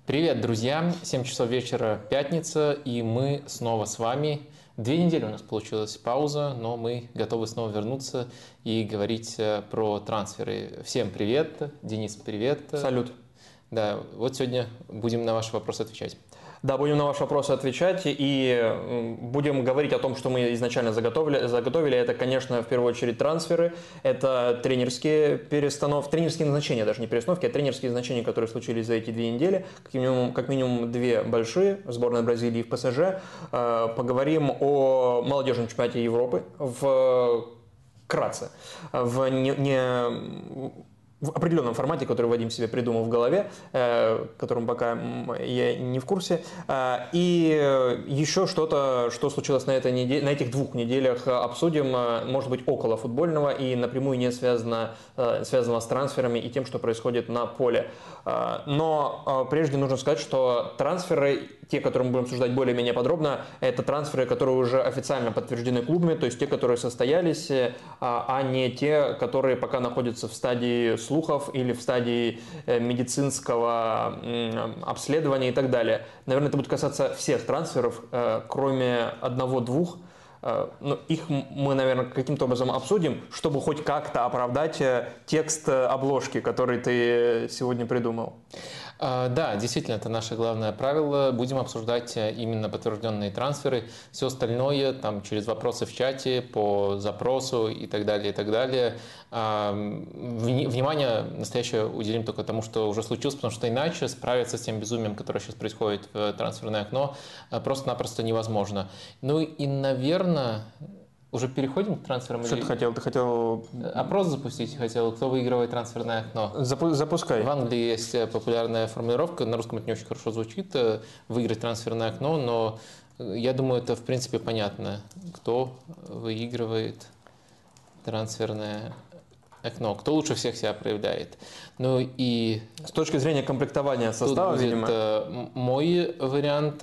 Привет, друзья! 7 часов вечера, пятница, и мы снова с вами. 2 недели у нас получилась пауза, но мы готовы снова вернуться и говорить про трансферы. Всем привет! Денис, привет! Салют! Да, вот сегодня будем на ваши вопросы отвечать. Да, будем на ваши вопросы отвечать и будем говорить о том, что мы изначально заготовили. Это, конечно, в первую очередь трансферы, это тренерские перестановки, тренерские назначения, даже не перестановки, а тренерские назначения, которые случились за эти 2 недели. Как минимум 2 большие, сборная Бразилии и в ПСЖ. Поговорим о молодежном чемпионате Европы вкратце, в определенном формате, который Вадим себе придумал в голове, которым пока я не в курсе. И еще что-то, что случилось на этих 2 неделях, обсудим, может быть, около футбольного и напрямую не связанного с трансферами и тем, что происходит на поле. Но прежде нужно сказать, что трансферы, те, которые мы будем обсуждать более-менее подробно, это трансферы, которые уже официально подтверждены клубами, то есть те, которые состоялись, а не те, которые пока находятся в стадии слухов или в стадии медицинского обследования и так далее. Наверное, это будет касаться всех трансферов, кроме 1-2. Но их мы, наверное, каким-то образом обсудим, чтобы хоть как-то оправдать текст обложки, который ты сегодня придумал. Да, действительно, это наше главное правило. Будем обсуждать именно подтвержденные трансферы. Все остальное там через вопросы в чате, по запросу и так далее, и так далее. Внимание настоящее уделим только тому, что уже случилось, потому что иначе справиться с тем безумием, которое сейчас происходит в трансферное окно, просто-напросто невозможно. Ну и, наверное... Уже переходим к трансферам? Что ты хотел? Ты хотел... Опрос запустить хотел, кто выигрывает трансферное окно. Запускай. В Англии есть популярная формулировка, на русском это не очень хорошо звучит, выиграть трансферное окно, но я думаю, это в принципе понятно, кто выигрывает трансферное окно, кто лучше всех себя проявляет. Ну и с точки зрения комплектования состава, тут будет, видимо. Мой вариант.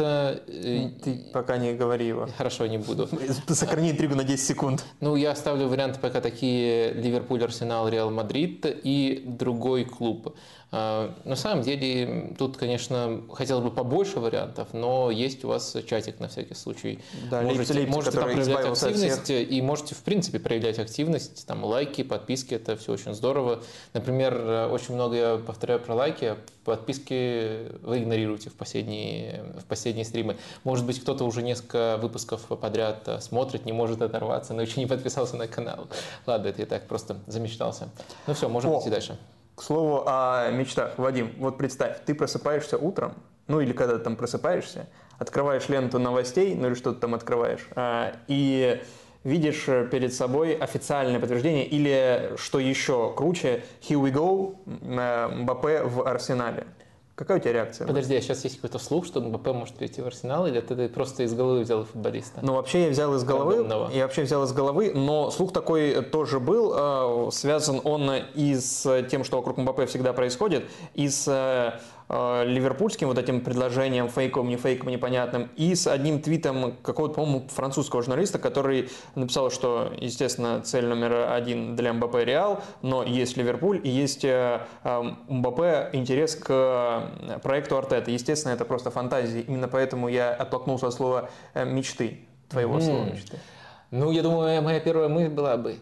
Ты пока не говори его. Хорошо, не буду. Сохрани интригу на 10 секунд. Ну, я оставлю варианты пока такие: Ливерпуль, Арсенал, Реал Мадрид и другой клуб. На самом деле, тут, конечно, хотелось бы побольше вариантов, но есть у вас чатик на всякий случай. Да, можете там проявлять активность и можете, в принципе, проявлять активность, там, лайки, подписки, это все очень здорово. Например, очень много я повторяю про лайки, подписки вы игнорируете в последние стримы. Может быть, кто-то уже несколько выпусков подряд смотрит, не может оторваться, но еще не подписался на канал. Ладно, это я так просто замечтался. Ну все, можем идти дальше. К слову о мечтах. Вадим, вот представь, ты просыпаешься утром, ну или когда ты там просыпаешься, открываешь ленту новостей, ну или что ты там открываешь, и видишь перед собой официальное подтверждение, или, что еще круче, here we go, Мбаппе в Арсенале. Какая у тебя реакция? Подожди, а сейчас есть какой-то слух, что Мбаппе может перейти в Арсенал, или ты просто из головы взял футболиста? Ну, вообще я взял из головы, но слух такой тоже был. Связан он и с тем, что вокруг Мбаппе всегда происходит, и с ливерпульским вот этим предложением, фейковым, не фейковым, непонятным, и с одним твитом какого-то, по-моему, французского журналиста, который написал, что, естественно, цель номер 1 для Мбаппе Реал, но есть Ливерпуль и есть Мбаппе интерес к проекту Артета. Естественно, это просто фантазии, именно поэтому я оттолкнулся от слова мечты, твоего слова мечты. Ну, я думаю, моя первая мысль была бы: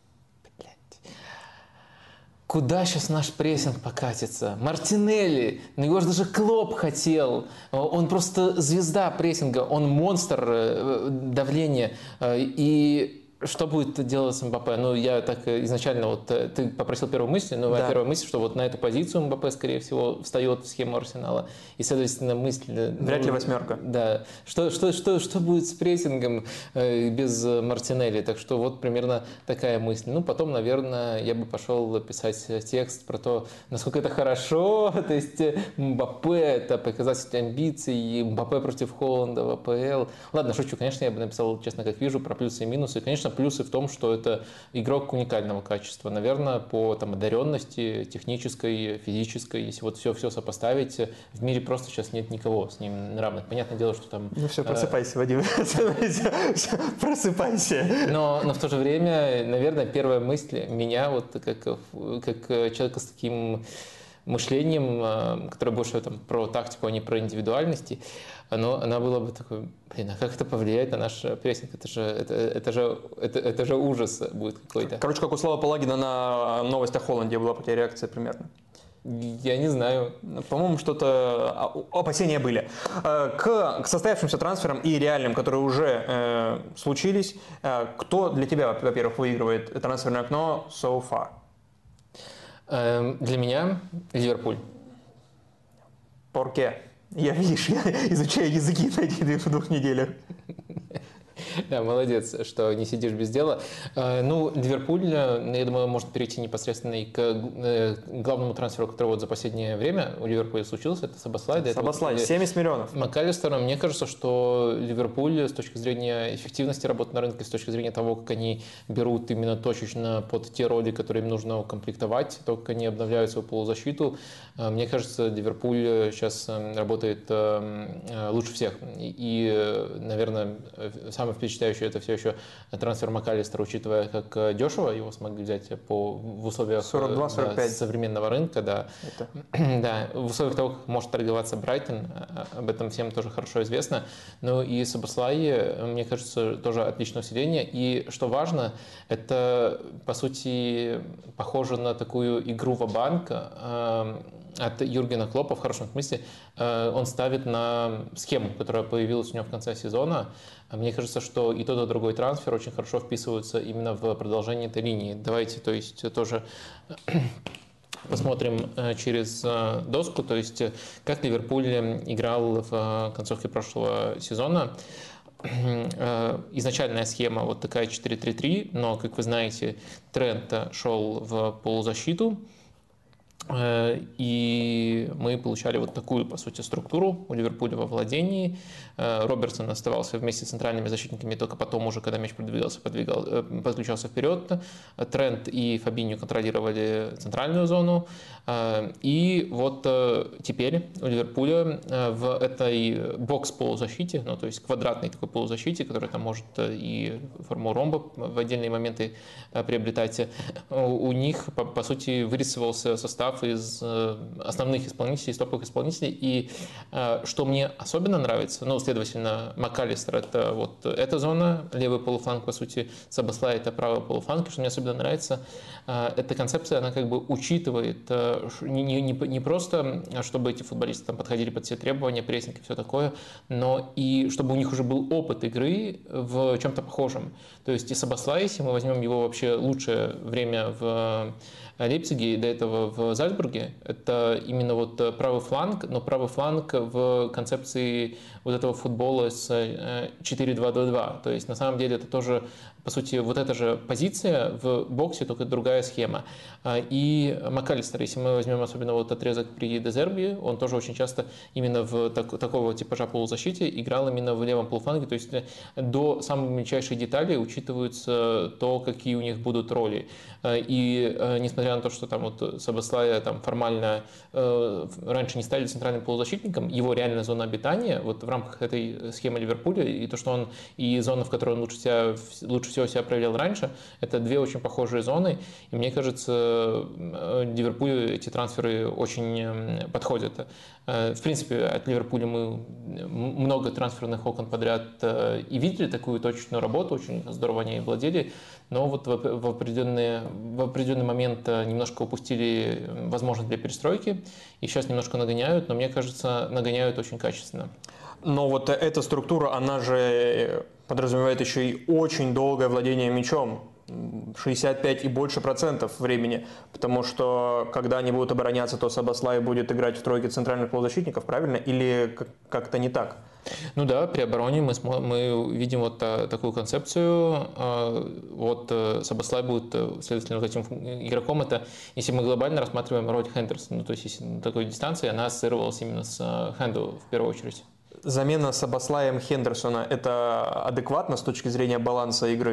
куда сейчас наш прессинг покатится? Мартинелли, ну его же даже Клоп хотел. Он просто звезда прессинга, он монстр давления. И что будет делать с Мбаппе? Ну, я так изначально, вот ты попросил первую мысль, но моя первая мысль, что вот на эту позицию Мбаппе, скорее всего, встает в схему Арсенала. И, следовательно, мысль... Вряд ли восьмерка. Да. Что будет с прессингом без Мартинелли? Так что вот примерно такая мысль. Ну, потом, наверное, я бы пошел писать текст про то, насколько это хорошо. То есть Мбаппе – это показатель амбиций, Мбаппе против Холланда в АПЛ. Ладно, шучу. Конечно, я бы написал, честно, как вижу, про плюсы и минусы. Конечно, плюсы в том, что это игрок уникального качества. Наверное, по одаренности технической, физической, если вот все сопоставить, в мире просто сейчас нет никого с ним равных. Понятное дело, что там... Ну все, просыпайся, Вадим. Просыпайся. Но в то же время, наверное, первая мысль меня, вот как человека с таким мышлением, которое больше там, про тактику, а не про индивидуальности, она была бы такой, блин, а как это повлияет на наш прессинг? Это же ужас будет какой-то. Короче, как у Славы Палагина на новостях Холландии была по тебе реакция примерно. Я не знаю. По-моему, что-то опасения были. К состоявшимся трансферам и реальным, которые уже случились, кто для тебя, во-первых, выигрывает трансферное окно so far? Для меня Ливерпуль. Порке? Я, видишь, я изучаю языки на этих 2 неделях. Да, молодец, что не сидишь без дела. Ну, Ливерпуль, я думаю, может перейти непосредственно и к главному трансферу, который вот за последнее время у Ливерпуля случился, это Сабослай. Сабослай, 70 миллионов. МакАллистера. Мне кажется, что Ливерпуль с точки зрения эффективности работы на рынке, с точки зрения того, как они берут именно точечно под те роли, которые им нужно укомплектовать, то, как они обновляют свою полузащиту, мне кажется, Ливерпуль сейчас работает лучше всех. И, наверное, самое впечатляющее это все еще трансфер МакАллистера, учитывая, как дешево его смогли взять в условиях 42-45 современного рынка. Да. Да, в условиях того, как может торговаться Брайтон, об этом всем тоже хорошо известно. Ну и Сабослай, мне кажется, тоже отличное усиление. И что важно, это, по сути, похоже на такую игру ва-банк от Юргена Клоппа в хорошем смысле. Он ставит на схему, которая появилась у него в конце сезона. Мне кажется, что и тот, и другой трансфер очень хорошо вписываются именно в продолжение этой линии. Давайте, то есть, тоже посмотрим через доску, то есть, как Ливерпуль играл в концовке прошлого сезона. Изначальная схема вот такая 4-3-3, но, как вы знаете, Трент шел в полузащиту, и мы получали вот такую, по сути, структуру у Ливерпуля во владении. Робертсон оставался вместе с центральными защитниками, только потом уже, когда мяч подключался вперед. Трент и Фабиньо контролировали центральную зону. И вот теперь у Ливерпуля в этой бокс-полузащите, ну, то есть квадратной такой полузащите, которая там может и форму ромба в отдельные моменты приобретать, у них, по сути, вырисовывался состав из основных исполнителей, топовых исполнителей. И что мне особенно нравится, ну, следовательно, МакАллистер — это вот эта зона, левый полуфланг, по сути, Сабослай — это правый полуфланг. И что мне особенно нравится, эта концепция, она как бы учитывает не просто, чтобы эти футболисты там подходили под все требования, прессинг и все такое, но и чтобы у них уже был опыт игры в чем-то похожем. То есть и Сабослай, если мы возьмем его вообще лучшее время в Лейпциге и до этого в Зальцбурге, это именно вот правый фланг, но правый фланг в концепции вот этого футбола с 4-2-2-2. То есть на самом деле это тоже, по сути, вот эта же позиция в боксе, только другая схема. И МакАллистер, если мы возьмем особенно вот отрезок при Де Зерби, он тоже очень часто именно в такого типажа полузащите играл именно в левом полуфланге, то есть до самых мельчайших деталей учитываются то, какие у них будут роли. И несмотря на то, что там вот Сабослая там формально раньше не стали центральным полузащитником, его реальная зона обитания вот в рамках этой схемы Ливерпуля и то, что он и зона, в которой он лучше всего себя проявлял раньше, это две очень похожие зоны. И мне кажется, Ливерпулю эти трансферы очень подходят. В принципе, от Ливерпуля мы много трансферных окон подряд и видели такую точечную работу, очень здорово они владели, но вот в определенный момент немножко упустили возможность для перестройки, и сейчас немножко нагоняют, но мне кажется, нагоняют очень качественно. Но вот эта структура, она же подразумевает еще и очень долгое владение мячом. 65 и больше процентов времени, потому что когда они будут обороняться, то Сабослай будет играть в тройке центральных полузащитников, правильно? Или как-то не так? Ну да, при обороне мы видим вот такую концепцию. Вот Сабослай будет, следовательно, вот этим игроком. Это, если мы глобально рассматриваем роль Хендерсона, ну, то есть если на такой дистанции, она ассоциировалась именно с Хенду в первую очередь. Замена Сабослаем Хендерсона – это адекватно с точки зрения баланса игры?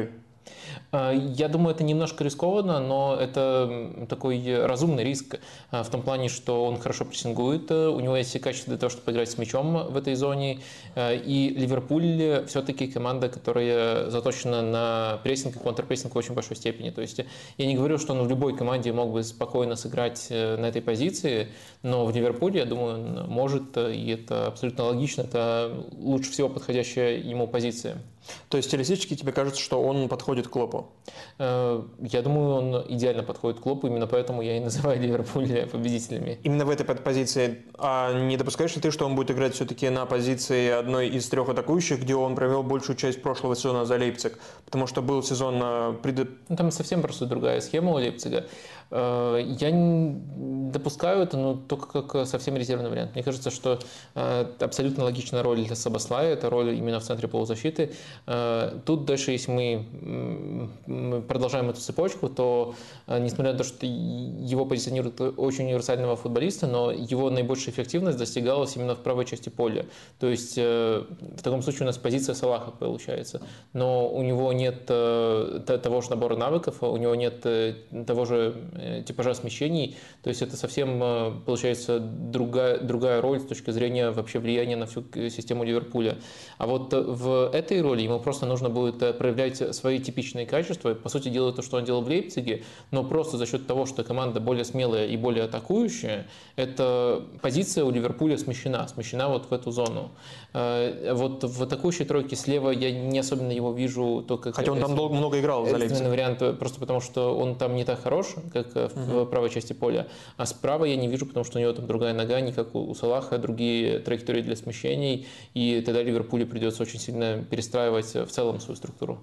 Я думаю, это немножко рискованно, но это такой разумный риск в том плане, что он хорошо прессингует, у него есть все качества для того, чтобы играть с мячом в этой зоне, и Ливерпуль все-таки команда, которая заточена на прессинг и контрпрессинг в очень большой степени. То есть я не говорю, что он в любой команде мог бы спокойно сыграть на этой позиции, но в Ливерпуле, я думаю, он может, и это абсолютно логично, это лучше всего подходящая ему позиция. То есть стилистически тебе кажется, что он подходит к Клопу? Я думаю, он идеально подходит к Клопу, именно поэтому я и называю Ливерпуль победителями. Именно в этой позиции. А не допускаешь ли ты, что он будет играть все-таки на позиции одной из 3 атакующих, где он провел большую часть прошлого сезона за Лейпциг? Потому что был сезон... Ну, там совсем просто другая схема у Лейпцига. Я не допускаю это, но только как совсем резервный вариант. Мне кажется, что абсолютно логичная роль для Сабослая, это роль именно в центре полузащиты. Тут дальше, если мы продолжаем эту цепочку, то несмотря на то, что его позиционируют очень универсального футболиста, но его наибольшая эффективность достигалась именно в правой части поля. То есть в таком случае у нас позиция Салаха получается. Но у него нет того же набора навыков, у него нет того же типажа смещений, то есть это совсем получается другая роль с точки зрения вообще влияния на всю систему Ливерпуля. А вот в этой роли ему просто нужно будет проявлять свои типичные качества, по сути дела то, что он делал в Лейпциге, но просто за счет того, что команда более смелая и более атакующая, эта позиция у Ливерпуля смещена вот в эту зону. Вот в атакующей тройке слева я не особенно его вижу, только хотя он там много играл за Лейпциг. Вариант, просто потому что он там не так хорош, как в правой части поля. А справа я не вижу, потому что у него там другая нога, не как у Салаха, другие траектории для смещений, и тогда Ливерпулю придется очень сильно перестраивать в целом свою структуру.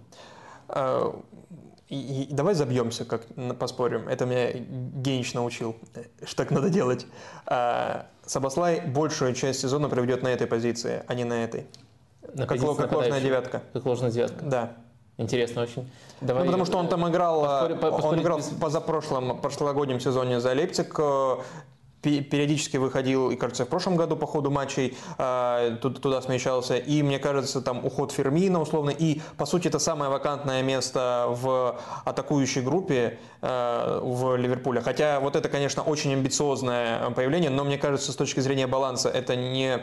И давай забьемся, как поспорим. Это меня Генич научил, что так надо делать. Сабослай большую часть сезона проведет на этой позиции, а не на этой. Как ложная девятка. Как ложная девятка. Да. Интересно очень. Давай, потому что он там играл, он играл в прошлогоднем сезоне за Лейпциг, периодически выходил, и, кажется, в прошлом году по ходу матчей туда смещался, и, мне кажется, там уход Фермина условно, и, по сути, это самое вакантное место в атакующей группе в Ливерпуле. Хотя вот это, конечно, очень амбициозное появление, но, мне кажется, с точки зрения баланса, это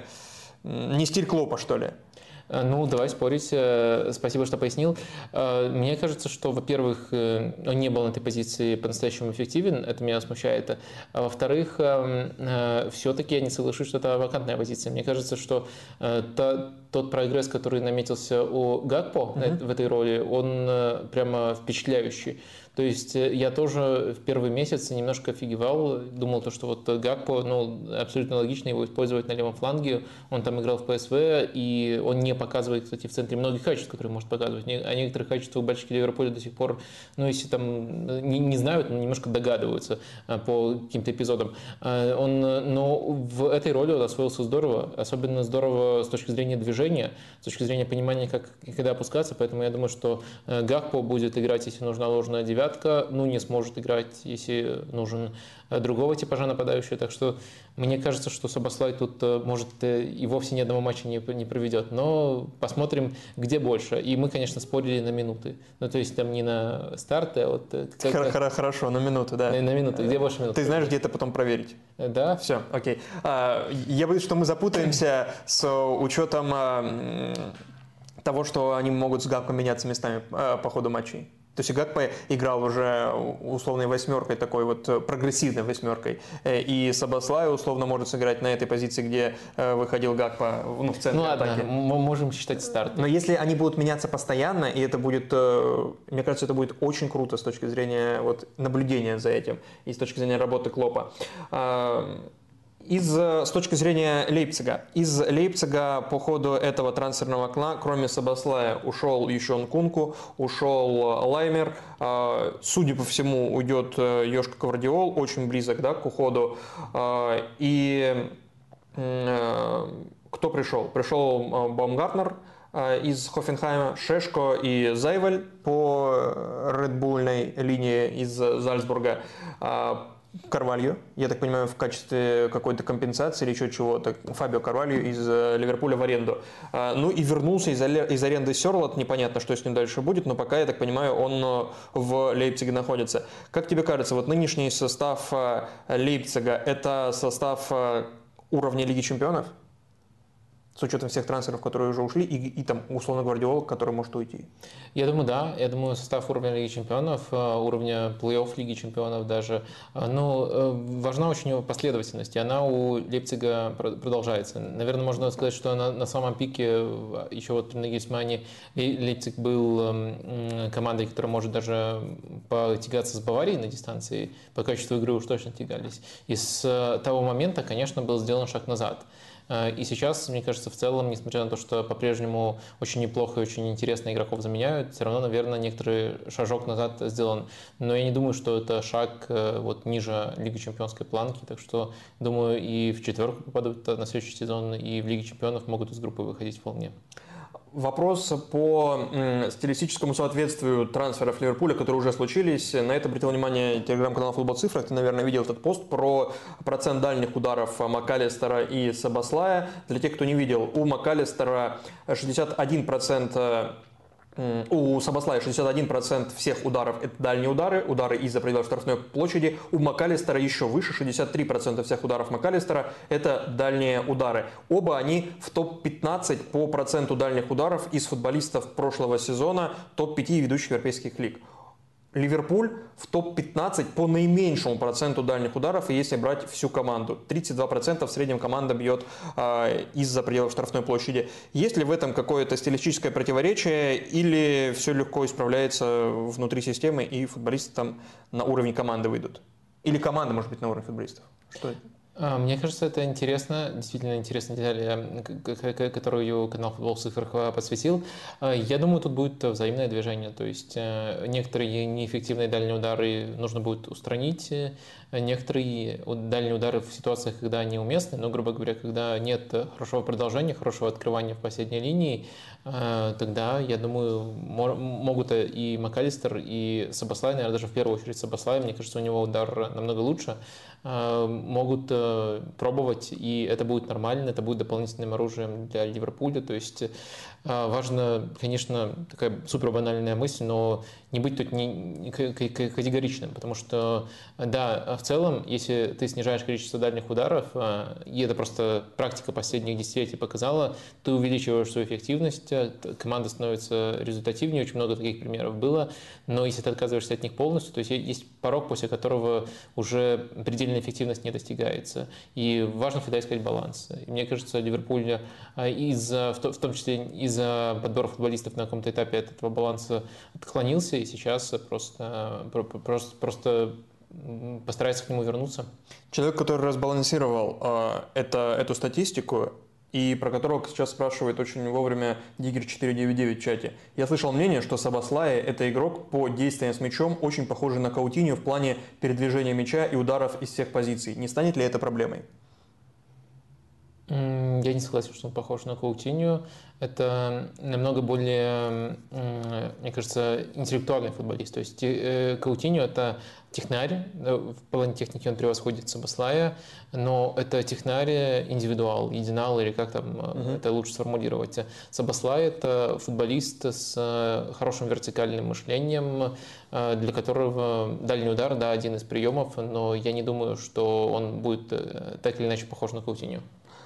не стиль Клопа, что ли. Ну, давай спорить. Спасибо, что пояснил. Мне кажется, что, во-первых, он не был на этой позиции по-настоящему эффективен, это меня смущает. А во-вторых, все-таки я не соглашусь, что это вакантная позиция. Мне кажется, что тот прогресс, который наметился у Гакпо в этой роли, он прямо впечатляющий. То есть я тоже в первый месяц немножко офигевал, думал, что вот Гакпо, абсолютно логично его использовать на левом фланге, он там играл в ПСВ, и он не показывает, кстати, в центре многих качеств, которые может показывать. О некоторых качествах болельщики Ливерпуля до сих пор, если там не знают, но немножко догадываются по каким-то эпизодам. Но в этой роли он освоился здорово, особенно здорово с точки зрения движения, с точки зрения понимания, как и когда опускаться, поэтому я думаю, что Гакпо будет играть, если нужна ложная девятка, не сможет играть, если нужен другого типажа нападающего. Так что мне кажется, что Сабослай тут, может, и вовсе ни одного матча не проведет. Но посмотрим, где больше. И мы, конечно, спорили на минуты. То есть там не на старты, а вот... Хорошо, на минуты, да. На минуты. Где больше минут? Ты знаешь, где это потом проверить? Да. Все, окей. Я боюсь, что мы запутаемся с учетом того, что они могут с Гакпо меняться местами по ходу матчей. То есть Гакпо играл уже условной восьмеркой, такой вот прогрессивной восьмеркой. И Сабослай условно может сыграть на этой позиции, где выходил Гакпо в центре атаки. Мы можем считать старт. Но если они будут меняться постоянно, и это будет, мне кажется, это будет очень круто с точки зрения наблюдения за этим и с точки зрения работы Клопа. С точки зрения Лейпцига. Из Лейпцига по ходу этого трансферного окна, кроме Сабослая, ушел еще Нкунку, ушел Лаймер. Судя по всему, уйдет Йошка Гвардиол, очень близок к уходу. И кто пришел? Пришел Баумгартнер из Хофенхайма, Шешко и Зайваль по редбульной линии из Зальцбурга. Карвальо, я так понимаю, в качестве какой-то компенсации или еще чего-то, Фабио Карвальо из Ливерпуля в аренду. Ну и вернулся из аренды Сёрлот, непонятно, что с ним дальше будет, но пока, я так понимаю, он в Лейпциге находится. Как тебе кажется, вот нынешний состав Лейпцига – это состав уровня Лиги Чемпионов? С учетом всех трансферов, которые уже ушли, и там, условно, Гвардиола, который может уйти. Я думаю, да. Я думаю, состав уровня Лиги Чемпионов, уровня плей-офф Лиги Чемпионов даже. Но важна очень его последовательность, и она у Лейпцига продолжается. Наверное, можно сказать, что на самом пике, еще вот при Нагельсмане, Лейпциг был командой, которая может даже потягаться с Баварией на дистанции. По качеству игры уж точно тягались. И с того момента, конечно, был сделан шаг назад. И сейчас, мне кажется, в целом, несмотря на то, что по-прежнему очень неплохо и очень интересно игроков заменяют, все равно, наверное, некоторый шажок назад сделан. Но я не думаю, что это шаг вот ниже Лиги Чемпионской планки. Так что, думаю, и в четверку попадут на следующий сезон, и в Лиге Чемпионов могут из группы выходить вполне. Вопрос по стилистическому соответствию трансферов Ливерпуля, которые уже случились. На это обратил внимание телеграм-канал «Футбол Цифрах». Ты, наверное, видел этот пост про процент дальних ударов Макалистера и Сабослая. Для тех, кто не видел, у Макалистера 61%. У Сабослая 61% всех ударов – это дальние удары, удары из-за пределов штрафной площади. У Макалистера еще выше, 63% всех ударов Макалистера – это дальние удары. Оба они в топ-15 по проценту дальних ударов из футболистов прошлого сезона, топ-5 ведущих европейских лиг. Ливерпуль в топ-15 по наименьшему проценту дальних ударов, и если брать всю команду. 32% в среднем команда бьет из-за пределов штрафной площади. Есть ли в этом какое-то стилистическое противоречие, или все легко исправляется внутри системы, и футболисты там на уровень команды выйдут? Или команда может быть на уровне футболистов? Что это? Мне кажется, это интересно, действительно интересная деталь, которую канал «Футбол в цифрах» посвятил. Я думаю, тут будет взаимное движение, то есть некоторые неэффективные дальние удары нужно будет устранить, некоторые дальние удары в ситуациях, когда они уместны, но, грубо говоря, когда нет хорошего продолжения, хорошего открывания в последней линии, тогда, я думаю, могут и Макалистер, и Сабослай, наверное, даже в первую очередь Сабослай, мне кажется, у него удар намного лучше, могут пробовать, и это будет нормально, это будет дополнительным оружием для Ливерпуля. То есть важно, конечно, такая супер банальная мысль, но не быть тут категоричным, потому что, да, в целом, если ты снижаешь количество дальних ударов, и это просто практика последних десятилетий показала, ты увеличиваешь свою эффективность, команда становится результативнее, очень много таких примеров было, но если ты отказываешься от них полностью, то есть есть порог, после которого уже предельная эффективность не достигается. И важно всегда искать баланс. И мне кажется, Ливерпуль в том числе из-за подбора футболистов на каком-то этапе от этого баланса отклонился, и сейчас просто постарается к нему вернуться. Человек, который разбалансировал эту статистику, и про которого сейчас спрашивает очень вовремя Диггер 499 в чате. Я слышал мнение, что Сабослай – это игрок по действиям с мячом, очень похожий на Каутиньо в плане передвижения мяча и ударов из всех позиций. Не станет ли это проблемой? Я не согласен, что он похож на Каутиньо. Это намного более, мне кажется, интеллектуальный футболист. То есть Каутиньо – это технарь, в плане техники он превосходит Сабослая, но это технарь индивидуал, единал, или как там это лучше сформулировать. Сабослай – это футболист с хорошим вертикальным мышлением, для которого дальний удар, да, один из приемов, но я не думаю, что он будет так или иначе похож на Каутиньо.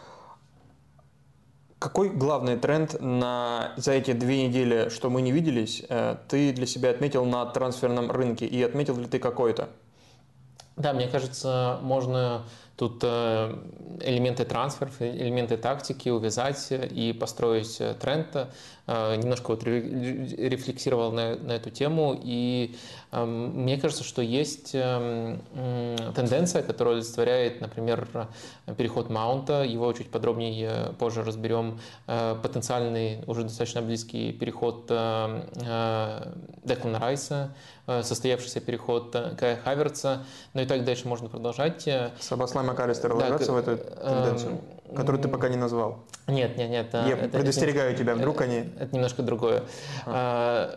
Какой главный тренд за эти 2 недели, что мы не виделись, ты для себя отметил на трансферном рынке? И отметил ли ты какой-то? Да, мне кажется, можно тут элементы трансферов, элементы тактики увязать и построить тренд. Немножко вот рефлексировал на эту тему, и мне кажется, что есть тенденция, которая олицетворяет, например, переход Маунта, его чуть подробнее позже разберем, потенциальный, уже достаточно близкий переход Деклана Райса, состоявшийся переход Кая Хаверца, ну и так дальше можно продолжать. Сабослай, Макалистер ложатся в эту тенденцию, которую ты пока не назвал? Нет. Я предостерегаю тебя, вдруг они... Это немножко другое.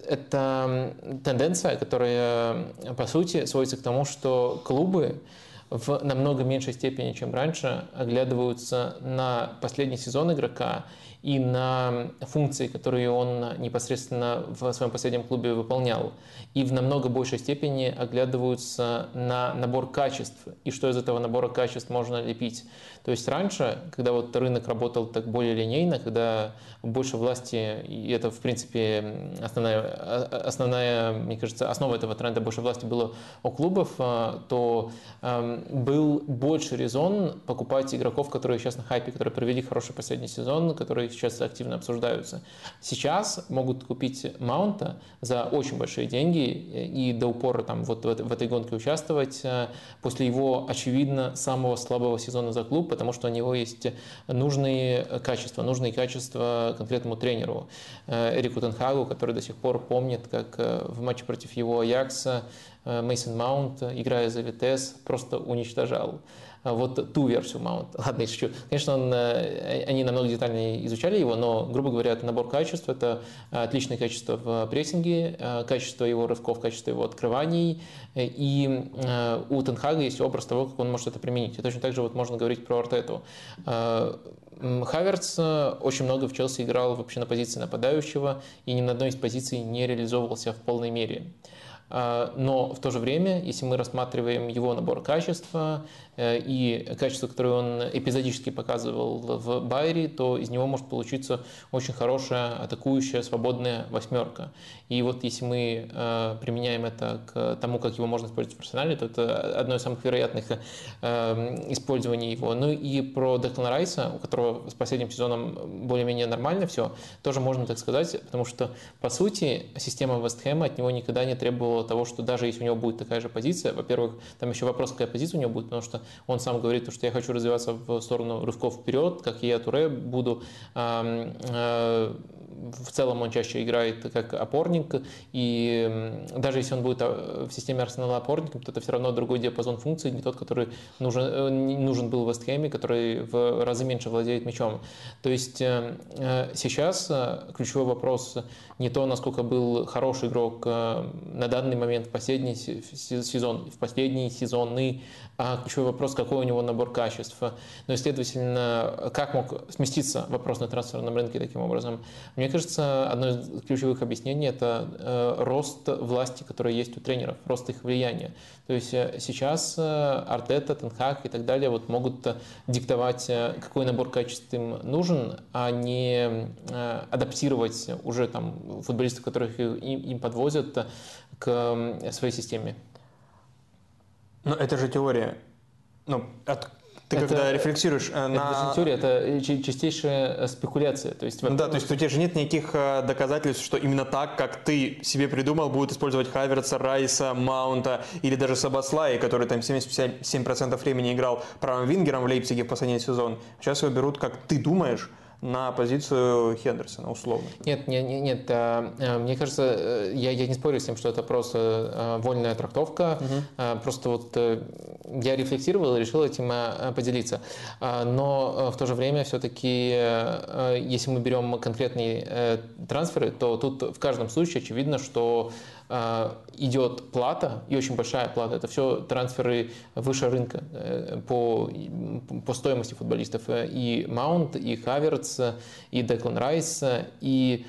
это тенденция, которая, по сути, сводится к тому, что клубы в намного меньшей степени, чем раньше, оглядываются на последний сезон игрока и на функции, которые он непосредственно в своем последнем клубе выполнял. И в намного большей степени оглядываются на набор качеств и что из этого набора качеств можно лепить. То есть раньше, когда вот рынок работал так более линейно, когда больше власти, и это, в принципе, основная, мне кажется, основа этого тренда, больше власти было у клубов, то был больше резон покупать игроков, которые сейчас на хайпе, которые провели хороший последний сезон, которые сейчас активно обсуждаются. Сейчас могут купить Маунта за очень большие деньги и до упора там вот в этой гонке участвовать после его, очевидно, самого слабого сезона за клуб, потому что у него есть нужные качества конкретному тренеру Эрику Тен Хагу, который до сих пор помнит, как в матче против его Аякса Мейсон Маунт, играя за Витес, просто уничтожал вот ту версию Маунта. Ладно, я шучу. Конечно, они намного детальнее изучали его, но, грубо говоря, это набор качеств, это отличные качества в прессинге, качество его рывков, качество его открываний, и у Тен Хага есть образ того, как он может это применить. И точно так же вот можно говорить про Артету. Хавертс очень много в Челси играл вообще на позиции нападающего, и ни на одной из позиций не реализовывался в полной мере. Но в то же время, если мы рассматриваем его набор качеств и качества, которые он эпизодически показывал в Байере, то из него может получиться очень хорошая атакующая свободная восьмерка. И вот если мы применяем это к тому, как его можно использовать в Арсенале, то это одно из самых вероятных использований его. Ну и про Деклана Райса, у которого с последним сезоном более-менее нормально все, тоже можно так сказать, потому что, по сути, система Вест Хэма от него никогда не требовала того, что даже если у него будет такая же позиция, во-первых, там еще вопрос, какая позиция у него будет, потому что он сам говорит, что я хочу развиваться в сторону рывков вперед, как и я Туре буду. В целом он чаще играет как опорник, и даже если он будет в системе Арсенала опорником, то это все равно другой диапазон функций, не тот, который нужен был в Вест Хэме, который в разы меньше владеет мячом. То есть сейчас ключевой вопрос не то, насколько был хороший игрок на данный момент в последний сезон, в последние сезоны, а ключевой вопрос, какой у него набор качеств. Ну и, следовательно, как мог сместиться вопрос на трансферном рынке таким образом? Мне кажется, одно из ключевых объяснений – это рост власти, который есть у тренеров, рост их влияния. То есть сейчас Артета, Тен Хаг и так далее вот могут диктовать, какой набор качеств им нужен, а не адаптировать уже там футболистов, которых им подвозят, к своей системе. Но это же теория. Ты когда рефлексируешь это не теория, это чистейшая спекуляция. То есть, да, то есть у тебя же нет никаких доказательств, что именно так, как ты себе придумал, будут использовать Хавертса, Райса, Маунта или даже Сабаслай, который там 77% времени играл правым вингером в Лейпциге в последний сезон. Сейчас его берут, как ты думаешь, на позицию Хендерсона, условно. Нет, мне кажется, я не спорю с тем, что это просто вольная трактовка, просто вот я рефлексировал и решил этим поделиться. Но в то же время все-таки, если мы берем конкретные трансферы, то тут в каждом случае очевидно, что идет плата, и очень большая плата. Это все трансферы выше рынка по стоимости футболистов. И Маунт, и Хавертс, и Деклан Райс, и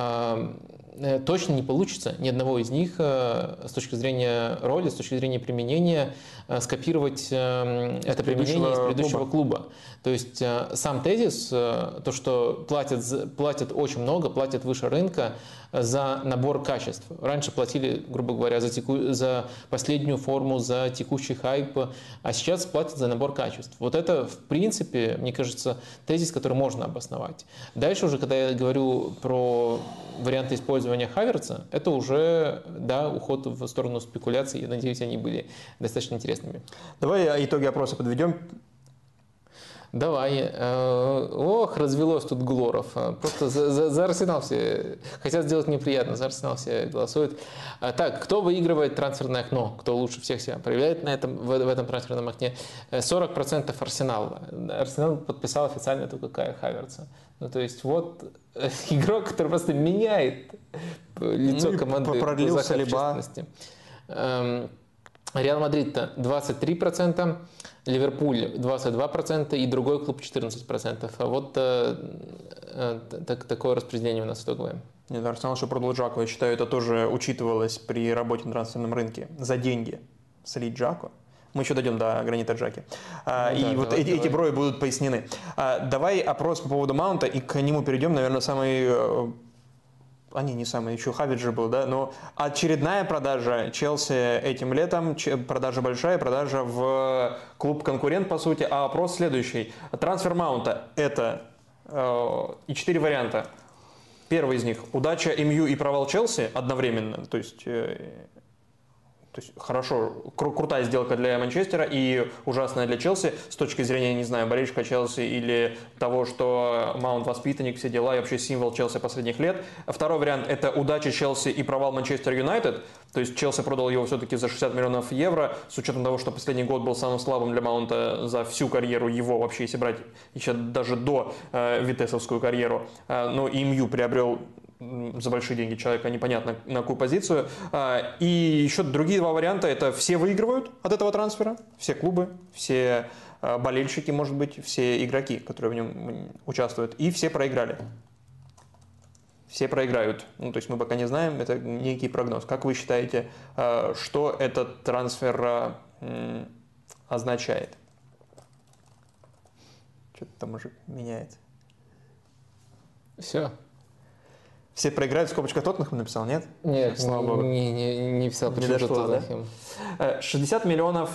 точно не получится ни одного из них с точки зрения роли, с точки зрения применения скопировать это применение из предыдущего клуба. То есть сам тезис, то, что платят очень много, платят выше рынка за набор качеств. Раньше платили, грубо говоря, за последнюю форму, за текущий хайп, а сейчас платят за набор качеств. Вот это, в принципе, мне кажется, тезис, который можно обосновать. Дальше уже, когда я говорю про варианты использования Хавертса, это уже, да, уход в сторону спекуляций. Я надеюсь, они были достаточно интересными. Давай итоги опроса подведем. Давай. Ох, развелось тут Глоров. Просто за Арсенал все хотят сделать неприятно, за Арсенал все голосуют. Так, кто выигрывает трансферное окно? Кто лучше всех себя проявляет в этом трансферном окне? 40% Арсенал. Арсенал подписал официально только Кая Хаверца. Ну, то есть вот игрок, который просто меняет лицо команды в глазах общественности. Реал Мадрид 23%, Ливерпуль 22% и другой клуб 14%. А вот такое распределение у нас итоговое. Нет, Арсенал еще продал Джаку. Я считаю, это тоже учитывалось при работе на трансферном рынке. За деньги слить Джаку. Мы еще дойдем до гранита Джаки. Эти брови будут пояснены. Давай опрос по поводу Маунта, и к нему перейдем, наверное, самый... не самый, еще Хавердж же был, да, но очередная продажа Челси этим летом, продажа большая, продажа в клуб-конкурент, по сути, а вопрос следующий. Трансфер Маунта – это и 4 варианта. Первый из них – удача МЮ и провал Челси одновременно, то есть хорошо, крутая сделка для Манчестера и ужасная для Челси с точки зрения, не знаю, болельщика Челси или того, что Маунт воспитанник, все дела и вообще символ Челси последних лет. Второй вариант – это удача Челси и провал Манчестер Юнайтед. То есть Челси продал его все-таки за 60 миллионов евро, с учетом того, что последний год был самым слабым для Маунта за всю карьеру его, вообще, если брать еще даже до витесовскую карьеру. Но и МЮ приобрел за большие деньги человека, непонятно на какую позицию. И еще другие два варианта – это все выигрывают от этого трансфера, все клубы, все болельщики, может быть, все игроки, которые в нем участвуют, и все проиграли. Все проиграют. Ну, то есть мы пока не знаем, это некий прогноз. Как вы считаете, что этот трансфер означает? Что-то там уже меняется. Все. Все проиграют, в скобочках Тоттенхэм написал, нет? Нет, слава богу. Не писал, почему Тоттенхэм. 60 миллионов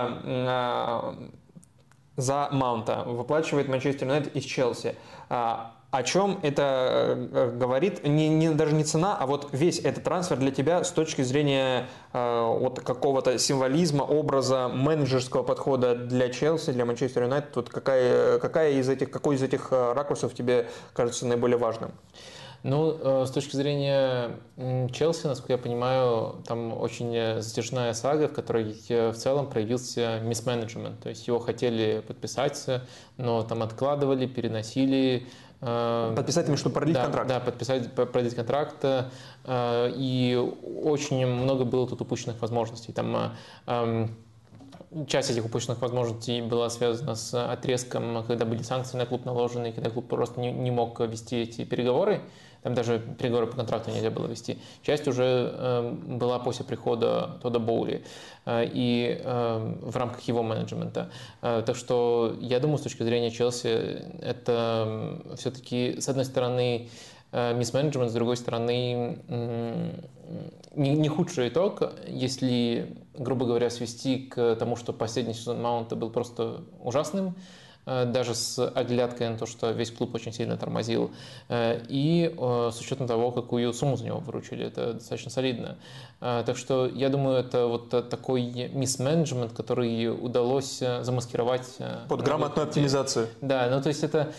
за Маунта выплачивает Манчестер Юнайтед из Челси. О чем это говорит? Даже не цена, а вот весь этот трансфер для тебя с точки зрения вот какого-то символизма, образа, менеджерского подхода для Челси, для Манчестер Юнайтед. Вот какой из этих ракурсов тебе кажется наиболее важным? Ну, с точки зрения Челси, насколько я понимаю, там очень затяжная сага, в которой в целом проявился мисс-менеджмент. То есть его хотели подписать, но там откладывали, переносили. Подписать, чтобы продлить контракт. Да, продлить контракт. И очень много было тут упущенных возможностей. Там часть этих упущенных возможностей была связана с отрезком, когда были санкции на клуб наложены, когда клуб просто не мог вести эти переговоры. Там даже переговоры по контракту нельзя было вести. Часть уже была после прихода Тодда Боули и в рамках его менеджмента. Так что я думаю, с точки зрения Челси, это все-таки, с одной стороны, мисс-менеджмент, с другой стороны, не худший итог, если, грубо говоря, свести к тому, что последний сезон Маунта был просто ужасным, даже с оглядкой на то, что весь клуб очень сильно тормозил, и с учетом того, какую сумму за него выручили, это достаточно солидно. Так что я думаю, это вот такой мисс-менеджмент, который удалось замаскировать под грамотную оптимизацию. Да, ну то есть это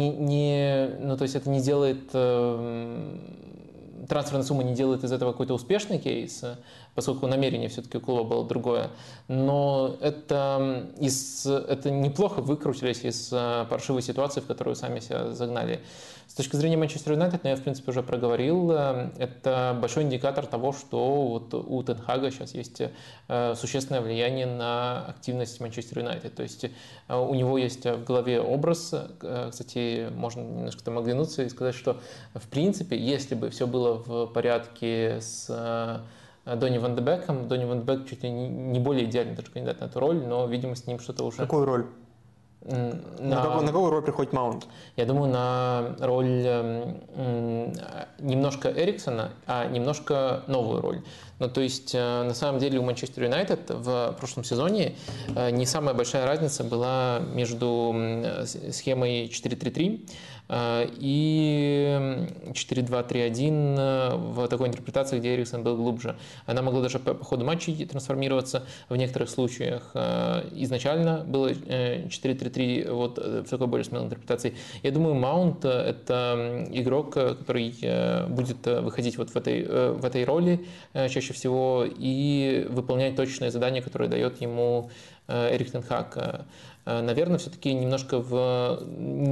не делает трансферная сумма не делает из этого какой-то успешный кейс, поскольку намерение все-таки у клуба было другое. Но это неплохо выкрутились из паршивой ситуации, в которую сами себя загнали. С точки зрения Манчестер Юнайтед, я в принципе уже проговорил, это большой индикатор того, что вот у Тен Хага сейчас есть существенное влияние на активность Манчестер Юнайтед. То есть у него есть в голове образ, кстати, можно немножко там оглянуться и сказать, что в принципе, если бы все было в порядке с Донни Ван де Беком, Донни Ван де Бек чуть ли не более идеальный даже кандидат на эту роль, но, видимо, с ним что-то уже... Какую роль? На какую роль приходит Маунт? Я думаю, на роль немножко Эриксона, а немножко новую роль. Ну, то есть, на самом деле, у Манчестер Юнайтед в прошлом сезоне не самая большая разница была между схемой 4-3-3 и 4-2-3-1 в такой интерпретации, где Эриксон был глубже. Она могла даже по ходу матчей трансформироваться в некоторых случаях. Изначально было 4-3-3 вот в такой более смелой интерпретации. Я думаю, Маунт – это игрок, который будет выходить вот в этой роли чаще всего и выполнять точные задания, которые дает ему Эрик тен Хаг. Наверное, все-таки в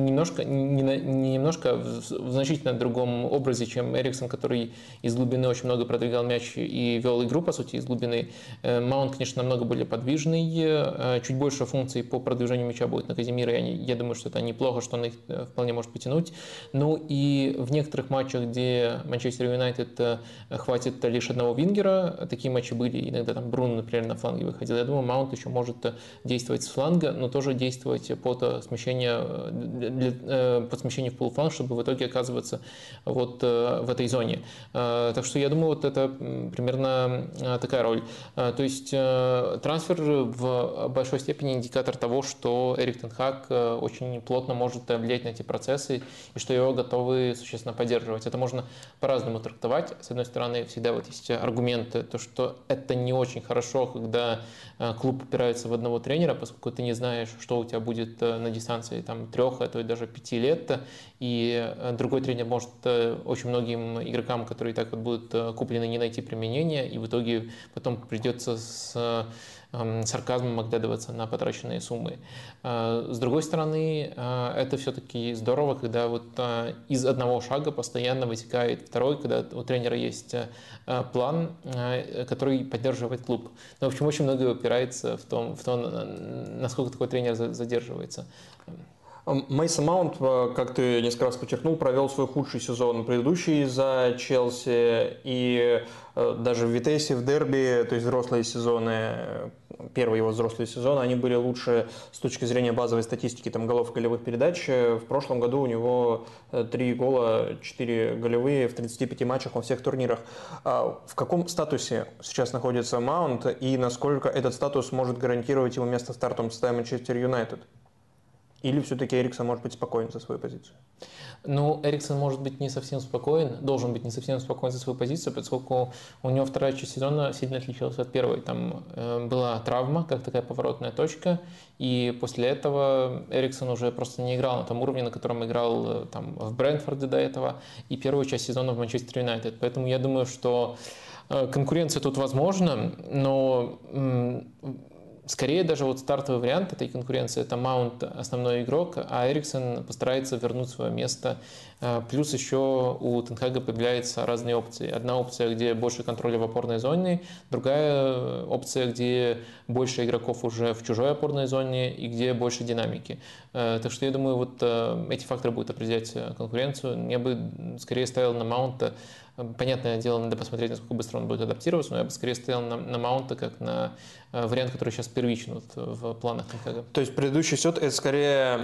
значительно другом образе, чем Эриксон, который из глубины очень много продвигал мяч и вел игру, по сути, из глубины. Маунт, конечно, намного более подвижный, чуть больше функций по продвижению мяча будет на Казимира. Я думаю, что это неплохо, что он их вполне может потянуть. Ну и в некоторых матчах, где Манчестер Юнайтед хватит лишь одного вингера, такие матчи были, иногда там Бруно, например, на фланге выходил. Я думаю, Маунт еще может действовать с фланга, но тоже действовать под смещение в полуфланг, чтобы в итоге оказываться вот в этой зоне. Так что я думаю, вот это примерно такая роль. То есть трансфер в большой степени индикатор того, что Эрик тен Хаг очень плотно может влиять на эти процессы и что его готовы существенно поддерживать. Это можно по-разному трактовать. С одной стороны, всегда вот есть аргументы, то, что это не очень хорошо, когда клуб опирается в одного тренера, поскольку ты не знаешь, что у тебя будет на дистанции 3, а то и даже 5 лет, и другой тренер может очень многим игрокам, которые и так вот будут куплены, не найти применения, и в итоге потом придется с сарказмом оглядываться на потраченные суммы. С другой стороны, это все-таки здорово, когда вот из одного шага постоянно вытекает второй, когда у тренера есть план, который поддерживает клуб. Но в общем очень многое упирается в том, насколько такой тренер задерживается. Мейсон Маунт, как ты несколько раз подчеркнул, провел свой худший сезон предыдущий за Челси, и даже в Витессе, в дерби, то есть взрослые сезоны, первые его взрослые сезоны, они были лучше с точки зрения базовой статистики, там, голов и голевых передач. В прошлом году у него 3 гола, 4 голевые в 35 матчах во всех турнирах. В каком статусе сейчас находится Маунт, и насколько этот статус может гарантировать ему место в стартовом составе Манчестер Юнайтед? Или все-таки Эриксон может быть спокоен за свою позицию? Ну, Эриксон может быть не совсем спокоен, должен быть не совсем спокоен за свою позицию, поскольку у него вторая часть сезона сильно отличалась от первой. Там была травма, как такая поворотная точка, и после этого Эриксон уже просто не играл на том уровне, на котором играл там, в Брентфорде до этого, и первую часть сезона в Манчестер Юнайтед. Поэтому я думаю, что конкуренция тут возможна, но скорее даже вот стартовый вариант этой конкуренции – это Маунт основной игрок, а Эриксон постарается вернуть свое место. Плюс еще у тен Хага появляются разные опции. Одна опция, где больше контроля в опорной зоне, другая опция, где больше игроков уже в чужой опорной зоне и где больше динамики. Так что я думаю, вот эти факторы будут определять конкуренцию. Я бы скорее ставил на Маунта. Понятное дело, надо посмотреть, насколько быстро он будет адаптироваться, но я бы скорее стоял на Маунта как на вариант, который сейчас первичен вот в планах тен Хага. То есть предыдущий счет это скорее,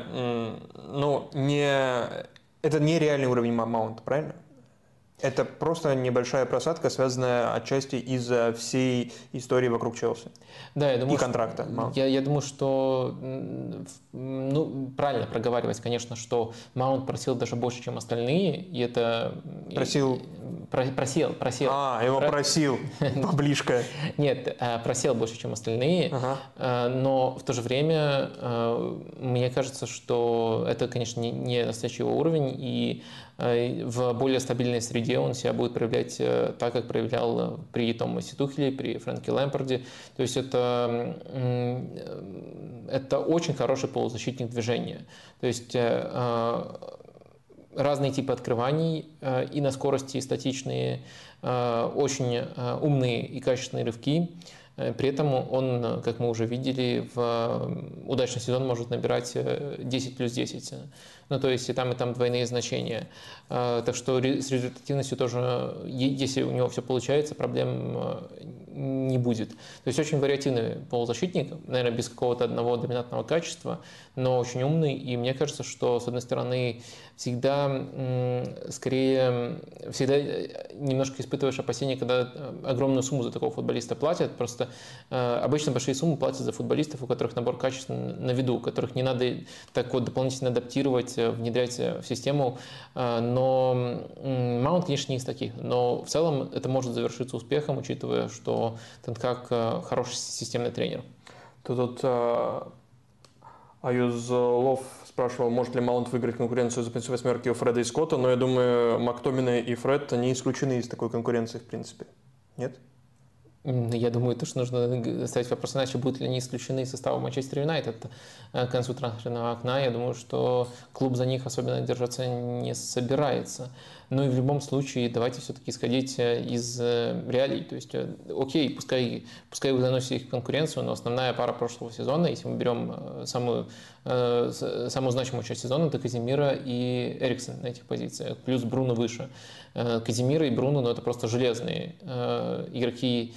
это не реальный уровень Маунта, правильно? Это просто небольшая просадка, связанная отчасти из-за всей истории вокруг Челси. Да, я думаю, и контракта. Я думаю, что правильно проговаривать, конечно, что Маунт просил даже больше, чем остальные, и это... Просил? Просел. Его просил, баблишка. Нет, просел больше, чем остальные, но в то же время мне кажется, что это, конечно, не настоящий его уровень, и в более стабильной среде он себя будет проявлять так, как проявлял при Томасе Тухеле, при Фрэнке Лэмпарде. То есть это очень хороший полузащитник движения. То есть разные типы открываний и на скорости, и статичные, очень умные и качественные рывки. При этом он, как мы уже видели, в удачный сезон может набирать 10 плюс 10. Ну, то есть и там двойные значения. Так что с результативностью тоже, если у него все получается, проблем не будет. То есть очень вариативный полузащитник, наверное, без какого-то одного доминантного качества, но очень умный. И мне кажется, что, с одной стороны, всегда немножко испытываешь опасения, когда огромную сумму за такого футболиста платят. Просто обычно большие суммы платят за футболистов, у которых набор качеств на виду, которых не надо так вот дополнительно адаптировать, внедрять в систему. Но Маунт, конечно, не из таких. Но в целом это может завершиться успехом, учитывая, что Тен Хаг хороший системный тренер. Тут Аюзлов спрашивал, может ли Маунт выиграть конкуренцию за позицию восьмерки у Фреда и Скотта, но я думаю, Мактоминей и Фред не исключены из такой конкуренции, в принципе. Нет? Я думаю, то, что нужно ставить вопрос, иначе будут ли они исключены из состава Манчестер Юнайтед к концу трансферного окна. Я думаю, что клуб за них особенно держаться не собирается. Ну и в любом случае давайте все-таки исходить из реалий. То есть, окей, пускай вы заносите их в конкуренцию, но основная пара прошлого сезона, если мы берем самую значимую часть сезона, это Казимира и Эриксон на этих позициях, плюс Бруно выше. Казимира и Бруно, ну это просто железные игроки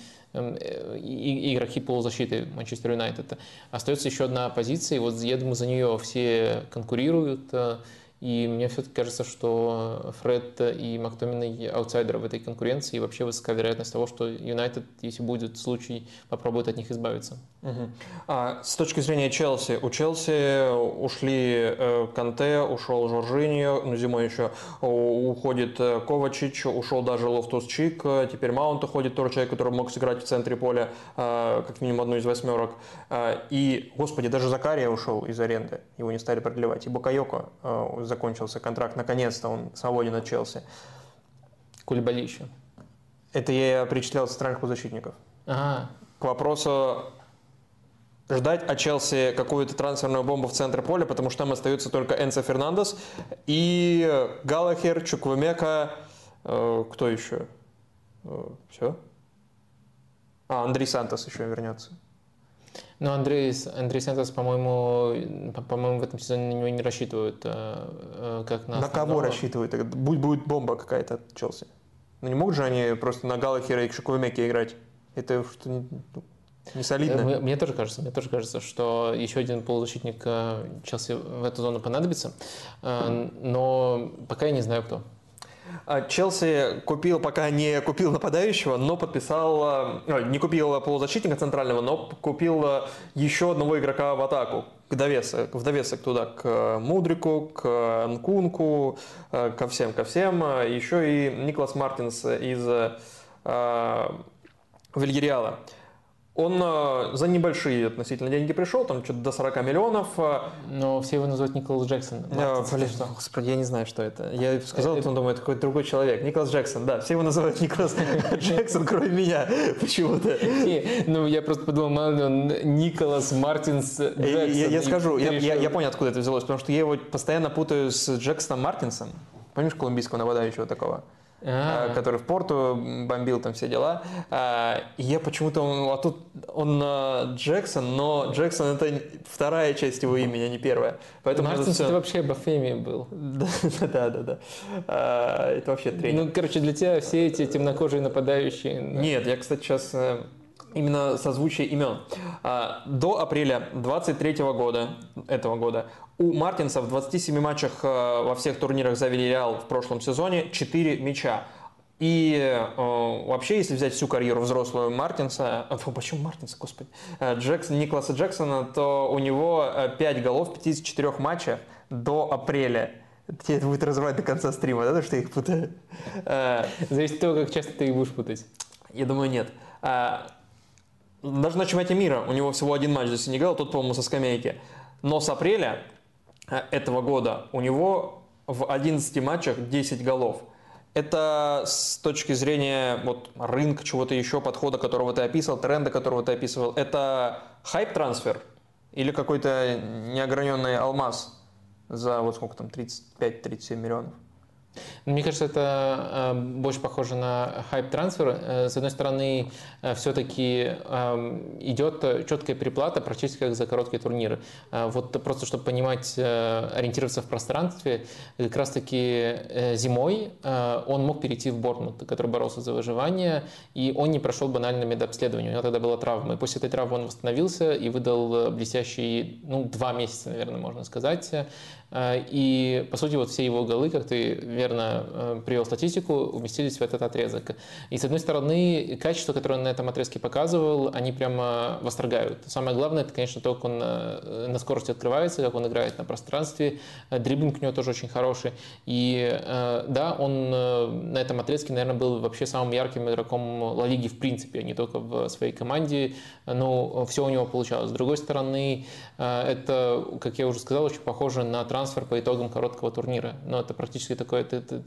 полузащиты Манчестер Юнайтед. Остается еще одна позиция, и вот я думаю, за нее все конкурируют. И мне все-таки кажется, что Фред и Мактоминей аутсайдеры в этой конкуренции, и вообще высока вероятность того, что Юнайтед, если будет случай, попробует от них избавиться. Угу. С точки зрения Челси, у Челси ушли Канте, ушел Жоржиньо, ну зимой еще уходит Ковачич, ушел даже Лофтус-Чик, теперь Маунт уходит, тоже человек, который мог сыграть в центре поля, как минимум одну из восьмерок. И, господи, даже Закария ушел из аренды, его не стали продлевать, и Бакайоко закончился контракт, наконец-то он свободен от Челси. Кулибали еще. Это я перечислял центральных полузащитников. Ага. К вопросу ждать от Челси какую-то трансферную бомбу в центре поля, потому что там остается только Энцо Фернандес и Галлахер, Чуквемека, кто еще? Все? Андрей Сантос еще вернется. Но Андрей Сантос, по-моему, в этом сезоне на него не рассчитывают. Как на кого рассчитывают? Будет бомба какая-то от Челси. Ну не могут же они просто на Галлахера и Чуквемеке играть? Это что не солидно. Мне тоже кажется, что еще один полузащитник Челси в эту зону понадобится, но пока я не знаю, кто. Челси пока не купил нападающего, но подписал, не купил полузащитника центрального, но купил еще одного игрока в атаку, в довесок туда, к Мудрику, к Нкунку, ко всем. Еще и Никлас Мартинс из Вильяреала. Он за небольшие относительно деньги пришел, там что-то до 40 миллионов. Но все его называют Николас Джексон. Господи, я не знаю, что это. Я сказал, он думает, какой-то другой человек. Николас Джексон, да, все его называют Николас Джексон, кроме меня почему-то. Ну, я просто подумал, Николас Мартинс Джексон. Я скажу, я понял, откуда это взялось, потому что я его постоянно путаю с Джекстоном Мартинсом. Помнишь колумбийского нападающего такого? Который в Порту бомбил, там все дела. И я почему-то... тут он Джексон, но Джексон это вторая часть его имени, а не первая. Поэтому Мартинс это вообще Бафеми был. Да. Это вообще тренер. Ну, короче, для тебя все эти темнокожие нападающие... Нет, я, кстати, сейчас... Именно созвучие имен. До апреля 23 года, этого года, у Мартинса в 27 матчах во всех турнирах за Вильяреал в прошлом сезоне 4 мяча. И вообще, если взять всю карьеру взрослую Мартинса, почему Мартинса, господи, Николаса Джексона, то у него 5 голов в 54 матчах до апреля. Тебе это будет разрывать до конца стрима, да, что я их путаю? Зависит от того, как часто ты их будешь путать. Я думаю, нет. Даже на чемпионате мира у него всего один матч за Сенегал, тот, по-моему, со скамейки. Но с апреля этого года у него в 11 матчах 10 голов. Это с точки зрения рынка, чего-то еще, подхода, которого ты описывал, тренда, которого ты описывал. Это хайп-трансфер или какой-то неограненный алмаз за сколько там, 35-37 миллионов? Мне кажется, это больше похоже на хайп-трансфер. С одной стороны, все-таки идет четкая переплата практически как за короткие турниры. Вот просто, чтобы понимать, ориентироваться в пространстве, как раз-таки зимой он мог перейти в Бормут, который боролся за выживание, и он не прошел банально медобследование. У него тогда была травма. И после этой травмы он восстановился и выдал блестящие, 2 месяца, наверное, можно сказать. И, по сути, вот все его голы, как ты верно привел статистику, уместились в этот отрезок. И, с одной стороны, качество, которое он на этом отрезке показывал, они прямо восторгают. Самое главное, это, конечно, то, как он на скорости открывается, как он играет на пространстве. Дриблинг у него тоже очень хороший. И да, он на этом отрезке, наверное, был вообще самым ярким игроком Ла Лиги в принципе, а не только в своей команде. Но все у него получалось. С другой стороны, это, как я уже сказал, очень похоже на трансфер по итогам короткого турнира. Но это практически такой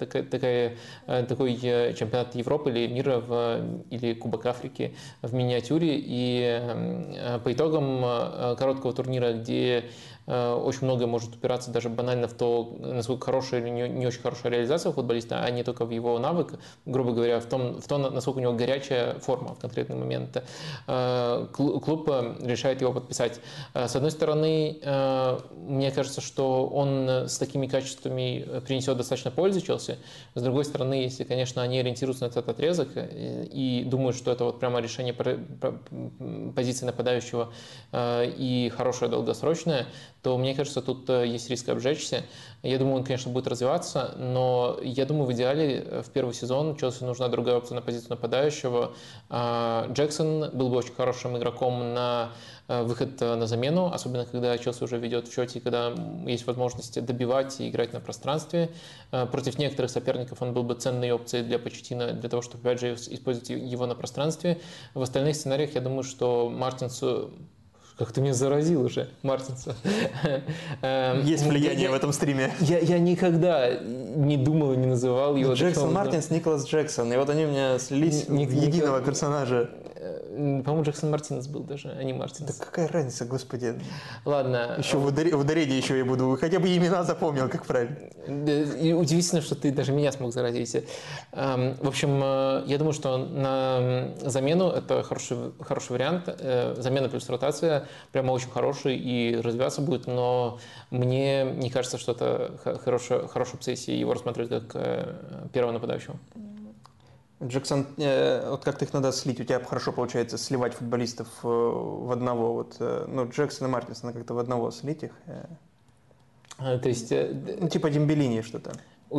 чемпионат Европы или мира или Кубок Африки в миниатюре. И по итогам короткого турнира, где очень многое может упираться даже банально в то, насколько хорошая или не очень хорошая реализация футболиста, а не только в его навык, грубо говоря, в том, насколько у него горячая форма в конкретный момент. Клуб решает его подписать. С одной стороны, мне кажется, что он с такими качествами принесет достаточно пользы Челси. С другой стороны, если, конечно, они ориентируются на этот отрезок и думают, что это вот прямо решение позиции нападающего и хорошее долгосрочное, то, мне кажется, тут есть риск обжечься. Я думаю, он, конечно, будет развиваться, но я думаю, в идеале в первый сезон Челси нужна другая опция на позицию нападающего. Джексон был бы очень хорошим игроком на выход на замену, особенно когда Челси уже ведет в счете, когда есть возможность добивать и играть на пространстве. Против некоторых соперников он был бы ценной опцией для Почеттино, для того, чтобы, опять же, использовать его на пространстве. В остальных сценариях я думаю, что Мартинсу... Как ты меня заразил уже, Мартинса. Есть влияние в этом стриме. Я никогда не думал и не называл его... Джексон Мартинс, Николас Джексон. И вот они у меня слились в единого персонажа. По-моему, Джексон Мартинес был даже, а не Мартинес. Да какая разница, господи. Ладно. Еще в ударении еще я буду. Хотя бы имена запомнил, как правильно. И удивительно, что ты даже меня смог заразить. В общем, я думаю, что на замену это хороший вариант. Замена плюс ротация прямо очень хороший и развиваться будет, но мне не кажется, что это хорошая опция, если его рассматривать как первого нападающего. Джексон, вот как-то их надо слить. У тебя хорошо получается сливать футболистов в одного. Вот, Джексон и Мартинсона как-то в одного слить их. То есть... типа Дембелини что-то.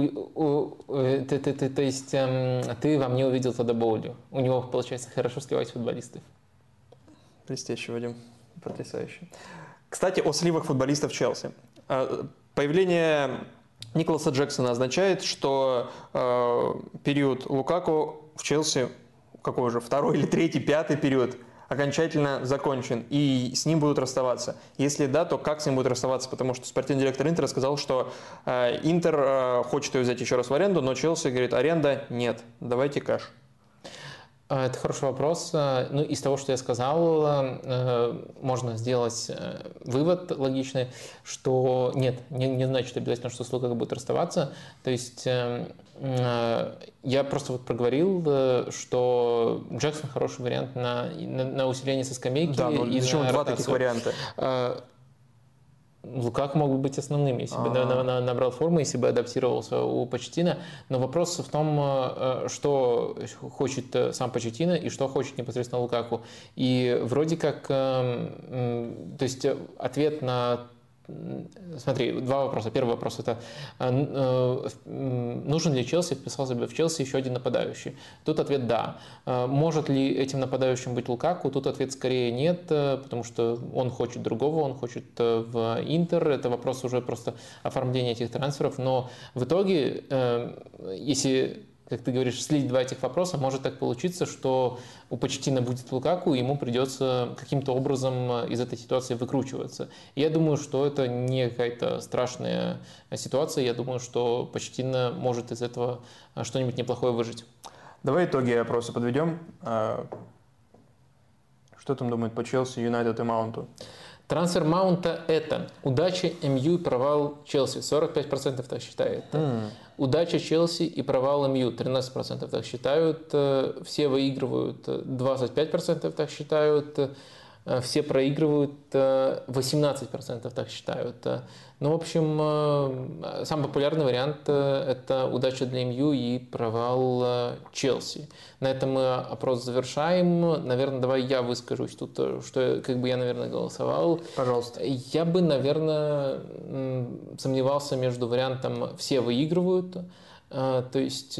То есть ты во мне увидел Тодда Боули. У него получается хорошо сливать футболистов. Блестяще, Вадим. Потрясающе. Кстати, о сливах футболистов Челси. Появление Николаса Джексона означает, что период Лукаку в Челси, какой уже, второй или третий, пятый период, окончательно закончен, и с ним будут расставаться. Если да, то как с ним будут расставаться? Потому что спортивный директор Интера сказал, что Интер хочет ее взять еще раз в аренду, но Челси говорит, аренда нет, давайте кэш. Это хороший вопрос. Ну, из того, что я сказал, можно сделать вывод логичный, что нет, не значит обязательно, что с Лукаку будет расставаться. То есть я просто вот проговорил, что Джексон хороший вариант на усиление со скамейки. Да, но зачем два таких варианта? Лукаку мог бы быть основным, если бы набрал форму, если бы адаптировался у Почеттино. Но вопрос в том, что хочет сам Почеттино и что хочет непосредственно Лукаку. И вроде как, то есть ответ на... Смотри, два вопроса. Первый вопрос – это нужен ли Челси, вписался бы в Челси еще один нападающий? Тут ответ – да. Может ли этим нападающим быть Лукаку? Тут ответ скорее нет, потому что он хочет другого, он хочет в Интер. Это вопрос уже просто оформления этих трансферов. Но в итоге, если... как ты говоришь, слить два этих вопроса, может так получиться, что у Почеттино будет Лукаку, и ему придется каким-то образом из этой ситуации выкручиваться. И я думаю, что это не какая-то страшная ситуация. Я думаю, что Почеттино может из этого что-нибудь неплохое выжить. Давай итоги опроса подведем. Что там думают по Челси, Юнайтед и Маунту? Трансфер Маунта – это удача МЮ и провал Челси. 45% так считает. Удача Челси и провал МЮ 13% так считают, все выигрывают 25% так считают, все проигрывают 18% так считают. Ну, в общем, самый популярный вариант – это удача для МЮ и провал Челси. На этом мы опрос завершаем. Наверное, давай я выскажусь тут, что как бы я, наверное, голосовал. Пожалуйста. Я бы, наверное, сомневался между вариантом «все выигрывают», то есть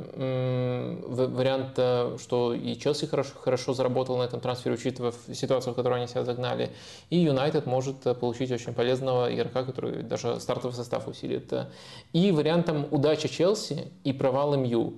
вариант, что и Челси хорошо заработал на этом трансфере, учитывая ситуацию, в которую они себя загнали, и Юнайтед может получить очень полезного игрока, который даже стартовый состав усилит. И вариантом удача Челси и провал МЮ.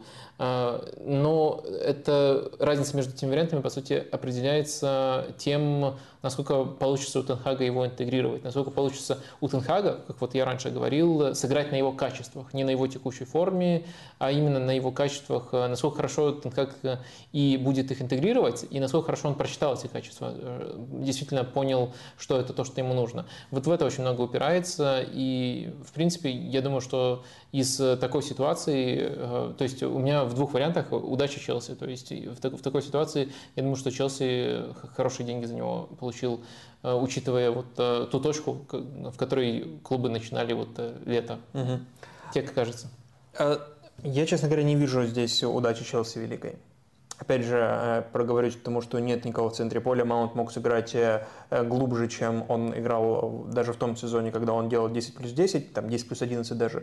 Но это разница между этими вариантами, по сути, определяется тем, насколько получится у Тен Хага его интегрировать, насколько получится у Тен Хага, как вот я раньше говорил, сыграть на его качествах, не на его текущей форме, а именно на его качествах, насколько хорошо Тен Хаг и будет их интегрировать, и насколько хорошо он прочитал эти качества, действительно понял, что это то, что ему нужно. Вот в это очень много упирается, и, в принципе, я думаю, что из такой ситуации, то есть у меня в двух вариантах удача Челси, то есть в такой ситуации я думаю, что Челси хорошие деньги за него получил, учитывая вот ту точку, в которой клубы начинали вот лето. Угу. Тебе как кажется? Я, честно говоря, не вижу здесь удачи Челси великой. Опять же, проговорюсь к тому, что нет никого в центре поля. Маунт мог сыграть глубже, чем он играл даже в том сезоне, когда он делал 10 плюс 10, там 10 плюс 11 даже.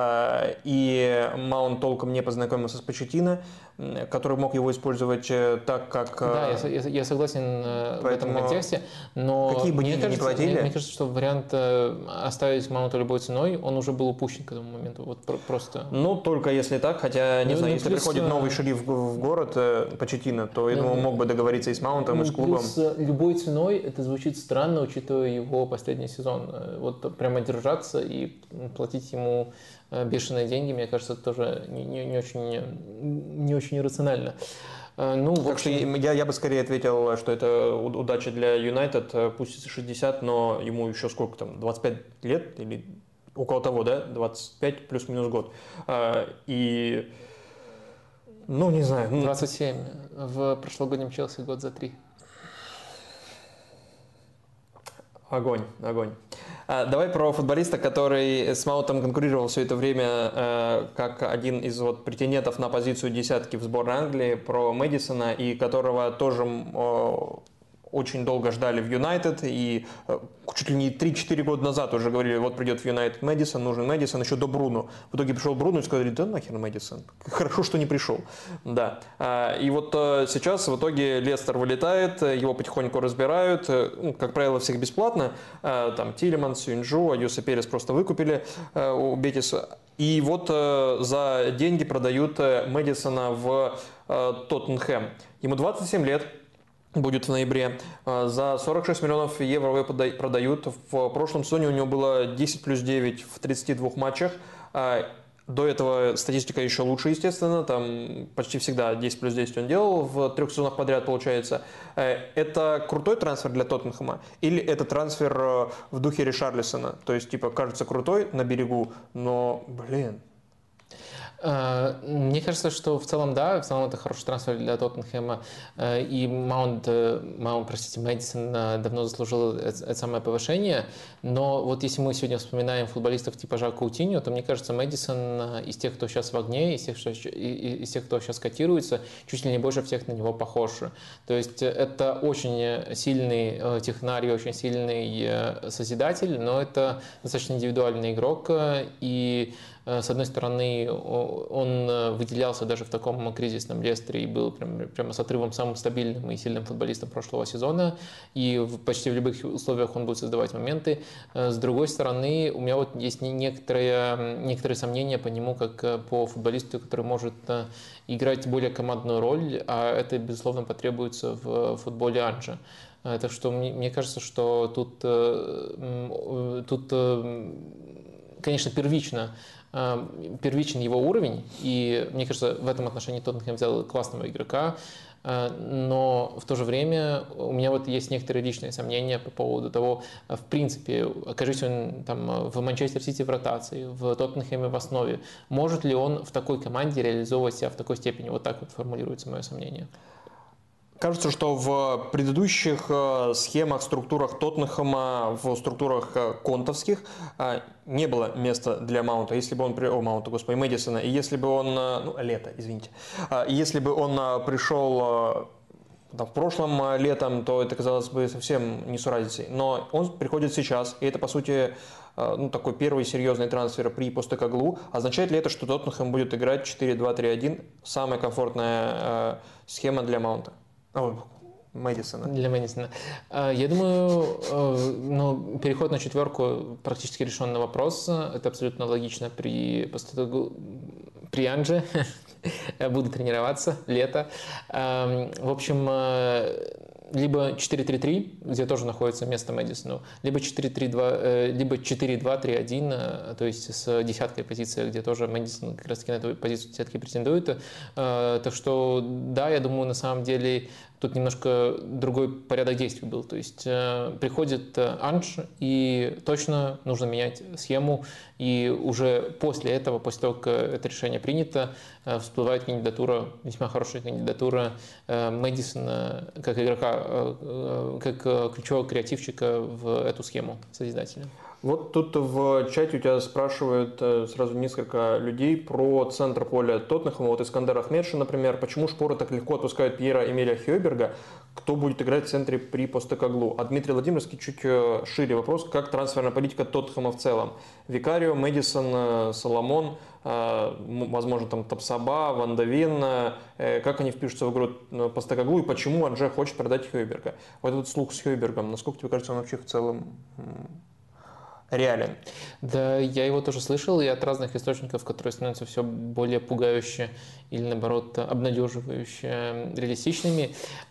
И Маунт толком не познакомился с Почеттино, который мог его использовать так, как... Да, я согласен в этом контексте, но какие бы деньги не платили... Мне кажется, что вариант оставить Маунта любой ценой, он уже был упущен к этому моменту. Вот просто... Ну, только если так, хотя, не знаю, если приходит новый шериф в город, Почеттино, то, я думаю, мог бы договориться и с Маунтом, и с клубом. Плюс любой ценой это звучит странно, учитывая его последний сезон. Вот прямо держаться и платить ему бешеные деньги, мне кажется, это тоже не очень рационально. Ну, так что я бы скорее ответил, что это удача для Юнайтед, пусть 60, но ему еще сколько там, 25 лет или около того, да, 25 плюс-минус год. И... Ну, не знаю. 27. В прошлогоднем Челси год за 3. Огонь. Давай про футболиста, который с Маунтом конкурировал все это время как один из вот претендентов на позицию десятки в сборной Англии, про Мэдисона, и которого тоже очень долго ждали в Юнайтед, и чуть ли не 3-4 года назад уже говорили, вот придет в Юнайтед Мэдисон, нужен Мэдисон, еще до Бруно. В итоге пришел Бруно и сказали, да нахер Мэдисон, хорошо, что не пришел. Да. И вот сейчас в итоге Лестер вылетает, его потихоньку разбирают, как правило, всех бесплатно, там Тилеманс, Юнджу, Аюса Перес просто выкупили у Бетиса. И вот за деньги продают Мэдисона в Тоттенхэм. Ему 27 лет. Будет в ноябре. За 46 миллионов евро его продают. В прошлом сезоне у него было 10 плюс 9 в 32 матчах. До этого статистика еще лучше, естественно. Там почти всегда 10 плюс 10 он делал. В 3 сезонах подряд получается. Это крутой трансфер для Тоттенхэма? Или это трансфер в духе Ришарлисона? То есть, типа, кажется крутой на берегу, но, блин... Мне кажется, что в целом, да, в целом это хороший трансфер для Тоттенхэма. И Мэдисон давно заслужил это самое повышение. Но вот если мы сегодня вспоминаем футболистов типа Жака Каутиньо, то мне кажется, Мэдисон из тех, кто сейчас в огне, из тех, кто сейчас котируется, чуть ли не больше всех на него похож. То есть это очень сильный технарь, очень сильный созидатель, но это достаточно индивидуальный игрок. И с одной стороны, он выделялся даже в таком кризисном Лестере и был прямо с отрывом самым стабильным и сильным футболистом прошлого сезона. И почти в любых условиях он будет создавать моменты. С другой стороны, у меня вот есть некоторые сомнения по нему, как по футболисту, который может играть более командную роль, а это, безусловно, потребуется в футболе Анжа. Так что мне кажется, что тут конечно, первичен его уровень, и мне кажется, в этом отношении Тоттенхэм взял классного игрока. но в то же время у меня вот есть некоторые личные сомнения по поводу того, в принципе, окажись он там в Манчестер Сити в ротации, в Тоттенхэме в основе, может ли он в такой команде реализовывать себя в такой степени? Вот так вот формулируется мое сомнение. Кажется, что в предыдущих схемах, структурах Тоттенхэма, в структурах контовских не было места для Маунта. Если бы он Мэдисона, и если бы он, извините, если бы он пришел в прошлом летом, то это казалось бы совсем несуразицей. Но он приходит сейчас, и это, по сути, такой первый серьезный трансфер при Постекоглу. Означает ли это, что Тоттенхэм будет играть 4-2-3-1? Самая комфортная схема для Маунта? Мэдисона. Для Мэдисона. Я думаю, переход на четверку практически решенный вопрос. Это абсолютно логично при Анже. Буду тренироваться, лето. В общем, либо 4-3-3, где тоже находится место Мэдисону, либо 4-3-2, либо 4-2-3-1, то есть с десяткой позиции, где тоже Мэдисон как раз таки на эту позицию десятки претендует. Так что, да, я думаю, на самом деле тут немножко другой порядок действий был. То есть приходит Анж, и точно нужно менять схему. И уже после этого, после того, как это решение принято, всплывает кандидатура, весьма хорошая кандидатура Мэдисона как игрока, как ключевого креативщика в эту схему созидательную. Вот тут в чате у тебя спрашивают сразу несколько людей про центр поля Тоттенхэма. Вот Искандер Ахмедши, например, почему шпоры так легко отпускают Пьера Эмиля Хёйберга, кто будет играть в центре при Постекоглу? А Дмитрий Владимирский чуть шире вопрос, как трансферная политика Тоттенхэма в целом? Викарио, Мэдисон, Соломон, возможно, там Тапсаба, Ван де Вен, как они впишутся в игру Постекоглу и почему Анже хочет продать Хёйберга? Вот этот слух с Хёйбергом, насколько тебе кажется, он вообще в целом реален? Да, я его тоже слышал, и от разных источников, которые становятся все более пугающе или, наоборот, обнадеживающе реалистичными.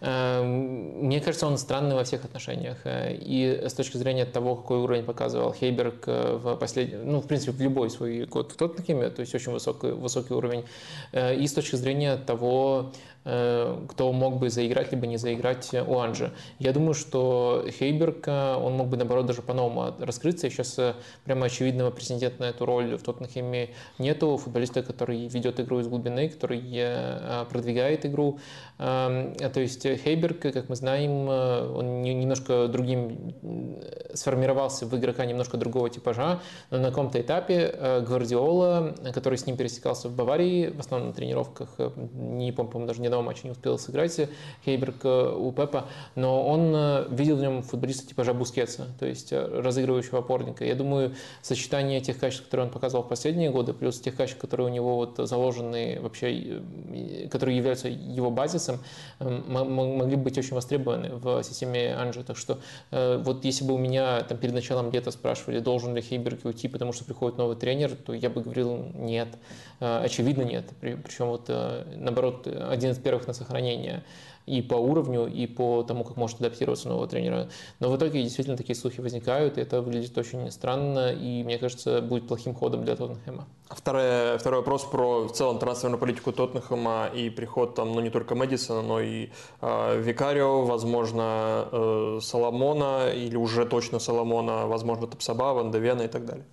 Мне кажется, он странный во всех отношениях. И с точки зрения того, какой уровень показывал Хейберг в последний, в принципе, в любой свой год в Тоттенхэме, то есть очень высокий уровень. И с точки зрения того, кто мог бы заиграть, либо не заиграть у Анжи. Я думаю, что Хейберг, он мог бы, наоборот, даже по-новому раскрыться. И сейчас прямо очевидного претендента на эту роль в Тоттенхэме нету. Футболиста, который ведет игру из глубины, который продвигает игру. То есть Хейберг, как мы знаем, он немножко другим сформировался в игрока немножко другого типажа, но на каком-то этапе Гвардиола, который с ним пересекался в Баварии, в основном на тренировках, не помню, по-моему, даже ни одного матча не успел сыграть Хейберг у Пепа, но он видел в нем футболиста типажа Бускетса, то есть разыгрывающего опорника. Я думаю, сочетание тех качеств, которые он показывал в последние годы, плюс тех качеств, которые у него вот заложены вообще, которые являются его базисом, могли бы быть очень востребованы в системе Анжи. Так что вот если бы у меня там перед началом лета спрашивали, должен ли Хейберг уйти, потому что приходит новый тренер, то я бы говорил нет. Очевидно нет. Причем вот наоборот, один из первых на сохранение и по уровню, и по тому, как может адаптироваться нового тренера. Но в итоге действительно такие слухи возникают, и это выглядит очень странно, и, мне кажется, будет плохим ходом для Тоттенхэма. Второй вопрос про в целом трансферную политику Тоттенхэма и приход там, не только Мэдисона, но и Викарио, возможно, Соломона, или уже точно Соломона, возможно, Тапсаба, Ван де Вена и так далее.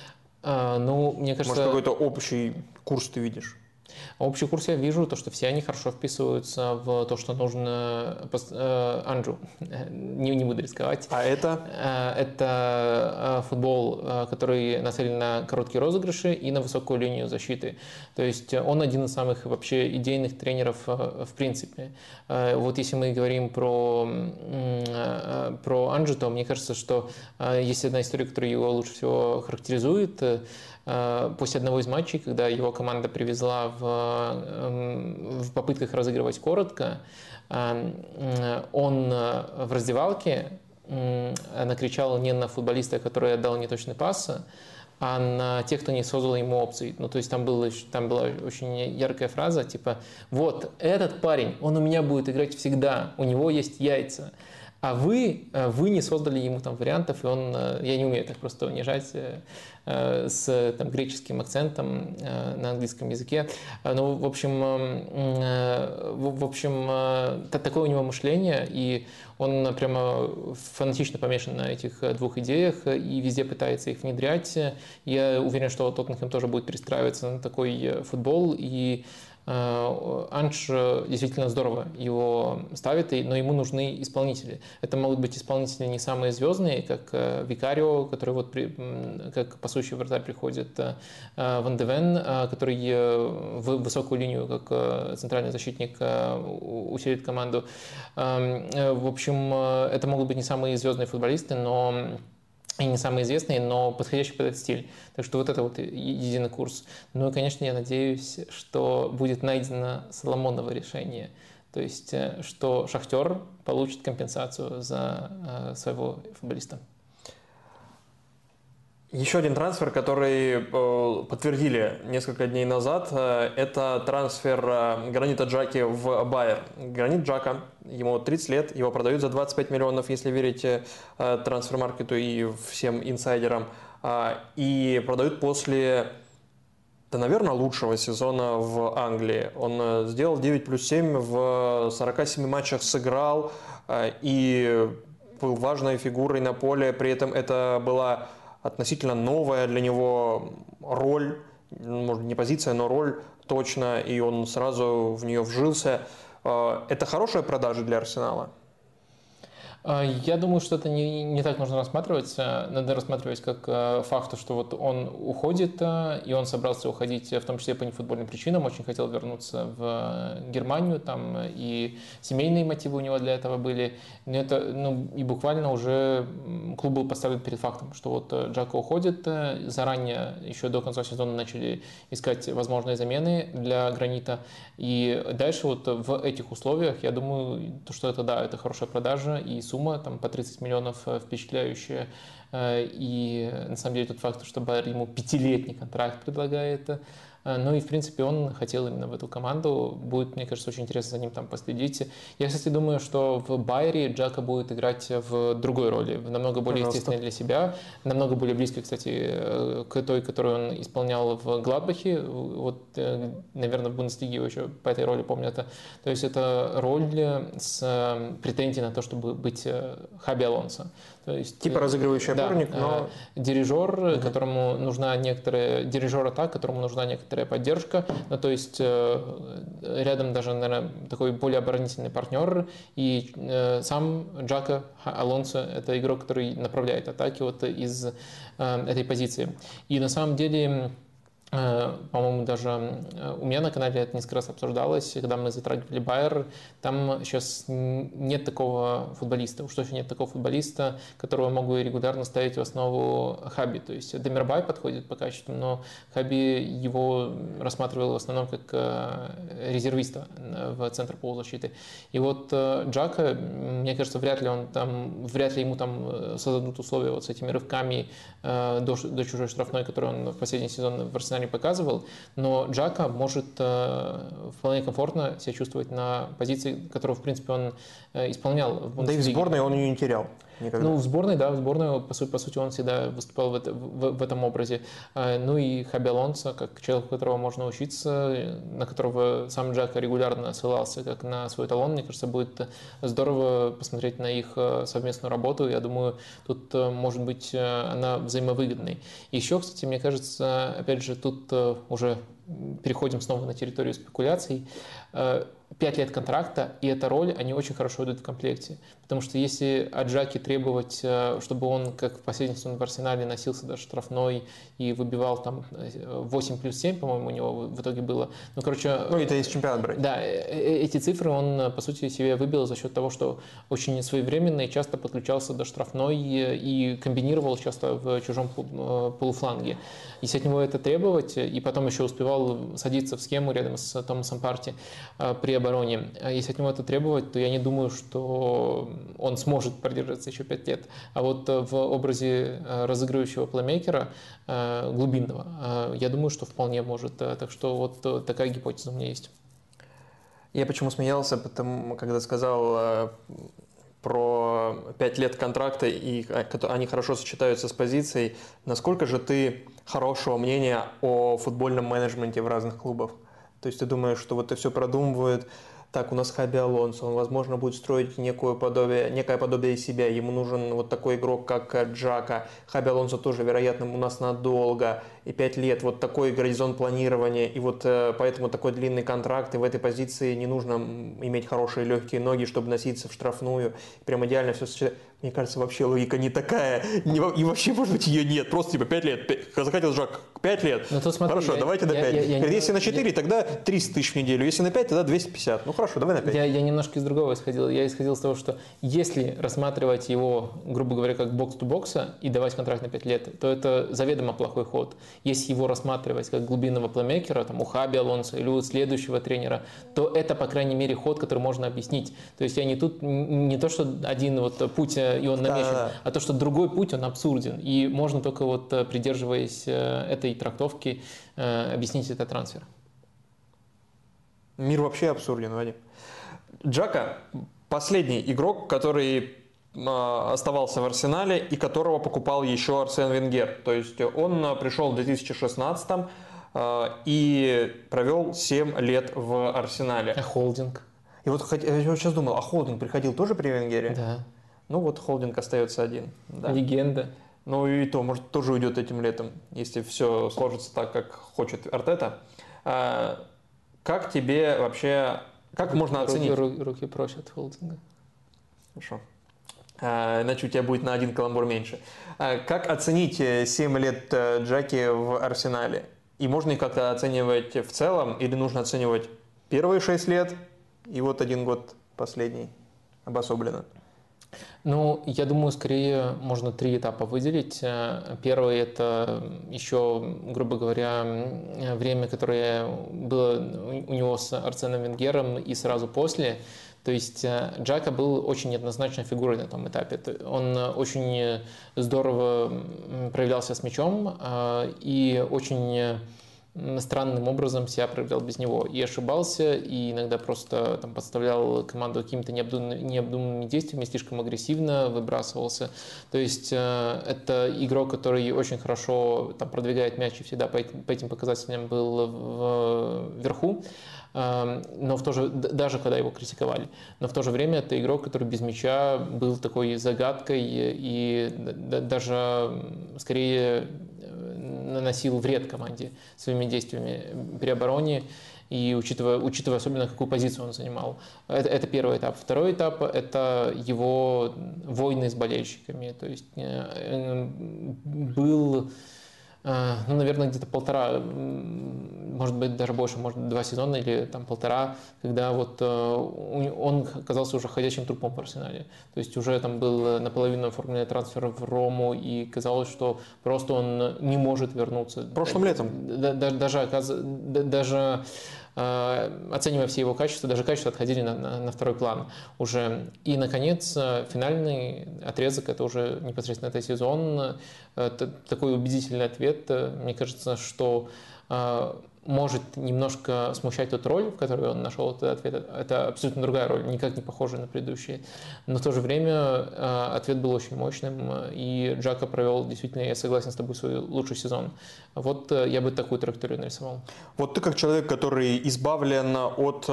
Мне кажется... Может, какой-то общий курс ты видишь? Общий курс я вижу, то, что все они хорошо вписываются в то, что нужно Анджу. Не буду рисковать. А это? Это футбол, который нацелен на короткие розыгрыши и на высокую линию защиты. То есть он один из самых вообще идейных тренеров в принципе. Вот если мы говорим про Анджу, то мне кажется, что есть одна история, которая его лучше всего характеризует. После одного из матчей, когда его команда привезла в попытках разыгрывать коротко, он в раздевалке накричал не на футболиста, который отдал неточный пас, а на тех, кто не создал ему опций. То есть там была очень яркая фраза, типа, вот, этот парень, он у меня будет играть всегда, у него есть яйца. вы не создали ему там вариантов, и он, я не умею так просто унижать с там, греческим акцентом на английском языке. Ну, такое у него мышление, и он прямо фанатично помешан на этих двух идеях и везде пытается их внедрять. Я уверен, что Тоттенхэм тоже будет перестраиваться на такой футбол, и Анж действительно здорово его ставит, но ему нужны исполнители. Это могут быть исполнители не самые звездные, как Викарио, который вот как пасующий вратарь приходит, Ван де Вен, который в высокую линию как центральный защитник усилит команду. В общем, это могут быть не самые звездные футболисты, но и не самые известные, но подходящий под этот стиль. Так что вот это вот единый курс. Ну и, конечно, я надеюсь, что будет найдено Соломоново решение. То есть, что Шахтер получит компенсацию за своего футболиста. Еще один трансфер, который подтвердили несколько дней назад, это трансфер Гранита Джаки в Байер. Гранит Джака, ему 30 лет, его продают за 25 миллионов, если верить трансфер-маркету и всем инсайдерам. И продают после, да, наверное, лучшего сезона в Англии. Он сделал 9+7, в 47 матчах сыграл и был важной фигурой на поле. При этом это была относительно новая для него роль, может, не позиция, но роль точно, и он сразу в нее вжился. Это хорошая продажа для Арсенала? Я думаю, что это не так нужно рассматривать. Надо рассматривать как факт, что вот он уходит, и он собрался уходить, в том числе по нефутбольным причинам, очень хотел вернуться в Германию, там и семейные мотивы у него для этого были. Но это, и буквально уже клуб был поставлен перед фактом, что вот Джака уходит. Заранее, еще до конца сезона, начали искать возможные замены для Гранита. И дальше вот в этих условиях, я думаю, что это, да, это хорошая продажа, и сумма там по 30 миллионов впечатляющая. И на самом деле тот факт, что Байер ему 5-летний контракт предлагает. Ну и, в принципе, он хотел именно в эту команду. Будет, мне кажется, очень интересно за ним там последить. Я, кстати, думаю, что в Байере Джака будет играть в другой роли, в намного более естественной для себя, намного более близкой, кстати, к той, которую он исполнял в Гладбахе. Вот, наверное, в Бундеслиге его еще по этой роли помнят. То есть это роль с претензией на то, чтобы быть Хаби Алонсо. То есть, типа разыгрывающий опорник, да, но... Дирижер, которому нужна некоторая... Дирижер атак, которому нужна некоторая поддержка. Ну, то есть рядом даже, наверное, такой более оборонительный партнер. И сам Джака Алонсо – это игрок, который направляет атаки вот из этой позиции. И на самом деле... По-моему, даже у меня на канале это несколько раз обсуждалось, когда мы затрагивали Байер, там сейчас нет такого футболиста, уж точно нет такого футболиста, которого могу регулярно ставить в основу Хаби. То есть Демирбай подходит по качеству, но Хаби его рассматривал в основном как резервиста в центр полузащиты. И вот Джака, мне кажется, вряд ли ему там создадут условия вот с этими рывками до чужой штрафной, который он в последний сезон в Арсенале показывал, но Джака может вполне комфортно себя чувствовать на позиции, которую, в принципе, он исполнял в Бундеслиге. Да и в сборной он ее не терял никогда. Ну, в сборной, да, в сборной, по сути, он всегда выступал в этом образе. Ну и Хаби Алонсо, как человек, у которого можно учиться, на которого сам Джака регулярно ссылался как на свой талон, мне кажется, будет здорово посмотреть на их совместную работу. Я думаю, тут может быть она взаимовыгодной. Еще, кстати, мне кажется, опять же, тут уже переходим снова на территорию спекуляций. 5 лет контракта, и эта роль, они очень хорошо идут в комплекте. Потому что если от Джаки требовать, чтобы он, как в последний сезон в Арсенале, носился до штрафной и выбивал там 8+7, по-моему, у него в итоге было. Ну, короче... Ну, это из чемпионата брать. Да, эти цифры он, по сути, себе выбил за счет того, что очень своевременно и часто подключался до штрафной и комбинировал часто в чужом полуфланге. Если от него это требовать, и потом еще успевал садиться в схему рядом с Томасом Парти при обороне, если от него это требовать, то я не думаю, что он сможет продержаться еще 5 лет. А вот в образе разыгрывающего плеймейкера глубинного, я думаю, что вполне может. Так что вот такая гипотеза у меня есть. Я почему смеялся, когда сказал про 5 лет контракта, и они хорошо сочетаются с позицией. Насколько же ты хорошего мнения о футбольном менеджменте в разных клубах? То есть ты думаешь, что вот это все продумывают, так, у нас Хаби Алонсо, он, возможно, будет строить некое подобие себя, ему нужен вот такой игрок, как Джака. Хаби Алонсо тоже, вероятно, у нас надолго, и 5 лет, вот такой горизонт планирования, и вот поэтому такой длинный контракт, и в этой позиции не нужно иметь хорошие легкие ноги, чтобы носиться в штрафную, прям идеально все сочетать. Мне кажется, вообще логика не такая, и вообще, может быть, ее нет, просто типа 5 лет, захотел Жак, 5 лет, Ну, тут смотри, хорошо, давайте на 5. Говорит, если на 4, тогда 300 тысяч в неделю, если на 5, тогда 250, ну хорошо, давай на 5. Я немножко из другого исходил. Я исходил из того, что если рассматривать его, грубо говоря, как бокс-ту-бокса и давать контракт на 5 лет, то это заведомо плохой ход. Если его рассматривать как глубинного плеймейкера, там, у Хаби Алонсо или у следующего тренера, то это, по крайней мере, ход, который можно объяснить. То есть я не тут, не то, что один вот путь, и он намечен, а то, что другой путь, он абсурден. И можно только вот придерживаясь этой трактовки объяснить этот трансфер. Мир вообще абсурден, Вадим. Джака – последний игрок, который оставался в Арсенале и которого покупал еще Арсен Венгер. То есть он пришел в 2016 и провел 7 лет в Арсенале. А холдинг? И вот я сейчас думал, а холдинг приходил тоже при Венгере? Да. Ну вот холдинг остается один. Да. Легенда. Ну и то, может, тоже уйдет этим летом, если все сложится так, как хочет Артета. Как тебе вообще, как можно оценить? Руки прочь от холдинга. Хорошо. Иначе у тебя будет на один каламбур меньше. Как оценить 7 лет Джаки в Арсенале? И можно их как-то оценивать в целом, или нужно оценивать первые 6 лет и вот 1 год последний обособленно? Ну, я думаю, скорее можно 3 этапа выделить. Первый – это еще, грубо говоря, время, которое было у него с Арсеном Венгером и сразу после. То есть Джака был очень неоднозначной фигурой на том этапе. Он очень здорово проявлялся с мячом и очень странным образом себя проявлял без него. И ошибался, и иногда просто там, подставлял команду какими-то необдуманными действиями, слишком агрессивно выбрасывался. То есть это игрок, который очень хорошо там, продвигает мяч и всегда по этим показателям был вверху. Но даже когда его критиковали. Но в то же время это игрок, который без мяча был такой загадкой и даже скорее наносил вред команде своими действиями при обороне и учитывая особенно, какую позицию он занимал. Это первый этап. Второй этап – это его войны с болельщиками. То есть был, ну, наверное, где-то 1,5, может быть, даже больше, может быть, 2 сезона или там 1,5, когда вот он оказался уже ходячим трупом в Арсенале. То есть уже там был наполовину оформленный трансфер в Рому, и казалось, что просто он не может вернуться. Прошлым летом. Даже оценивая все его качества, даже качества отходили на второй план уже. И, наконец, финальный отрезок, это уже непосредственно этот сезон, такой убедительный ответ. Мне кажется, что может немножко смущать тот роль, в которой он нашел этот ответ. Это абсолютно другая роль, никак не похожая на предыдущие. Но в то же время ответ был очень мощным, и Джака провел действительно, я согласен с тобой, свой лучший сезон. Вот я бы такую траекторию нарисовал. Вот ты как человек, который избавлен от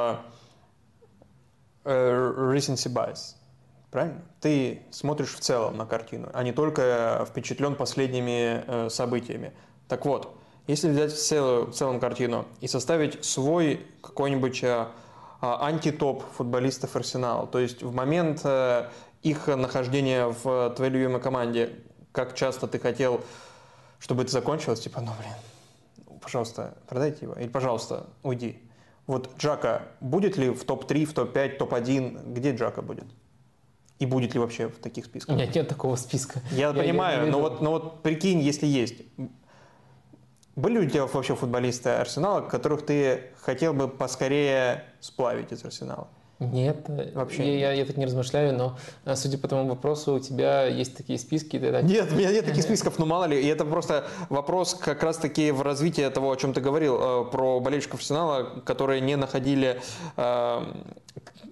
recency bias, правильно? Ты смотришь в целом на картину, а не только впечатлен последними событиями. Так вот, если взять в целом картину и составить свой какой-нибудь антитоп футболистов Арсенала, то есть в момент их нахождения в твоей любимой команде, как часто ты хотел, чтобы это закончилось, типа, ну блин, пожалуйста, продайте его, или пожалуйста, уйди. Вот Джака будет ли в топ-3, в топ-5, топ-1, где Джака будет? И будет ли вообще в таких списках? Нет такого списка. Я понимаю, но вот прикинь, если есть. Были у тебя вообще футболисты Арсенала, которых ты хотел бы поскорее сплавить из Арсенала? Нет, вообще я так не размышляю, но судя по тому вопросу, у тебя есть такие списки? Нет, у меня нет таких списков, но мало ли. И это просто вопрос как раз-таки в развитии того, о чем ты говорил, про болельщиков Арсенала, которые не находили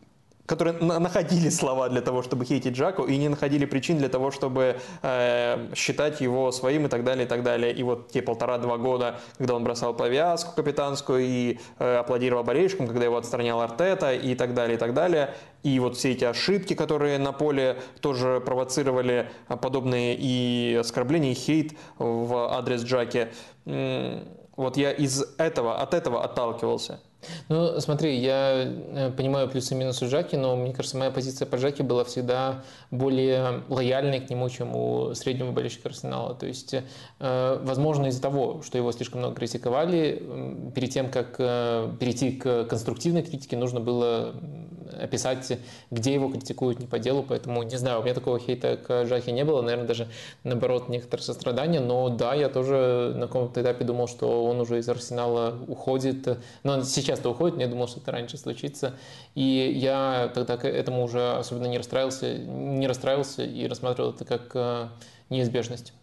которые находили слова для того, чтобы хейтить Джаку, и не находили причин для того, чтобы считать его своим и так далее, и так далее. И вот те 1,5-2 года, когда он бросал повязку капитанскую и аплодировал болельщикам, когда его отстранял Артета и так далее, и так далее. И вот все эти ошибки, которые на поле тоже провоцировали подобные и оскорбления, и хейт в адрес Джаки. Вот я от этого отталкивался. Ну, смотри, я понимаю плюсы и минусы Джаки, но мне кажется, моя позиция по Джаки была всегда более лояльной к нему, чем у среднего болельщика Арсенала. То есть, возможно, из-за того, что его слишком много критиковали, перед тем, как перейти к конструктивной критике, нужно было описать, где его критикуют не по делу. Поэтому, не знаю, у меня такого хейта к Джаки не было. Наверное, даже наоборот, некоторое сострадание. Но да, я тоже на каком-то этапе думал, что он уже из Арсенала уходит. Но он сейчас-то уходит, я думал, что это раньше случится. И я тогда к этому уже особенно не расстраивался и рассматривал это как неизбежность.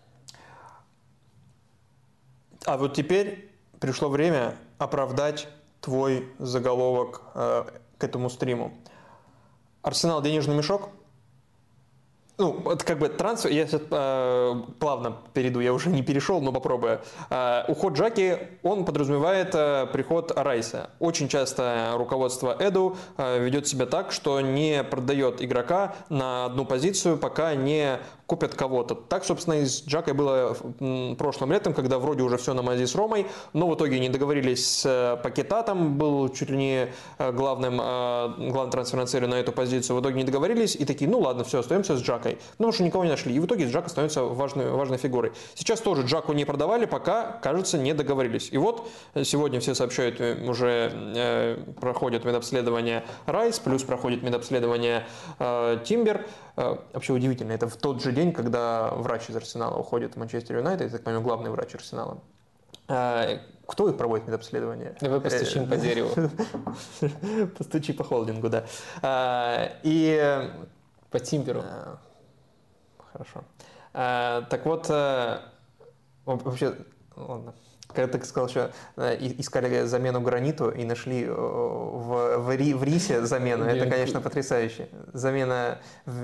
А вот теперь пришло время оправдать твой заголовок к этому стриму. Арсенал денежный мешок? Ну, это как бы трансфер, я сейчас плавно перейду, я уже не перешел, но попробую. Уход Джаки, он подразумевает приход Райса. Очень часто руководство Эду ведет себя так, что не продает игрока на одну позицию, пока не купят кого-то. Так, собственно, и с Джакой было прошлым летом, когда вроде уже все на мази с Ромой, но в итоге не договорились с Пакетатом, был чуть ли не главной трансферной целью на эту позицию. В итоге не договорились и такие, ну ладно, все, остаемся с Джакой. Ну, потому что никого не нашли. И в итоге Джака становится важной фигурой. Сейчас тоже Джаку не продавали, пока, кажется, не договорились. И вот сегодня все сообщают, уже проходит медобследование Райс, плюс проходит медобследование Тимбер. Вообще удивительно, это в тот же день, когда врач из Арсенала уходит в Манчестер Юнайтед, я так понимаю, главный врач Арсенала. Кто их проводит медобследование? Давай постучим по дереву. Постучи по холдингу, да. И по Тимберу. Хорошо. Так вот, вообще, ладно. Когда ты сказал, что искали замену Граниту и нашли в Рисе замену, это, конечно, потрясающе. Замена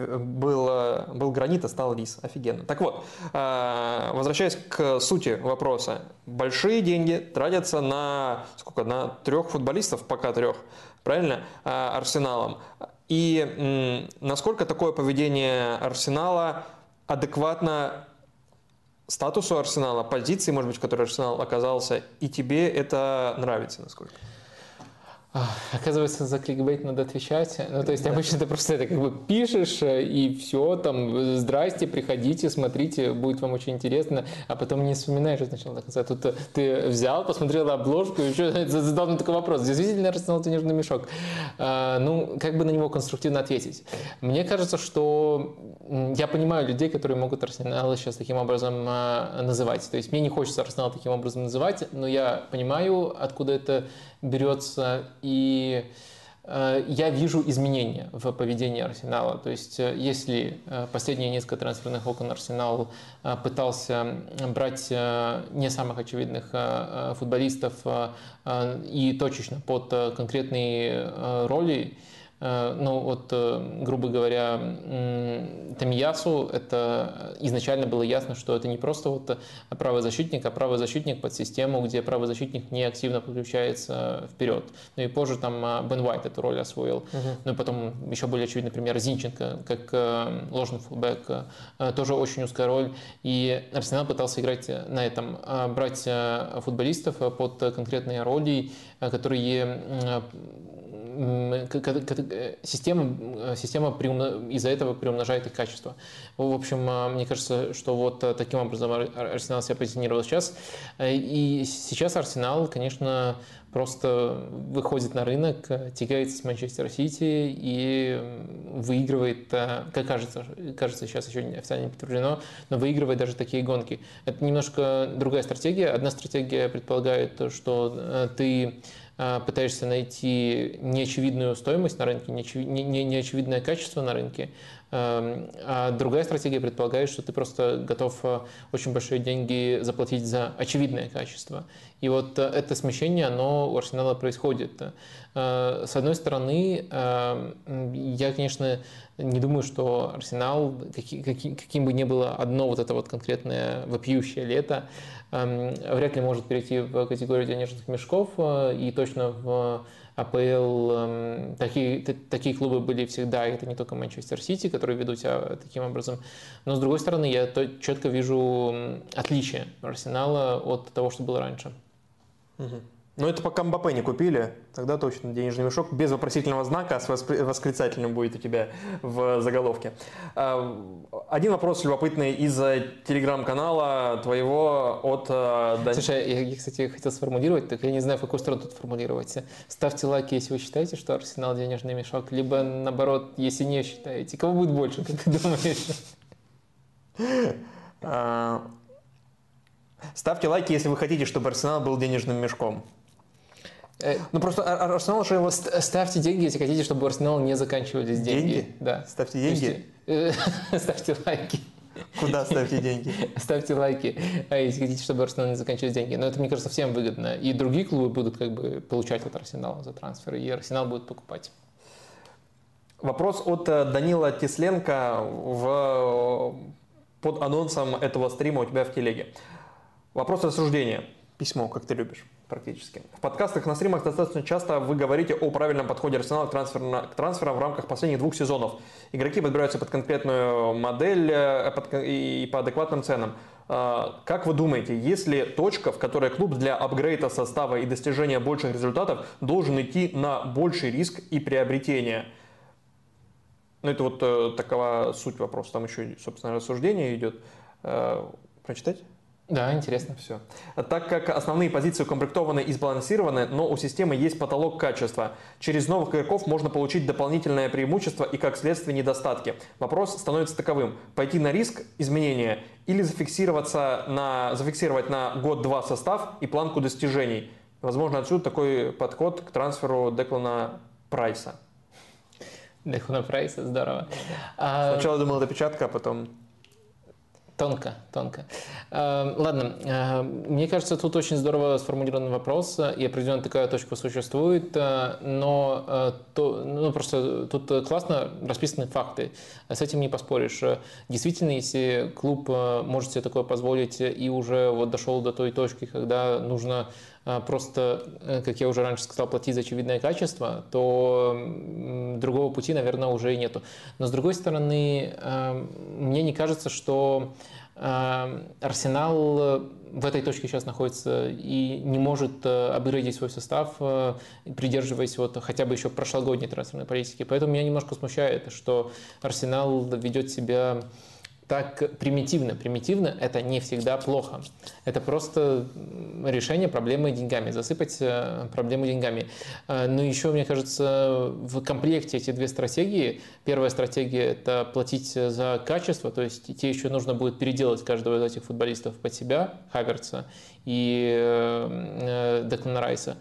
был Гранит, а стал Рис. Офигенно. Так вот, возвращаясь к сути вопроса. Большие деньги тратятся на 3 футболистов, пока 3, правильно, Арсеналом. И насколько такое поведение Арсенала адекватно статусу Арсенала, позиции, может быть, в которой Арсенал оказался, и тебе это нравится, насколько? Оказывается, за кликбейт надо отвечать. Ну, то есть, обычно ты просто это как бы пишешь, и все, там, здрасте, приходите, смотрите, будет вам очень интересно, а потом не вспоминаешь от начала до конца. Тут ты взял, посмотрел на обложку, и еще задал мне такой вопрос. Действительно, Арсенал денежный мешок? Ну, как бы на него конструктивно ответить? Мне кажется, что я понимаю людей, которые могут Арсенал сейчас таким образом называть. То есть, мне не хочется Арсенал таким образом называть, но я понимаю, откуда это берется, и я вижу изменения в поведении Арсенала. То есть, если последние несколько трансферных окон Арсенал пытался брать не самых очевидных футболистов и точечно под конкретные роли, ну вот, грубо говоря, Томиясу, это изначально было ясно, что это не просто вот правый защитник, а правый защитник под систему, где правый защитник не активно подключается вперед. Ну и позже там Бен Уайт эту роль освоил. Ну и потом еще более очевидный пример Зинченко, как ложный фулбэк, тоже очень узкая роль. И Арсенал пытался играть на этом, брать футболистов под конкретные роли, которые система из-за этого приумножает их качество. В общем, мне кажется, что вот таким образом Арсенал себя позиционировал сейчас. И сейчас Арсенал, конечно, просто выходит на рынок, тягается с Манчестер Сити и выигрывает, как кажется, сейчас еще официально не подтверждено, но выигрывает даже такие гонки. Это немножко другая стратегия. Одна стратегия предполагает, что ты пытаешься найти неочевидную стоимость на рынке, неочевидное качество на рынке. А другая стратегия предполагает, что ты просто готов очень большие деньги заплатить за очевидное качество. И вот это смещение, оно у Арсенала происходит. С одной стороны, я, конечно, не думаю, что Арсенал, каким бы ни было одно вот это вот конкретное вопиющее лето, вряд ли может перейти в категорию денежных мешков, и точно в АПЛ такие клубы были всегда, и это не только Манчестер Сити, которые ведут себя таким образом. Но с другой стороны, я четко вижу отличие Арсенала от того, что было раньше. Ну, это пока Мбаппе не купили, тогда точно денежный мешок без вопросительного знака, а с восклицательным будет у тебя в заголовке. Один вопрос любопытный из телеграм-канала твоего от Дани. Слушай, я, кстати, хотел сформулировать, так я не знаю, в какую сторону тут формулировать. Ставьте лайки, если вы считаете, что Арсенал денежный мешок, либо, наоборот, если не считаете. Кого будет больше, как ты думаешь? Ставьте лайки, если вы хотите, чтобы Арсенал был денежным мешком. Ну просто Арсенал же его... Ставьте деньги, если хотите, чтобы у Арсенала не заканчивались деньги. Деньги? Да. Ставьте деньги? Ставьте лайки. Куда ставьте деньги? Ставьте лайки, если хотите, чтобы Арсенал не заканчивались деньги. Но это, мне кажется, всем выгодно. И другие клубы будут как бы получать от Арсенала за трансферы, и Арсенал будет покупать. Вопрос от Данила Тесленко под анонсом этого стрима у тебя в телеге. Вопрос рассуждения. Письмо, как ты любишь, практически. В подкастах на стримах достаточно часто вы говорите о правильном подходе Арсенала к трансферам в рамках последних 2 сезонов. Игроки подбираются под конкретную модель и по адекватным ценам. Как вы думаете, есть ли точка, в которой клуб для апгрейда состава и достижения больших результатов должен идти на больший риск и приобретение? Ну, это вот такова суть вопроса. Там еще, собственно, рассуждение идет. Прочитать? Да, интересно. Все. Так как основные позиции укомплектованы и сбалансированы, но у системы есть потолок качества. Через новых игроков можно получить дополнительное преимущество и, как следствие, недостатки. Вопрос становится таковым. Пойти на риск изменения или зафиксировать на год-два состав и планку достижений. Возможно, отсюда такой подход к трансферу Деклана Прайса. Деклана Прайса, здорово. Сначала думал, это печатка, а потом... Тонко. Ладно, мне кажется, тут очень здорово сформулирован вопрос, и определенно такая точка существует, но просто тут классно расписаны факты, с этим не поспоришь. Действительно, если клуб может себе такое позволить и уже вот дошел до той точки, когда нужно просто, как я уже раньше сказал, платить за очевидное качество, то другого пути, наверное, уже и нету. Но с другой стороны, мне не кажется, что Арсенал в этой точке сейчас находится и не может апгрейдить свой состав, придерживаясь вот хотя бы еще прошлогодней трансферной политики. Поэтому меня немножко смущает, что Арсенал ведет себя так примитивно. Примитивно – это не всегда плохо. Это просто решение проблемы деньгами, засыпать проблему деньгами. Но еще, мне кажется, в комплекте эти две стратегии. Первая стратегия – это платить за качество, то есть тебе еще нужно будет переделать каждого из этих футболистов под себя, Хаверца и Деклана Райса,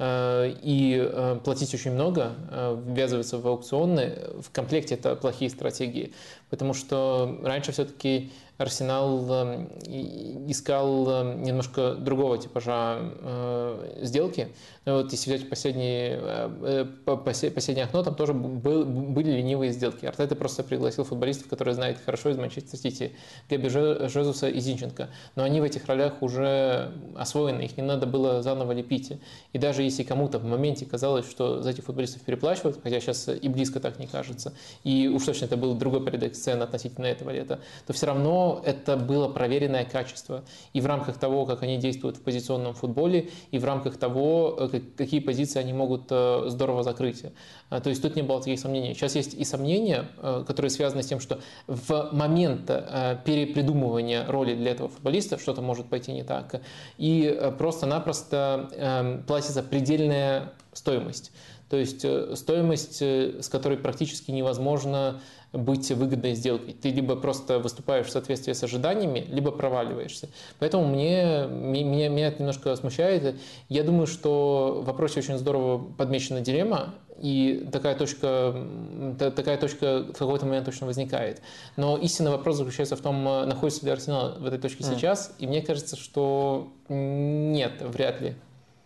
и платить очень много, ввязываться в аукционы. В комплекте это плохие стратегии, потому что раньше все-таки Арсенал искал немножко другого типажа сделки. Вот если взять последнее окно, там тоже были ленивые сделки. Артета просто пригласил футболистов, которые знают хорошо из Манчестер Сити, Габи Жезуса и Зинченко. Но они в этих ролях уже освоены, их не надо было заново лепить. И даже если кому-то в моменте казалось, что за этих футболистов переплачивают, хотя сейчас и близко так не кажется, и уж точно это был другой порядок цен относительно этого лета, то все равно это было проверенное качество. И в рамках того, как они действуют в позиционном футболе, и в рамках того, какие позиции они могут здорово закрыть. То есть тут не было таких сомнений. Сейчас есть и сомнения, которые связаны с тем, что в момент перепридумывания роли для этого футболиста что-то может пойти не так. И просто-напросто платится предельная стоимость. То есть стоимость, с которой практически невозможно быть выгодной сделкой. Ты либо просто выступаешь в соответствии с ожиданиями, либо проваливаешься. Поэтому меня это немножко смущает. Я думаю, что в вопросе очень здорово подмечена дилемма, и такая точка в какой-то момент точно возникает. Но истинный вопрос заключается в том, находится ли Арсенал в этой точке сейчас, и мне кажется, что нет, вряд ли.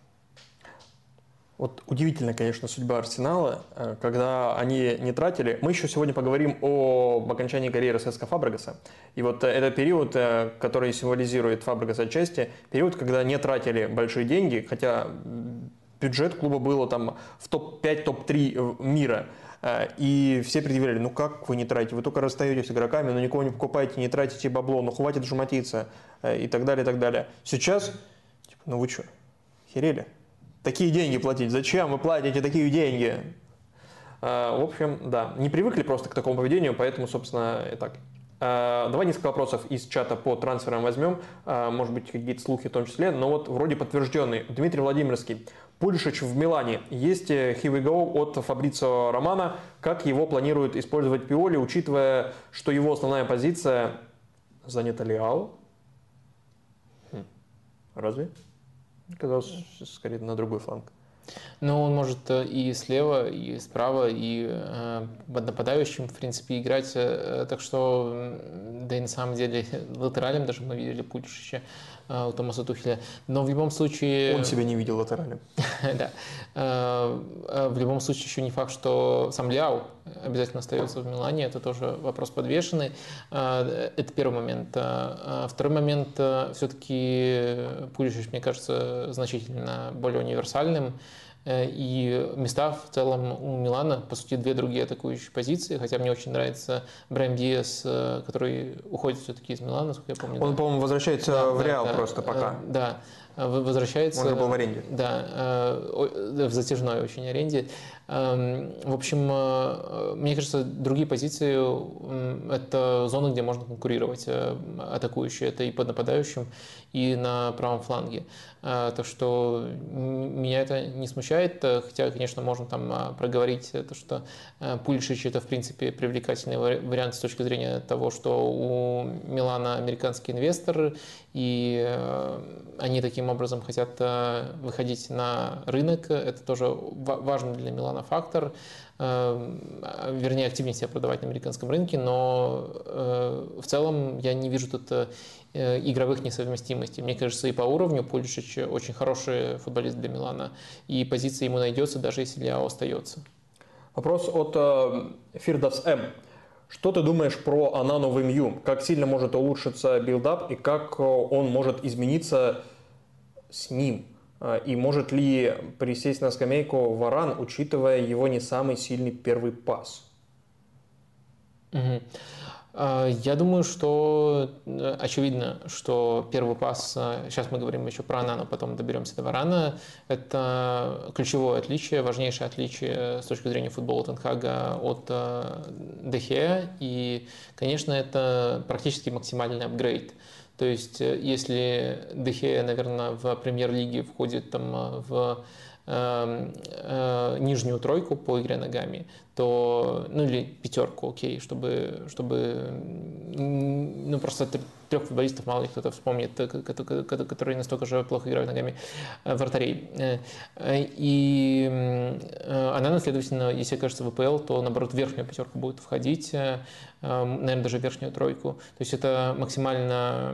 Вот удивительная, конечно, судьба Арсенала, когда они не тратили. Мы еще сегодня поговорим об окончании карьеры Сеско Фабрегаса. И вот это период, который символизирует Фабрегас отчасти, период, когда не тратили большие деньги, хотя бюджет клуба был там в топ-5, топ-3 мира. И все предъявляли, ну как вы не тратите, вы только расстаетесь с игроками, но никого не покупаете, не тратите бабло, ну хватит жмотиться и так далее, и так далее. Сейчас, типа, ну вы что, херели? Такие деньги платить. Зачем вы платите такие деньги? В общем, да, не привыкли просто к такому поведению, поэтому, собственно, и так. Давай несколько вопросов из чата по трансферам возьмем. Может быть, какие-то слухи в том числе, но вот вроде подтвержденный. Дмитрий Владимирский. Пульшич в Милане. Есть Here we go от Фабрицио Романо. Как его планирует использовать Пиоли, учитывая, что его основная позиция занята Леао? Разве? Казалось, скорее на другой фланг. Но он может и слева, и справа, и под нападающим, в принципе, играть. Так что, да и на самом деле, латералем даже мы видели Пульшича у Томаса Тухеля. Но в любом случае... Он себя не видел латералем. Да. В любом случае, еще не факт, что сам Ляо обязательно остается в Милане. Это тоже вопрос подвешенный. Это первый момент. Второй момент. Все-таки Пулишич, мне кажется, значительно более универсальным. И места в целом у Милана, по сути, две другие атакующие позиции, хотя мне очень нравится Брайм Диас, который уходит все-таки из Милана, насколько я помню. Он, по-моему, возвращается в Реал просто пока. Да, возвращается. Он же был в аренде. Да, в затяжной очень аренде. В общем, мне кажется, другие позиции – это зоны, где можно конкурировать атакующие. Это и под нападающим, и на правом фланге. Так что меня это не смущает, хотя, конечно, можно там проговорить то, что Пульшич – это, в принципе, привлекательный вариант с точки зрения того, что у Милана американский инвестор, и они таким образом хотят выходить на рынок. Это тоже важный для Милана фактор. Вернее, активнее себя продавать на американском рынке, но в целом я не вижу тут игровых несовместимостей. Мне кажется, и по уровню Пульшич очень хороший футболист для Милана, и позиция ему найдется, даже если Ляо остается. Вопрос от Фирдавс М. Что ты думаешь про Онану в МЮ? Как сильно может улучшиться билдап и как он может измениться с ним? И может ли присесть на скамейку Варан, учитывая его не самый сильный первый пас? Я думаю, что очевидно, что первый пас, сейчас мы говорим еще про Онану, потом доберемся до Варана, это ключевое отличие, важнейшее отличие с точки зрения футбола Тен Хага от Де Хеа, и, конечно, это практически максимальный апгрейд. То есть, если Де Хеа, наверное, в премьер-лиге входит там в нижнюю тройку по игре ногами, то, ну или пятерку, окей, чтобы ну просто трех футболистов мало ли кто-то вспомнит, которые настолько же плохо играют ногами вратарей. И она, следовательно, если окажется в АПЛ, то наоборот в верхнюю пятерку будет входить, наверное, даже в верхнюю тройку. То есть это максимально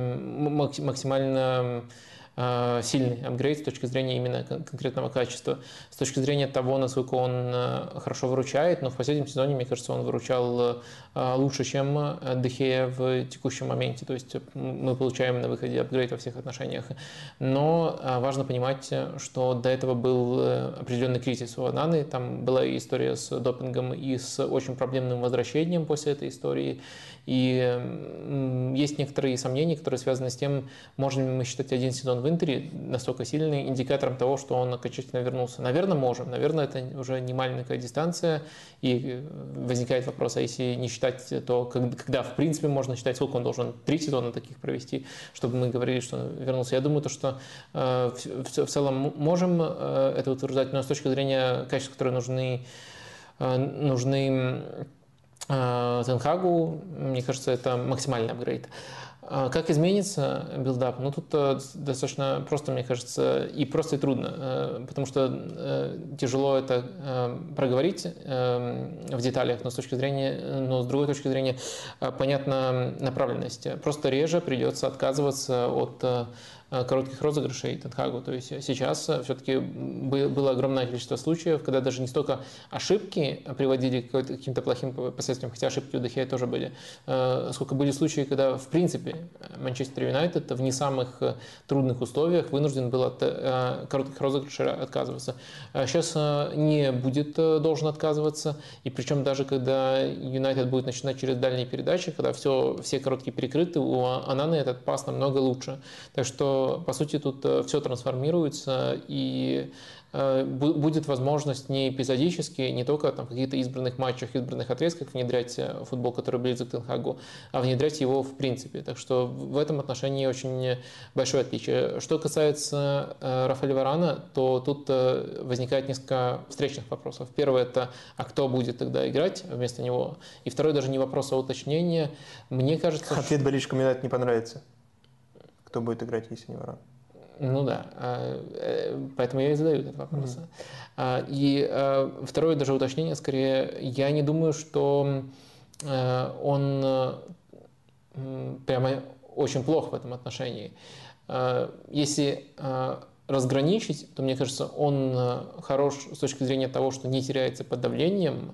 сильный апгрейд с точки зрения именно конкретного качества. С точки зрения того, насколько он хорошо выручает, но в последнем сезоне, мне кажется, он выручал лучше, чем Де Хеа в текущем моменте. То есть мы получаем на выходе апгрейд во всех отношениях. Но важно понимать, что до этого был определенный кризис у Онаны. Там была история с допингом и с очень проблемным возвращением после этой истории. И есть некоторые сомнения, которые связаны с тем, можем ли мы считать один сезон в Интере настолько сильный индикатором того, что он окончательно вернулся? Наверное, можем. Наверное, это уже не маленькая дистанция. И возникает вопрос, а если не считать, то когда в принципе можно считать, сколько он должен 3 сезона таких провести, чтобы мы говорили, что он вернулся. Я думаю, что в целом можем это утверждать, но с точки зрения качеств, которые нужны Тен Хагу, мне кажется, это максимальный апгрейд. Как изменится билдап? Ну, тут достаточно просто, мне кажется, и просто, и трудно, потому что тяжело это проговорить в деталях, но с другой точки зрения понятна направленность. Просто реже придется отказываться от коротких розыгрышей Тен Хагу. То есть сейчас все-таки было огромное количество случаев, когда даже не столько ошибки приводили к каким-то плохим последствиям, хотя ошибки у Де Геа тоже были, сколько были случаи, когда в принципе Манчестер Юнайтед в не самых трудных условиях вынужден был от коротких розыгрышей отказываться. Сейчас не будет должен отказываться, и причем даже когда Юнайтед будет начинать через дальние передачи, когда все короткие перекрыты, у Онаны этот пас намного лучше. Так что по сути, тут все трансформируется, и будет возможность не эпизодически, не только там, в каких-то избранных матчах, избранных отрезках внедрять футбол, который близок к Тен Хагу, а внедрять его в принципе. Так что в этом отношении очень большое отличие. Что касается Рафаэля Варана, то тут возникает несколько встречных вопросов. Первое – это, а кто будет тогда играть вместо него? И второе – даже не вопрос, а уточнение. Мне кажется, ответ болельщикам Юнайтед не понравится. Кто будет играть, если не Варан? Ну да, поэтому я и задаю этот вопрос. И второе даже уточнение, скорее, я не думаю, что он прямо очень плох в этом отношении. Если разграничить, то, мне кажется, он хорош с точки зрения того, что не теряется под давлением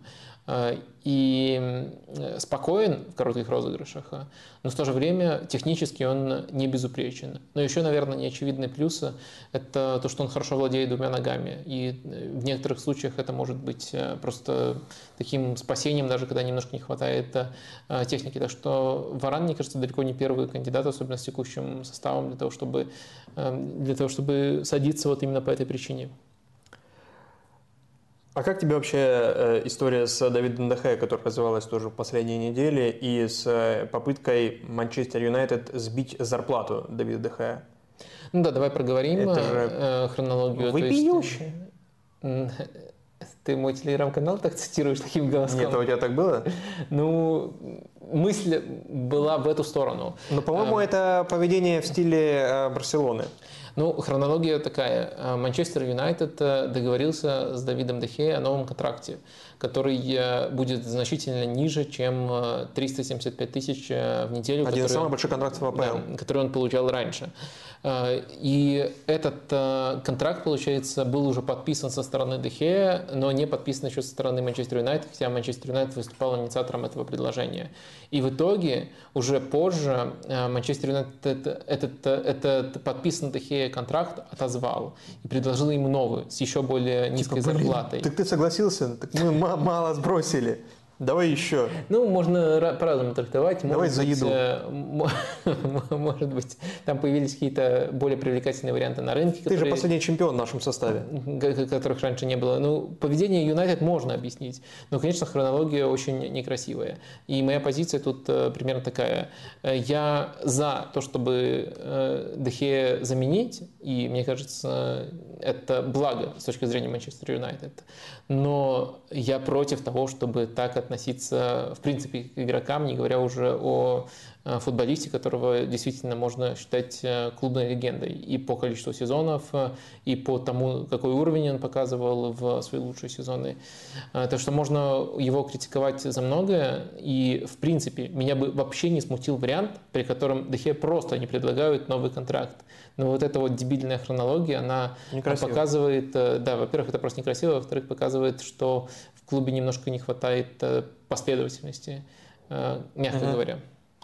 и спокоен в коротких розыгрышах, но в то же время технически он не безупречен. Но еще, наверное, неочевидный плюс – это то, что он хорошо владеет двумя ногами, и в некоторых случаях это может быть просто таким спасением, даже когда немножко не хватает техники. Так что Варан, мне кажется, далеко не первый кандидат, особенно с текущим составом, для того, чтобы садиться вот именно по этой причине. А как тебе вообще история с Давидом Де Геа, которая развивалась тоже в последние недели, и с попыткой Манчестер Юнайтед сбить зарплату Давида Де Геа? Ну да, давай проговорим хронологию. Вопиюще. Ты мой телеграм-канал так цитируешь таким голосом? Нет, а у тебя так было? Ну, мысль была в эту сторону. Но, по-моему, это поведение в стиле Барселоны. Ну, хронология такая. Манчестер Юнайтед договорился с Давидом Де Геа о новом контракте, который будет значительно ниже, чем 375 тысяч в неделю. Один из самых больших контрактов в АПЛ. Да, который он получал раньше. И этот контракт, получается, был уже подписан со стороны Де Геа, но не подписан еще со стороны Манчестер Юнайтед, хотя Манчестер Юнайтед выступал инициатором этого предложения. И в итоге, уже позже, Манчестер Юнайтед этот подписанный Де Геа контракт отозвал и предложил ему новый, с еще более низкой зарплатой. Так ты согласился? Так мы мало сбросили. Давай еще. Ну, можно по-разному трактовать. Давай за еду. Может быть, там появились какие-то более привлекательные варианты на рынке. Ты же последний чемпион в нашем составе. Которых раньше не было. Ну, поведение Юнайтед можно объяснить, но, конечно, хронология очень некрасивая. И моя позиция тут примерно такая. Я за то, чтобы Де Геа заменить, и мне кажется, это благо с точки зрения Манчестер Юнайтед. Но я против того, чтобы так относиться, в принципе, к игрокам, не говоря уже о футболисте, которого действительно можно считать клубной легендой и по количеству сезонов, и по тому, какой уровень он показывал в свои лучшие сезоны. Так что можно его критиковать за многое, и, в принципе, меня бы вообще не смутил вариант, при котором Де Геа просто не предлагают новый контракт. Но вот эта вот дебильная хронология, она показывает, да, во-первых, это просто некрасиво, во-вторых, показывает, что в клубе немножко не хватает последовательности, мягко говоря.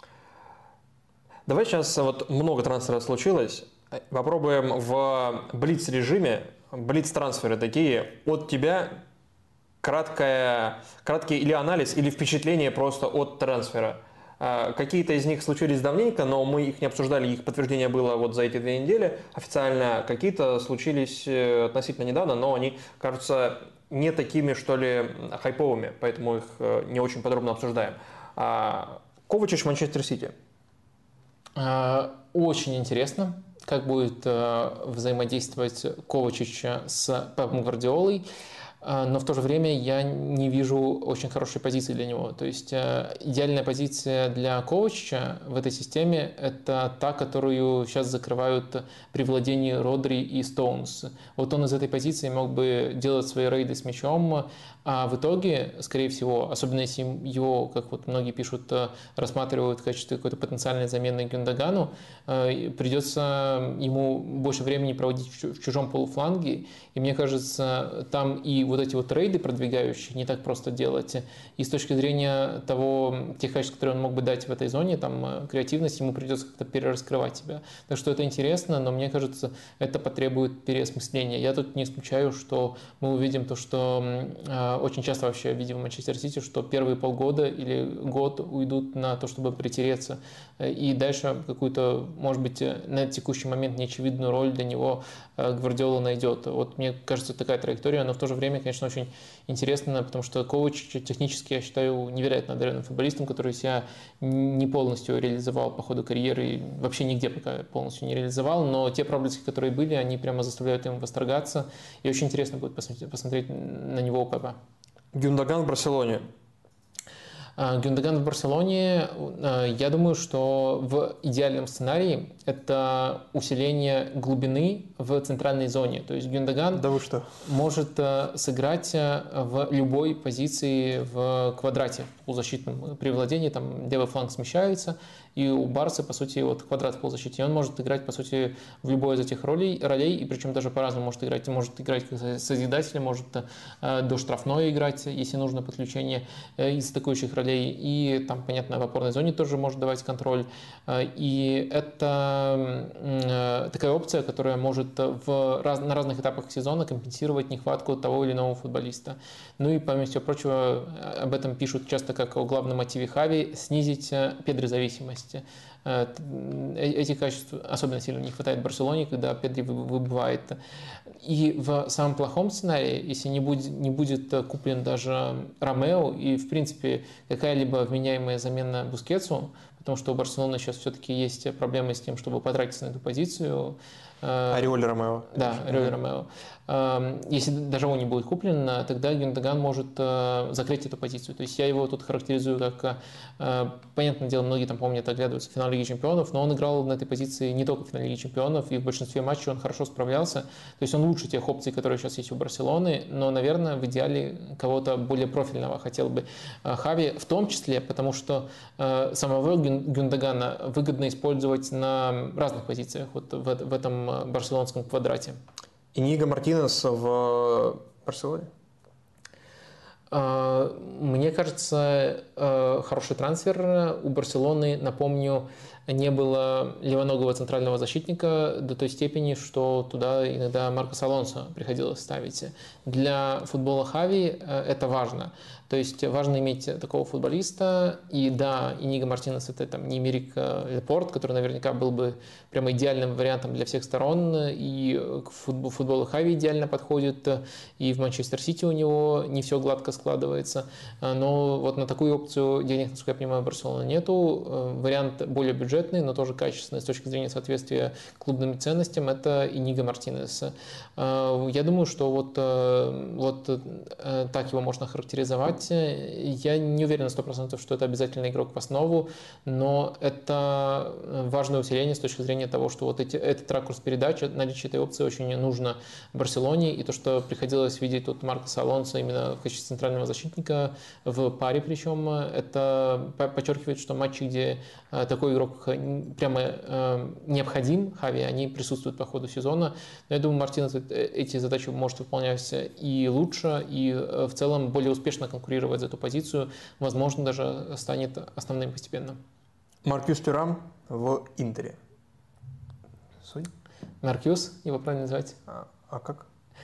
Давай сейчас, вот много трансферов случилось, попробуем в блиц-режиме, блиц-трансферы такие, от тебя краткий или анализ, или впечатление просто от трансфера. Какие-то из них случились давненько, но мы их не обсуждали, их подтверждение было вот за эти 2 недели официально. Какие-то случились относительно недавно, но они кажутся не такими, что ли, хайповыми, поэтому их не очень подробно обсуждаем. Ковачич, Манчестер Сити. Очень интересно, как будет взаимодействовать Ковачич с Пепом Гвардиолой. Но в то же время я не вижу очень хорошей позиции для него. То есть идеальная позиция для Ковачича в этой системе – это та, которую сейчас закрывают при владении Родри и Стоунс. Вот он из этой позиции мог бы делать свои рейды с мячом, а в итоге, скорее всего, особенно если его, как вот многие пишут, рассматривают в качестве какой-то потенциальной замены Гюндогану, придется ему больше времени проводить в чужом полуфланге. И мне кажется, там и вот эти вот рейды продвигающие не так просто делать. И с точки зрения тех качеств, которые он мог бы дать в этой зоне, там креативность, ему придется как-то перераскрывать себя. Так что это интересно, но мне кажется, это потребует переосмысления. Я тут не исключаю, что мы увидим то, что очень часто вообще видим в Манчестер Сити, что первые полгода или год уйдут на то, чтобы притереться. И дальше какую-то, может быть, на текущий момент неочевидную роль для него Гвардиола найдет. Вот мне кажется, такая траектория, но в то же время, конечно, очень интересно, потому что Ковач технически, я считаю, невероятно одаренным футболистом, который себя не полностью реализовал по ходу карьеры, и вообще нигде пока полностью не реализовал, но те проблески, которые были, они прямо заставляют им восторгаться, и очень интересно будет посмотреть на него у Пепа. Гюндоган в Барселоне. Гюндоган в Барселоне, я думаю, что в идеальном сценарии это усиление глубины в центральной зоне. То есть Гюндоган может сыграть в любой позиции в квадрате полузащитном. При владении там левый фланг смещается, и у Барса, по сути, вот квадрат в полузащите. И он может играть, по сути, в любой из этих ролей, и причем даже по-разному может играть. Может играть как созидатель, может до штрафной играть, если нужно подключение из атакующих ролей. И там, понятно, в опорной зоне тоже может давать контроль. И это такая опция, которая может на разных этапах сезона компенсировать нехватку того или иного футболиста. Ну и, помимо всего прочего, об этом пишут часто как о главном мотиве Хави – снизить Педри-зависимость. Этих качеств особенно сильно не хватает в Барселоне, когда Педри выбывает. И в самом плохом сценарии, если не будет куплен даже Ромео и, в принципе, какая-либо вменяемая замена Бускетсу, потому что у Барселоны сейчас все-таки есть проблемы с тем, чтобы потратиться на эту позицию. Ореоль Ромео. Да, Ореоль Ромео. Если даже он не будет куплен, тогда Гюндоган может закрыть эту позицию. То есть я его тут характеризую как, понятное дело, многие там помнят, оглядываются в финале Лиги Чемпионов, но он играл на этой позиции не только в финале Лиги Чемпионов, и в большинстве матчей он хорошо справлялся. То есть он лучше тех опций, которые сейчас есть у Барселоны, но, наверное, в идеале кого-то более профильного хотел бы Хави, в том числе, потому что самого Гюндогана выгодно использовать на разных позициях вот в этом барселонском квадрате. Иниго Мартинес в Барселоне? Мне кажется, хороший трансфер. У Барселоны, напомню, не было левоногого центрального защитника до той степени, что туда иногда Маркос Алонсо приходилось ставить. Для футбола Хави это важно. То есть важно иметь такого футболиста. И да, Иниго Мартинес – это там, не Эмерик Лепорт, который наверняка был бы прямо идеальным вариантом для всех сторон. И к футболу Хави идеально подходит. И в Манчестер Сити у него не все гладко складывается. Но вот на такую опцию денег, насколько я понимаю, Барселоны нету. Вариант более бюджетный, но тоже качественный с точки зрения соответствия клубным ценностям – это Иниго Мартинес. Я думаю, что вот так его можно характеризовать. Я не уверен на 100%, что это обязательно игрок в основу, но это важное усиление с точки зрения того, что вот этот ракурс передачи, наличие этой опции очень нужно Барселоне, и то, что приходилось видеть тут Маркоса Алонсо именно в качестве центрального защитника в паре, причем это подчеркивает, что матчи, где такой игрок прямо необходим Хави, они присутствуют по ходу сезона. Но я думаю, Мартинес эти задачи может выполнять и лучше, и в целом более успешно конкурировать за эту позицию, возможно, даже станет основным постепенно. Маркюс Тюрам в Интере. Маркюс, его правильно называть? А как?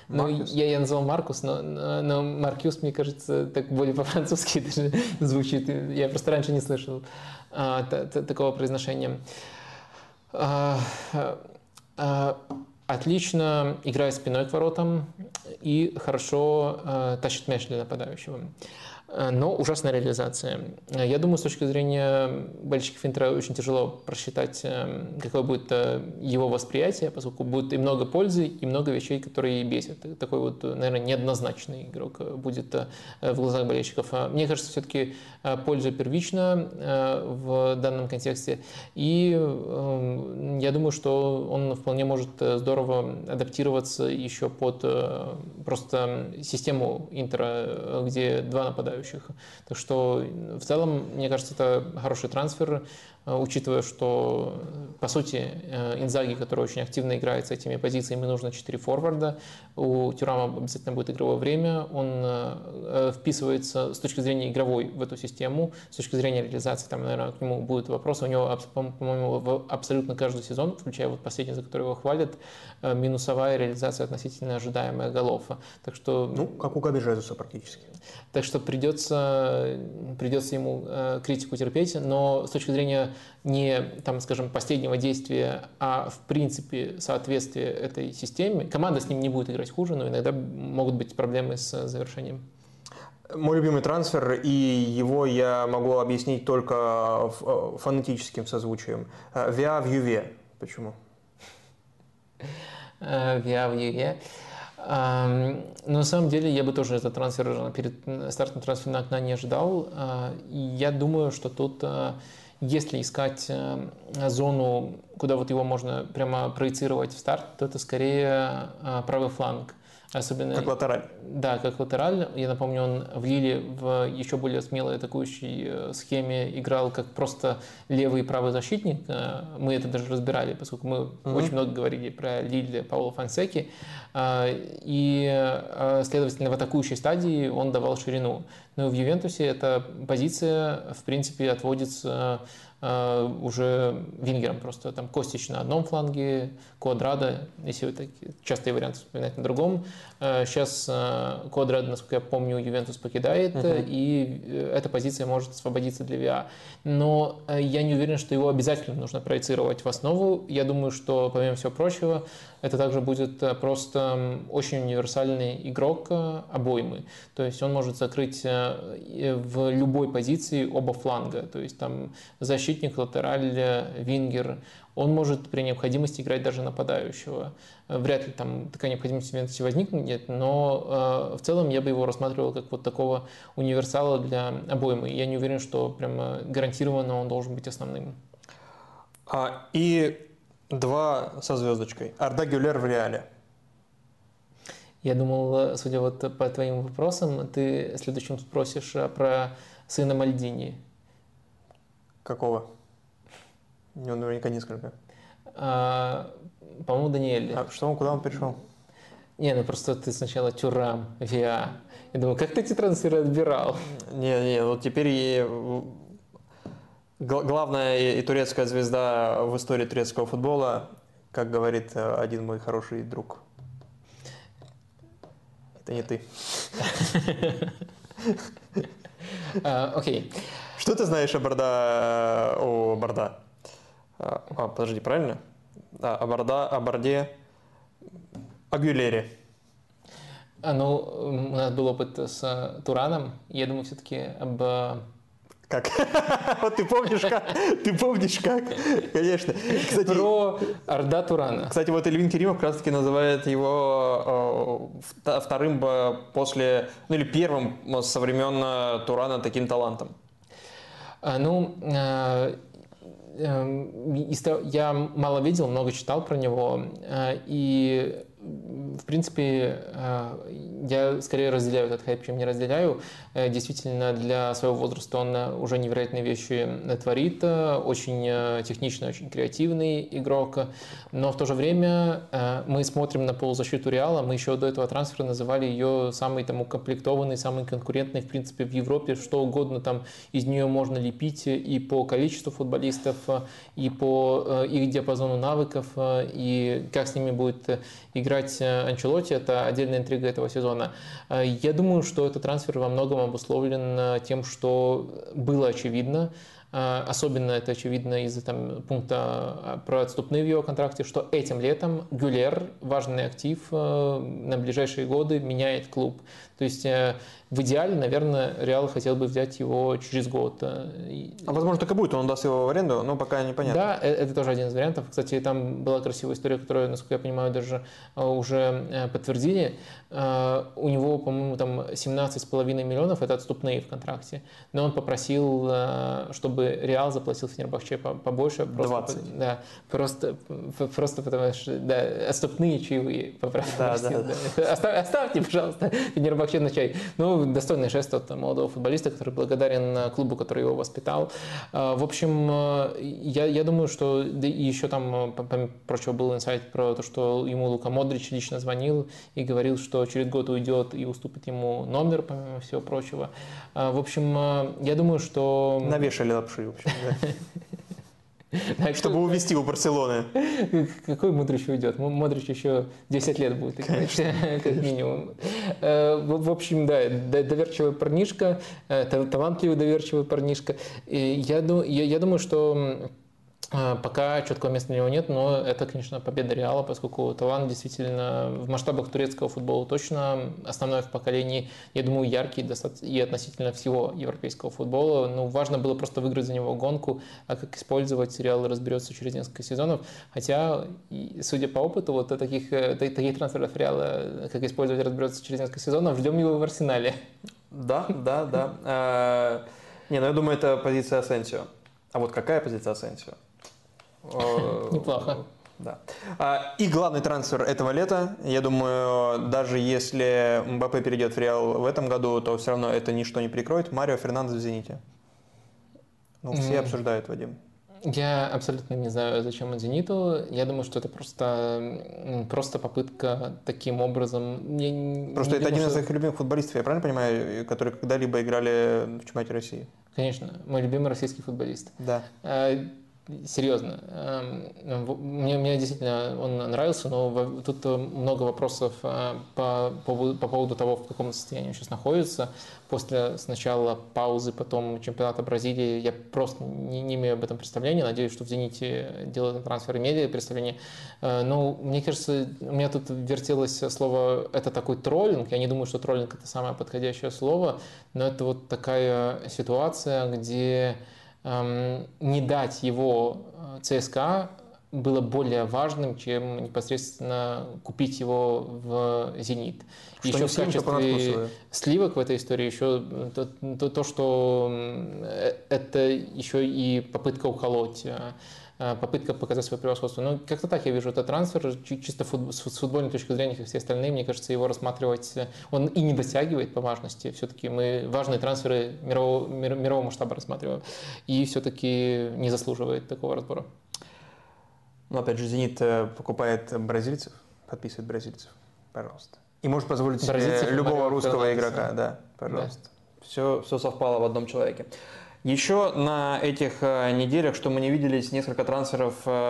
Ну, Маркус? я назвал Маркус, но Маркюс, мне кажется, так более по-французски даже звучит. Я просто раньше не слышал такого произношения. А, а, Отлично играет спиной к воротам и хорошо тащит мяч для нападающего. Но ужасная реализация. Я думаю, с точки зрения болельщиков Интера очень тяжело просчитать, какое будет его восприятие, поскольку будет и много пользы, и много вещей, которые бесят. Такой вот, наверное, неоднозначный игрок будет в глазах болельщиков. Мне кажется, все-таки польза первична в данном контексте. И я думаю, что он вполне может здорово адаптироваться еще под просто систему Интера, где два нападающих. Так что в целом, мне кажется, это хороший трансфер, учитывая, что, по сути, Инзаги, который очень активно играет с этими позициями, нужно 4 форварда. У Тюрама обязательно будет игровое время. Он вписывается с точки зрения игровой в эту систему, с точки зрения реализации, там, наверное, к нему будут вопросы. У него, по-моему, абсолютно каждый сезон, включая вот последний, за который его хвалят, минусовая реализация относительно ожидаемых голов. Так что, Ну, как у Габи Жезуса практически. Так что придется ему критику терпеть, но с точки зрения не, там, скажем, последнего действия, а в принципе соответствия этой системе, команда с ним не будет играть хуже, но иногда могут быть проблемы с завершением. Мой любимый трансфер, и его я могу объяснить только фонетическим созвучием. Виа в Юве. Почему? Виа в Юве. Но на самом деле я бы тоже этот трансфер перед стартом трансферного окна не ожидал. Я думаю, что тут, если искать зону, куда вот его можно прямо проецировать в старт, то это скорее правый фланг. Особенно, как латераль. Да, как латераль. Я напомню, он в Лиле в еще более смелой атакующей схеме играл как просто левый и правый защитник. Мы это даже разбирали, поскольку мы очень много говорили про Лиль Паула Фонсеки. И, следовательно, в атакующей стадии он давал ширину. Но в Ювентусе эта позиция, в принципе, отводится уже вингером. Просто там Костич на одном фланге, Квадрадо, если вы частые варианты вспоминать, на другом. Сейчас Квадрадо, насколько я помню, Ювентус покидает, и эта позиция может освободиться для ВИА. Но я не уверен, что его обязательно нужно проецировать в основу. Я думаю, что, помимо всего прочего, это также будет просто очень универсальный игрок обоймы. То есть он может закрыть в любой позиции оба фланга. То есть там защитник, латераль, вингер. Он может при необходимости играть даже нападающего. Вряд ли там такая необходимость в Ювентусе возникнет, но в целом я бы его рассматривал как вот такого универсала для обоймы. Я не уверен, что прям гарантированно он должен быть основным. И два со звездочкой. Арда Гюлер в Реале. Я думал, судя вот по твоим вопросам, ты следующим спросишь про сына Мальдини. Какого? У него наверняка несколько. По-моему, Даниэль. Куда он перешел? Не, ну просто ты сначала Тюрам, Виа. Я думаю, как ты эти трансферы отбирал? Не, вот теперь главная и турецкая звезда в истории турецкого футбола, как говорит один мой хороший друг. Это не ты. Окей. Что ты знаешь о Борда? Подожди, правильно? О Борде, о Гюлере. Ну, у нас был опыт с Тураном. Я думаю, все-таки об... Как? Вот ты помнишь как? Ты помнишь как? Конечно. Кстати, про Арда Турана. Кстати, вот Эльвин Керимов как раз таки называет его вторым после, ну или первым со времен Турана таким талантом. Ну, я мало видел, много читал про него, и в принципе, я скорее разделяю этот хайп, чем не разделяю. Действительно, для своего возраста он уже невероятные вещи творит, очень техничный, очень креативный игрок, но в то же время мы смотрим на полузащиту Реала, мы еще до этого трансфера называли ее самой там укомплектованной, самой конкурентной, в принципе, в Европе, что угодно там из нее можно лепить и по количеству футболистов, и по их диапазону навыков, и как с ними будет играть играть Анчелотти, это отдельная интрига этого сезона. Я думаю, что этот трансфер во многом обусловлен тем, что было очевидно, особенно это очевидно из-за пункта про отступные в его контракте, что этим летом Гюлер, важный актив на ближайшие годы, меняет клуб. То есть в идеале, наверное, Реал хотел бы взять его через год. А возможно, так и будет, он даст его в аренду, но пока непонятно. Да, это тоже один из вариантов. Кстати, там была красивая история, которую, насколько я понимаю, даже уже подтвердили. У него, по-моему, там 17,5 миллионов – это отступные в контракте. Но он попросил, чтобы Реал заплатил Фенербахче побольше. 20. Да, просто потому что да, отступные чаевые попросил. Да. Оставьте, пожалуйста, Фенербахче на чай. Ну, достойный жест от молодого футболиста, который благодарен клубу, который его воспитал. В общем, я думаю, что да, и еще там, помимо прочего, был инсайт про то, что ему Лука Модрич лично звонил и говорил, что через год уйдет и уступит ему номер, помимо всего прочего. В общем, я думаю, что... Навешали лапши, в общем, да. Чтобы увезти у Барселоны. Какой Модрич уйдет? Модрич еще 10 лет будет играть, как минимум. В общем, да, доверчивый парнишка, талантливый доверчивый парнишка. Я думаю, что пока четкого места для него нет, но это, конечно, победа Реала, поскольку талант действительно в масштабах турецкого футбола точно основной в поколении, я думаю, яркий и относительно всего европейского футбола. Ну, важно было просто выиграть за него гонку, а как использовать Реал разберется через несколько сезонов. Хотя, судя по опыту, вот таких трансферов Реала, как использовать разберется через несколько сезонов, ждем его в Арсенале. Да. Не, ну я думаю, это позиция Асенсио. А вот какая позиция Асенсио? Неплохо. Да. И главный трансфер этого лета, я думаю, даже если Мбаппе перейдет в Реал в этом году, то все равно это ничто не перекроет. Марио Фернандес в «Зените». Ну, все обсуждают, Вадим. Я абсолютно не знаю, зачем он «Зениту». Я думаю, что это просто попытка таким образом... Просто это один из их любимых футболистов, я правильно понимаю, которые когда-либо играли в чемпионате России? Конечно, мой любимый российский футболист. Да. Серьезно. Мне действительно он нравился, но тут много вопросов по поводу того, в каком состоянии он сейчас находится. После сначала паузы, потом чемпионата Бразилии, я просто не имею об этом представления. Надеюсь, что в «Зените» делают трансфер, имели представление. Но мне кажется, у меня тут вертелось слово «это такой троллинг». Я не думаю, что троллинг – это самое подходящее слово, но это вот такая ситуация, где не дать его ЦСКА было более важным, чем непосредственно купить его в «Зенит». Что еще в качестве сливок в этой истории еще то, что это еще и попытка уколоть, попытка показать свое превосходство. Но как-то так я вижу этот трансфер, чисто с футбольной точки зрения, как все остальные, мне кажется, его рассматривать, он и не дотягивает по важности. Все-таки мы важные трансферы мирового масштаба рассматриваем, и все-таки не заслуживает такого разбора. Ну, опять же, «Зенит» покупает бразильцев, подписывает бразильцев, пожалуйста. И может позволить себе любого русского игрока, да, пожалуйста. Да. Все совпало в одном человеке. Еще на этих неделях, что мы не виделись, несколько трансферов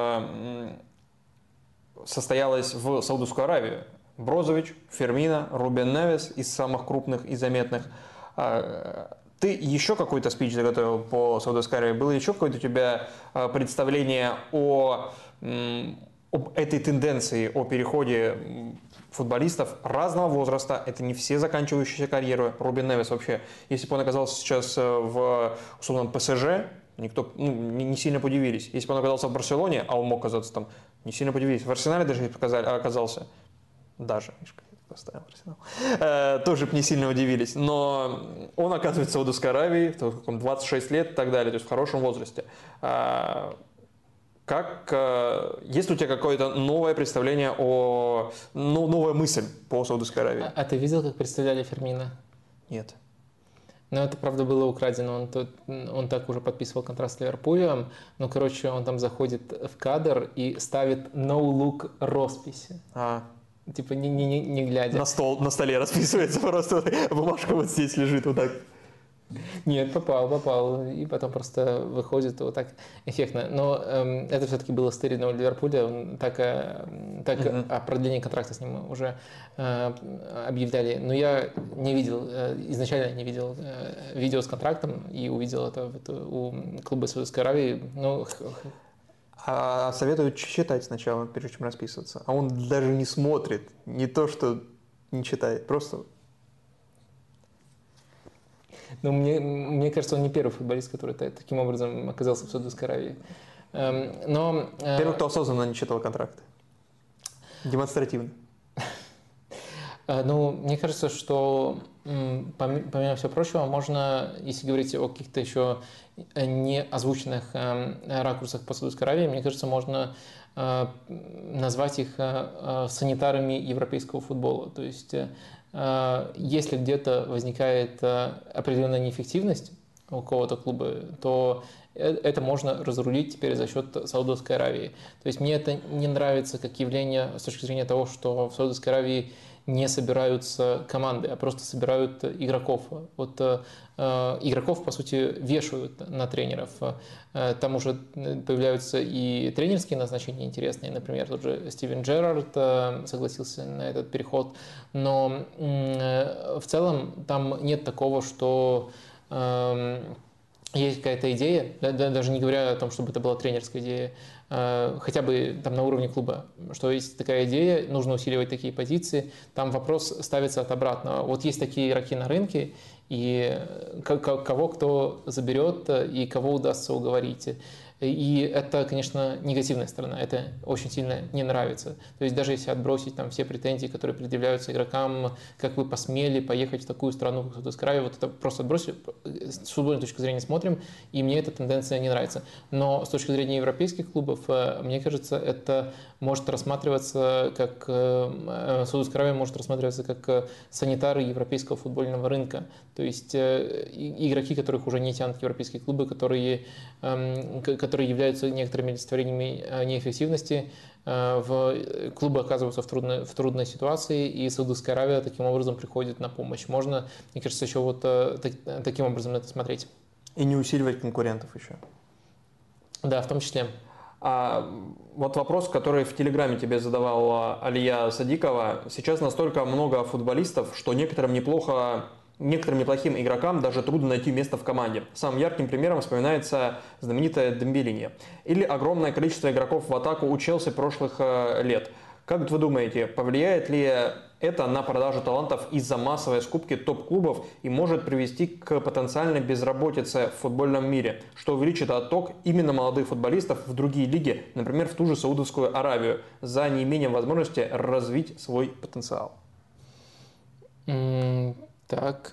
состоялось в Саудовскую Аравию. Брозович, Фермино, Рубен Невес из самых крупных и заметных. Ты еще какой-то спич заготовил по Саудовской Аравии? Было еще какое-то у тебя представление об этой тенденции, о переходе футболистов разного возраста, это не все заканчивающие карьеру. Рубен Невес вообще, если бы он оказался сейчас в условном ПСЖ, никто не сильно подивились. Если бы он оказался в Барселоне, а он мог оказаться там, не сильно подивились. В Арсенале даже оказался, поставил Арсенал, тоже бы не сильно удивились. Но он оказывается в Саудовской Аравии, в 26 лет и так далее, то есть в хорошем возрасте. Есть у тебя какое-то новое представление новая мысль по Саудовской Аравии? А ты видел, как представляли Фермино? Нет. Но это, правда, было украдено. Он так уже подписывал контракт с Ливерпулем. Но, короче, он там заходит в кадр и ставит no look росписи. Типа не глядя. На столе расписывается просто, бумажка вот здесь лежит вот так. Нет, попал. И потом просто выходит вот так эффектно. Но это все-таки было стырено у Ливерпуля. Так Мгм. о продлении контракта с ним уже объявляли. Но я не видел, изначально не видел видео с контрактом и увидел это вот у клуба Саудовской Аравии. Ну, А советуют читать сначала, прежде чем расписываться. А он даже не смотрит, не то что не читает, просто ну, мне кажется, он не первый футболист, который таким образом оказался в Саудовской Аравии. Но первый, кто осознанно не читал контракты. Демонстративно. Ну, мне кажется, что помимо всего прочего, можно, если говорить о каких-то еще не озвученных ракурсах по Саудовской Аравии, мне кажется, можно назвать их санитарами европейского футбола. То есть, если где-то возникает определенная неэффективность у какого-то клуба, то это можно разрулить теперь за счет Саудовской Аравии. То есть мне это не нравится как явление с точки зрения того, что в Саудовской Аравии не собираются команды, а просто собирают игроков. Вот игроков, по сути, вешают на тренеров. Там уже появляются и тренерские назначения интересные. Например, тот же Стивен Джерард согласился на этот переход. Но в целом там нет такого, что есть какая-то идея, даже не говоря о том, чтобы это была тренерская идея, хотя бы там на уровне клуба, что есть такая идея, нужно усиливать такие позиции, там вопрос ставится от обратного. Вот есть такие игроки на рынке, и кого кто заберет, и кого удастся уговорить. И это, конечно, негативная сторона, это очень сильно не нравится. То есть даже если отбросить там все претензии, которые предъявляются игрокам, как вы посмели поехать в такую страну, как Саудовская Аравия, вот это просто отбросить, с футбольной точки зрения смотрим, и мне эта тенденция не нравится. Но с точки зрения европейских клубов, мне кажется, это может рассматриваться как, Саудовская Аравия может рассматриваться как санитары европейского футбольного рынка. То есть игроки, которых уже не тянут европейские клубы, которые являются некоторыми олицетворениями неэффективности, в клубы оказываются в трудной ситуации, и Саудовская Аравия таким образом приходит на помощь. Можно, мне кажется, еще вот таким образом на это смотреть. И не усиливать конкурентов еще. Да, в том числе. А вот вопрос, который в Телеграме тебе задавал Алия Садикова. Сейчас настолько много футболистов, что некоторым неплохим игрокам даже трудно найти место в команде. Самым ярким примером вспоминается знаменитая Дембелине. Или огромное количество игроков в атаку у Челси прошлых лет. Как вы думаете, повлияет ли это на продажу талантов из-за массовой скупки топ-клубов и может привести к потенциальной безработице в футбольном мире, что увеличит отток именно молодых футболистов в другие лиги, например, в ту же Саудовскую Аравию, за неимением возможности развить свой потенциал? Так.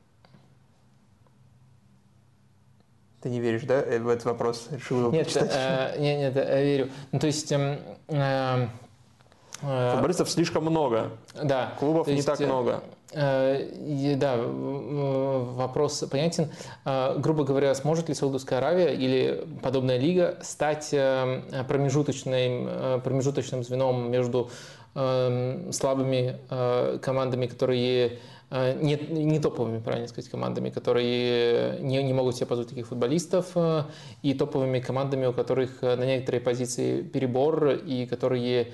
Ты не веришь, да, в этот вопрос? Решил его Нет, почитать? нет, я верю. Ну, то есть, Футболистов слишком много, да, клубов не так много. Да, вопрос понятен. Грубо говоря, сможет ли Саудовская Аравия или подобная лига стать промежуточным звеном между слабыми командами, которые не топовыми, правильно сказать, командами, которые не могут себе позволить таких футболистов, и топовыми командами, у которых на некоторые позиции перебор, и которые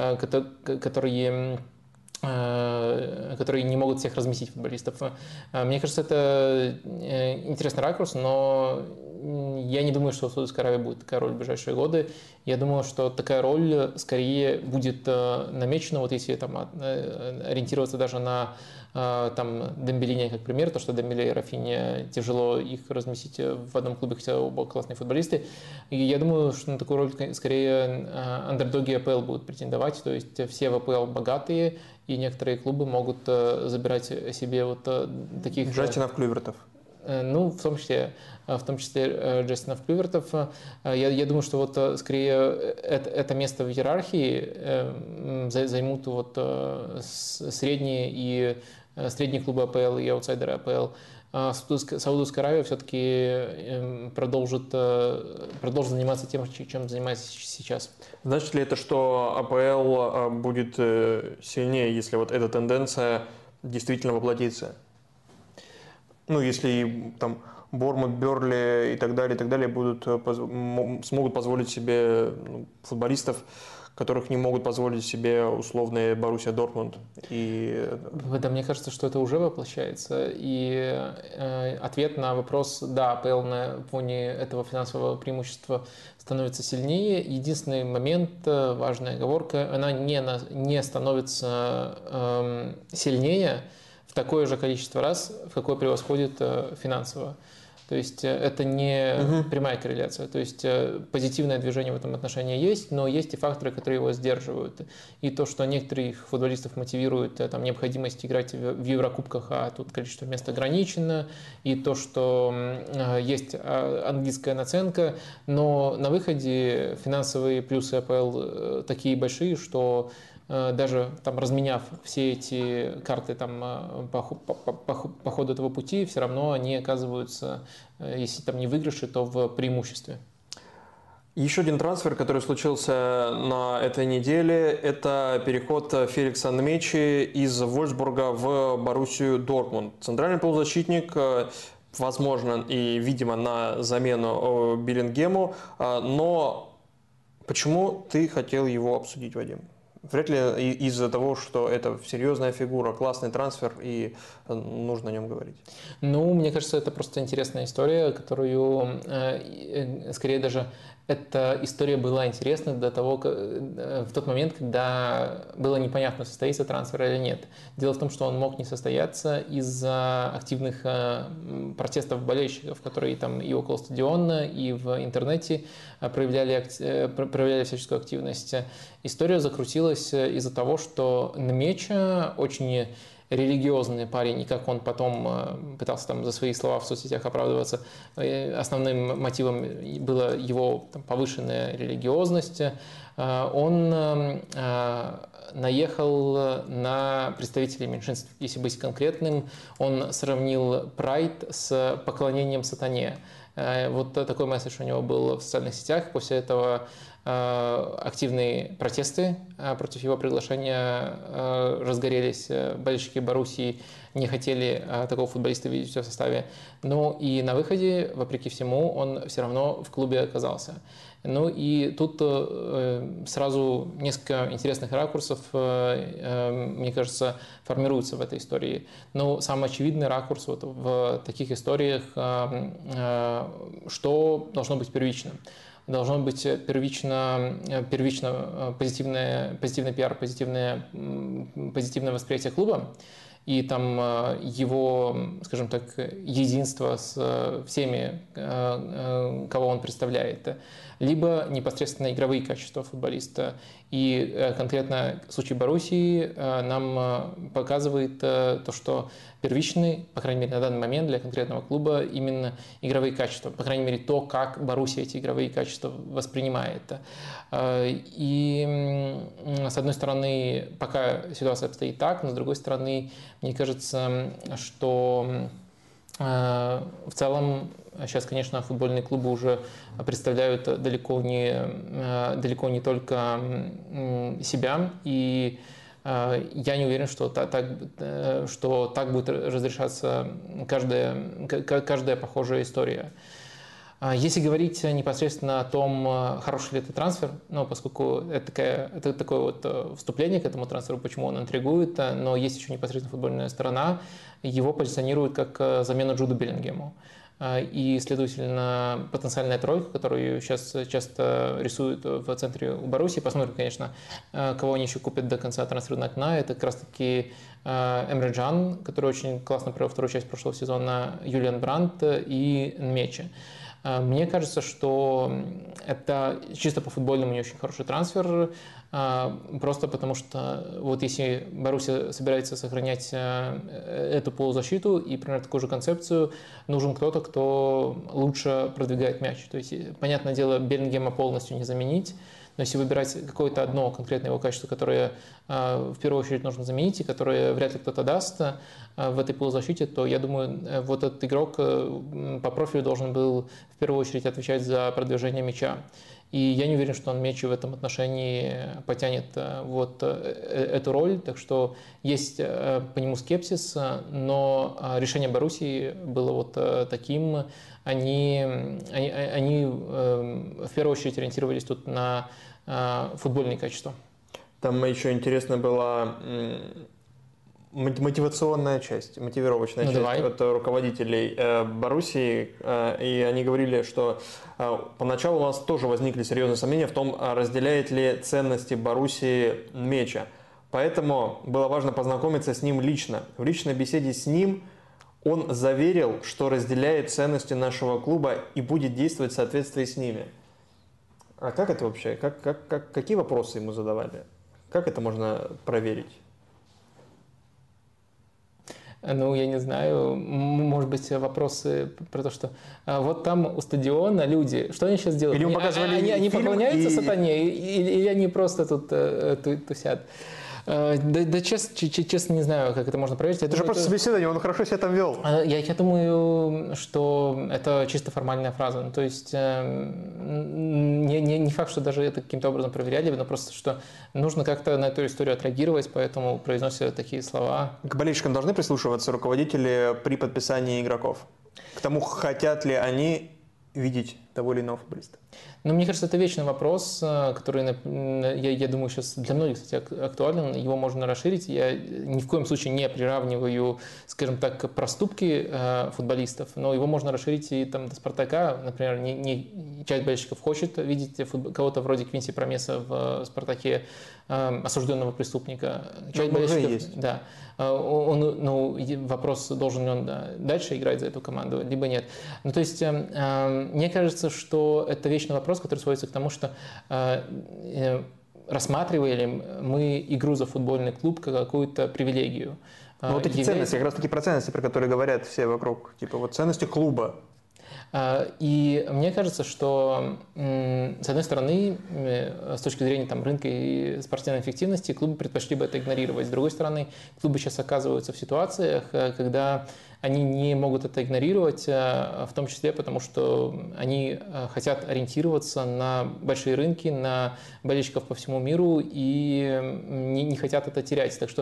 не могут всех разместить футболистов. Мне кажется, это интересный ракурс, но я не думаю, что в Саудовской Аравии будет такая роль в ближайшие годы. Я думаю, что такая роль скорее будет намечена, вот если там ориентироваться даже на там Дембелине как пример, то, что Дембеле и Рафинья тяжело их разместить в одном клубе, хотя оба классные футболисты. И я думаю, что на такую роль скорее андердоги АПЛ будут претендовать, то есть все в АПЛ богатые, и некоторые клубы могут забирать себе вот таких... Джастинов Клювертов. Ну, в том числе Джастинов Клювертов. Я думаю, что вот скорее это место в иерархии займут вот средние клубы АПЛ и аутсайдеры АПЛ. Саудовская Аравия все-таки продолжит заниматься тем, чем занимается сейчас. Значит ли это, что АПЛ будет сильнее, если вот эта тенденция действительно воплотится? Ну, если там Бормут, Берли и так далее смогут позволить себе футболистов, которых не могут позволить себе условные Боруссия Дортмунд. Да, мне кажется, что это уже воплощается. И ответ на вопрос, да, АПЛ на фоне этого финансового преимущества становится сильнее. Единственный момент, важная оговорка, она не становится сильнее в такое же количество раз, в какое превосходит финансово. То есть это не прямая корреляция. То есть позитивное движение в этом отношении есть, но есть и факторы, которые его сдерживают. И то, что некоторых футболистов мотивирует там, необходимость играть в Еврокубках, а тут количество мест ограничено, и то, что есть английская наценка, но на выходе финансовые плюсы АПЛ такие большие, что даже там, разменяв все эти карты там, по ходу этого пути, все равно они оказываются, если там не в выигрыше, то в преимуществе. Еще один трансфер, который случился на этой неделе, это переход Феликса Нмечи из Вольфсбурга в Боруссию Дортмунд. Центральный полузащитник, возможно, и, видимо, на замену Беллингему. Но почему ты хотел его обсудить, Вадим? Вряд ли из-за того, что это серьезная фигура, классный трансфер и нужно о нем говорить. Ну, мне кажется, это просто интересная история, которую, скорее даже, эта история была интересна до того, в тот момент, когда было непонятно, состоится трансфер или нет. Дело в том, что он мог не состояться из-за активных протестов болельщиков, которые там и около стадиона, и в интернете проявляли всяческую активность. История закрутилась из-за того, что Нмеча очень религиозный парень, и как он потом пытался там за свои слова в соцсетях оправдываться, основным мотивом была его там, повышенная религиозность. Он наехал на представителей меньшинств. Если быть конкретным, он сравнил прайд с поклонением сатане. Вот такой месседж у него был в социальных сетях. После этого активные протесты против его приглашения разгорелись. Болельщики Боруссии не хотели такого футболиста видеть в составе. Ну и на выходе, вопреки всему, он все равно в клубе оказался. Ну и тут сразу несколько интересных ракурсов, мне кажется, формируются в этой истории. Но самый очевидный ракурс вот в таких историях, что должно быть первичным. Должно быть первично позитивный пиар, позитивное восприятие клуба и там его, скажем так, единство с всеми, кого он представляет, либо непосредственно игровые качества футболиста. И конкретно в случае Боруссии нам показывает то, что первичны, по крайней мере, на данный момент для конкретного клуба именно игровые качества, по крайней мере, то, как Боруссия эти игровые качества воспринимает. И, с одной стороны, пока ситуация обстоит так, но с другой стороны, мне кажется, что в целом сейчас, конечно, футбольные клубы уже представляют далеко не только себя, и я не уверен, что так будет разрешаться каждая похожая история. Если говорить непосредственно о том, хороший ли это трансфер, ну, поскольку это такое вот вступление к этому трансферу, почему он интригует, но есть еще непосредственно футбольная сторона, его позиционируют как замену Джуду Беллингему. И, следовательно, потенциальная тройка, которую сейчас часто рисуют в центре у Боруссии, посмотрим, конечно, кого они еще купят до конца трансферного окна, это как раз-таки Эмре Can, который очень классно провел вторую часть прошлого сезона, Юлиан Брандт и Нмечи. Мне кажется, что это чисто по футбольному не очень хороший трансфер, просто потому что вот если Боруссия собирается сохранять эту полузащиту и примерно такую же концепцию, нужен кто-то, кто лучше продвигает мяч. То есть, понятное дело, Беллингема полностью не заменить, но если выбирать какое-то одно конкретное его качество, которое в первую очередь нужно заменить и которое вряд ли кто-то даст в этой полузащите, то я думаю, вот этот игрок по профилю должен был в первую очередь отвечать за продвижение мяча. И я не уверен, что он Мечи в этом отношении потянет вот эту роль. Так что есть по нему скепсис, но решение Боруссии было вот таким. Они в первую очередь ориентировались тут на футбольные качества. Там еще интересно была мотивационная часть, мотивировочная часть от руководителей Боруссии, и они говорили, что поначалу у нас тоже возникли серьезные сомнения в том, разделяет ли ценности Боруссии Меча. Поэтому было важно познакомиться с ним лично. В личной беседе с ним он заверил, что разделяет ценности нашего клуба и будет действовать в соответствии с ними. А как это вообще? Какие вопросы ему задавали? Как это можно проверить? Ну, я не знаю, может быть, вопросы про то, что вот там у стадиона люди, что они сейчас делают? Или показывали они поклоняются сатане или они просто тут тусят? Да честно не знаю, как это можно проверить. Это же просто собеседование, он хорошо себя там вел. Я думаю, что это чисто формальная фраза. Ну, то есть не факт, что даже это каким-то образом проверяли, но просто, что нужно как-то на эту историю отреагировать, поэтому произносят такие слова. К болельщикам должны прислушиваться руководители при подписании игроков? К тому, хотят ли они видеть того или иного футболиста? Ну, мне кажется, это вечный вопрос, который, я думаю, сейчас для многих, кстати, актуален. Его можно расширить. Я ни в коем случае не приравниваю, скажем так, проступки футболистов, но его можно расширить и там, до «Спартака». Например, часть болельщиков хочет видеть кого-то вроде Квинси Промеса в «Спартаке», осужденного преступника. Часть болельщиков есть. Да. Вопрос, должен ли он дальше играть за эту команду, либо нет. Ну, то есть, мне кажется, что это вечный вопрос, который сводится к тому, что рассматривали мы игру за футбольный клуб как какую-то привилегию. Но вот эти ценности, как раз таки про ценности, про которые говорят все вокруг, типа вот ценности клуба. И мне кажется, что, с одной стороны, с точки зрения там, рынка и спортивной эффективности, клубы предпочли бы это игнорировать. С другой стороны, клубы сейчас оказываются в ситуациях, когда они не могут это игнорировать, в том числе потому, что они хотят ориентироваться на большие рынки, на болельщиков по всему миру и не хотят это терять. Так что,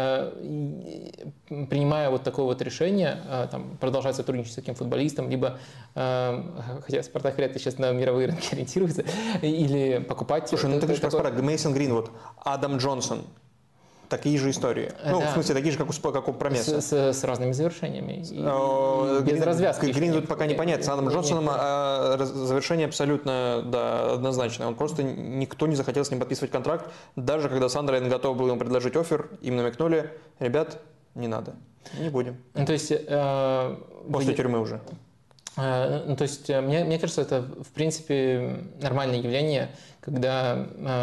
принимая вот такое вот решение, там, продолжать сотрудничать с таким футболистом, либо, хотя «Спартак» вряд ли сейчас на мировые рынки ориентируется, или покупать... Слушай, ну ты говоришь про «Спартак», Мейсон Гринвуд, Адам Джонсон. Такие же истории. Ну, да. В смысле, такие же, как у Промеса. С разными завершениями. Без развязки. Гринвуд пока непонятно. С Адамом Джонсоном завершение абсолютно однозначное. Он просто никто не захотел с ним подписывать контракт. Даже когда Сандерленд готов был ему предложить оффер, им намекнули: ребят, не надо, не будем. Ну, то есть... После тюрьмы уже. Ну, то есть, мне кажется, это, в принципе, нормальное явление, когда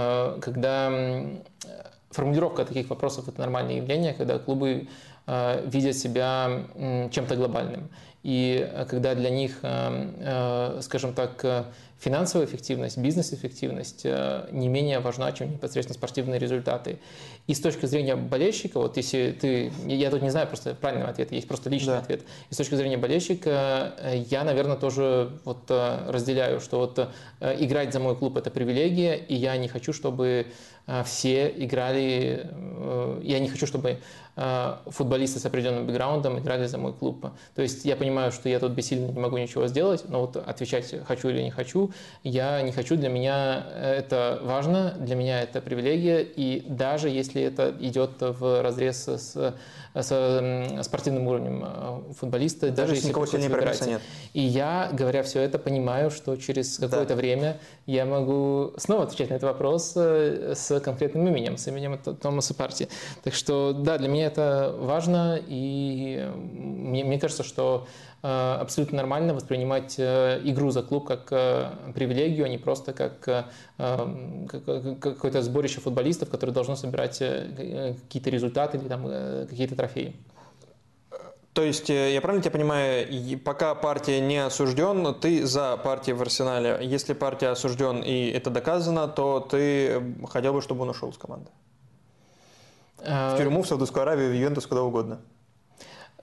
формулировка таких вопросов – это нормальное явление, когда клубы видят себя чем-то глобальным. И когда для них, скажем так, финансовая эффективность, бизнес-эффективность не менее важна, чем непосредственно спортивные результаты. И с точки зрения болельщика, вот если ты, я тут не знаю просто правильного ответа, есть просто личный ответ. И с точки зрения болельщика, я, наверное, тоже вот разделяю, что вот играть за мой клуб – это привилегия, и я не хочу, чтобы все играли, я не хочу, чтобы футболисты с определенным бэкграундом играли за мой клуб. То есть я понимаю, что я тут бессильно не могу ничего сделать, но вот отвечать хочу или не хочу, я не хочу, для меня это важно, для меня это привилегия, и даже если это идет в разрез с спортивным уровнем футболиста, даже если никого сильнее Промеса нет. И я, говоря все это, понимаю, что через какое-то время я могу снова отвечать на этот вопрос с конкретным именем, с именем Томаса Парти. Так что, да, для меня это важно, и мне кажется, что абсолютно нормально воспринимать игру за клуб как привилегию, а не просто как какое-то сборище футболистов, которые должны собирать какие-то результаты или там, какие-то трофеи. То есть, я правильно тебя понимаю, пока партия не осужден, ты за партию в Арсенале. Если партия осужден и это доказано, то ты хотел бы, чтобы он ушел с команды? В тюрьму, в Саудовскую Аравию, в Ювентус, куда угодно.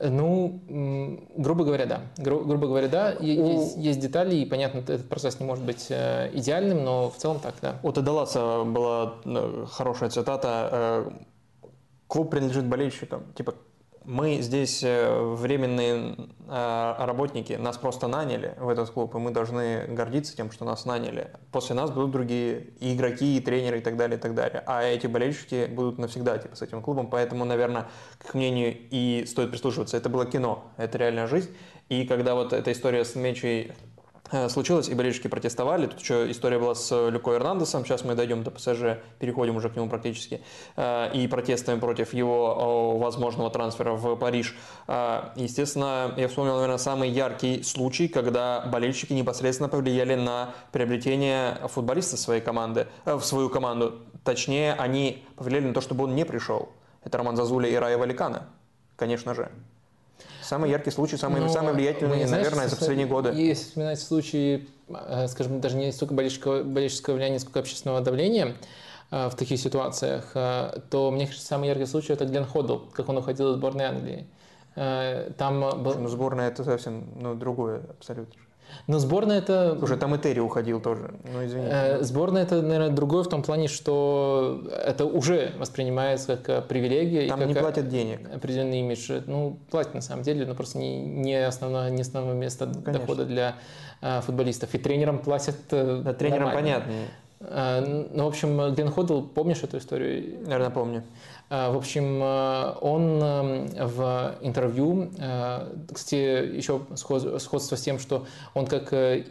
Ну, грубо говоря, да. Грубо говоря, да. Есть детали, и, понятно, этот процесс не может быть идеальным, но в целом так, да. У Теда Ласса была хорошая цитата. Клуб принадлежит болельщикам. Типа, мы здесь временные работники, нас просто наняли в этот клуб, и мы должны гордиться тем, что нас наняли. После нас будут другие и игроки, и тренеры, и так далее, и так далее. А эти болельщики будут навсегда типа, с этим клубом, поэтому, наверное, к их мнению и стоит прислушиваться. Это было кино, это реальная жизнь. И когда вот эта история с Мечей случилось, и болельщики протестовали. Тут еще история была с Люко Эрнандесом. Сейчас мы дойдем до ПСЖ, переходим уже к нему практически. И протестами против его возможного трансфера в Париж. Естественно, я вспомнил, наверное, самый яркий случай, когда болельщики непосредственно повлияли на приобретение футболиста своей команды, в свою команду. Точнее, они повлияли на то, чтобы он не пришел. Это Роман Зозуля и Райо Валикано, конечно же. Самый яркий случай, самый влиятельный, наверное, за последние годы. Если вспоминать случаи, скажем, даже не столько болельческого влияния, сколько общественного давления в таких ситуациях, то, мне кажется, самый яркий случай – это Глен Ходл, как он уходил из сборной Англии. Сборная – это совсем другое абсолютно. Но сборная это... Уже там и Терри уходил тоже, ну извините. Сборная это, наверное, другое в том плане, что это уже воспринимается как привилегия. Там и как не платят денег. Определенный имидж. Ну, платят на самом деле, но просто не основное место дохода для футболистов. И тренерам платят да, тренерам понятно. Ну, в общем, Глен Ходл, помнишь эту историю? Наверное, помню. В общем, он в интервью, кстати, еще сходство с тем, что он как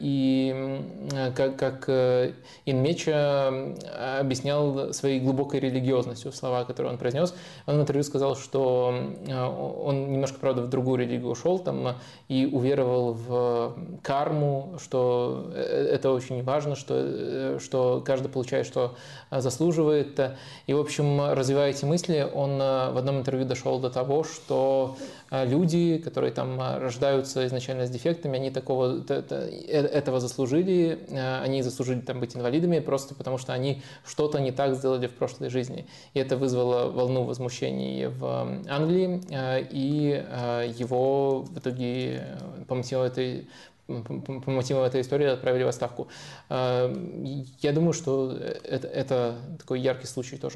Инмеча объяснял своей глубокой религиозностью слова, которые он произнес. Он в интервью сказал, что он немножко, правда, в другую религию ушел там, и уверовал в карму, что это очень важно, что каждый получает, что заслуживает. И, в общем, развивая эти мысли, он в одном интервью дошел до того, что люди, которые там рождаются изначально с дефектами, они этого заслужили, они заслужили там быть инвалидами просто потому, что они что-то не так сделали в прошлой жизни. И это вызвало волну возмущений в Англии, и его в итоге по мотиву этой истории отправили в отставку. Я думаю, что это такой яркий случай тоже.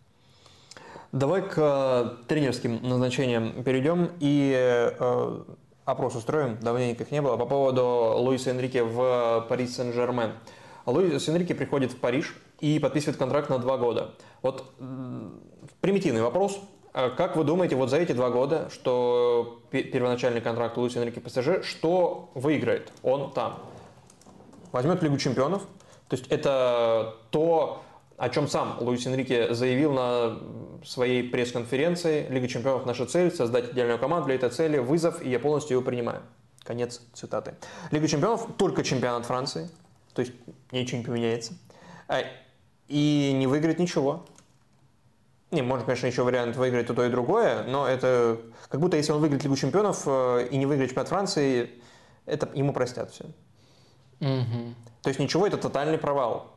Давай к тренерским назначениям перейдем и опрос устроим, давненько их не было, по поводу Луиса Энрике в Пари Сен-Жермен. Луис Энрике приходит в Париж и подписывает контракт на 2 года. Вот примитивный вопрос. Как вы думаете, вот за эти 2 года, что первоначальный контракт Луиса Энрике в ПСЖ, что выиграет он там? Возьмет Лигу чемпионов? То есть это то, о чем сам Луис Энрике заявил на своей пресс-конференции. Лига чемпионов – наша цель, создать идеальную команду для этой цели, вызов, и я полностью его принимаю. Конец цитаты. Лига чемпионов – только чемпионат Франции, то есть ничего не поменяется. И не выиграет ничего. Не, может, конечно, еще вариант выиграть то и другое, но это как будто если он выиграет Лигу чемпионов и не выиграет чемпионат Франции, это ему простят все. То есть ничего, это тотальный провал.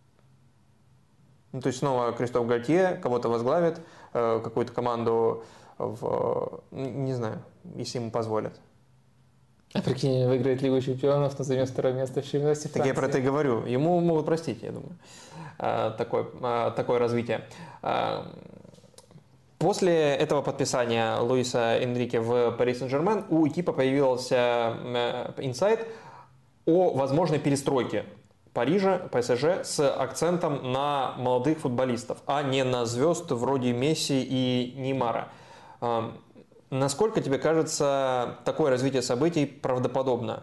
Ну, то есть снова Кристоф Гальтье кого-то возглавит, какую-то команду, не знаю, если ему позволят. А прикинь, выиграет Лигу чемпионов, но займет 2-е место в чемпионате Франции. Так я про это и говорю. Ему могут простить, я думаю, такое развитие. После этого подписания Луиса Энрике в Пари Сен-Жермен у экипа появился инсайт о возможной перестройке Парижа, ПСЖ, с акцентом на молодых футболистов, а не на звезд вроде Месси и Неймара. Насколько тебе кажется такое развитие событий правдоподобно?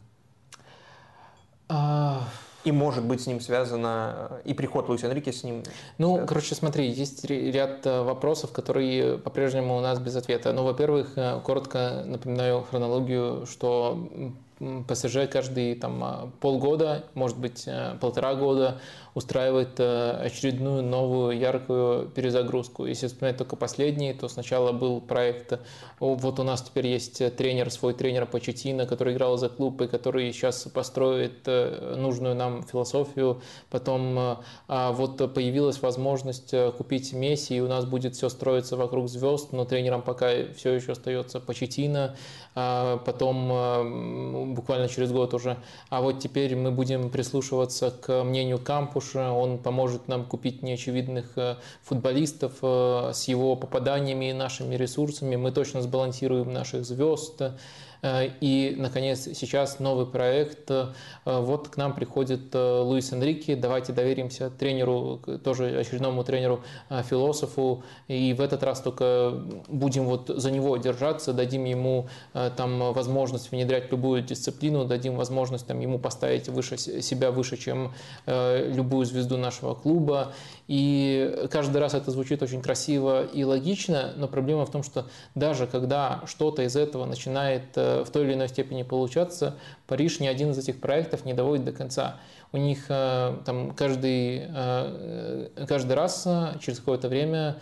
И может быть с ним связано, и приход Луиса Энрике с ним связан? Короче, смотри, есть ряд вопросов, которые по-прежнему у нас без ответа. Ну, во-первых, коротко напоминаю хронологию, что ПСЖ каждые полгода, может быть, 1,5 года устраивает очередную новую яркую перезагрузку. Если вспоминать только последний, то сначала был проект, вот у нас теперь есть свой тренер Почеттино, который играл за клуб и который сейчас построит нужную нам философию. Потом вот появилась возможность купить Месси, и у нас будет все строиться вокруг звезд, но тренером пока все еще остается Почеттино. Потом буквально через год уже. А вот теперь мы будем прислушиваться к мнению Кампуша. Он поможет нам купить неочевидных футболистов с его попаданиями и нашими ресурсами. Мы точно сбалансируем наших звезд. И, наконец, сейчас новый проект. Вот к нам приходит Луис Энрике. Давайте доверимся тренеру, тоже очередному тренеру-философу. И в этот раз только будем вот за него держаться, дадим ему там возможность внедрять любую дисциплину, дадим возможность ему поставить себя выше, чем любую звезду нашего клуба. И каждый раз это звучит очень красиво и логично, но проблема в том, что даже когда что-то из этого начинает в той или иной степени получаться, Париж ни один из этих проектов не доводит до конца. У них там каждый раз через какое-то время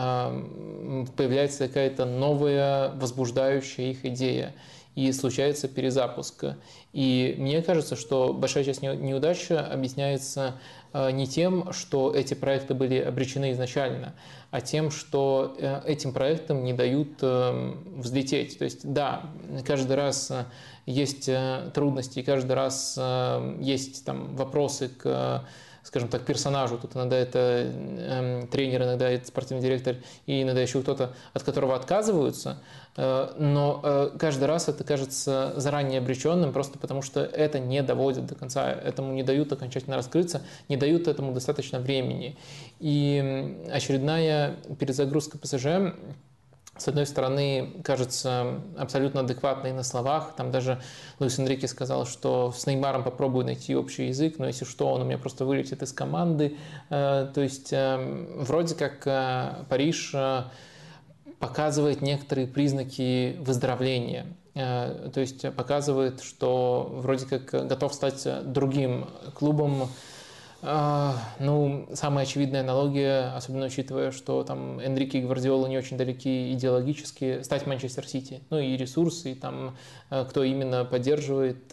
появляется какая-то новая, возбуждающая их идея, и случается перезапуск. И мне кажется, что большая часть неудач объясняется не тем, что эти проекты были обречены изначально, а тем, что этим проектам не дают взлететь. То есть, да, каждый раз есть трудности, каждый раз есть вопросы к, скажем так, персонажу. Тут иногда это тренер, иногда это спортивный директор, и иногда еще кто-то, от которого отказываются. Но каждый раз это кажется заранее обреченным, просто потому что это не доводит до конца, этому не дают окончательно раскрыться, не дают этому достаточно времени. И очередная перезагрузка ПСЖ, с одной стороны, кажется абсолютно адекватной на словах. Там даже Луис Энрике сказал, что с Неймаром попробую найти общий язык, но если что, он у меня просто вылетит из команды. То есть вроде как Париж показывает некоторые признаки выздоровления. То есть показывает, что вроде как готов стать другим клубом. Самая очевидная аналогия, особенно учитывая, что там Энрике и Гвардиола не очень далеки идеологически, стать Манчестер Сити. И ресурсы, и кто именно поддерживает.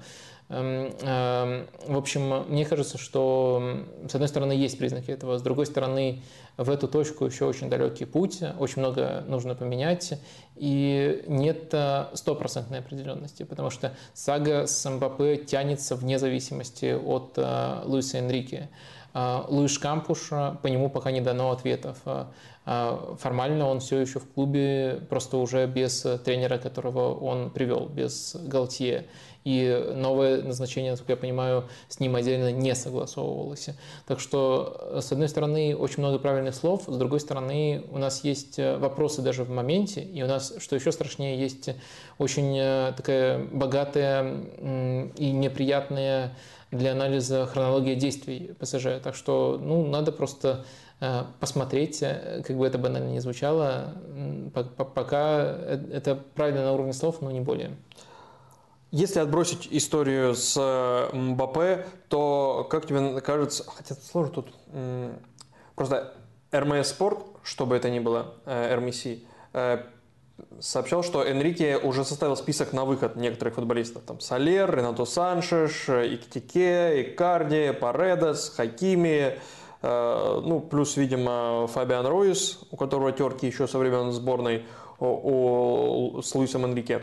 В общем, мне кажется, что с одной стороны есть признаки этого, с другой стороны в эту точку еще очень далекий путь, очень много нужно поменять, и нет стопроцентной определенности, потому что сага с Мбаппе тянется вне зависимости от Луиса Энрике. Луиш Кампуш, по нему пока не дано ответов. Формально он все еще в клубе, просто уже без тренера, которого он привел, без Галтье. И новое назначение, насколько я понимаю, с ним отдельно не согласовывалось. Так что, с одной стороны, очень много правильных слов, с другой стороны, у нас есть вопросы даже в моменте, и у нас, что еще страшнее, есть очень такая богатая и неприятная для анализа хронология действий ПСЖ. Так что, надо просто посмотреть, как бы это банально не звучало, пока это правильно на уровне слов, но не более. Если отбросить историю с Мбаппе, то, как тебе кажется, хотя сложно тут, просто РМС Спорт, что бы это ни было, РМС, сообщал, что Энрике уже составил список на выход некоторых футболистов. Там Солер, Ренато Саншеш, Иктике, Икарди, Паредес, Хакими, плюс, видимо, Фабиан Руис, у которого терки еще со времен сборной с Луисом Энрике.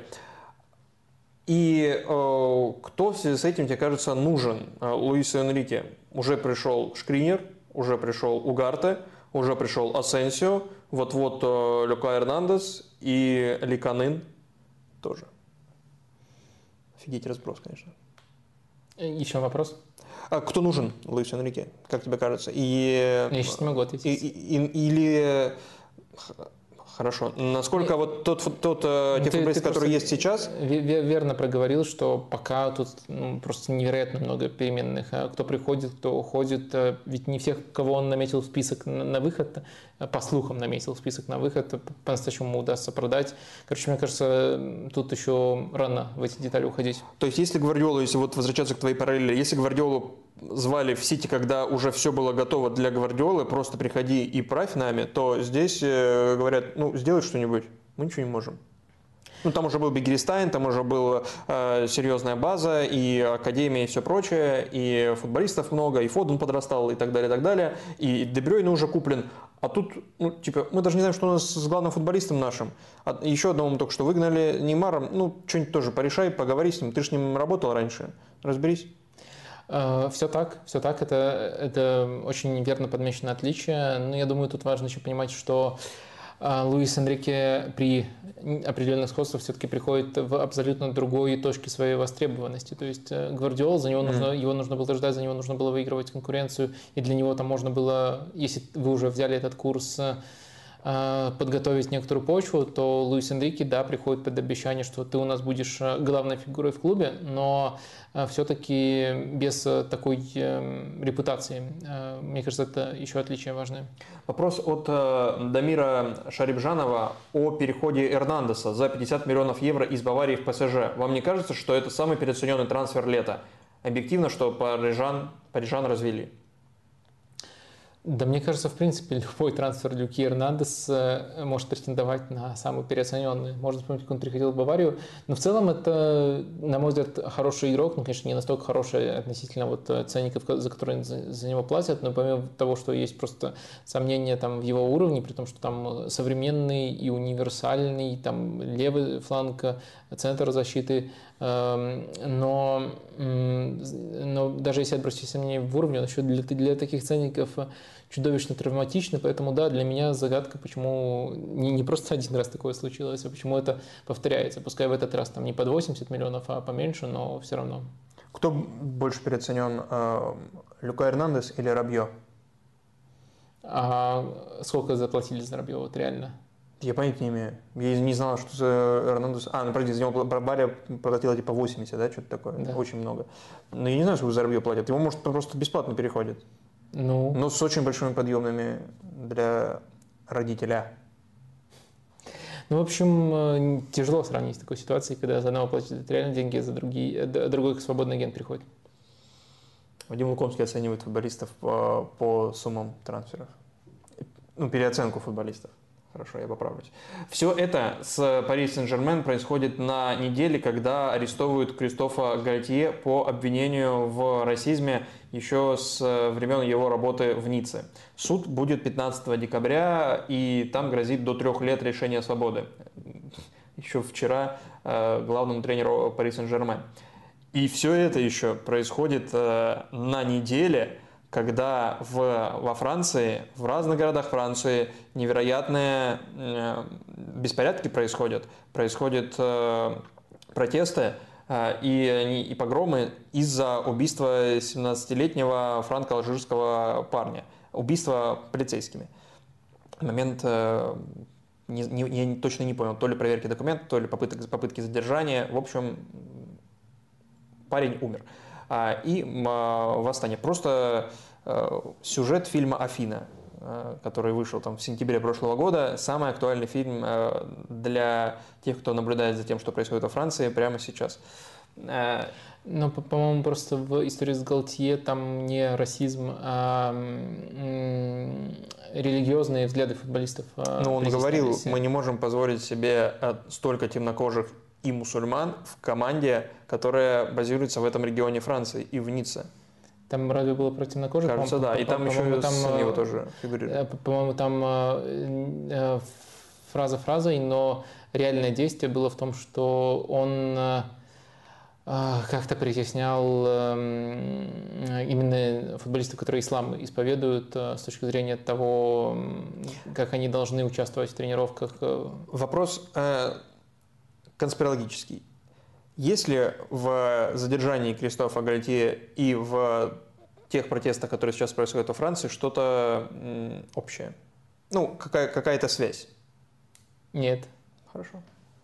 И кто в связи с этим, тебе кажется, нужен Луису Энрике? Уже пришел Шкринер, уже пришел Угарте, уже пришел Асенсио, вот-вот Люка Эрнандес и Ликанын тоже. Офигеть разброс, конечно. Еще вопрос? Кто нужен Луису Энрике, как тебе кажется? Я сейчас не могу ответить. Или Хорошо. Насколько вот те футболисты, которые есть сейчас... Верно проговорил, что пока тут просто невероятно много переменных. Кто приходит, кто уходит. Ведь не всех, кого он наметил в список на выход, по слухам наметил в список на выход, по-настоящему удастся продать. Короче, мне кажется, тут еще рано в эти детали уходить. То есть, если Гвардиолу, если вот возвращаться к твоей параллели, если Гвардиолу звали в Сити, когда уже все было готово для Гвардиолы, просто приходи и правь нами, то здесь говорят, ну, сделай что-нибудь, мы ничего не можем. Ну, там уже был Бигерстайн, там уже была серьезная база, и академия, и все прочее, и футболистов много, и Фоден подрастал, и так далее, и Де Брюйне уже куплен. А тут, ну, типа, мы даже не знаем, что у нас с главным футболистом нашим. А еще одного мы только что выгнали, Неймара, ну, что-нибудь тоже порешай, поговори с ним, ты же с ним работал раньше, разберись. Все так, это очень верно подмечено отличие. Но я думаю, тут важно еще понимать, что Луис Энрике при определенных сходствах все-таки приходит в абсолютно другой точке своей востребованности. То есть Гвардиола, его нужно было ждать, за него нужно было выигрывать конкуренцию, и для него там можно было, если вы уже взяли этот курс, подготовить некоторую почву, то Луис Энрике, да, приходит под обещание, что ты у нас будешь главной фигурой в клубе, но все-таки без такой репутации. Мне кажется, это еще отличие важное. Вопрос от Дамира Шарибжанова о переходе Эрнандеса за 50 миллионов евро из Баварии в ПСЖ. Вам не кажется, что это самый переоцененный трансфер лета? Объективно, что парижан развели? Да, мне кажется, в принципе, любой трансфер Люки Эрнандес может претендовать на самый переоцененный. Можно вспомнить, как он приходил в Баварию. Но в целом это, на мой взгляд, хороший игрок. Ну, конечно, не настолько хороший относительно вот ценников, за которые за него платят. Но помимо того, что есть просто сомнения там, в его уровне, при том, что там современный и универсальный, там левый фланг, центр защиты. Но даже если отбросить сомнения в уровне, он еще для таких ценников чудовищно травматично, поэтому да, для меня загадка, почему не просто один раз такое случилось, а почему это повторяется. Пускай в этот раз там не под 80 миллионов, а поменьше, но все равно. Кто больше переоценен, Люка Эрнандес или Рабье? А сколько заплатили за Рабье, вот реально? Я понятия не имею. Я не знал, что за Эрнандес... подожди, за него Бавария платила типа 80, да, что-то такое? Да. Очень много. Но я не знаю, сколько за Рабье платят. Его, может, просто бесплатно переходит. Но с очень большими подъемными для родителя. Ну, в общем, тяжело сравнить с такой ситуацией, когда за одного платят реально деньги, а другой свободный агент приходит. Вадим Лукомский оценивает футболистов по суммам трансферов. Ну, переоценку футболистов. Хорошо, я поправлюсь. Все это с Пари Сен-Жермен происходит на неделе, когда арестовывают Кристофа Гальтье по обвинению в расизме еще с времен его работы в Ницце. Суд будет 15 декабря, и там грозит до 3 лет лишения свободы. Еще вчера главному тренеру Пари Сен-Жермен. И все это еще происходит на неделе, когда во Франции, в разных городах Франции невероятные беспорядки происходят протесты и погромы из-за убийства 17-летнего франко-алжирского парня, убийства полицейскими. Момент, я точно не понял, то ли проверки документов, то ли попытки задержания, в общем, парень умер. И восстание. Просто сюжет фильма «Афина», который вышел там в сентябре прошлого года, самый актуальный фильм для тех, кто наблюдает за тем, что происходит во Франции прямо сейчас. Но, по-моему, просто в истории с Галтье там не расизм, а религиозные взгляды футболистов. Ну, он говорил, мы не можем позволить себе столько темнокожих и мусульман в команде, которая базируется в этом регионе Франции и в Ницце. Там разве было про темнокожих? Кажется, да. И там еще сын его тоже фигурирует. По-моему, там фраза фразой, но реальное действие было в том, что он как-то притеснял именно футболистов, которые ислам исповедуют с точки зрения того, как они должны участвовать в тренировках. Вопрос конспирологический. Есть ли в задержании Кристофа Гальтье и в тех протестах, которые сейчас происходят во Франции, что-то общее? Ну, какая-то связь? Нет. Хорошо.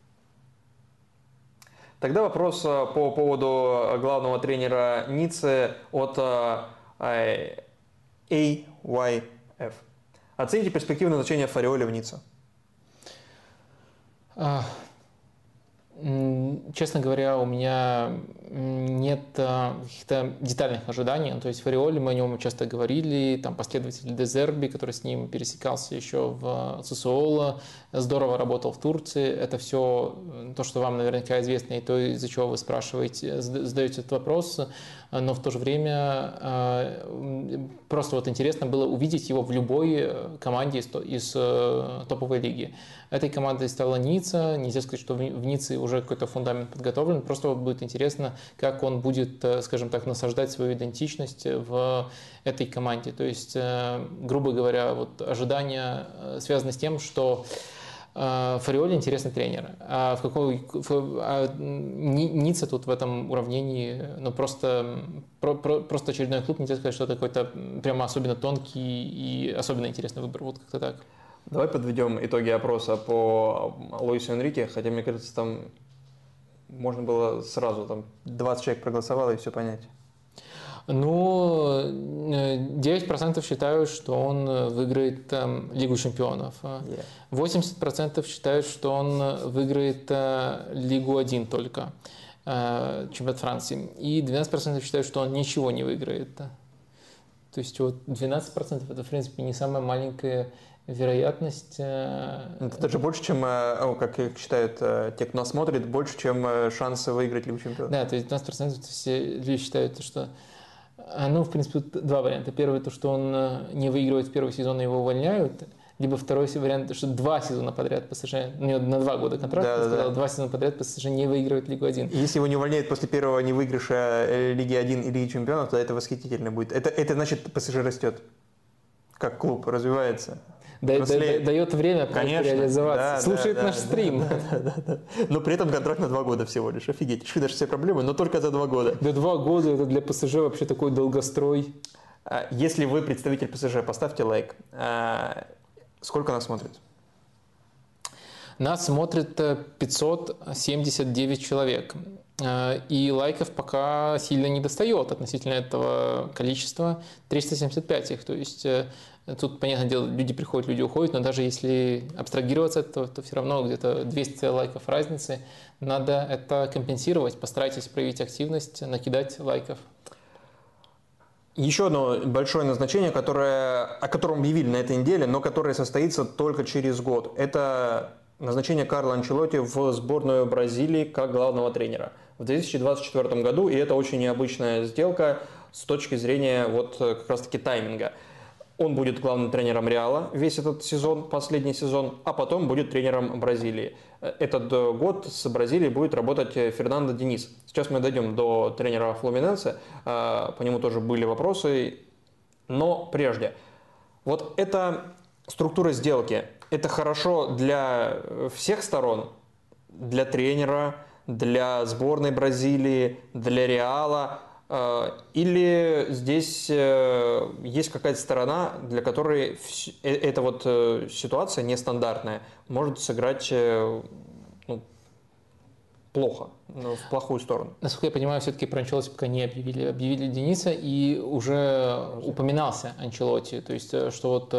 Тогда вопрос по поводу главного тренера Ниццы от AYF. Оцените перспективы назначения Фариоли в Ницце. Честно говоря, у меня нет каких-то детальных ожиданий. То есть Фариоли, мы о нем часто говорили, там последователь Дезерби, который с ним пересекался еще в Сассуоло, здорово работал в Турции. Это все то, что вам наверняка известно, и то, из-за чего вы спрашиваете, задаете этот вопрос. Но в то же время просто вот интересно было увидеть его в любой команде из топовой лиги. Этой командой стала Ницца. Нельзя сказать, что в Ницце уже какой-то фундамент подготовлен. Просто вот будет интересно, как он будет, скажем так, насаждать свою идентичность в этой команде. То есть, грубо говоря, вот ожидания связаны с тем, что Фариоли интересный тренер. Ницца тут в этом уравнении, ну просто очередной клуб, нельзя сказать, что это какой-то прямо особенно тонкий и особенно интересный выбор. Вот как-то так. Давай подведем итоги опроса по Луису Энрике, хотя, мне кажется, там можно было сразу, там 20 человек проголосовало и все понять. Ну, 9% считают, что он выиграет Лигу чемпионов. 80% считают, что он выиграет Лигу 1 только, чемпионат Франции. И 12% считают, что он ничего не выиграет. То есть вот 12% это, в принципе, не самая маленькая вероятность. Это даже больше, чем, как считают те, кто нас смотрит, больше, чем шансы выиграть Лигу чемпионов. Да, то есть 12% все люди считают, что... Ну, в принципе, два варианта. Первый, то, что он не выигрывает в первый сезон, и его увольняют. Либо второй вариант, что 2 сезона подряд ПСЖ, на 2 года контракт, сказал, 2 сезона подряд ПСЖ не выигрывает Лигу 1. Если его не увольняют после первого невыигрыша Лиги 1 и Лиги чемпионов, то это восхитительно будет. Это значит, ПСЖ растет, как клуб развивается. Дает время реализоваться. Да, слушает наш стрим. Да. Но при этом контракт на 2 года всего лишь. Офигеть. Реши даже все проблемы, но только за 2 года. Да, 2 года это для ПСЖ вообще такой долгострой. Если вы представитель ПСЖ, поставьте лайк. Сколько нас смотрит? Нас смотрит 579 человек. И лайков пока сильно не достает относительно этого количества. 375 их. То есть тут, понятное дело, люди приходят, люди уходят, но даже если абстрагироваться от этого, то все равно где-то 200 лайков разницы. Надо это компенсировать. Постарайтесь проявить активность, накидать лайков. Еще одно большое назначение, о котором объявили на этой неделе, но которое состоится только через год. Это назначение Карло Анчелотти в сборную Бразилии как главного тренера в 2024 году. И это очень необычная сделка с точки зрения вот как раз-таки тайминга. Он будет главным тренером Реала весь этот сезон, последний сезон, а потом будет тренером Бразилии. Этот год с Бразилией будет работать Фернандо Денис. Сейчас мы дойдем до тренера Флуминенсе, по нему тоже были вопросы. Но прежде, вот эта структура сделки, это хорошо для всех сторон, для тренера, для сборной Бразилии, для Реала. Или здесь есть какая-то сторона, для которой эта вот ситуация нестандартная может сыграть плохо, в плохую сторону. Насколько я понимаю, все-таки про Анчелотти пока не объявили. Объявили Дениса, и уже упоминался Анчелотти. То есть, что вот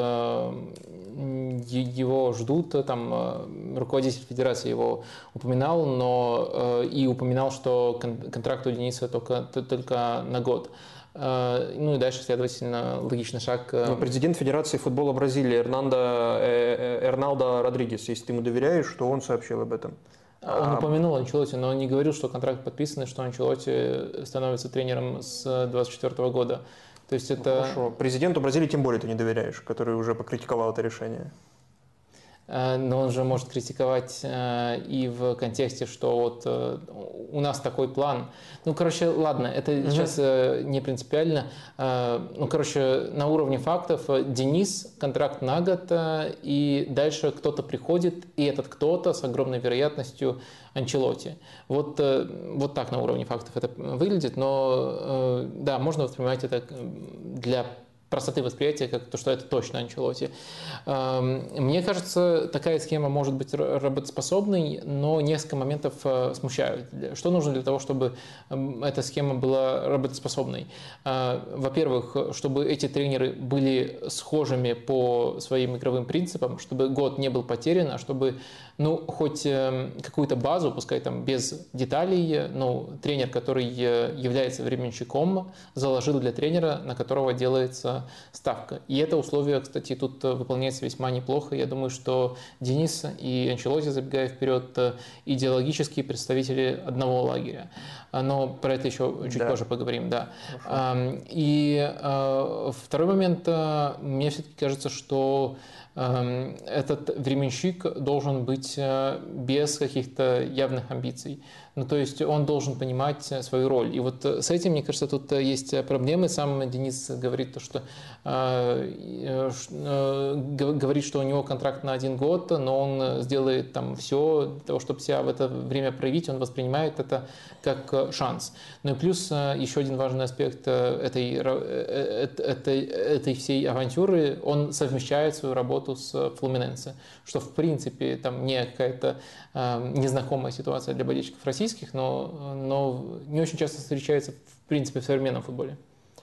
его ждут, там руководитель федерации его упоминал, но и упоминал, что контракт у Дениса только на год. Ну и дальше, следовательно, логичный шаг. Президент Федерации футбола Бразилии Эрналдо Родригес, если ты ему доверяешь, то он сообщил об этом. Он упомянул Анчелотти, но он не говорил, что контракт подписан, и что Анчелотти становится тренером с 2024 года. То есть это... Хорошо. Президенту Бразилии тем более ты не доверяешь, который уже покритиковал это решение. Но он же может критиковать и в контексте, что вот у нас такой план. Ну, короче, ладно, это сейчас не принципиально. Ну, короче, на уровне фактов Денис, контракт на год, и дальше кто-то приходит, и этот кто-то с огромной вероятностью Анчелотти. Вот так на уровне фактов это выглядит, но да, можно воспринимать это для простоты восприятия, как то, что это точно Анчелотти. Мне кажется, такая схема может быть работоспособной, но несколько моментов смущают. Что нужно для того, чтобы эта схема была работоспособной? Во-первых, чтобы эти тренеры были схожими по своим игровым принципам, чтобы год не был потерян, а чтобы хоть какую-то базу, пускай там без деталей, тренер, который является временщиком, заложил для тренера, на которого делается ставка. И это условие, кстати, тут выполняется весьма неплохо. Я думаю, что Денис и Анчелотти, забегая вперед, идеологические представители одного лагеря. Но про это еще чуть позже поговорим, да. И второй момент, мне все-таки кажется, что этот временщик должен быть без каких-то явных амбиций. То есть он должен понимать свою роль. И вот с этим, мне кажется, тут есть проблемы. Сам Денис говорит, что у него контракт на 1 год, но он сделает там все для того, чтобы себя в это время проявить. Он воспринимает это как шанс. Ну и плюс еще один важный аспект этой всей авантюры, он совмещает свою работу с Флуминенсе, что в принципе там не какая-то незнакомая ситуация для болельщиков российских, но не очень часто встречается в принципе в современном футболе.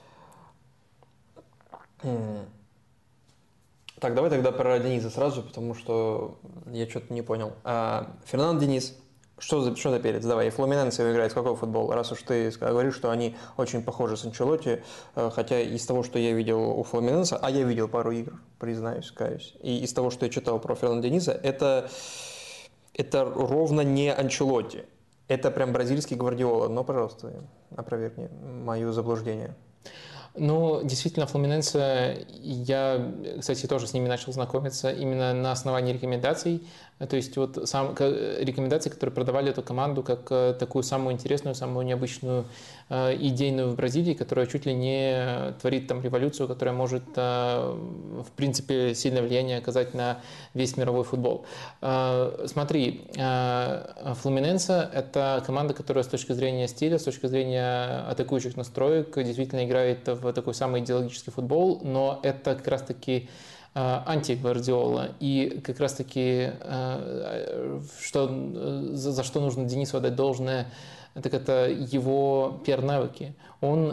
Так, давай тогда про Дениса сразу, потому что я что-то не понял. Фернандо Денис, что за перец? Давай, и Флуминенсе играет в какой футбол? Раз уж ты говоришь, что они очень похожи с Анчелотти, хотя из того, что я видел у Флуминенса, а я видел пару игр, признаюсь, каюсь, и из того, что я читал про Фернандо Дениса, это ровно не Анчелотти. Это прям бразильский Гвардиола. Но, пожалуйста, опровергни мое заблуждение. Действительно, Флуминенсе, я, кстати, тоже с ними начал знакомиться именно на основании рекомендаций. То есть рекомендации, которые продавали эту команду как такую самую интересную, самую необычную, идейную в Бразилии, которая чуть ли не творит там революцию, которая может, в принципе, сильное влияние оказать на весь мировой футбол. Смотри, Флуминенсе – это команда, которая с точки зрения стиля, с точки зрения атакующих настроек действительно играет в такой самый идеологический футбол, но это как раз-таки анти-Гвардиола. И как раз-таки за что нужно Денису отдать должное, так это его пиар-навыки. Он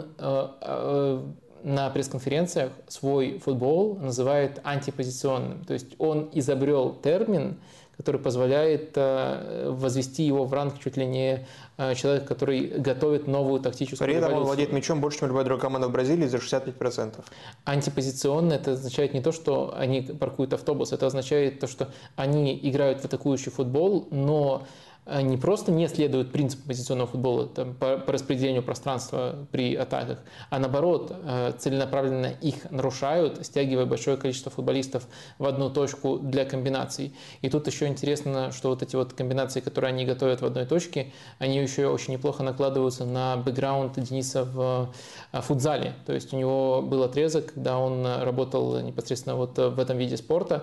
на пресс-конференциях свой футбол называет антипозиционным. То есть он изобрел термин, который позволяет возвести его в ранг чуть ли не человека, который готовит новую тактическую революцию. При этом он владеет мячом больше, чем любая другая команда в Бразилии, за 65%. Антипозиционно это означает не то, что они паркуют автобус, это означает то, что они играют в атакующий футбол, но не просто не следуют принципу позиционного футбола по распределению пространства при атаках, а наоборот целенаправленно их нарушают, стягивая большое количество футболистов в одну точку для комбинаций. И тут еще интересно, что вот эти вот комбинации, которые они готовят в одной точке, они еще очень неплохо накладываются на бэкграунд Дениса в футзале. То есть у него был отрезок, когда он работал непосредственно вот в этом виде спорта,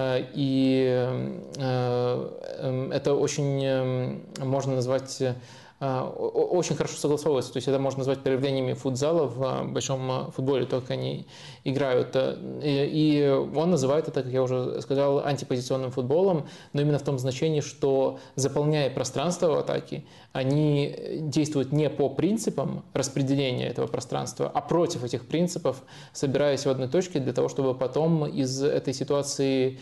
и это очень можно назвать, очень хорошо согласовывается. То есть это можно назвать проявлениями футзала в большом футболе, то, как они играют. И он называет это, как я уже сказал, антипозиционным футболом, но именно в том значении, что, заполняя пространство в атаке, они действуют не по принципам распределения этого пространства, а против этих принципов, собираясь в одной точке для того, чтобы потом из этой ситуации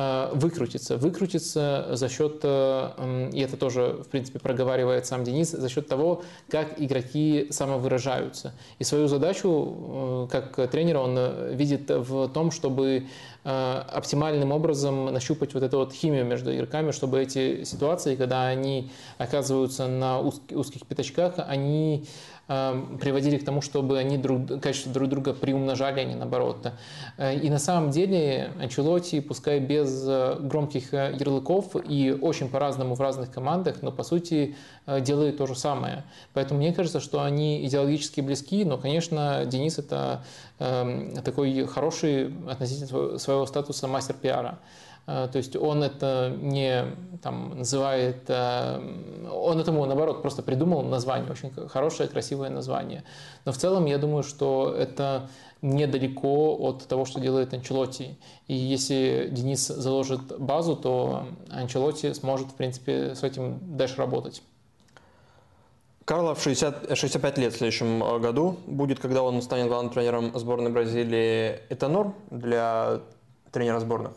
выкрутиться за счет, и это тоже, в принципе, проговаривает сам Денис, за счет того, как игроки самовыражаются. И свою задачу, как тренера, он видит в том, чтобы оптимальным образом нащупать вот эту вот химию между игроками, чтобы эти ситуации, когда они оказываются на узких пятачках, они приводили к тому, чтобы они качество друг друга приумножали, а не наоборот. И на самом деле Анчелотти, пускай без громких ярлыков и очень по-разному в разных командах, но по сути делает то же самое. Поэтому мне кажется, что они идеологически близки, но, конечно, Денис это такой хороший относительно своего статуса мастер пиара. То есть он это не там, называет, он этому, наоборот, просто придумал название, очень хорошее, красивое название. Но в целом я думаю, что это недалеко от того, что делает Анчелотти. И если Денис заложит базу, то Анчелотти сможет, в принципе, с этим дальше работать. Карло в 65 лет в следующем году будет, когда он станет главным тренером сборной Бразилии. Это норм для тренера сборных?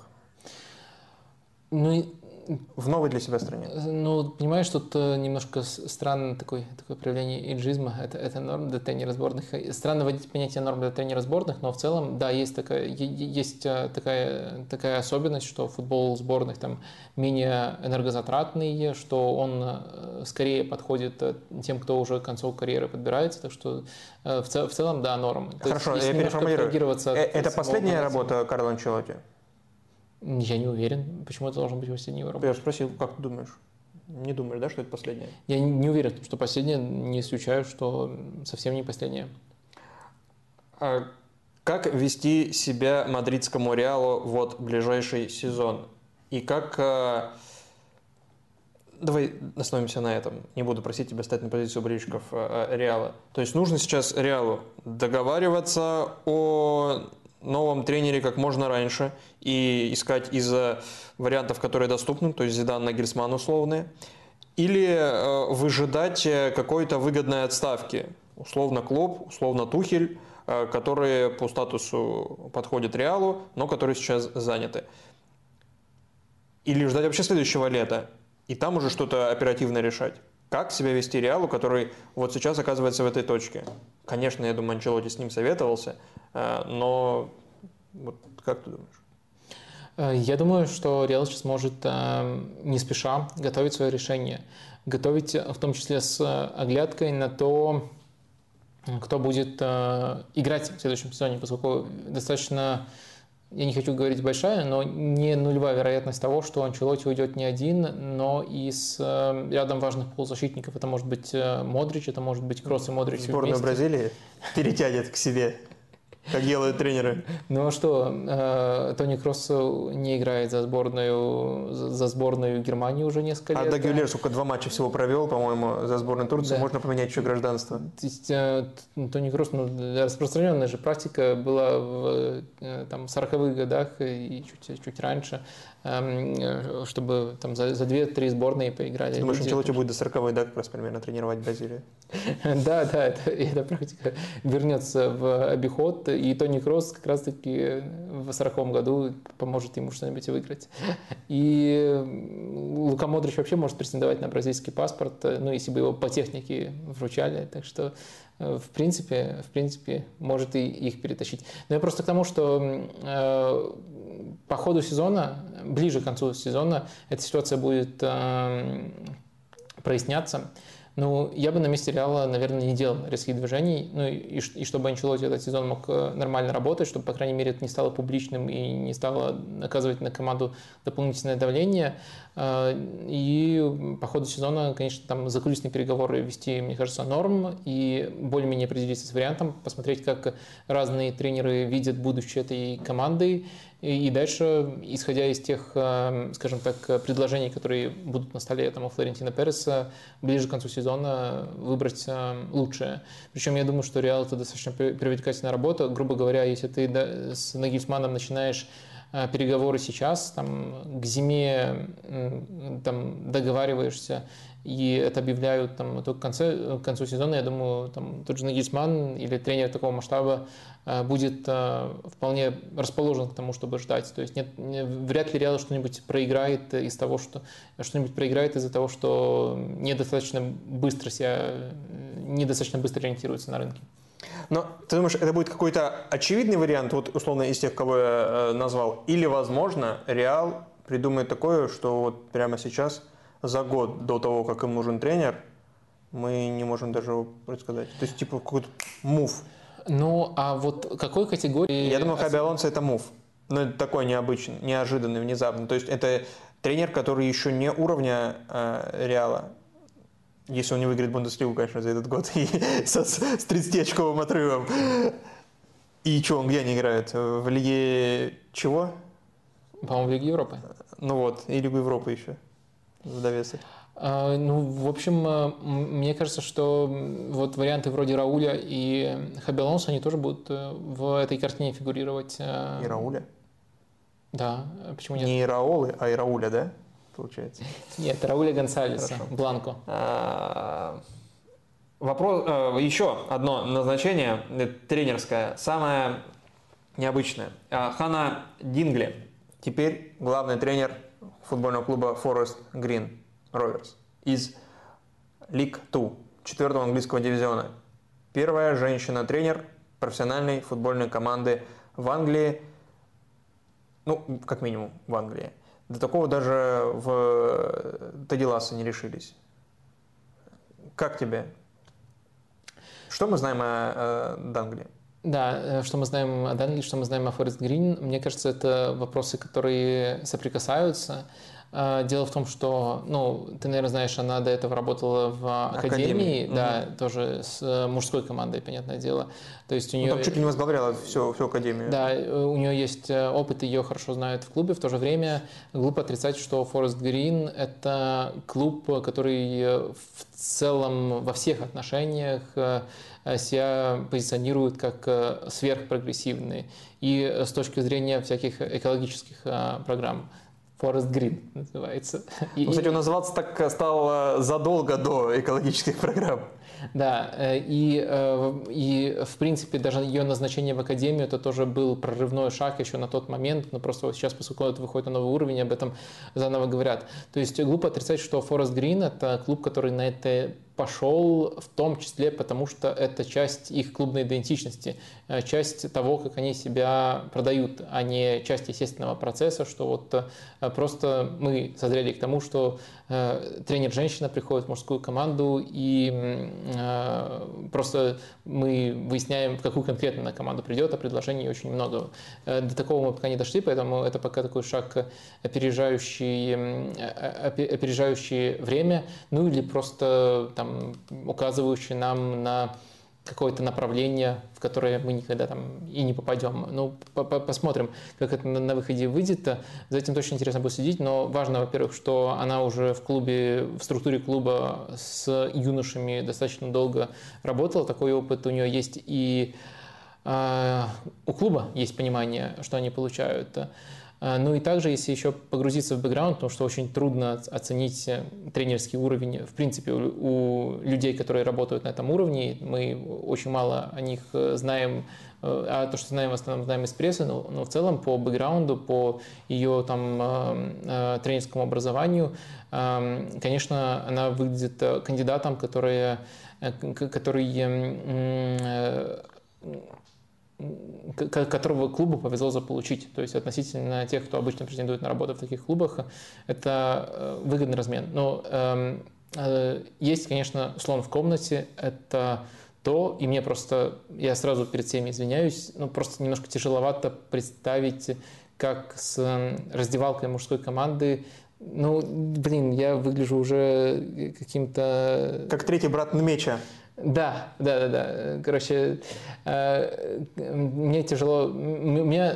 Ну, в новой для себя стране? Ну, понимаешь, тут немножко странное такое проявление эйджизма. Это норм для тренера сборных. Странно вводить понятие норм для тренера сборных, но в целом, да, есть такая особенность, что футбол сборных там менее энергозатратный, что он скорее подходит тем, кто уже к концу карьеры подбирается. Так что в целом, да, норм. Хорошо, я переформулирую. Это последняя работа Карло Анчелотти? Я не уверен, почему это должен быть последний его работа. Я спросил, как ты думаешь? Не думаешь, да, что это последняя? Я не уверен, что последняя, не исключаю, что совсем не последняя. А как вести себя мадридскому Реалу вот ближайший сезон? И как... Давай остановимся на этом. Не буду просить тебя стать на позицию болельщиков Реала. То есть нужно сейчас Реалу договариваться о новом тренере как можно раньше и искать из вариантов, которые доступны, то есть Зидан, Нагельсман условные, или выжидать какой-то выгодной отставки, условно Клоп, условно Тухель, которые по статусу подходят Реалу, но которые сейчас заняты. Или ждать вообще следующего лета, и там уже что-то оперативно решать. Как себя вести Реалу, который вот сейчас оказывается в этой точке? Конечно, я думаю, Анчелотти с ним советовался, но вот как ты думаешь? Я думаю, что Реал сейчас может не спеша готовить свое решение. Готовить в том числе с оглядкой на то, кто будет играть в следующем сезоне, поскольку достаточно, я не хочу говорить большая, но не нулевая вероятность того, что Анчелотти уйдет не один, но и с рядом важных полузащитников. Это может быть Модрич, это может быть Кросс и Модрич вместе. Сборную Бразилии перетянет к себе, как делают тренеры. Ну а что, Тони Кросс не играет за сборную Германии уже несколько лет. А Дагюлер, сколько 2 матча всего провел, по-моему, за сборную Турции, да. Можно поменять еще гражданство. То есть Тони Кросс, распространенная же практика была в 40-х годах и чуть раньше, чтобы там за 2-3 сборные поиграли. Ты думаешь, Анчелотти будет до 40-х, да, как раз примерно тренировать Бразилию? Да, эта практика вернется в обиход, и Тони Кросс как раз-таки в 40-м году поможет ему что-нибудь выиграть. И Лука Модрич вообще может претендовать на бразильский паспорт, ну, если бы его по технике вручали, так что в принципе, может и их перетащить. Но я просто к тому, что по ходу сезона, ближе к концу сезона, эта ситуация будет проясняться. Ну, я бы на месте Реала, наверное, не делал резких движений, ну и чтобы Анчелотти этот сезон мог нормально работать, чтобы, по крайней мере, это не стало публичным и не стало оказывать на команду дополнительное давление. И по ходу сезона, конечно, там закулисные переговоры вести, мне кажется, норм, и более-менее определиться с вариантом, посмотреть, как разные тренеры видят будущее этой команды, и дальше, исходя из тех, скажем так, предложений, которые будут на столе там, у Флорентино Переса, ближе к концу сезона выбрать лучшее. Причем я думаю, что Реал это достаточно привлекательная работа. Грубо говоря, если ты с Нагельсманом начинаешь переговоры сейчас, там, к зиме там, договариваешься, и это объявляют там, только к концу сезона, я думаю, там, тот же Нагельсман или тренер такого масштаба будет вполне расположен к тому, чтобы ждать. То есть вряд ли Реал что-нибудь проиграет из-за того, что недостаточно быстро ориентируется на рынке. Но ты думаешь, это будет какой-то очевидный вариант, вот условно из тех, кого я назвал, или, возможно, Реал придумает такое, что вот прямо сейчас, за год до того, как им нужен тренер, мы не можем даже его предсказать. То есть, типа, какой-то мув. Ну, а вот какой категории... Я думаю, Хаби Алонсо это мув. Но это такой необычный, неожиданный, внезапный. То есть, это тренер, который еще не уровня Реала. Если он не выиграет Бундеслигу, конечно, за этот год. И с 30-очковым отрывом. И что, он где они играют? В Лиге чего? По-моему, в Лиге Европы. Ну вот, и Лигу Европы еще в довесок. Ну, в общем, мне кажется, что вот варианты вроде Рауля и Хаби Алонсо, они тоже будут в этой картине фигурировать. И Рауля? Да, почему нет? Не Ираолы, а Ирауля, да, получается? Нет, Рауля Гонсалеса, Хорошо. Бланко. Вопрос, еще одно назначение тренерское, самое необычное. Хана Дингли, теперь главный тренер футбольного клуба Forest Green Rovers из League 2, 4-го английского дивизиона. Первая женщина-тренер профессиональной футбольной команды в Англии, ну, как минимум в Англии. До такого даже в Тедди Лассо не решились. Как тебе? Что мы знаем о Данглии? Да, что мы знаем о Данглии, что мы знаем о Форест Грин, мне кажется, это вопросы, которые соприкасаются. Дело в том, что, ну, ты, наверное, знаешь, она до этого работала в академии, да, тоже с мужской командой, понятное дело. То есть у нее... там чуть ли не возглавляла всю академию. Да, у нее есть опыт, ее хорошо знают в клубе. В то же время глупо отрицать, что Форест Грин – это клуб, который в целом во всех отношениях себя позиционирует как сверхпрогрессивный. И с точки зрения всяких экологических программ. Forest Green называется. Кстати, он называться так стал задолго до экологических программ. Да, и в принципе даже ее назначение в академию это тоже был прорывной шаг еще на тот момент, но просто вот сейчас, поскольку это выходит на новый уровень, об этом заново говорят. То есть глупо отрицать, что Forest Green это клуб, который на это пошел, в том числе потому, что это часть их клубной идентичности, часть того, как они себя продают, а не часть естественного процесса, что вот просто мы созрели к тому, что тренер-женщина приходит в мужскую команду, и просто мы выясняем, в какую конкретно она команду придет, а предложений очень много. До такого мы пока не дошли, поэтому это пока такой шаг, опережающий время, ну или просто там, указывающий нам на какое-то направление, в которое мы никогда там и не попадем. Ну, посмотрим, как это на выходе выйдет. За этим точно интересно будет следить, но важно, во-первых, что она уже в клубе, в структуре клуба с юношами достаточно долго работала. Такой опыт у нее есть, и у клуба есть понимание, что они получают. Ну и также, если еще погрузиться в бэкграунд, потому что очень трудно оценить тренерский уровень, в принципе, у людей, которые работают на этом уровне. Мы очень мало о них знаем, а то, что знаем, в основном знаем из прессы, но в целом по бэкграунду, по ее там тренерскому образованию, конечно, она выглядит кандидатом, который которого клубу повезло заполучить. То есть относительно тех, кто обычно претендует на работу в таких клубах, это выгодный размен. Но есть, конечно, слон в комнате, это то, и мне просто, я сразу перед всеми извиняюсь, но просто немножко тяжеловато представить, как с раздевалкой мужской команды. Ну, блин, я выгляжу уже каким-то... Как третий брат Нмеча. Да. Короче, мне тяжело. Я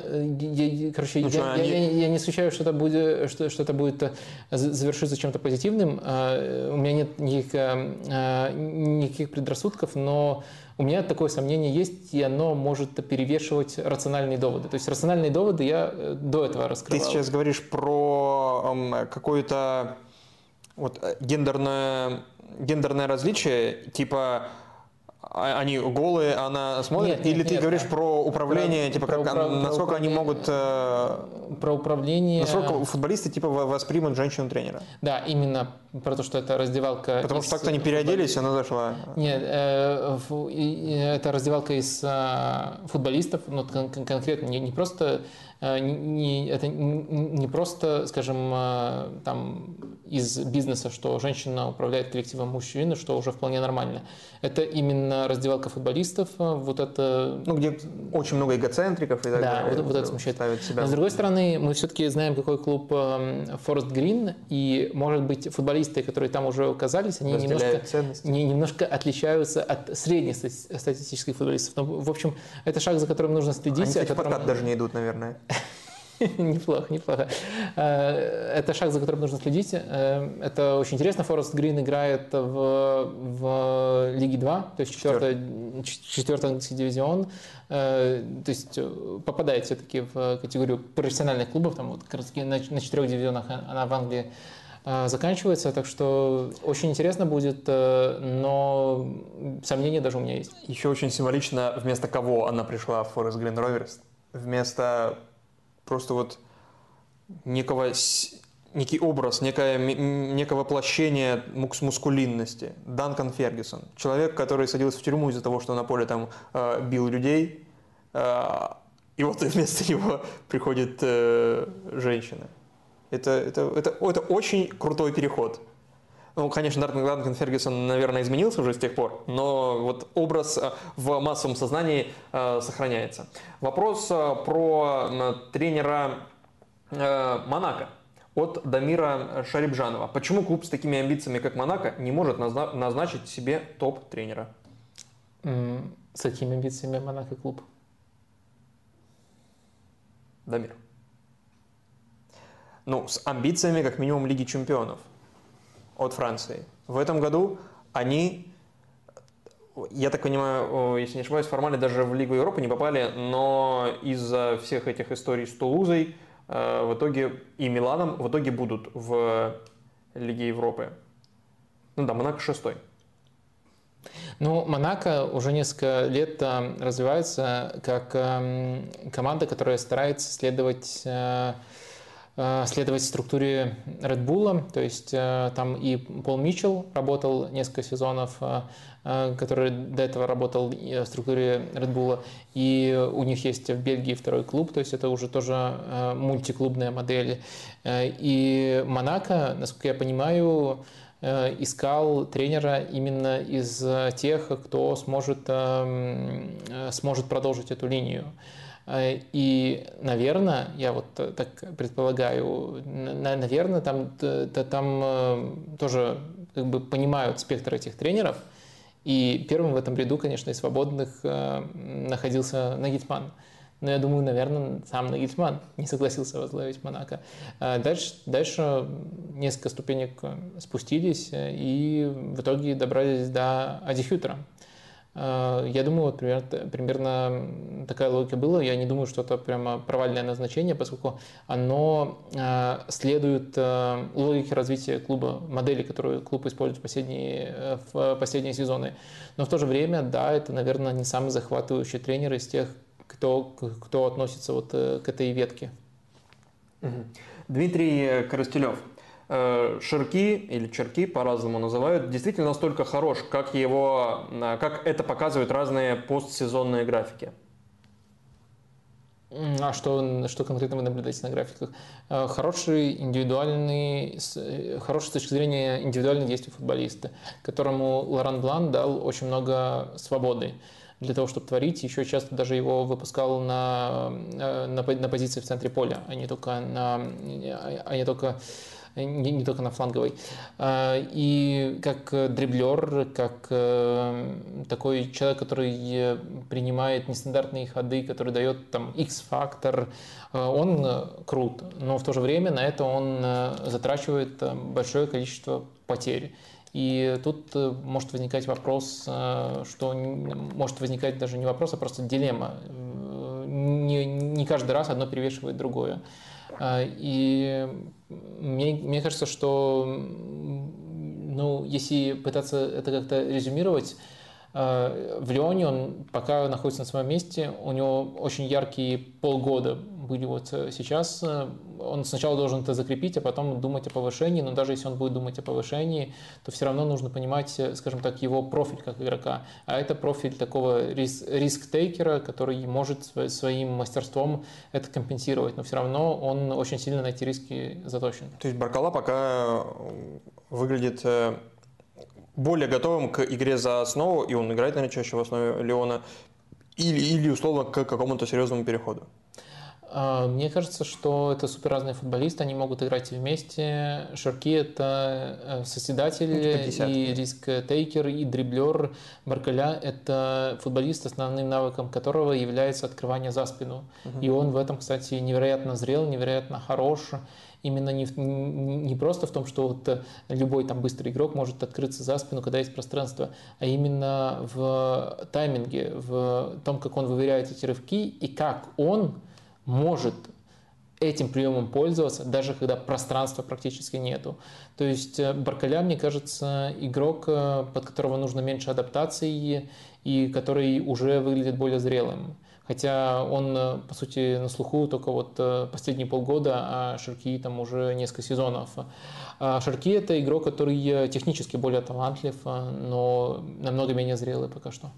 не исключаю, что это будет завершиться чем-то позитивным. У меня нет никаких предрассудков, но у меня такое сомнение есть, и оно может перевешивать рациональные доводы. То есть рациональные доводы я до этого раскрывал. Ты сейчас говоришь про какое-то вот гендерное различие, типа они голые, она смотрит, или ты говоришь про управление, насколько они могут... Про управление... Насколько футболисты типа воспримут женщину-тренера? Да, именно про то, что это раздевалка... Потому что так-то они переоделись, она зашла. Нет, это раздевалка из футболистов, но конкретно не просто... Это не просто, скажем, там из бизнеса, что женщина управляет коллективом мужчины, что уже вполне нормально. Это именно раздевалка футболистов, вот это... Ну, где очень много эгоцентриков и так далее. Да, вот это смущает. Но с другой стороны, мы все-таки знаем, какой клуб Forest Green, и, может быть, футболисты, которые там уже оказались, они немножко отличаются от средних статистических футболистов. Но, в общем, это шаг, за которым нужно следить. Они, кстати, в подкат даже не идут, наверное. Неплохо, неплохо. Это шаг, за которым нужно следить. Это очень интересно. Форест Грин играет в Лиге 2, то есть четвертый английский дивизион. То есть попадает все-таки в категорию профессиональных клубов. Там вот как раз на 4 дивизионах она в Англии заканчивается, так что очень интересно будет, но сомнения даже у меня есть. Еще очень символично, вместо кого она пришла в Форест Грин Роверс. Вместо просто вот некий образ, некое воплощение мускулинности. Данкан Фергюсон. Человек, который садился в тюрьму из-за того, что на поле там бил людей. И вот вместо него приходит женщина. Это очень крутой переход. Ну, конечно, Данкан Фергюсон, наверное, изменился уже с тех пор, но вот образ в массовом сознании сохраняется. Вопрос про тренера Монако от Дамира Шарибжанова. Почему клуб с такими амбициями, как Монако, не может назначить себе топ-тренера? С какими амбициями Монако клуб? Дамир. Ну, с амбициями, как минимум, Лиги чемпионов от Франции. В этом году они, я так понимаю, если не ошибаюсь, формально даже в Лигу Европы не попали, но из-за всех этих историй с Тулузой в итоге и Миланом в итоге будут в Лиге Европы. Ну да, Монако 6-й. Ну, Монако уже несколько лет развивается как команда, которая старается следовать структуре Red Bull, то есть там и Пол Митчелл работал несколько сезонов, который до этого работал в структуре Red Bull, и у них есть в Бельгии второй клуб, то есть это уже тоже мультиклубная модель. И Монако, насколько я понимаю, искал тренера именно из тех, кто сможет продолжить эту линию. И, наверное, я вот так предполагаю, наверное, там тоже как бы понимают спектр этих тренеров. И первым в этом ряду, конечно, из свободных находился Нагельсманн. Но я думаю, наверное, сам Нагельсманн не согласился возглавить Монако. Дальше несколько ступенек спустились и в итоге добрались до Ади Хютера. Я думаю, вот примерно такая логика была. Я не думаю, что это прямо провальное назначение, поскольку оно следует логике развития клуба, модели, которую клуб использует в последние сезоны. Но в то же время, да, это, наверное, не самый захватывающий тренер из тех, кто относится вот к этой ветке. Дмитрий Коростелев. Ширки или Черки, по-разному называют, действительно настолько хорош, как это показывают разные постсезонные графики? А что конкретно вы наблюдаете на графиках? Хороший с точки зрения индивидуальных действий футболиста, которому Лоран Блан дал очень много свободы для того, чтобы творить. Еще часто даже его выпускал на позиции в центре поля, а не только на фланговой. И как дриблер, как такой человек, который принимает нестандартные ходы, который дает там X-фактор, он крут. Но в то же время на это он затрачивает большое количество потерь. И тут может возникать вопрос, что может возникать даже не вопрос, а просто дилемма. Не каждый раз одно перевешивает другое. И мне кажется, что если пытаться это как-то резюмировать, в Лионе он пока находится на своем месте, у него очень яркие полгода были вот сейчас. Он сначала должен это закрепить, а потом думать о повышении, но даже если он будет думать о повышении, то все равно нужно понимать, скажем так, его профиль как игрока. А это профиль такого риск-тейкера, который может своим мастерством это компенсировать, но все равно он очень сильно на эти риски заточен. То есть Баркала пока выглядит более готовым к игре за основу, и он играет, наверное, чаще в основе Лиона, или условно к какому-то серьезному переходу? Мне кажется, что это супер разные футболисты, они могут играть вместе. Шарки – это созидатель и риск-тейкер, и дриблер. Баркаля – это футболист, основным навыком которого является открывание за спину. И он в этом, кстати, невероятно зрел, невероятно хорош. Именно не просто в том, что вот любой там быстрый игрок может открыться за спину, когда есть пространство, а именно в тайминге, в том, как он выверяет эти рывки и как он может этим приемом пользоваться, даже когда пространства практически нету. То есть Баркаля, мне кажется, игрок, под которого нужно меньше адаптации и который уже выглядит более зрелым. Хотя он, по сути, на слуху только вот последние полгода, а Шарки там уже несколько сезонов. А Шарки – это игрок, который технически более талантлив, но намного менее зрелый пока что.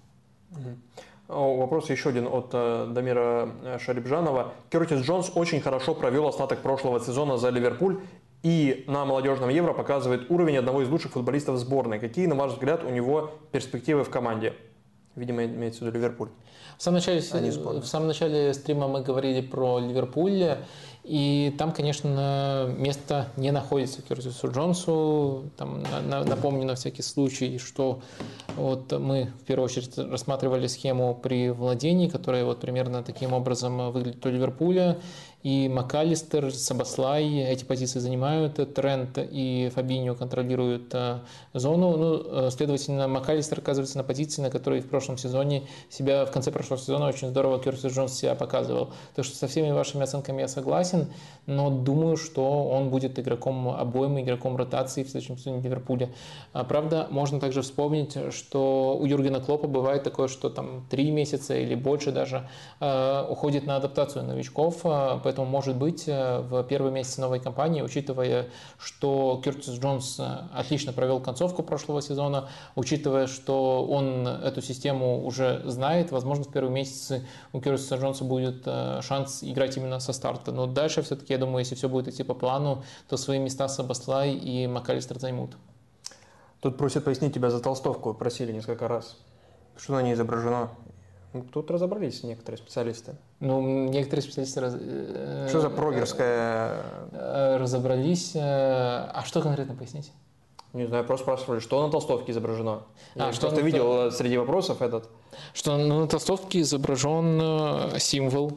Вопрос еще один от Дамира Шарибжанова. Кертис Джонс очень хорошо провел остаток прошлого сезона за Ливерпуль и на молодежном Евро показывает уровень одного из лучших футболистов сборной. Какие, на ваш взгляд, у него перспективы в команде? Видимо, имеется в виду Ливерпуль. В самом начале стрима мы говорили про Ливерпуль, и там, конечно, место не находится Кертису Джонсу. Там, напомню на всякий случай, что вот мы в первую очередь рассматривали схему при владении, которая вот примерно таким образом выглядит у Ливерпуля. И МакАлистер, Сабослай эти позиции занимают, Трент и Фабиньо контролируют зону. Ну, следовательно, МакАлистер оказывается на позиции, на которой в прошлом сезоне себя, в конце прошлого сезона очень здорово Кертис Джонс себя показывал. Так что со всеми вашими оценками я согласен, но думаю, что он будет игроком обоймы, игроком ротации в следующем сезоне Ливерпуля. Правда, можно также вспомнить, что у Юргена Клоппа бывает такое, что там 3 месяца или больше даже уходит на адаптацию новичков. Поэтому, может быть, в первые месяцы новой кампании, учитывая, что Кертис Джонс отлично провел концовку прошлого сезона, учитывая, что он эту систему уже знает, возможно, в первые месяцы у Кертиса Джонса будет шанс играть именно со старта. Но дальше все-таки, я думаю, если все будет идти по плану, то свои места Сабослай и МакАлистер займут. Тут просят пояснить тебя за толстовку, просили несколько раз. Что на ней изображено? Тут разобрались некоторые специалисты. Ну, некоторые специалисты... Что за прогерская... Разобрались. А что конкретно пояснить? Не знаю, просто спрашивали, что на толстовке изображено. Я что просто видел среди вопросов этот. Что на толстовке изображен символ.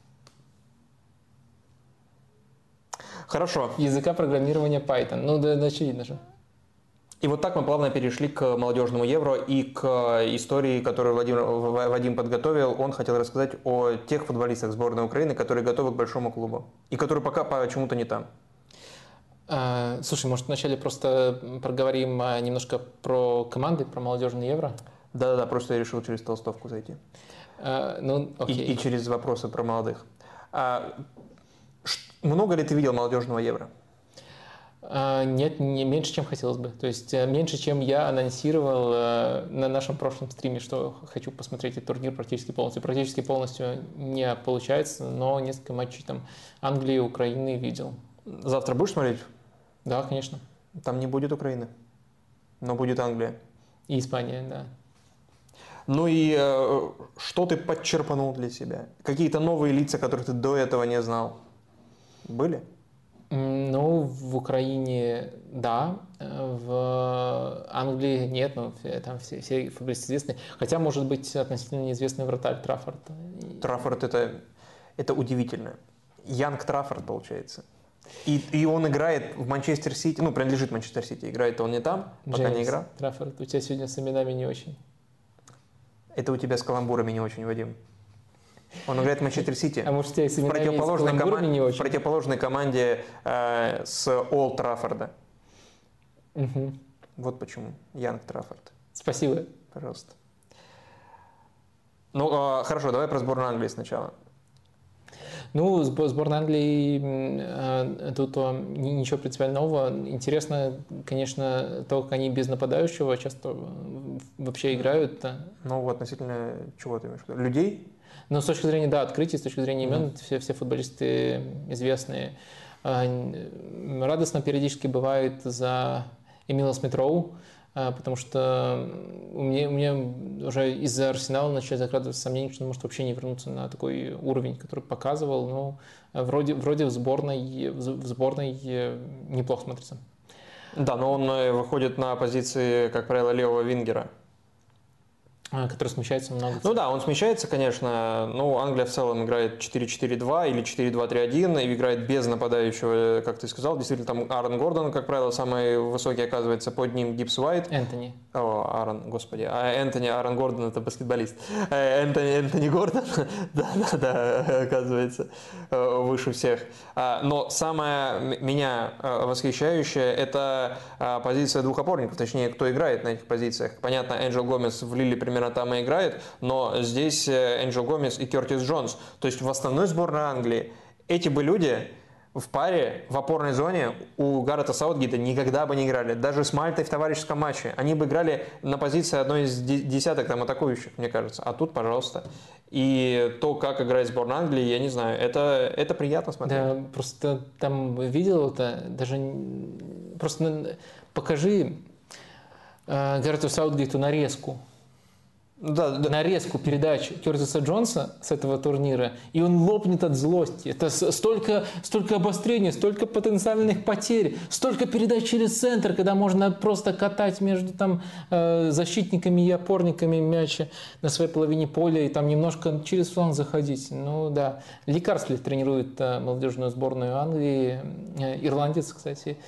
Хорошо. Языка программирования Python. Ну, да, очевидно же. И вот так мы плавно перешли к молодежному Евро и к истории, которую Вадим подготовил. Он хотел рассказать о тех футболистах сборной Украины, которые готовы к большому клубу и которые пока почему-то не там. Слушай, может, вначале просто проговорим немножко про команды, про молодежный Евро? Да-да-да, просто я решил через толстовку зайти. Ну, окей. И через вопросы про молодых. Много ли ты видел молодежного Евро? Нет, не меньше, чем хотелось бы. То есть меньше, чем я анонсировал на нашем прошлом стриме, что хочу посмотреть этот турнир практически полностью. Практически полностью не получается, но несколько матчей там Англии, Украины видел. Завтра будешь смотреть? Да, конечно. Там не будет Украины, но будет Англия. И Испания, да. Ну и что ты подчерпнул для себя? Какие-то новые лица, которых ты до этого не знал, были? Ну, в Украине да, в Англии нет, но там все футболисты известные. Хотя, может быть, относительно неизвестный вратарь Траффорд. Траффорд это удивительно. Янг Траффорд, получается. И он играет в Манчестер Сити, ну, принадлежит Манчестер Сити, играет он не там, пока не играл. Траффорд, у тебя сегодня с именами не очень. Это у тебя с каламбурами не очень, Вадим. Он играет в Манчестер Сити. А может, у тебя с именами с каламбурами не очень? В противоположной команде с Олд Траффорда. Угу. Вот почему. Янг Траффорд. Спасибо. Пожалуйста. Ну, хорошо, давай про сборную Англии сначала. Ну, сборная Англии, тут ничего принципиально нового. Интересно, конечно, то, как они без нападающего часто вообще играют. Ну, вот относительно чего ты имеешь в виду? Людей? Ну, с точки зрения, да, открытий, с точки зрения имен, все футболисты известные. Радостно периодически бывает за Эмила Смит-Роу. потому что у меня уже из-за Арсенала начали закрадываться сомнения, что он может вообще не вернуться на такой уровень, который показывал. Но вроде в сборной неплохо смотрится. Да, но он выходит на позиции, как правило, левого вингера. Который смещается много. Ну да, он смещается, конечно. Ну, Англия в целом играет 4-4-2 или 4-2-3-1 и играет без нападающего, как ты сказал. Действительно, там Аарон Гордон, как правило, самый высокий оказывается, под ним Гибс Уайт. Энтони. Аарон, господи. Аарон Гордон — это баскетболист. Энтони Гордон, да, оказывается, выше всех. Но самое меня восхищающее — это позиция двух опорников, точнее, кто играет на этих позициях. Понятно, Энджел Гомес в Лилле примерно там и играет, но здесь Энджел Гомес и Кертис Джонс. То есть в основной сборной Англии эти бы люди в паре в опорной зоне у Гаррета Саутгейта никогда бы не играли. Даже с Мальтой в товарищеском матче. Они бы играли на позиции одной из десяток там атакующих, мне кажется. А тут, пожалуйста. И то, как играет сборная Англии, я не знаю, это приятно смотреть. Да, просто там видел это, даже просто покажи Гаррету Саутгейту нарезку. Да. Нарезку передач Кертиса Джонса с этого турнира, и он лопнет от злости. Это столько обострения, столько потенциальных потерь, столько передач через центр, когда можно просто катать между там защитниками и опорниками мяча на своей половине поля и там немножко через фланг заходить. Ну да, Лекарсли тренирует молодежную сборную Англии, ирландец, кстати.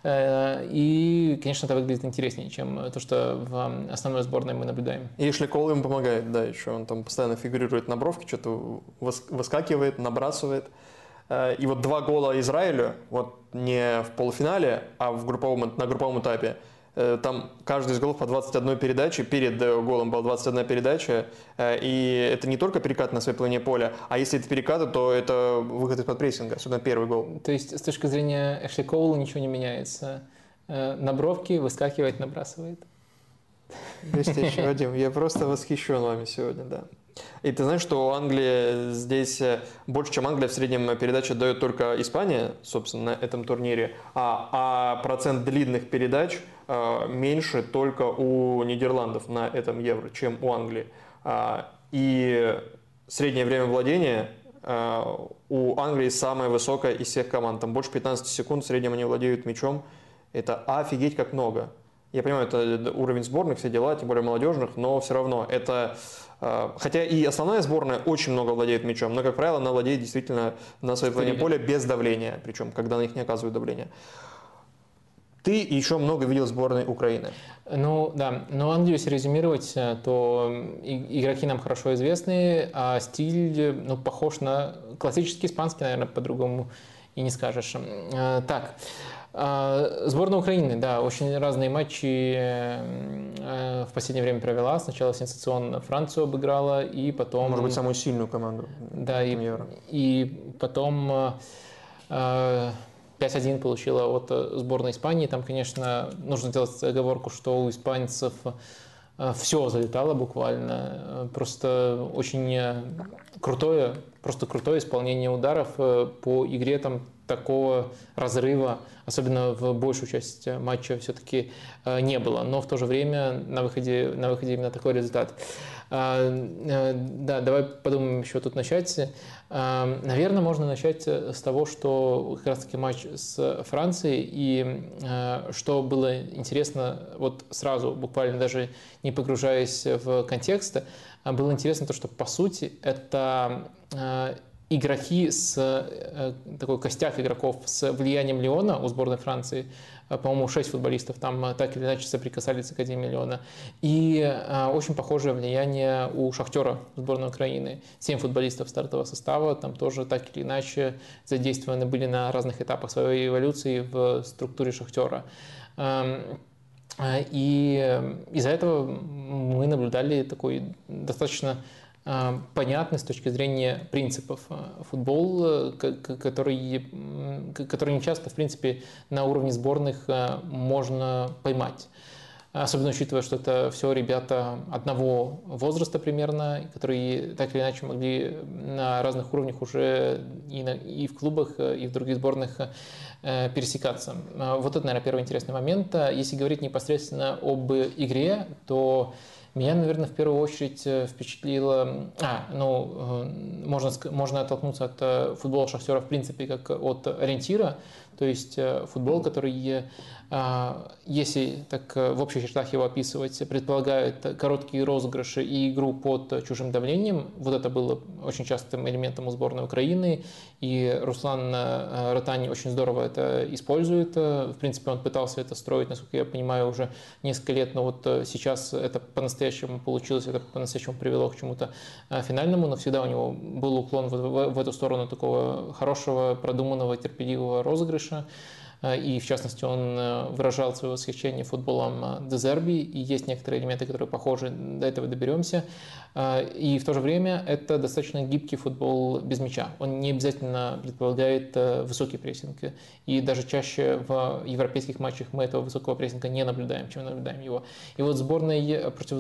И, конечно, это выглядит интереснее, чем то, что в основной сборной мы наблюдаем. И Эшли Коул ему помогает, да, еще он там постоянно фигурирует на бровке, что-то выскакивает, набрасывает. И вот 2 гола Израилю, вот не в полуфинале, а на групповом этапе, там каждый из голов по 21 передаче, перед голом была 21 передача, и это не только перекат на своей половине поля, а если это перекаты, то это выход из-под прессинга, особенно первый гол. То есть с точки зрения Эшли Коула ничего не меняется. На бровке выскакивает, набрасывает. Блестяще, Вадим, я просто восхищен вами сегодня, да. И ты знаешь, что у Англии здесь больше, чем Англия, в среднем передачи дает только Испания, собственно, на этом турнире, а процент длинных передач меньше только у Нидерландов на этом Евро, чем у Англии. И среднее время владения у Англии самое высокое из всех команд. Там больше 15 секунд в среднем они владеют мячом. Это офигеть как много. Я понимаю, это уровень сборных, все дела, тем более молодежных, но все равно это... Хотя и основная сборная очень много владеет мячом, но, как правило, она владеет действительно на своей половине поля без давления, причем, когда на них не оказывают давления. Ты еще много видел сборной Украины. Ну да, но Англию, если резюмировать, то игроки нам хорошо известны, а стиль похож на классический испанский, наверное, по-другому и не скажешь. Так, сборная Украины, да, очень разные матчи в последнее время провела. Сначала сенсационно Францию обыграла, и потом... Может быть, самую сильную команду. Да, и потом 5-1 получила от сборной Испании. Там, конечно, нужно делать оговорку, что у испанцев все залетало буквально. Просто очень крутое исполнение ударов по игре там такого разрыва, особенно в большую часть матча, все-таки не было. Но в то же время на выходе именно такой результат. Да, давай подумаем еще тут начать. Наверное, можно начать с того, что как раз-таки матч с Францией, и что было интересно, вот сразу, буквально даже не погружаясь в контекст, было интересно то, что по сути это игроки такой костяк игроков с влиянием Лиона у сборной Франции, по-моему, 6 футболистов там так или иначе соприкасались с Академией Лиона, и очень похожее влияние у Шахтера сборной Украины. 7 футболистов стартового состава там тоже так или иначе задействованы были на разных этапах своей эволюции в структуре Шахтера. И из-за этого мы наблюдали такой достаточно понятный с точки зрения принципов футбол, который не часто, в принципе, на уровне сборных можно поймать. особенно учитывая, что это все ребята одного возраста примерно, которые так или иначе могли на разных уровнях уже и в клубах, и в других сборных пересекаться. Вот это, наверное, первый интересный момент. Если говорить непосредственно об игре, то меня, наверное, в первую очередь впечатлило... можно оттолкнуться от футбола Шахтера в принципе как от ориентира, то есть футбол, который, если так в общих чертах его описывать, предполагает короткие розыгрыши и игру под чужим давлением. Вот это было очень частым элементом у сборной Украины, и Руслан Ротани очень здорово это использует. В принципе, он пытался это строить, насколько я понимаю, уже несколько лет, но вот сейчас это по-настоящему получилось, это по-настоящему привело к чему-то финальному, но всегда у него был уклон в эту сторону такого хорошего, продуманного, терпеливого розыгрыша. И, в частности, он выражал свое восхищение футболом Де Зерби, и есть некоторые элементы, которые похожи, до этого доберемся. И в то же время это достаточно гибкий футбол без мяча. Он не обязательно предполагает высокий прессинг, и даже чаще в европейских матчах мы этого высокого прессинга не наблюдаем, чем наблюдаем его. И вот против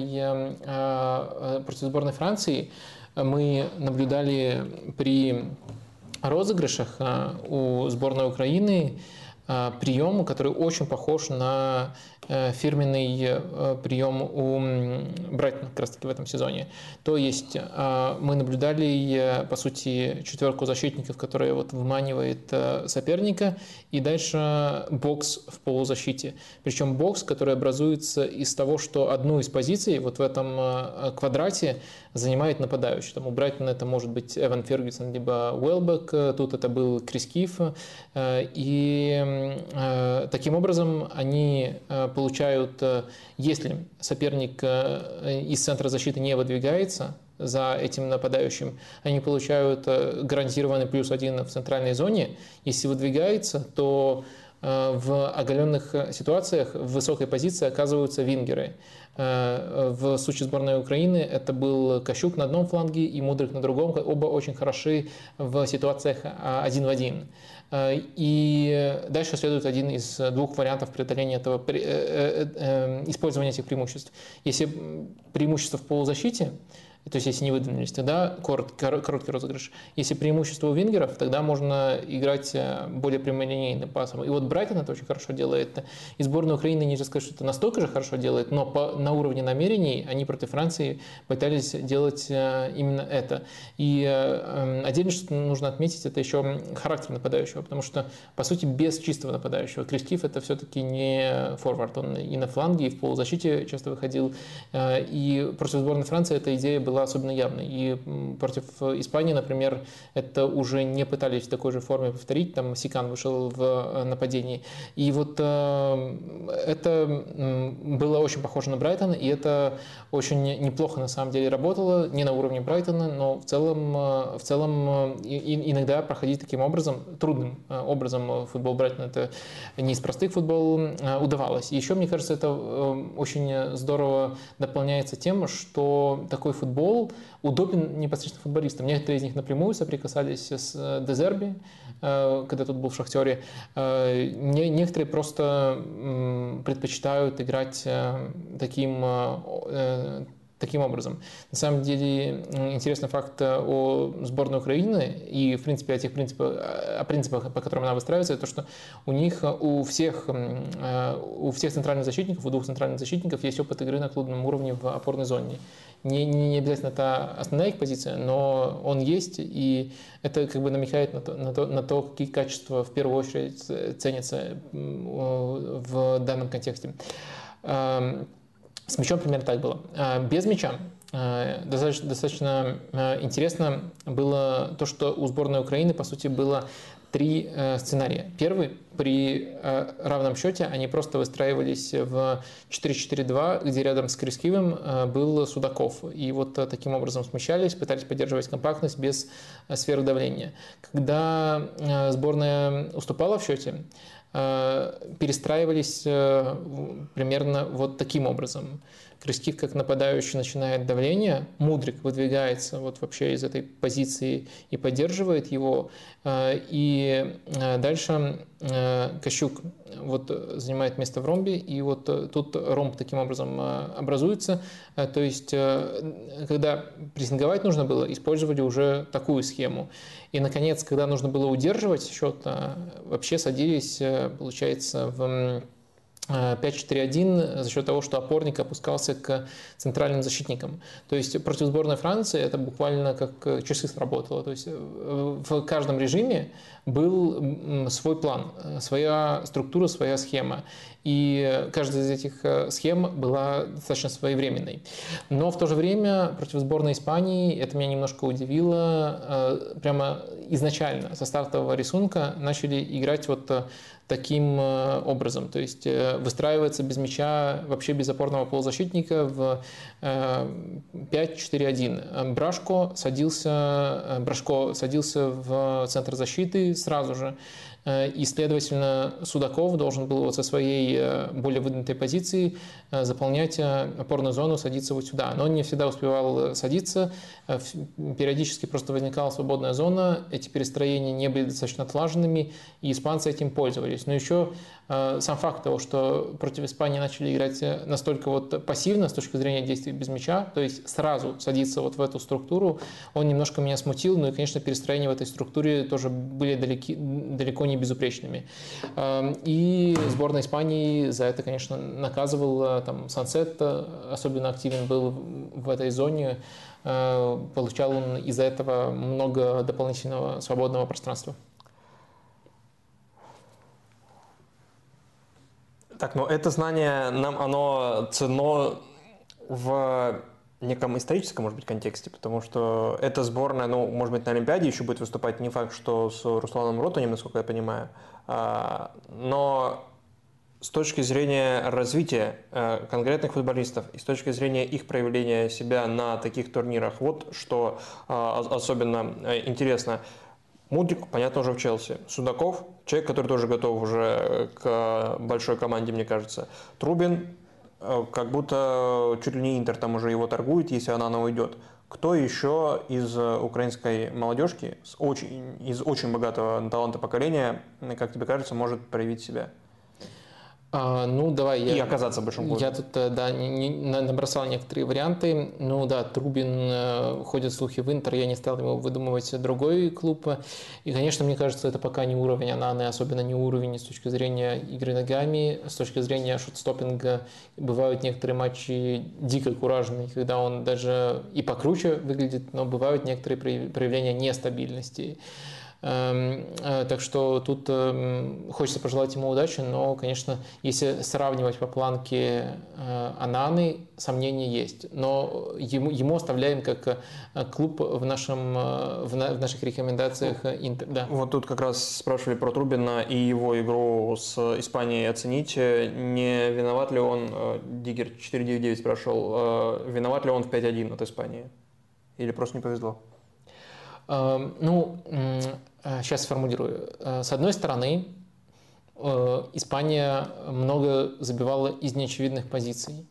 сборной Франции мы наблюдали при розыгрышах у сборной Украины прием, который очень похож на фирменный прием у Брайтона как раз таки в этом сезоне. То есть мы наблюдали, по сути, четверку защитников, которая вот выманивает соперника, и дальше бокс в полузащите. Причем бокс, который образуется из того, что одну из позиций вот в этом квадрате занимает нападающий. Там у Брайтона это может быть Эван Фергюсон, либо Уэлбек, тут это был Крис Киф. И таким образом они получают, если соперник из центра защиты не выдвигается за этим нападающим, они получают гарантированный +1 в центральной зоне. Если выдвигается, то в оголенных ситуациях в высокой позиции оказываются вингеры. В случае сборной Украины это был Кощук на одном фланге и Мудрик на другом. Оба очень хороши в ситуациях 1 в 1. И дальше следует один из двух вариантов преодоления этого, использования этих преимуществ. Если преимущество в полузащите, то есть если не выдвинулись, тогда короткий розыгрыш. Если преимущество у вингеров, тогда можно играть более прямолинейным пасом. И вот Брайтон это очень хорошо делает. И сборная Украины, не сказать, что это настолько же хорошо делает, но на уровне намерений они против Франции пытались делать именно это. И отдельно, что нужно отметить, это еще характер нападающего, потому что, по сути, без чистого нападающего. Крис Киф это все-таки не форвард, он и на фланге, и в полузащите часто выходил. И против сборной Франции эта идея была особенно явной. И против Испании, например, это уже не пытались в такой же форме повторить. Там Сикан вышел в нападении. И вот это было очень похоже на Брайтон, и это очень неплохо на самом деле работало. Не на уровне Брайтона, но в целом иногда проходить таким образом, трудным образом футбол Брайтона, это не из простых футбол, удавалось. И еще, мне кажется, это очень здорово дополняется тем, что такой футбол удобен непосредственно футболистам. Некоторые из них напрямую соприкасались с Де Зерби, когда тот был в «Шахтере». Некоторые просто предпочитают играть таким образом. На самом деле интересный факт о сборной Украины и, в принципе, о принципах, по которым она выстраивается, это то, что у всех центральных защитников, у двух центральных защитников есть опыт игры на клубном уровне в опорной зоне. Не обязательно это основная их позиция, но он есть, и это как бы намекает на то, какие качества в первую очередь ценятся в данном контексте. С мячом примерно так было. Без мяча достаточно интересно было то, что у сборной Украины, по сути, было 3 сценария. Первый, при равном счете они просто выстраивались в 4-4-2, где рядом с Крискивым был Судаков. И вот таким образом смещались, пытались поддерживать компактность без сверхдавления. Когда сборная уступала в счете, перестраивались примерно вот таким образом. Крестив как нападающий начинает давление, Мудрик выдвигается вот вообще из этой позиции и поддерживает его. И дальше Кощук вот занимает место в ромбе, и вот тут ромб таким образом образуется. То есть, когда прессинговать нужно было, использовали уже такую схему. И, наконец, когда нужно было удерживать счет, вообще садились, получается, в 5-4-1 за счет того, что опорник опускался к центральным защитникам. То есть против сборной Франции это буквально как часы сработало. То есть в каждом режиме был свой план, своя структура, своя схема. И каждая из этих схем была достаточно своевременной. Но в то же время против сборной Испании это меня немножко удивило. Прямо изначально со стартового рисунка начали играть вот таким образом. То есть выстраивается без мяча, вообще без опорного полузащитника в 5-4-1. Брашко садился в центр защиты сразу же. И, следовательно, Судаков должен был вот со своей более выдвинутой позиции заполнять опорную зону, садиться вот сюда. Но он не всегда успевал садиться, периодически просто возникала свободная зона, эти перестроения не были достаточно отлаженными, и испанцы этим пользовались. Но еще сам факт того, что против Испании начали играть настолько вот пассивно с точки зрения действий без мяча, то есть сразу садиться вот в эту структуру, он немножко меня смутил. Ну и, конечно, перестроения в этой структуре тоже были далеко не безупречными. И сборная Испании за это, конечно, наказывала. Там Сансет особенно активен был в этой зоне. Получал он из-за этого много дополнительного свободного пространства. Так, но это знание оно ценно в неком историческом, может быть, контексте, потому что эта сборная, ну, может быть, на Олимпиаде еще будет выступать, не факт, что с Русланом Ротанем, насколько я понимаю, но с точки зрения развития конкретных футболистов и с точки зрения их проявления себя на таких турнирах, вот что особенно интересно. Мудрик, понятно, уже в Челси. Судаков, человек, который тоже готов уже к большой команде, мне кажется. Трубин, как будто чуть ли не Интер там уже его торгует, если она уйдет. Кто еще из украинской молодежки, из очень богатого таланта поколения, как тебе кажется, может проявить себя? Ну, давай и оказаться в большом клубе. Я тут, да, набросал некоторые варианты. Ну, да, Трубин, ходят слухи в Интер, я не стал ему выдумывать другой клуб. И, конечно, мне кажется, это пока не уровень Ананы, особенно не уровень с точки зрения игры ногами, с точки зрения шотстоппинга. Бывают некоторые матчи дико куражные, когда он даже и покруче выглядит, но бывают некоторые проявления нестабильности. Так что тут хочется пожелать ему удачи, но, конечно, если сравнивать по планке Ананы, сомнения есть. Но ему оставляем как клуб в наших рекомендациях Интер. Да. Вот тут как раз спрашивали про Трубина и его игру с Испанией оценить. Не виноват ли он, Диггер 499 спрашивал, виноват ли он в 5-1 от Испании? Или просто не повезло? Ну, сейчас сформулирую. С одной стороны, Испания много забивала из неочевидных позиций.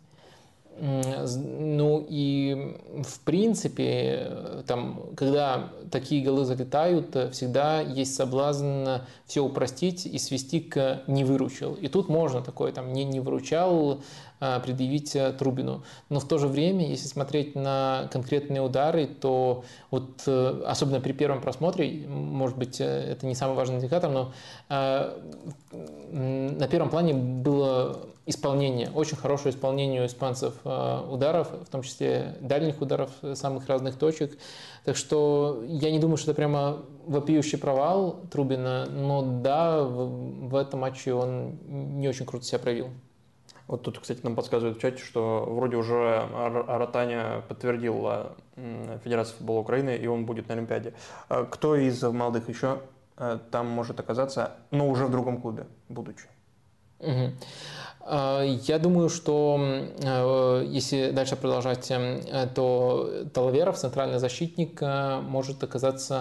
Ну и в принципе, там, когда такие голы залетают, всегда есть соблазн все упростить и свести к «не выручил». И тут можно такое, там, не выручал, предъявить Трубину. Но в то же время, если смотреть на конкретные удары, то вот особенно при первом просмотре, может быть, это не самый важный индикатор, но на первом плане было исполнение, очень хорошее исполнение у испанцев ударов, в том числе дальних ударов самых разных точек. Так что я не думаю, что это прямо вопиющий провал Трубина, но да, в этом матче он не очень круто себя проявил. Вот тут, кстати, нам подсказывают в чате, что вроде уже Ротаня подтвердил Федерация футбола Украины, и он будет на Олимпиаде. Кто из молодых еще там может оказаться, но уже в другом клубе, будучи? Я думаю, что если дальше продолжать, то Талаверов, центральный защитник, может оказаться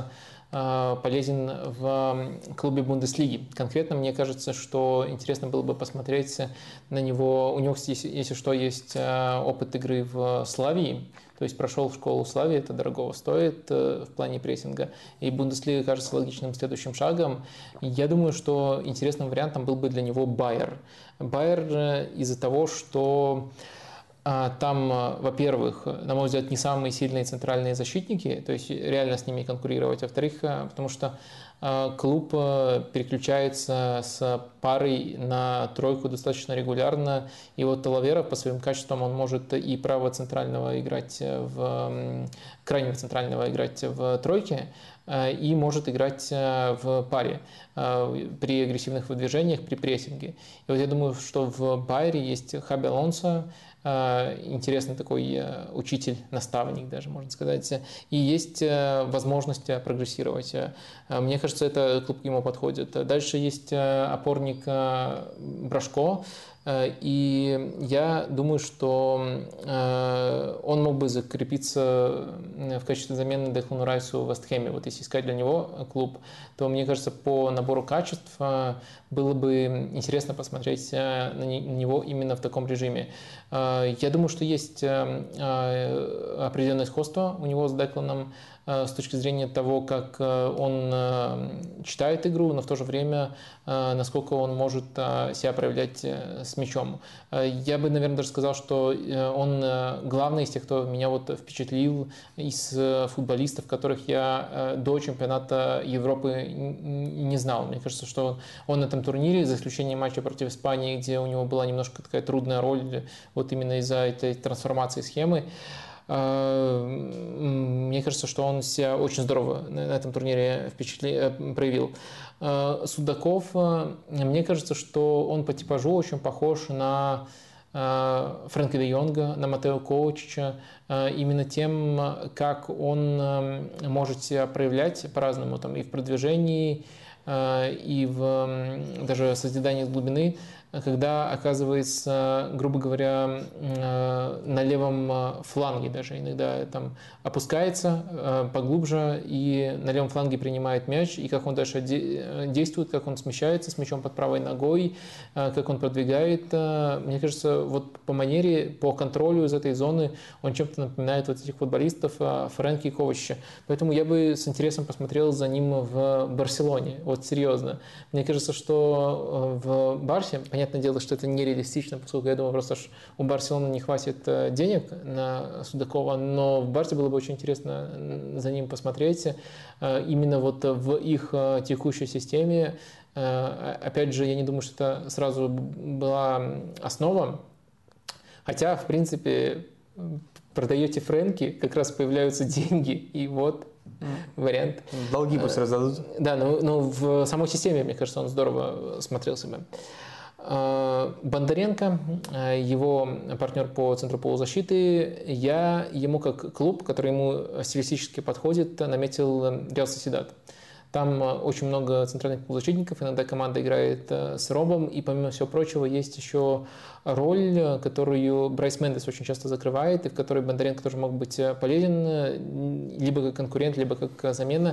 полезен в клубе Бундеслиги. Конкретно мне кажется, что интересно было бы посмотреть на него. У него, если что, есть опыт игры в Славии, то есть прошел в школу Славии, это дорого стоит в плане прессинга. И Бундеслига кажется логичным следующим шагом. Я думаю, что интересным вариантом был бы для него Байер. Байер из-за того, что там, во-первых, на мой взгляд, не самые сильные центральные защитники, то есть реально с ними конкурировать. Во-вторых, потому что клуб переключается с парой на тройку достаточно регулярно. И вот Талаверов по своим качествам он может и право центрального играть крайнего центрального играть в тройке, и может играть в паре при агрессивных выдвижениях, при прессинге. И вот я думаю, что в Байере есть Хаби Алонсо, интересный такой учитель, наставник даже, можно сказать, и есть возможность прогрессировать. Мне кажется, это клуб к ему подходит. Дальше есть опорник Брашко, и я думаю, что он мог бы закрепиться в качестве замены Деклану Райсу в Вест-Хэме. Вот если искать для него клуб, то, мне кажется, по набору качеств было бы интересно посмотреть на него именно в таком режиме. Я думаю, что есть определенное сходство у него с Декланом с точки зрения того, как он читает игру, но в то же время насколько он может себя проявлять с мячом. Я бы, наверное, даже сказал, что он главный из тех, кто меня вот впечатлил из футболистов, которых я до чемпионата Европы не знал. Мне кажется, что он на этом турнире, за исключением матча против Испании, где у него была немножко такая трудная роль, вот именно из-за этой трансформации схемы, мне кажется, что он себя очень здорово на этом турнире проявил. Судаков, мне кажется, что он по типажу очень похож на Фрэнка де Йонга, на Матео Ковачича, именно тем, как он может себя проявлять по-разному, там, и в продвижении, и в даже созидании глубины, когда оказывается, грубо говоря, на левом фланге даже иногда там опускается поглубже и на левом фланге принимает мяч, и как он дальше действует, как он смещается с мячом под правой ногой, как он продвигает. Мне кажется, вот по манере, по контролю из этой зоны он чем-то напоминает вот этих футболистов Фрэнки и Ковачича. Поэтому я бы с интересом посмотрел за ним в Барселоне. Вот серьезно. Мне кажется, что в Барсе, понятное дело, что это нереалистично, поскольку я думаю, просто у Барселоны не хватит денег на Судакова, но в Барсе было бы очень интересно за ним посмотреть. Именно вот в их текущей системе. Опять же, я не думаю, что это сразу была основа. Хотя, в принципе, продаете Фрэнки, как раз появляются деньги, и вот вариант. Долги пусть раздадут. Да, но в самой системе, мне кажется, он здорово смотрелся бы. Бондаренко, его партнер по центру полузащиты, я ему как клуб, который ему стилистически подходит, наметил Реал Сосьедад. Там очень много центральных полузащитников, иногда команда играет с робом, и помимо всего прочего есть еще роль, которую Брайс Мендес очень часто закрывает, и в которой Бондаренко тоже мог быть полезен, либо как конкурент, либо как замена.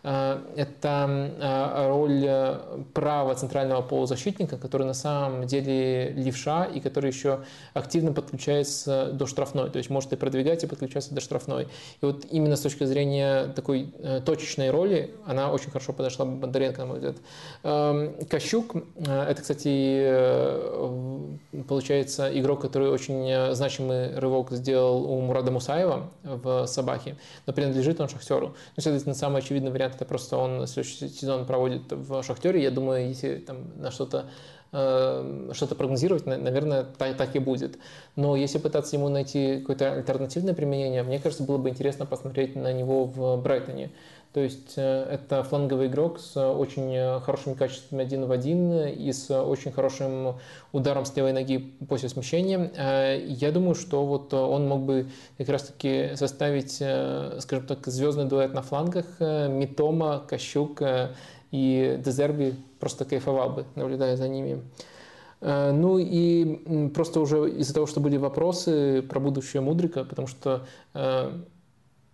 Это роль правого центрального полузащитника, который на самом деле левша, и который еще активно подключается до штрафной, то есть может и продвигать, и подключаться до штрафной. И вот именно с точки зрения такой точечной роли она очень хорошо подошла Бондаренко, на мой взгляд. Кощук, это, кстати, получается игрок, который очень значимый рывок сделал у Мурада Мусаева в Сабахе, но принадлежит он Шахтеру. Ну, следовательно, самый очевидный вариант — это просто он следующий сезон проводит в Шахтере. Я думаю, если там на что-то прогнозировать, наверное, так и будет. Но если пытаться ему найти какое-то альтернативное применение, мне кажется, было бы интересно посмотреть на него в Брайтоне. То есть это фланговый игрок с очень хорошими качествами 1 в 1 и с очень хорошим ударом с левой ноги после смещения. Я думаю, что вот он мог бы как раз-таки составить, скажем так, звездный дуэт на флангах. Митома, Кощук и Дезерби, просто кайфовал бы, наблюдая за ними. Ну и просто уже из-за того, что были вопросы про будущее Мудрика, потому что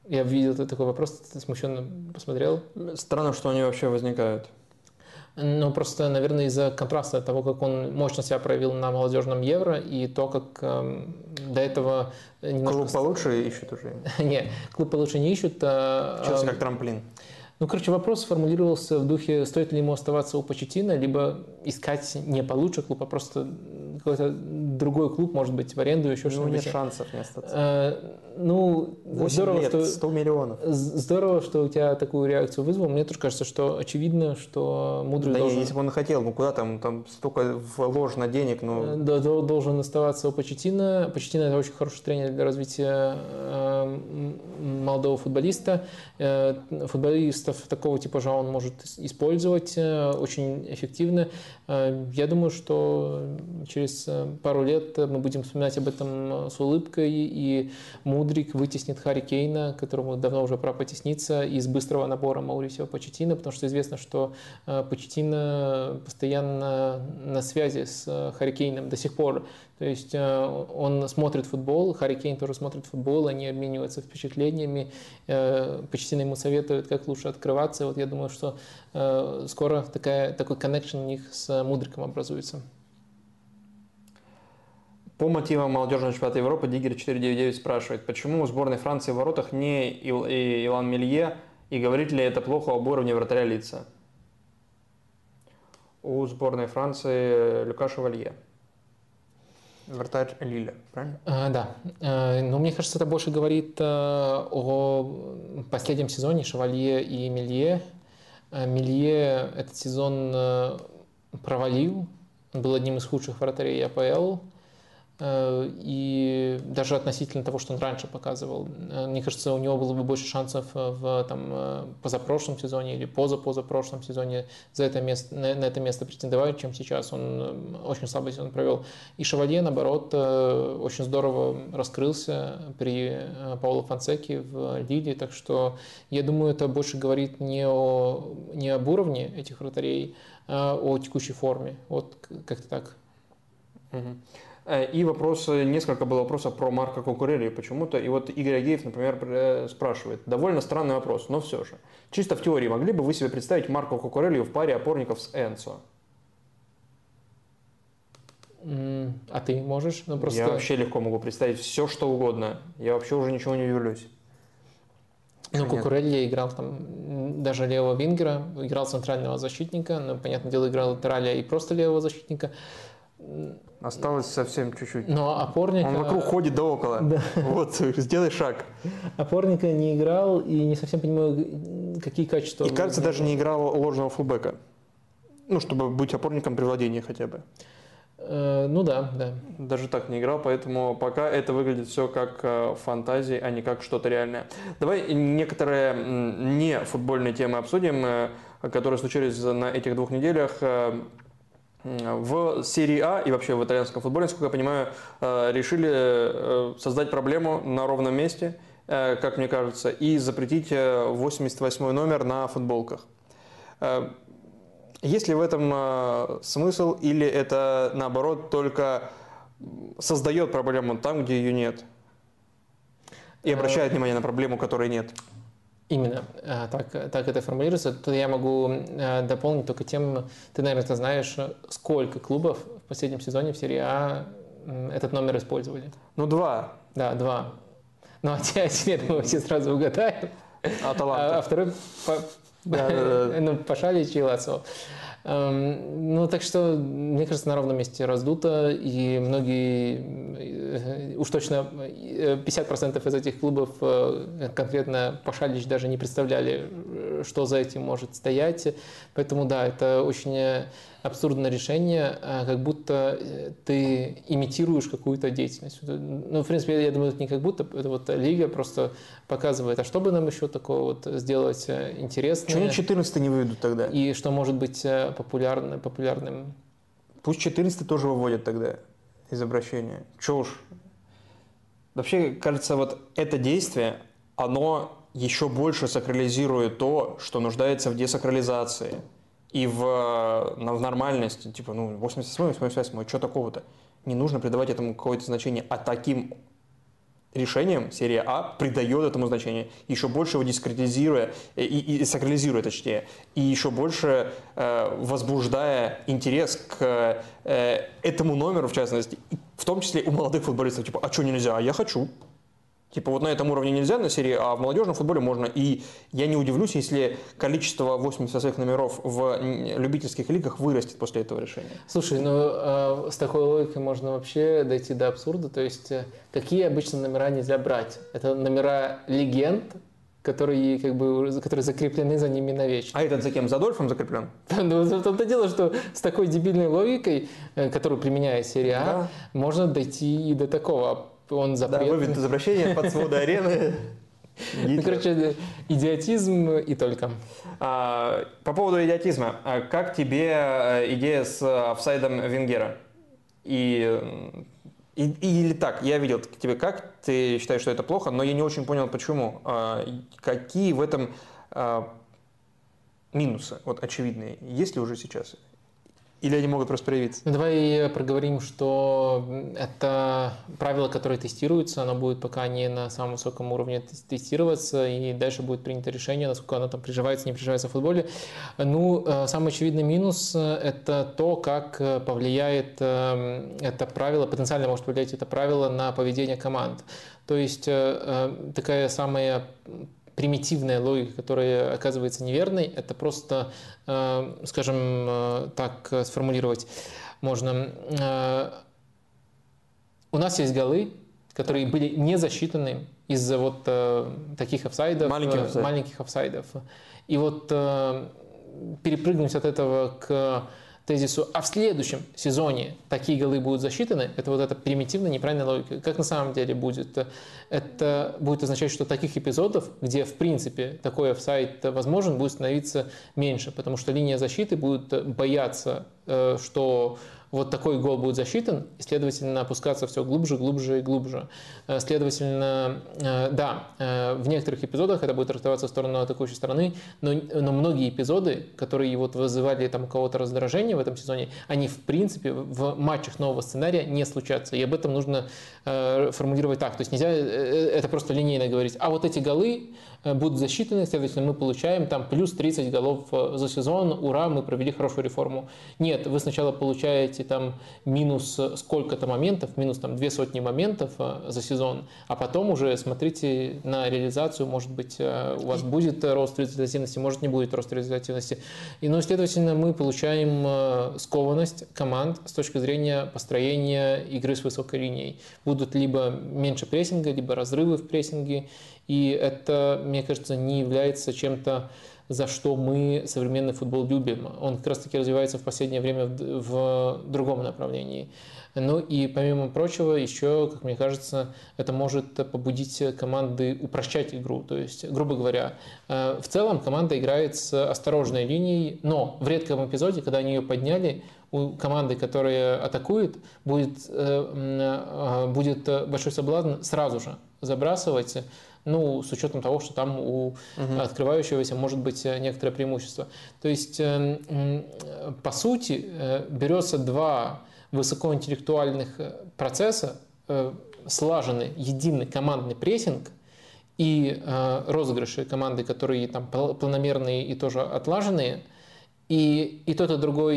Я видел такой вопрос, ты смущенно посмотрел. Странно, что они вообще возникают. Ну, просто, наверное, из-за контраста того, как он мощно себя проявил на молодежном Евро, и то, как до этого немножко... Клуб получше ищут уже. Не, клуб получше не ищут. Челси как трамплин. Ну, короче, вопрос сформулировался в духе, стоит ли ему оставаться у Почеттино, либо искать не получше клуб, а просто какой-то другой клуб, может быть, в аренду, еще что-нибудь. Ну, нет шансов не остаться. Ну, 8 здорово, лет, что... 100 миллионов. Здорово, что у тебя такую реакцию вызвало. Мне тоже кажется, что очевидно, что Мудрик должен... если бы он хотел, ну куда там столько вложено денег, ну... Должен оставаться у Почеттино. Почеттино – это очень хороший тренер для развития молодого футболиста. Футболистов такого типажа он может использовать очень эффективно. Я думаю, что через пару лет мы будем вспоминать об этом с улыбкой, и Мудрик вытеснит Харри Кейна, которому давно уже пора потесниться, из быстрого набора Маурисио Почеттино, потому что известно, что Почеттино постоянно на связи с Харри Кейном до сих пор. То есть он смотрит футбол, Харри Кейн тоже смотрит футбол, они обмениваются впечатлениями, Почеттино ему советует, как лучше открываться. Вот я думаю, что скоро такой коннекшн у них с Мудриком образуется. По мотивам молодежного чемпионата Европы Диггер 499 спрашивает, почему у сборной Франции в воротах не Илан Мелье, и говорит ли это плохо об уровне вратаря Лица? У сборной Франции Люка Шевалье. Вратарь Лиля, правильно? Да. Но мне кажется, это больше говорит о последнем сезоне Шевалье и Мелье. Мелье этот сезон провалил. Он был одним из худших вратарей АПЛ. И даже относительно того, что он раньше показывал. Мне кажется, у него было бы больше шансов в позапрошлом сезоне или позапрошлом сезоне на это место претендовать, чем сейчас. Он очень слабый сезон провел. И Шевалье, наоборот, очень здорово раскрылся при Пауло Фонсеке в Лиле. Так что я думаю, это больше говорит не об уровне этих вратарей, а о текущей форме. Вот как-то так. И несколько было вопросов про Марко Кукурелли почему-то. И вот Игорь Агеев, например, спрашивает, довольно странный вопрос, но все же. Чисто в теории, могли бы вы себе представить Марко Кукурелли в паре опорников с Энцо? А ты можешь? Ну, просто... Я вообще легко могу представить все, что угодно. Я вообще уже ничего не удивлюсь. Ну, Кукурелли играл там даже левого вингера, играл центрального защитника, но, понятное дело, играл латераля и просто левого защитника. Осталось совсем чуть-чуть. Но опорник... Он вокруг ходит да около. Да. Вот, сделай шаг. Опорника не играл, и не совсем понимаю, какие качества... И, кажется, даже не играл ложного фулбека. Ну, чтобы быть опорником при владении хотя бы. Ну да. Даже так не играл, поэтому пока это выглядит все как фантазии, а не как что-то реальное. Давай некоторые не футбольные темы обсудим, которые случились на этих 2 неделях. В серии А и вообще в итальянском футболе, насколько я понимаю, решили создать проблему на ровном месте, как мне кажется, и запретить 88 номер на футболках. Есть ли в этом смысл, или это, наоборот, только создает проблему там, где ее нет? И обращает внимание на проблему, которой нет? Именно так это формулируется. То я могу дополнить только тем, ты, наверное, знаешь, сколько клубов в последнем сезоне в серии А этот номер использовали. Ну, 2. Да, 2. Ну, а теперь мы все сразу угадаем. Аталанта. А второй Пашалич и Лацио. Ну, так что, мне кажется, на ровном месте раздуто, и многие, уж точно 50% из этих клубов, конкретно Пашалич, даже не представляли, что за этим может стоять. Поэтому, да, это очень абсурдное решение, как будто ты имитируешь какую-то деятельность. Ну, в принципе, я думаю, это не как будто, это вот лига просто показывает, а что бы нам еще такого вот сделать интересное. Почему 14 не выведут тогда? И что может быть популярным. Пусть 14 тоже выводят тогда из обращения. Чё уж. Вообще, кажется, вот это действие, оно еще больше сакрализирует то, что нуждается в десакрализации. И в нормальности, типа, 88, 88, что такого-то? Не нужно придавать этому какое-то значение. А таким решением серия А придает этому значение, еще больше его дискредитируя и сакрализируя, точнее, и еще больше возбуждая интерес к этому номеру, в частности, в том числе у молодых футболистов, типа, а что нельзя, а я хочу. Типа вот на этом уровне нельзя на серии, а в молодежном футболе можно. И я не удивлюсь, если количество 80 своих номеров в любительских лигах вырастет после этого решения. Слушай, ну с такой логикой можно вообще дойти до абсурда. То есть какие обычно номера нельзя брать? Это номера легенд, которые которые закреплены за ними навечно. А этот за кем? За Адольфом закреплен? Ну, в том-то дело, что с такой дебильной логикой, которую применяет серия А, Да. можно дойти и до такого. Он Да, выведет из обращения под своды арены. Ну, короче, идиотизм и только. По поводу идиотизма. Как тебе идея с офсайдом Венгера? Или так, я видел тебе, как ты считаешь, что это плохо, но я не очень понял, почему. Какие в этом минусы, вот очевидные, есть ли уже сейчас? Или они могут просто проявиться? Ну, давай проговорим, что это правило, которое тестируется, оно будет пока не на самом высоком уровне тестироваться, и дальше будет принято решение, насколько оно там приживается, не приживается в футболе. Ну, самый очевидный минус – это то, как повлияет это правило, потенциально может повлиять это правило на поведение команд. То есть такая самая примитивная логика, которая оказывается неверной, это просто, скажем так, сформулировать можно. У нас есть голы, которые были не засчитаны из-за вот таких офсайдов, маленьких офсайдов. И вот перепрыгнуть от этого к тезису, а в следующем сезоне такие голы будут засчитаны, это вот эта примитивная неправильная логика. Как на самом деле будет? Это будет означать, что таких эпизодов, где в принципе такой офсайд возможен, будет становиться меньше, потому что линия защиты будет бояться, что вот такой гол будет засчитан, и, следовательно, опускаться все глубже, глубже и глубже. Следовательно, да, в некоторых эпизодах это будет трактоваться в сторону атакующей стороны, но многие эпизоды, которые вот вызывали там у кого-то раздражение в этом сезоне, они, в принципе, в матчах нового сценария не случатся. И об этом нужно формулировать так. То есть нельзя это просто линейно говорить. А вот эти голы будут засчитаны, следовательно, мы получаем там плюс 30 голов за сезон, ура, мы провели хорошую реформу. Нет, вы сначала получаете там минус сколько-то моментов, минус там 200 моментов за сезон, а потом уже смотрите на реализацию, может быть, у вас будет рост результативности, может не будет роста результативности. И, ну, следовательно, мы получаем скованность команд с точки зрения построения игры с высокой линией. Будут либо меньше прессинга, либо разрывы в прессинге, и это, мне кажется, не является чем-то, за что мы современный футбол любим. Он как раз-таки развивается в последнее время в другом направлении. Ну и помимо прочего, еще, как мне кажется, это может побудить команды упрощать игру. То есть, грубо говоря, в целом команда играет с осторожной линией, но в редком эпизоде, когда они ее подняли, у команды, которая атакует, будет большой соблазн сразу же забрасывать, ну, с учетом того, что там у открывающегося может быть некоторое преимущество. То есть, по сути, берется два высокоинтеллектуальных процесса, слаженный единый командный прессинг и розыгрыши команды, которые там планомерные и тоже отлаженные, и тот и другой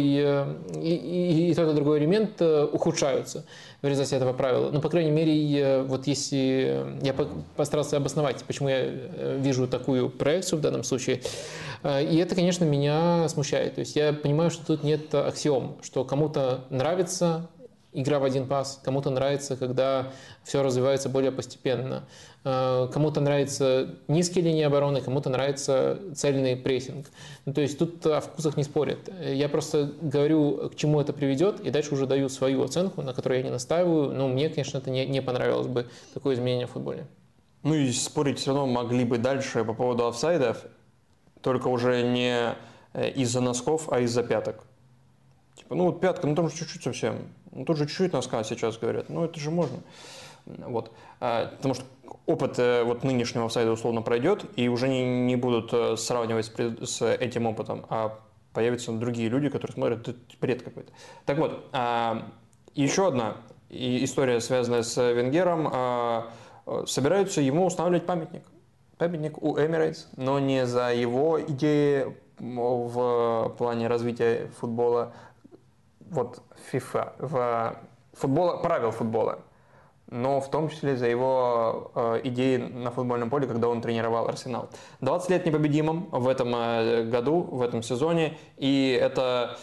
элемент ухудшаются в результате этого правила. Ну, по крайней мере, вот если я постарался обосновать, почему я вижу такую проекцию в данном случае, и это, конечно, меня смущает. То есть я понимаю, что тут нет аксиом, что кому-то нравится игра в один пас, кому-то нравится, когда все развивается более постепенно. Кому-то нравится низкие линии обороны, кому-то нравится цельный прессинг. Ну, то есть тут о вкусах не спорят. Я просто говорю, к чему это приведет, и дальше уже даю свою оценку, на которой я не настаиваю. Но мне, конечно, это не понравилось бы, такое изменение в футболе. Ну и спорить все равно могли бы дальше по поводу офсайдов, только уже не из-за носков, а из-за пяток. Типа, ну вот пятка, ну там же чуть-чуть совсем. Ну тут же чуть-чуть носка сейчас говорят. Ну это же можно. Вот. Потому что опыт вот нынешнего офсайда условно пройдет, и уже не будут сравнивать с этим опытом, а появятся другие люди, которые смотрят, это бред какой-то. Так вот, еще одна история, связанная с Венгером. собираются ему устанавливать памятник. Памятник у Emirates, но не за его идеи в плане развития футбола, вот FIFA, правил футбола, но в том числе за его идеи на футбольном поле, когда он тренировал Арсенал. 20 лет непобедимым в этом году, в этом сезоне, и это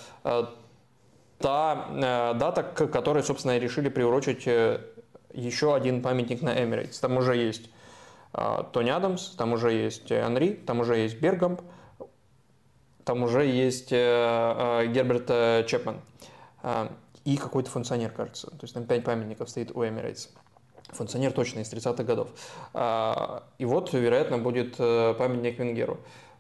та дата, к которой, собственно, решили приурочить еще один памятник на Emirates. Там уже есть Тони Адамс, там уже есть Анри, там уже есть Бергамп, там уже есть Герберт Чепман и какой-то функционер, кажется. То есть там 5 памятников стоит у Emirates. Функционер точно из 30-х годов. И вот, вероятно, будет памятник Венгеру.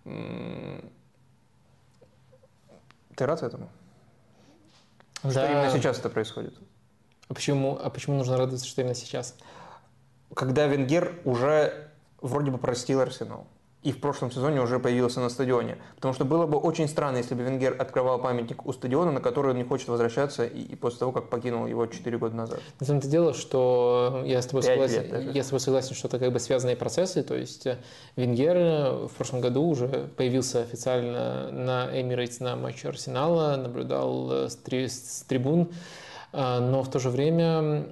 Ты рад этому? Да. Что именно сейчас это происходит? А почему нужно радоваться, что именно сейчас? Когда Венгер уже вроде бы простил Арсенал. И в прошлом сезоне уже появился на стадионе. Потому что было бы очень странно, если бы Венгер открывал памятник у стадиона, на который он не хочет возвращаться и после того, как покинул его 4 года назад. На самом-то дело, что я с тобой согласен, что это как бы связанные процессы. То есть Венгер в прошлом году уже появился официально на Emirates на матче Арсенала, наблюдал с трибун. Но в то же время,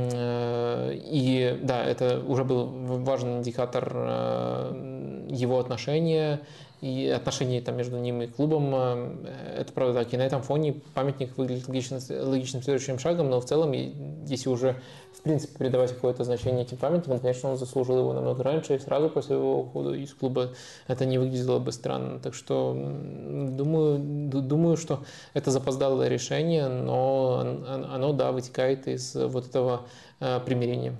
и да, это уже был важный индикатор его отношения и отношений там, между ним и клубом. Это правда так. И на этом фоне памятник выглядит логичным следующим шагом, но в целом, если уже в принципе придавать какое-то значение этим памятникам, конечно, он заслужил его намного раньше, и сразу после его ухода из клуба это не выглядело бы странно. Так что думаю, что это запоздалое решение, но оно, да, вытекает из вот этого примирения.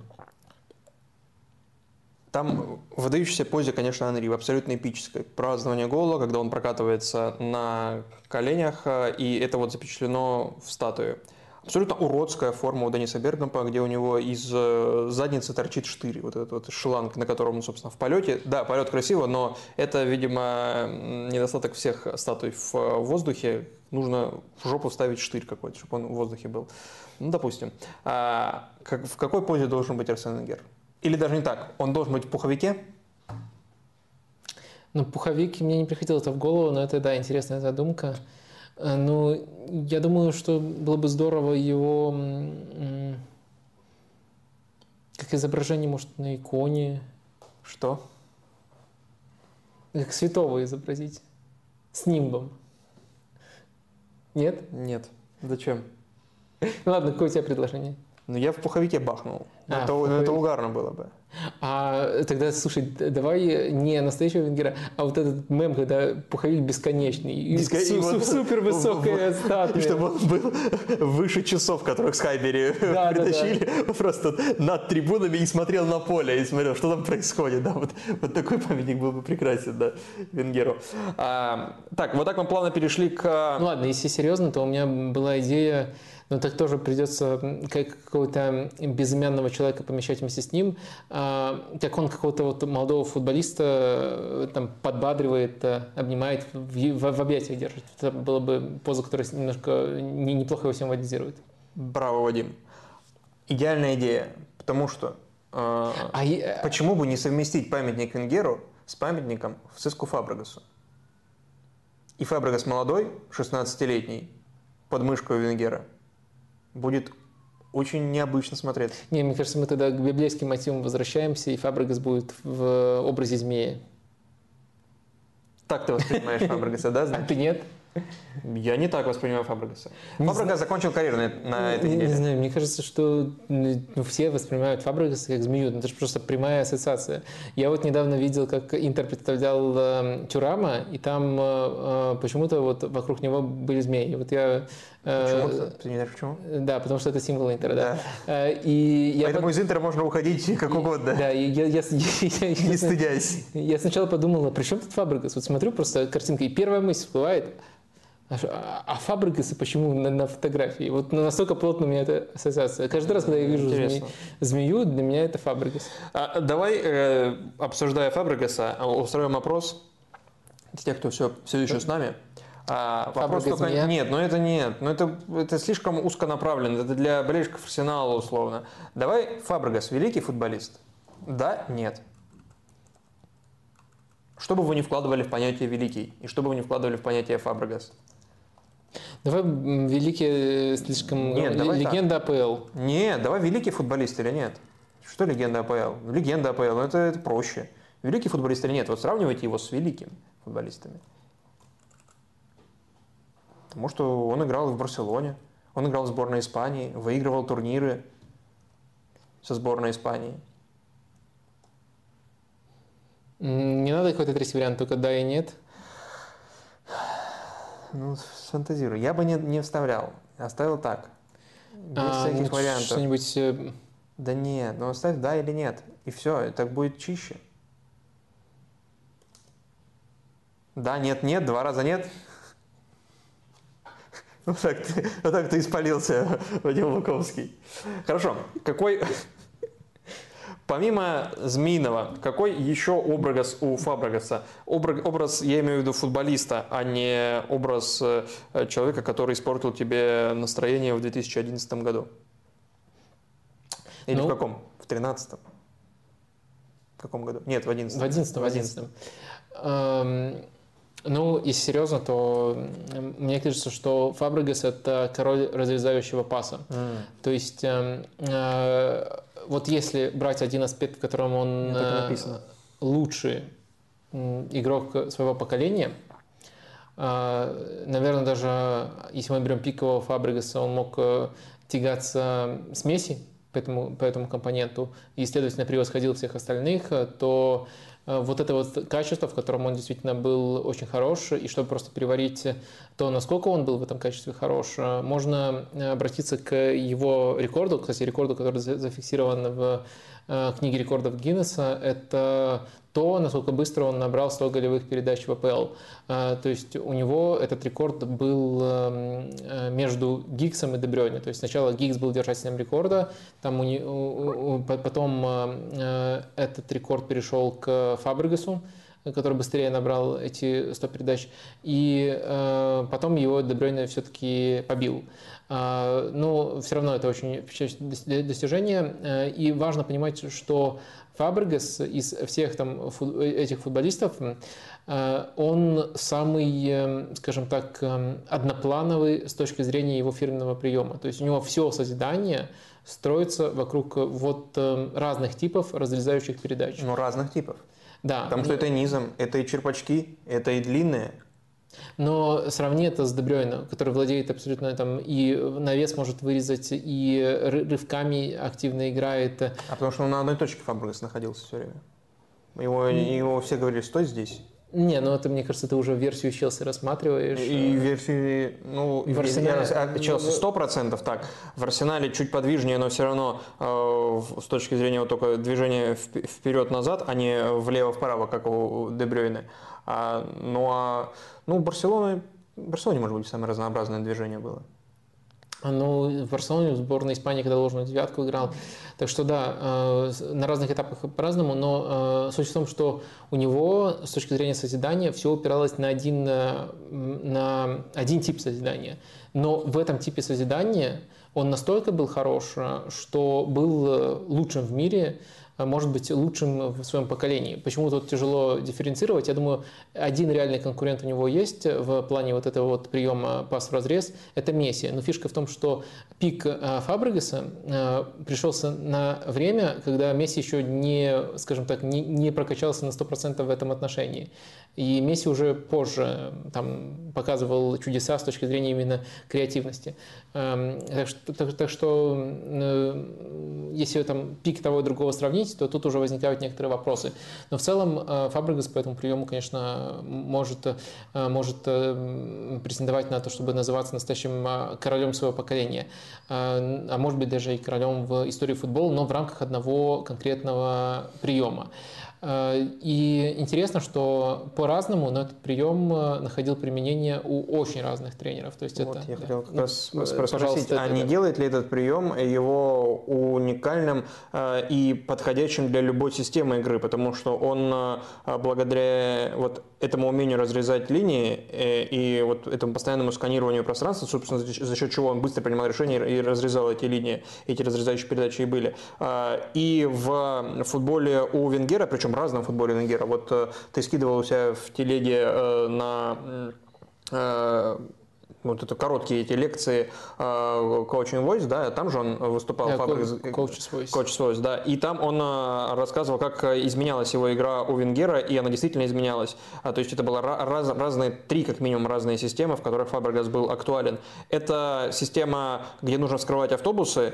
Там в выдающейся позе, конечно, Анри, в абсолютно эпической. Празднование гола, когда он прокатывается на коленях, и это вот запечатлено в статуе. Абсолютно уродская форма у Денниса Бергампа, где у него из задницы торчит штырь, вот этот вот шланг, на котором он, собственно, в полете. Да, полет красиво, но это, видимо, недостаток всех статуй в воздухе. Нужно в жопу ставить штырь какой-то, чтобы он в воздухе был. Ну, допустим. В какой позе должен быть Арсен Венгер? Или даже не так, он должен быть в пуховике? Ну, пуховик, мне не приходило это в голову, но это, да, интересная задумка. Ну, я думаю, что было бы здорово его как изображение, может, на иконе. Что? Как святого изобразить. С нимбом. Нет? Нет. Зачем? Ну ладно, какое у тебя предложение? Ну, я в пуховике бахнул. Это угарно было бы. Тогда, слушай, давай не настоящего Венгера, а вот этот мем, когда пуховик бесконечный. Супер высокая статуя. Чтобы он был выше часов, которых с Хайбери притащили. Да. Просто над трибунами и смотрел на поле, и смотрел, что там происходит. Да, вот такой памятник был бы прекрасен, да, Венгеру. Так, вот так мы плавно перешли к... Ну ладно, если серьезно, то у меня была идея... Но так тоже придется какого-то безымянного человека помещать вместе с ним, как он какого-то вот молодого футболиста там подбадривает, обнимает, в объятиях держит. Это была бы поза, которая немножко неплохо его всем валидирует. Браво, Вадим. Идеальная идея, потому что почему бы не совместить памятник Венгеру с памятником Сеску Фабрегасу? И Фабрегас молодой, 16-летний, под мышкой у Венгера. Будет очень необычно смотреться. Не, мне кажется, мы тогда к библейским мотивам возвращаемся, и Фабрегас будет в образе змея. Так ты воспринимаешь Фабрегаса, да? А ты нет? Я не так воспринимаю Фабрегаса. Фабрегас закончил карьеру на этой неделе. Не знаю, мне кажется, что все воспринимают Фабрегаса как змею. Это же просто прямая ассоциация. Я вот недавно видел, как Интер представлял Тюрама, и там почему-то вот вокруг него были змеи. Вот я... Почему-то? Ты не знаешь почему? Да, потому что это символ Интера, да. Поэтому из Интера можно уходить как угодно. Да, не стыдясь. Я сначала подумал, а при чем тут Фабрегас? Вот смотрю просто картинка, и первая мысль всплывает, а Фабрегаса почему на фотографии? Вот настолько плотно у меня эта ассоциация. Каждый раз, когда я вижу змею, для меня это Фабрегас. Давай, обсуждая Фабрегаса, устроим опрос для тех, кто все еще с нами. Вопрос только... Нет, это слишком узконаправленно, это для болельщиков Арсенала условно. Давай, Фабрегас великий футболист? да, нет. Что бы вы ни вкладывали в понятие «великий» и что бы вы ни вкладывали в понятие «Фабрегас»? Давай великие слишком... Нет, давай Легенда АПЛ. Нет, давай великий футболист или нет? Что легенда АПЛ? Легенда АПЛ, ну это проще. Великий футболист или нет? Вот сравнивайте его с великими футболистами. Потому что он играл в Барселоне, он играл в сборной Испании, выигрывал турниры со сборной Испании. Не надо какой-то третий вариант, только да и нет. Ну, фантазирую. Я бы не вставлял. Оставил так. Без всяких вариантов. Что-нибудь... Да нет, ну оставь да или нет. И все, так будет чище. Да, нет, нет, 2 раза нет. Вот так ты испалился, Вадим Луковский. Хорошо. Помимо Змеиного, какой еще образ у Фабрегаса? Образ, я имею в виду футболиста, а не образ человека, который испортил тебе настроение в 2011 году. Или в каком? В 13-м? В каком году? Нет, в 11-м. В 11-м. Ну, если серьезно, то мне кажется, что Фабрегас – это король разрезающего паса. То есть, вот если брать один аспект, в котором он лучший игрок своего поколения, наверное, даже если мы берем пикового Фабрегаса, он мог тягаться с Месси по этому компоненту и, следовательно, превосходил всех остальных, то вот это вот качество, в котором он действительно был очень хорош, и чтобы просто переварить то, насколько он был в этом качестве хорош, можно обратиться к его рекорду, кстати, рекорду, который зафиксирован в книге рекордов Гиннесса, это то, насколько быстро он набрал 100 голевых передач в АПЛ. То есть у него этот рекорд был между Гиггсом и Де Брёйне. То есть сначала Гиггс был держателем рекорда, потом этот рекорд перешел к Фабрегасу, который быстрее набрал эти 100 передач, и потом его Де Брёйне все-таки побил. Но все равно это очень впечатляющее достижение, и важно понимать, что Фабрегас из всех этих футболистов, он самый, скажем так, одноплановый с точки зрения его фирменного приема. То есть у него все созидание строится вокруг вот разных типов разрезающих передач. Ну, разных типов. Да. Потому что это и низом, это и черпачки, это и длинные. Но сравни это с Де Брёйне, который владеет абсолютно и навес может вырезать, и рывками активно играет. А потому что он на одной точке Фабрегас находился все время. Его все говорили, стой здесь. Не, ну это, мне кажется, ты уже версию Челси рассматриваешь. И версию, ну, в Арсенале... Челси 100% так. В Арсенале чуть подвижнее, но все равно с точки зрения вот только движения вперед-назад, а не влево-вправо, как у Де Брёйне. В Барселоне, может быть, самое разнообразное движение было. Ну, в Барселоне, в сборной Испании, когда ложную девятку играл. Так что да, на разных этапах по-разному, но суть в том, что у него с точки зрения созидания все упиралось на один тип созидания. Но в этом типе созидания он настолько был хорош, что был лучшим в мире, может быть лучшим в своем поколении. Почему тут тяжело дифференцировать? Я думаю, один реальный конкурент у него есть в плане вот этого вот приема пас в разрез – это Месси. Но фишка в том, что пик Фабрегаса пришелся на время, когда Месси еще не, скажем так, не прокачался на 100% в этом отношении. И Месси уже позже показывал чудеса с точки зрения именно креативности. Так что если пик того и другого сравнить, то тут уже возникают некоторые вопросы. Но в целом Фабрегас по этому приему, конечно, может претендовать на то, чтобы называться настоящим королем своего поколения. А может быть даже и королем в истории футбола, но в рамках одного конкретного приема. И интересно, что по-разному, но этот прием находил применение у очень разных тренеров. То есть вот, это, я хотел как раз спросить, не делает ли этот прием его уникальным и подходящим для любой системы игры? Потому что он благодаря этому умению разрезать линии и вот этому постоянному сканированию пространства, собственно, за счет чего он быстро принимал решения и разрезал эти линии, эти разрезающие передачи и были. И в футболе у Венгера, причем разном футболе Венгера, вот ты скидывал у себя в телеге на вот это короткие эти лекции Coaching Voice, да, там же он выступал, Coach's Voice, да, и там он рассказывал, как изменялась его игра у Венгера, и она действительно изменялась. То есть это было разные, три как минимум разные системы, в которых Фабрегас был актуален. Это система, где нужно вскрывать автобусы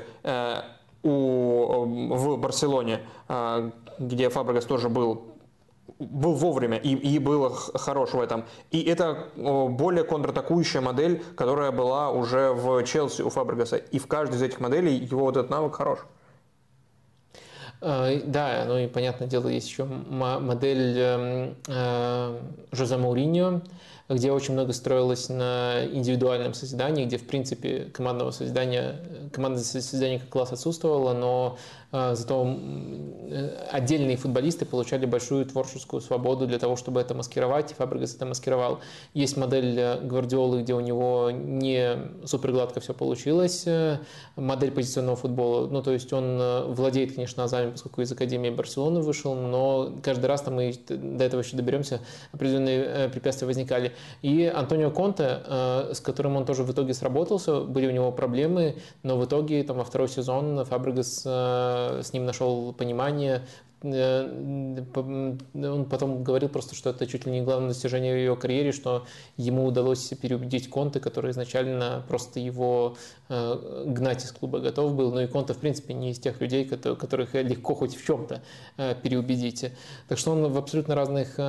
в Барселоне, где Фабрегас тоже был вовремя и был хорош в этом. И это более контратакующая модель, которая была уже в Челси у Фабрегаса. И в каждой из этих моделей его вот этот навык хорош. Да, ну и понятное дело, есть еще модель Жозе Мауриньо, где очень много строилось на индивидуальном созидании, где, в принципе, командное созидание как класс отсутствовало, но зато отдельные футболисты получали большую творческую свободу для того, чтобы это маскировать, и Фабрегас это маскировал. Есть модель Гвардиолы, где у него не супергладко все получилось, модель позиционного футбола, ну то есть он владеет, конечно, азами, поскольку из Академии Барселоны вышел, но каждый раз там мы до этого еще доберемся, определенные препятствия возникали. И Антонио Конте, с которым он тоже в итоге сработался, были у него проблемы, но в итоге там, во второй сезон Фабрегас с ним нашел понимание. Он потом говорил просто, что это чуть ли не главное достижение в его карьере, что ему удалось переубедить Конте, который изначально просто его гнать из клуба готов был. Но и Конте, в принципе, не из тех людей, которых легко хоть в чем-то переубедить. Так что он в абсолютно разных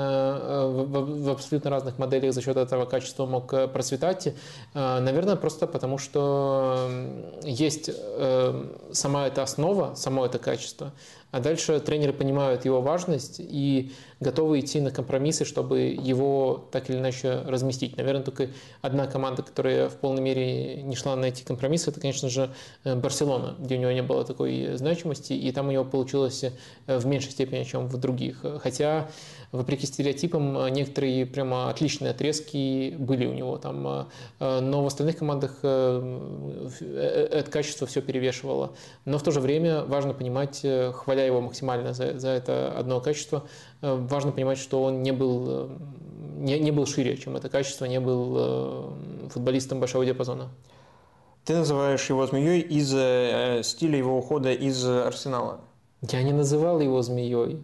моделях за счет этого качества мог процветать. Наверное, просто потому, что есть сама эта основа, само это качество, а дальше тренеры понимают его важность и готовы идти на компромиссы, чтобы его так или иначе разместить. Наверное, только одна команда, которая в полной мере не шла на эти компромиссы, это, конечно же, Барселона, где у него не было такой значимости, и там у него получилось в меньшей степени, чем в других. Хотя, вопреки стереотипам, некоторые прямо отличные отрезки были у него там, но в остальных командах это качество все перевешивало. Но в то же время важно понимать, хваля его максимально за это одно качество, важно понимать, что он не был шире, чем это качество, не был футболистом большого диапазона. Ты называешь его змеей из стиля его ухода из Арсенала. Я не называл его змеей.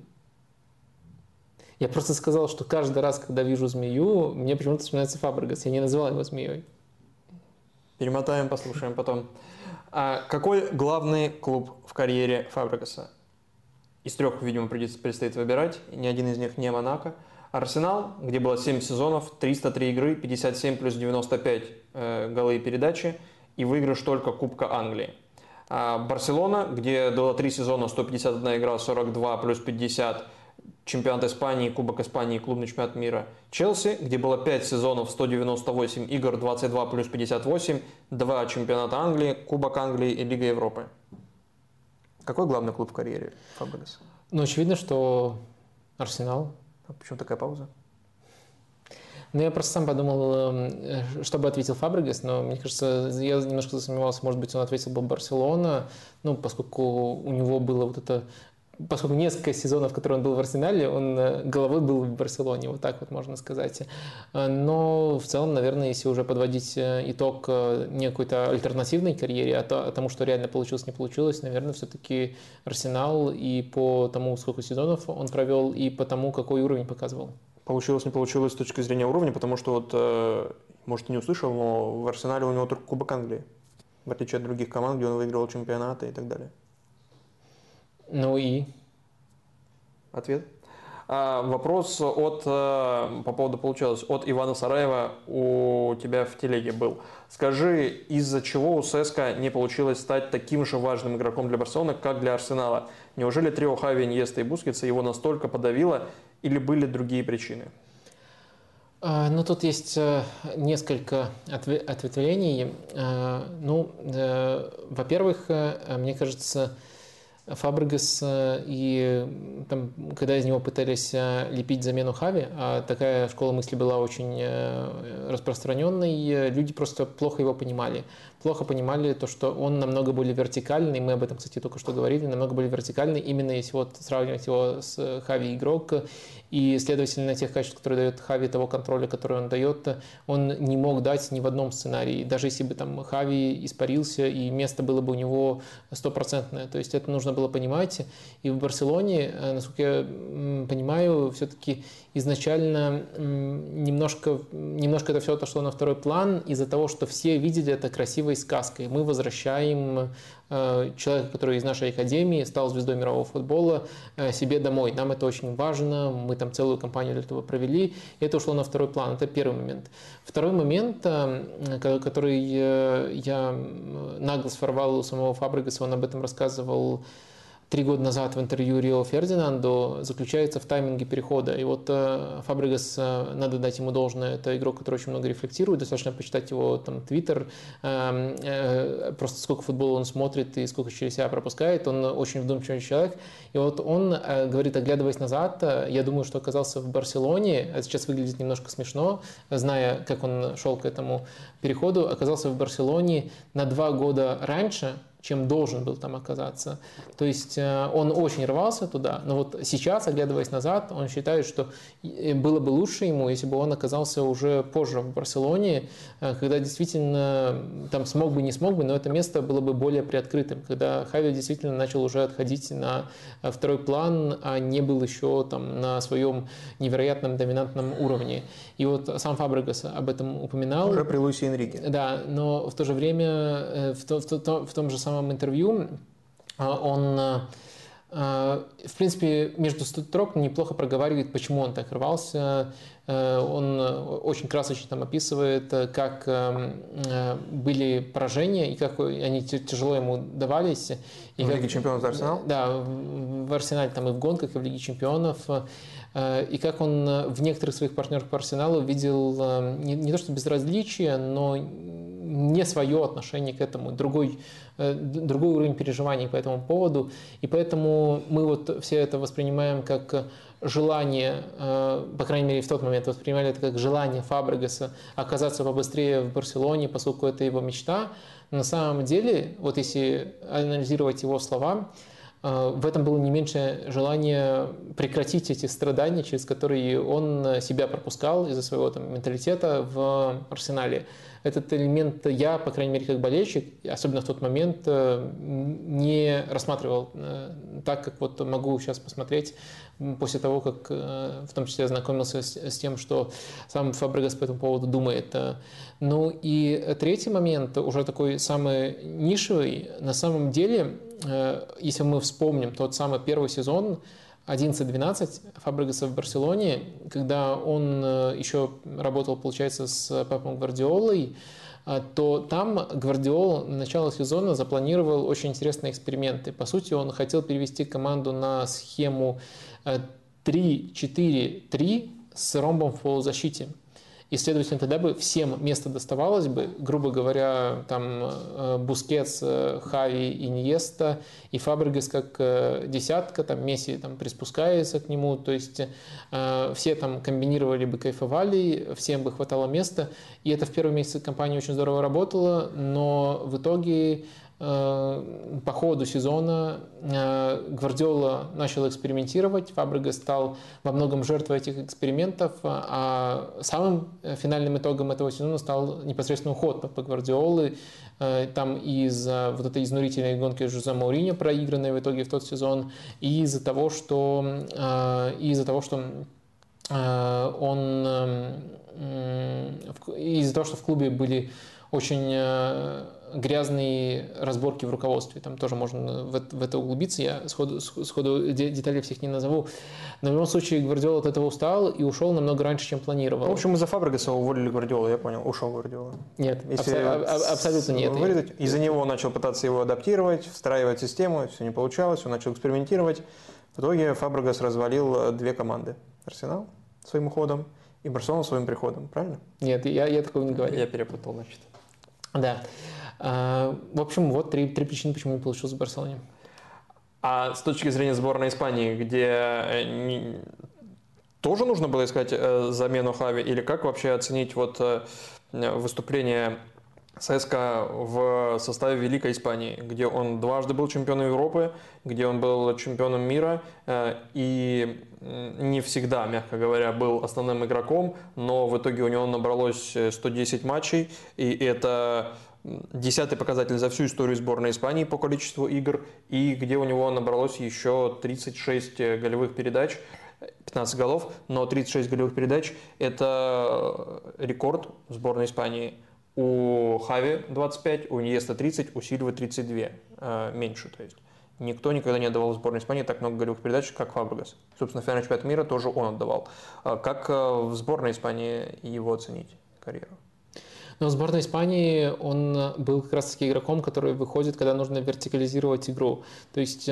Я просто сказал, что каждый раз, когда вижу змею, мне почему-то вспоминается Фабрегас. Я не называл его змеей. Перемотаем, послушаем потом. Какой главный клуб в карьере Фабрегаса? Из трех, видимо, предстоит выбирать. Ни один из них не Монако. Арсенал, где было 7 сезонов, 303 игры, 57 плюс 95 голы и передачи. И выигрыш только Кубка Англии. Барселона, где было 3 сезона, 151 игра, 42 плюс 50, чемпионат Испании, Кубок Испании, клубный чемпионат мира. Челси, где было 5 сезонов, 198 игр, 22 плюс 58, 2 чемпионата Англии, Кубок Англии и Лига Европы. Какой главный клуб в карьере Фабрегаса? Ну, очевидно, что Арсенал. А почему такая пауза? Ну, я просто сам подумал, что бы ответил Фабрегас, но мне кажется, я немножко засомневался, может быть, он ответил бы Барселона, ну, поскольку у него было вот это... Поскольку несколько сезонов, в которые он был в Арсенале, он головой был в Барселоне, вот так вот можно сказать. Но в целом, наверное, если уже подводить итог не какой-то альтернативной карьере, а тому, что реально получилось, не получилось, наверное, все-таки Арсенал и по тому, сколько сезонов он провел, и по тому, какой уровень показывал. Получилось, не получилось с точки зрения уровня, потому что вот, может, не услышал, но в Арсенале у него только Кубок Англии, в отличие от других команд, где он выигрывал чемпионаты и так далее. Ну и? Ответ. Вопрос по поводу получилось, от Ивана Сараева у тебя в телеге был. Скажи, из-за чего у ЦСКА не получилось стать таким же важным игроком для Барселоны, как для Арсенала? Неужели трио Хави, Иньеста и Бускетса его настолько подавило или были другие причины? Ну, тут есть несколько ответвлений. Ну, во-первых, мне кажется, Фабрегас, и там, когда из него пытались лепить замену Хави, а такая школа мысли была очень распространенной, люди просто плохо его понимали. Плохо понимали то, что он намного более вертикальный, мы об этом, кстати, только что говорили, намного более вертикальный, именно если вот сравнивать его с Хави игрок, и, следовательно, тех качеств, которые дает Хави, того контроля, который он дает, он не мог дать ни в одном сценарии. Даже если бы там Хави испарился, и место было бы у него стопроцентное. То есть это нужно было понимать. И в Барселоне, насколько я понимаю, все-таки изначально немножко это все отошло на второй план из-за того, что все видели это красивой сказкой. Мы возвращаем человека, который из нашей академии стал звездой мирового футбола, себе домой. Нам это очень важно, мы там целую кампанию для этого провели, и это ушло на второй план. Это первый момент. Второй момент, который я нагло своровал у самого Фабрегаса, он об этом рассказывал 3 года назад в интервью Рио Фердинанду, заключается в тайминге перехода. И вот Фабрегас, надо дать ему должное, это игрок, который очень много рефлектирует, достаточно почитать его там твиттер, просто сколько футбола он смотрит и сколько через себя пропускает, он очень вдумчивый человек. И вот он говорит, оглядываясь назад, я думаю, что оказался в Барселоне, это сейчас выглядит немножко смешно, зная, как он шел к этому переходу, оказался в Барселоне на 2 года раньше, чем должен был там оказаться. То есть он очень рвался туда, но вот сейчас, оглядываясь назад, он считает, что было бы лучше ему, если бы он оказался уже позже в Барселоне, когда действительно там смог бы, не смог бы, но это место было бы более приоткрытым, когда Хави действительно начал уже отходить на второй план, а не был еще там на своем невероятном доминантном уровне. И вот сам Фабрегас об этом упоминал. Уже при Луисе Энрике. Да, но в то же время, в том же самом интервью он, в принципе, между строк неплохо проговаривает, почему он так рвался. Он очень красочно там описывает, как были поражения и как они тяжело ему давались. И в как, Лиге чемпионов за Арсенал? Да, в Арсенале там и в гонках, и в Лиге чемпионов. И как он в некоторых своих партнерах по Арсеналу видел не то что безразличие, но не свое отношение к этому, другой уровень переживаний по этому поводу. И поэтому мы вот все это воспринимаем как желание, по крайней мере в тот момент воспринимали это как желание Фабрегаса оказаться побыстрее в Барселоне, поскольку это его мечта. Но на самом деле, вот если анализировать его слова, в этом было не меньше желание прекратить эти страдания, через которые он себя пропускал из-за своего там менталитета в Арсенале. Этот элемент я, по крайней мере, как болельщик, особенно в тот момент, не рассматривал так, как вот могу сейчас посмотреть после того, как в том числе ознакомился с тем, что сам Фабрегас по этому поводу думает. Ну и третий момент, уже такой самый нишевый, на самом деле, если мы вспомним тот самый первый сезон, 11-12 Фабрегаса в Барселоне, когда он еще работал, получается, с Пепом Гвардиолой, то там Гвардиола на начало сезона запланировал очень интересные эксперименты. По сути, он хотел перевести команду на схему 3-4-3 с ромбом в полузащите. И, следовательно, тогда бы всем место доставалось бы, грубо говоря, там Бускетс, Хави, Иньеста и Фабрегас как десятка, там Месси там приспускается к нему, то есть все там комбинировали бы, кайфовали, всем бы хватало места. И это в первые месяцы компании очень здорово работало, но в итоге по ходу сезона Гвардиола начал экспериментировать, Фабрегас стал во многом жертвой этих экспериментов, а самым финальным итогом этого сезона стал непосредственно уход Пепа Гвардиолы, там из-за вот этой изнурительной гонки Жозе Мауриньо, проигранной в итоге в тот сезон, и из-за того, что в клубе были очень грязные разборки в руководстве. Там тоже можно в это углубиться. Я сходу деталей всех не назову. Но в любом случае Гвардиола от этого устал и ушел намного раньше, чем планировал. В общем, из-за Фабрегаса уволили Гвардиолу, я понял. Ушел Гвардиола. Нет, абсолютно нет. Из-за него он начал пытаться его адаптировать, встраивать систему, все не получалось, он начал экспериментировать. В итоге Фабрегас развалил 2 команды. Арсенал своим уходом и Барселона своим приходом, правильно? Нет, я такого не говорю. Я перепутал, значит. Да. В общем, вот три причины, почему не получилось в Барселоне. А с точки зрения сборной Испании, где тоже нужно было искать замену Хави? Или как вообще оценить вот выступление ЦСКА в составе Великой Испании, где он дважды был чемпионом Европы, где он был чемпионом мира и не всегда, мягко говоря, был основным игроком, но в итоге у него набралось 110 матчей, и это 10-й показатель за всю историю сборной Испании по количеству игр, и где у него набралось еще 36 голевых передач, 15 голов, но 36 голевых передач – это рекорд сборной Испании. У Хави 25, у Иньеста 30, у Сильвы 32, меньше, то есть. Никто никогда не отдавал в сборной Испании так много голевых передач, как Фабрегас. Собственно, финал чемпионата мира тоже он отдавал. Как в сборной Испании его оценить, карьеру? Но в сборной Испании он был как раз-таки игроком, который выходит, когда нужно вертикализировать игру. То есть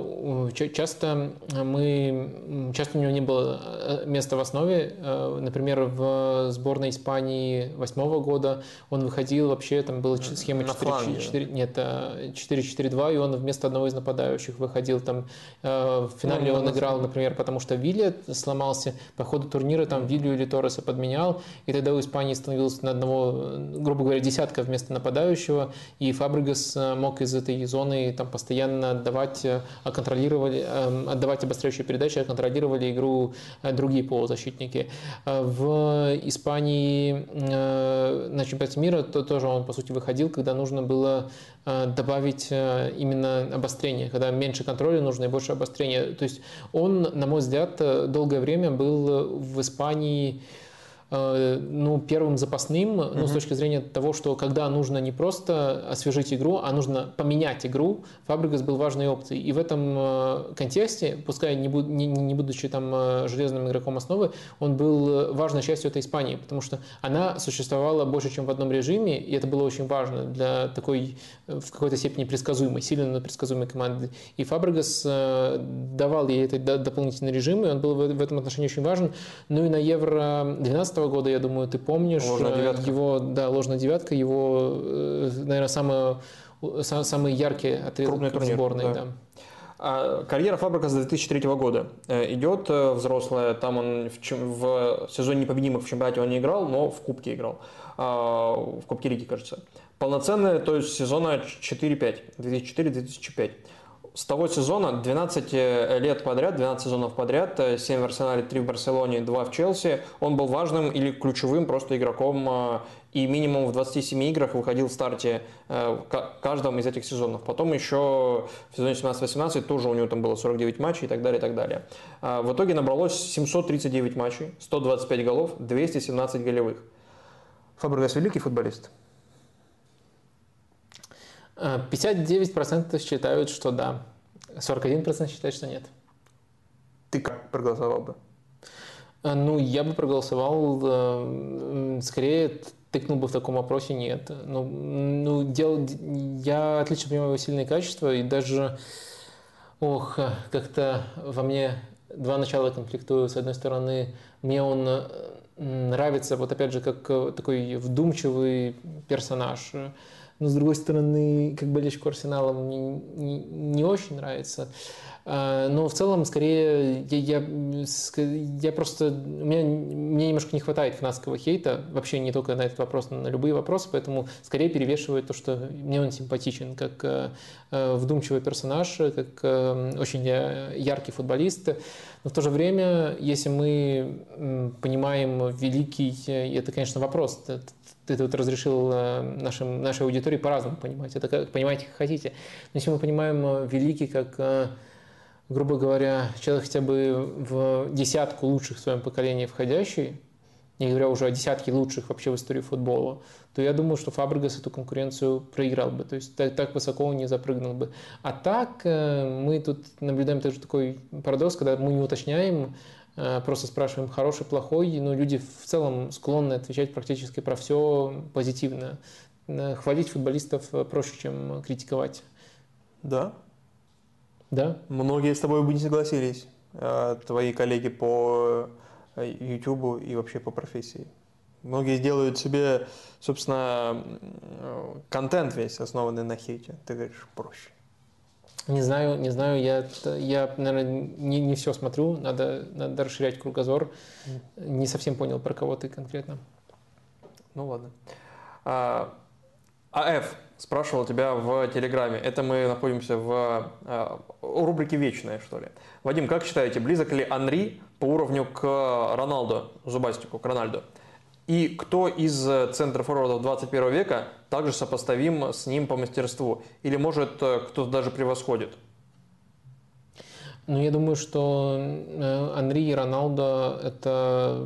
часто у него не было места в основе. Например, в сборной Испании 2008 года он выходил, вообще там была схема 4-4-2, и он вместо одного из нападающих выходил. Там, в финале он играл, например, потому что Вилья сломался. По ходу турнира там Вилью или Торреса подменял, и тогда у Испании становилось на одного, грубо говоря, десятка вместо нападающего, и Фабрегас мог из этой зоны там постоянно отдавать обостряющие передачи, а контролировали игру другие полузащитники. В Испании на чемпионате мира тоже он, по сути, выходил, когда нужно было добавить именно обострение, когда меньше контроля нужно и больше обострения. То есть он, на мой взгляд, долгое время был в Испании первым запасным, с точки зрения того, что когда нужно не просто освежить игру, а нужно поменять игру, Фабрегас был важной опцией. И в этом контексте, пускай не будучи там железным игроком основы, он был важной частью этой Испании, потому что она существовала больше, чем в одном режиме, и это было очень важно для такой, в какой-то степени предсказуемой, сильно предсказуемой команды. И Фабрегас давал ей этот дополнительный режим, и он был в этом отношении очень важен. Ну и на Евро 2012 года, я думаю, ты помнишь, его, ложная девятка, его, наверное, самый яркий отрезок в сборной. Да. Карьера Фабрегаса 2003 года идет взрослая, там он в сезоне непобедимых в чемпионате он не играл, но в Кубке играл, в Кубке Лиги, кажется. Полноценная, то есть сезона 4-5, 2004-2005. С того сезона 12 лет подряд, 12 сезонов подряд, 7 в Арсенале, 3 в Барселоне, 2 в Челси. Он был важным или ключевым просто игроком и минимум в 27 играх выходил в старте в каждом из этих сезонов. Потом еще в сезоне 17-18 тоже у него там было 49 матчей и так далее, и так далее. В итоге набралось 739 матчей, 125 голов, 217 голевых. Фабрегас великий футболист? 59% считают, что да. 41% считают, что нет. Ты как проголосовал бы? Я бы проголосовал, скорее тыкнул бы в таком опросе нет. Я отлично понимаю его сильные качества, и даже, как-то во мне два начала конфликтуют. С одной стороны, мне он нравится, вот опять же, как такой вдумчивый персонаж. Но, с другой стороны, как болельщику Арсенала, мне не очень нравится. Но в целом, скорее, я просто... Мне немножко не хватает фанатского хейта, вообще не только на этот вопрос, но на любые вопросы, поэтому скорее перевешивает то, что мне он симпатичен, как вдумчивый персонаж, как очень яркий футболист. Но в то же время, если мы понимаем великий, и это, конечно, вопрос, ты тут разрешил нашей аудитории по-разному понимать, это как понимаете, как хотите. Но если мы понимаем великий как, грубо говоря, человек хотя бы в десятку лучших в своем поколении входящий, не говоря уже о десятке лучших вообще в истории футбола, то я думаю, что Фабрегас эту конкуренцию проиграл бы, то есть так высоко он не запрыгнул бы. А так мы тут наблюдаем тоже такой парадокс, когда мы не уточняем, просто спрашиваем хороший, плохой, но люди в целом склонны отвечать практически про все позитивно. Хвалить футболистов проще, чем критиковать. Да? Да. Многие с тобой бы не согласились, твои коллеги по YouTube и вообще по профессии. Многие делают себе, собственно, контент весь, основанный на хейте. Ты говоришь, проще. я наверное, не все смотрю, надо расширять кругозор. Не совсем понял, про кого ты конкретно. Ну ладно. АФ спрашивал тебя в Телеграме. Это мы находимся в рубрике «Вечное», что ли. Вадим, как считаете, близок ли Анри по уровню к Роналду, Зубастику, к Рональду? И кто из центр-форвардов 21 века также сопоставим с ним по мастерству? Или, может, кто-то даже превосходит? Ну, я думаю, что Анри и Роналдо – это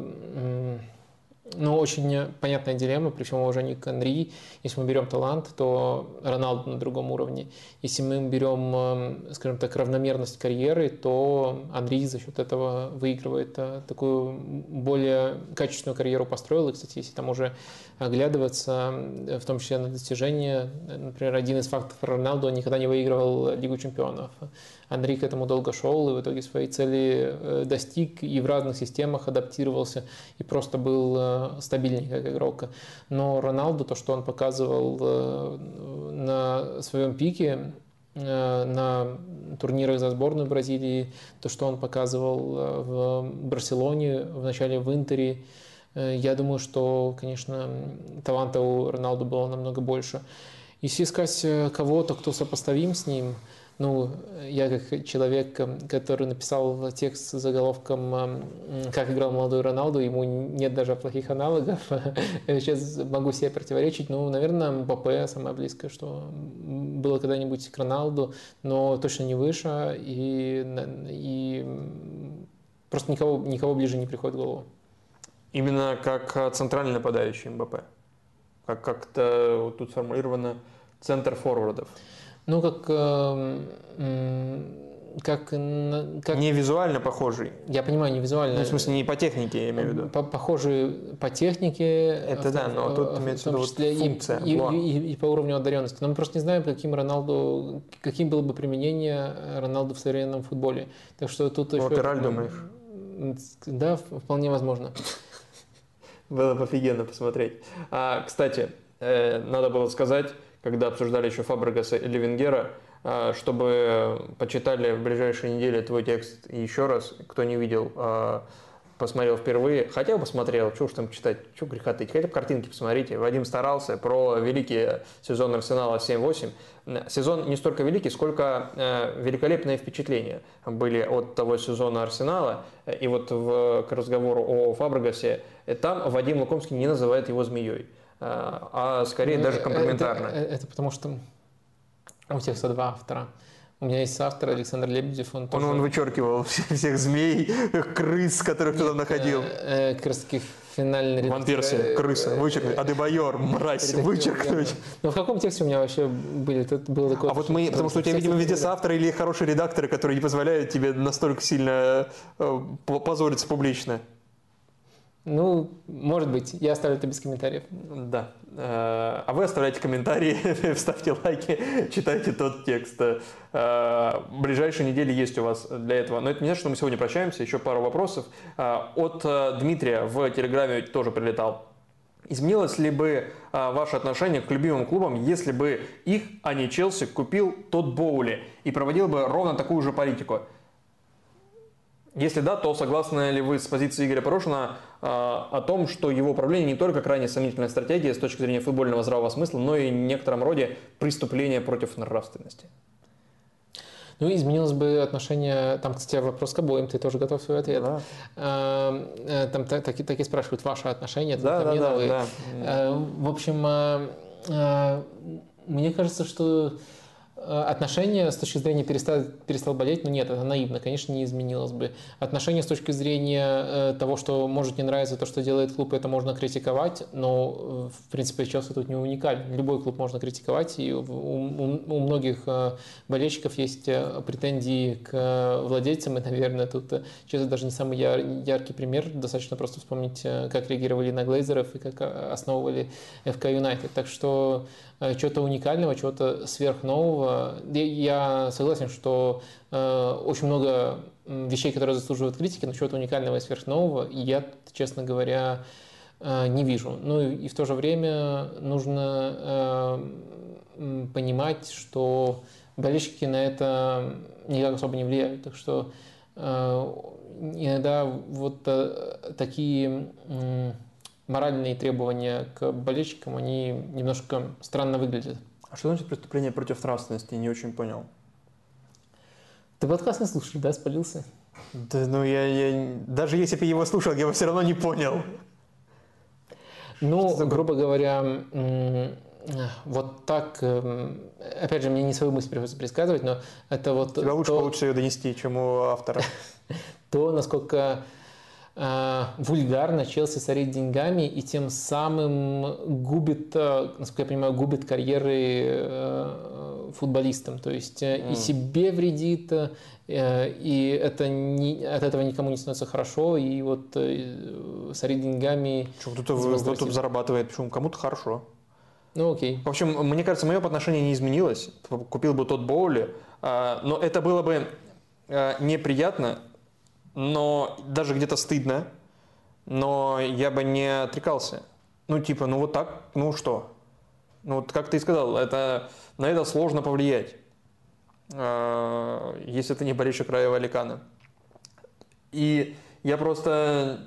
очень понятная дилемма, при всем уважении к Анри. Если мы берем талант, то Роналду на другом уровне. Если мы берем, скажем так, равномерность карьеры, то Анри за счет этого выигрывает, такую более качественную карьеру построил. И, кстати, если там уже оглядываться, в том числе на достижения, например, один из фактов про Роналду, он никогда не выигрывал Лигу чемпионов. Анри к этому долго шел и в итоге своей цели достиг и в разных системах адаптировался и просто был стабильней как игрок. Но Роналду, то, что он показывал на своем пике, на турнирах за сборную Бразилии, то, что он показывал в Барселоне, вначале в Интере, я думаю, что, конечно, таланта у Роналду было намного больше. Если искать кого-то, кто сопоставим с ним, я как человек, который написал текст с заголовком «Как играл молодой Роналду», ему нет даже плохих аналогов. Сейчас могу себе противоречить. Наверное, Мбаппе самое близкое, что было когда-нибудь к Роналду, но точно не выше. И просто никого ближе не приходит в голову. Именно как центральный нападающий Мбаппе? Как-то тут сформулировано центр форвардов. Как не визуально похожий. Я понимаю, не визуально. В смысле, не по технике, я имею в виду. Похожий по технике. Это да, но тут имеется в виду функция. И по уровню одаренности. Но мы просто не знаем, каким было бы применение Роналду в современном футболе. Так что тут еще... ты Раль думаешь? Да, вполне возможно. Было бы офигенно посмотреть. Кстати, надо было сказать, когда обсуждали еще Фабрегаса или Венгера, чтобы почитали в ближайшие недели твой текст еще раз. Кто не видел, посмотрел впервые. Хотя бы посмотрел, что уж там читать, что греха таить. Хотя бы картинки посмотрите. Вадим старался про великий сезон Арсенала 7-8. Сезон не столько великий, сколько великолепные впечатления были от того сезона Арсенала. И вот к разговору о Фабрегасе, там Вадим Лукомский не называет его змеей, а скорее даже комплиментарно. Это потому что у текста два автора. У меня есть автор Александр Лебедев. Он вычеркивал всех змей, крыс, которых ты там находил. Как раз таки финальный редактор. Ван-Перси, крыса, вычеркнуть. Адебайор, мразь, вычеркнуть. Но в каком тексте у меня вообще были? Тут было такое, потому что у тебя, видимо, везде соавторы или хорошие редакторы, которые не позволяют тебе настолько сильно позориться публично. Может быть. Я оставлю это без комментариев. Да. А вы оставляйте комментарии, ставьте лайки, читайте тот текст. Ближайшие недели есть у вас для этого. Но это не значит, что мы сегодня прощаемся. Еще пару вопросов. От Дмитрия в Телеграме тоже прилетал. Изменилось ли бы ваше отношение к любимым клубам, если бы их, а не Челси, купил Тодд Боули и проводил бы ровно такую же политику? Если да, то согласны ли вы с позицией Игоря Порошина о том, что его управление не только крайне сомнительная стратегия с точки зрения футбольного здравого смысла, но и в некотором роде преступление против нравственности? Изменилось бы отношение, там, кстати, вопрос к обоим, ты тоже готов свой ответ. Да. Там так и спрашивают ваше отношение. Да. В общем, мне кажется, что отношение с точки зрения перестал болеть, нет, это наивно, конечно, не изменилось бы. Отношение с точки зрения того, что может не нравиться то, что делает клуб, это можно критиковать, но, в принципе, Челси тут не уникален. Любой клуб можно критиковать, и у многих болельщиков есть претензии к владельцам, и, наверное, тут Челси даже не самый яркий пример. Достаточно просто вспомнить, как реагировали на Глейзеров и как основывали ФК Юнайтед. Так что чего-то уникального, чего-то сверхнового. Я согласен, что очень много вещей, которые заслуживают критики, но чего-то уникального и сверхнового я, честно говоря, не вижу. И в то же время нужно понимать, что болельщики на это никак особо не влияют. Так что иногда вот такие моральные требования к болельщикам, они немножко странно выглядят. А что значит преступление против нравственности? Не очень понял. Ты подкаст не слушал, да, спалился? Да, ну я даже если бы его слушал, я его все равно не понял. Ну, грубо говоря, вот так, опять же, мне не свою мысль приходится пересказывать, но это вот... Тебя лучше получится ее донести, чем у автора. То, насколько вульгарно Челси сорит деньгами и тем самым губит, насколько я понимаю, губит карьеры футболистам. То есть и себе вредит, и это от этого никому не становится хорошо, и вот сорить деньгами... Кто-то тут зарабатывает, почему кому-то хорошо. Ну окей. В общем, мне кажется, мое отношение не изменилось. Купил бы тот Боули, но это было бы неприятно, но даже где-то стыдно, но я бы не отрекался. Ну, типа, ну вот так, ну что? Ну, вот как ты и сказал, на это сложно повлиять, если ты не болельщик Райо Вальекано. И я просто,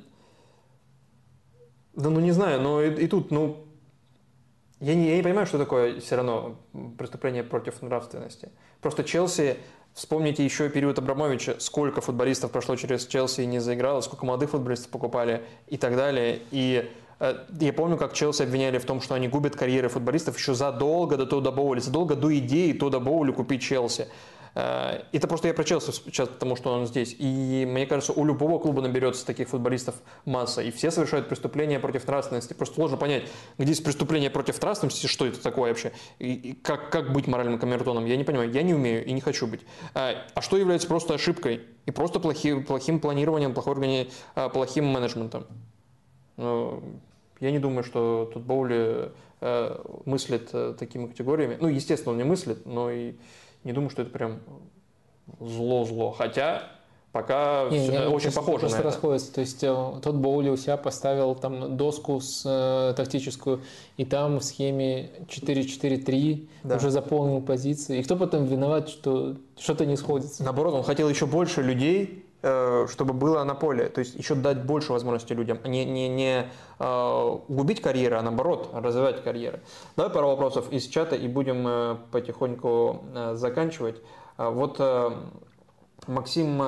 да ну не знаю, но и тут, ну, я не понимаю, что такое все равно преступление против нравственности. Просто Челси, вспомните еще период Абрамовича, сколько футболистов прошло через Челси и не заиграло, сколько молодых футболистов покупали и так далее. И я помню, как Челси обвиняли в том, что они губят карьеры футболистов еще задолго до Тодда Боули, задолго до идеи Тодда Боули купить Челси. Это просто я про Челси сейчас, потому что он здесь. И мне кажется, у любого клуба наберется таких футболистов масса. И все совершают преступления против нравственности. Просто сложно понять, где есть преступление против нравственности, что это такое вообще. И как быть моральным камертоном, я не понимаю. Я не умею и не хочу быть. А что является просто ошибкой? И просто плохим планированием, плохим менеджментом? Я не думаю, что тут Боули мыслит такими категориями. Ну, естественно, он не мыслит, но и не думаю, что это прям зло-зло. Хотя пока очень похоже на это. Расходится. То есть тот Боули у себя поставил там доску тактическую, и там в схеме 4-4-3 уже заполнил позиции. И кто потом виноват, что что-то не сходится? Наоборот, он хотел еще больше людей, чтобы было на поле. То есть еще дать больше возможностей людям. Не губить карьеры, а наоборот развивать карьеры. Давай пару вопросов из чата и будем потихоньку заканчивать. Вот Максим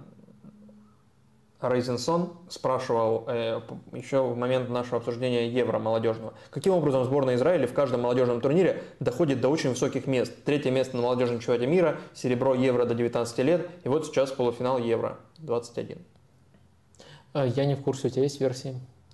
Рейзенсон спрашивал еще в момент нашего обсуждения Евро молодежного. Каким образом сборная Израиля в каждом молодежном турнире доходит до очень высоких мест? 3-е место на молодежном чемпионате мира, серебро Евро до 19 лет, и вот сейчас полуфинал Евро 21. Я не в курсе, у тебя есть версии?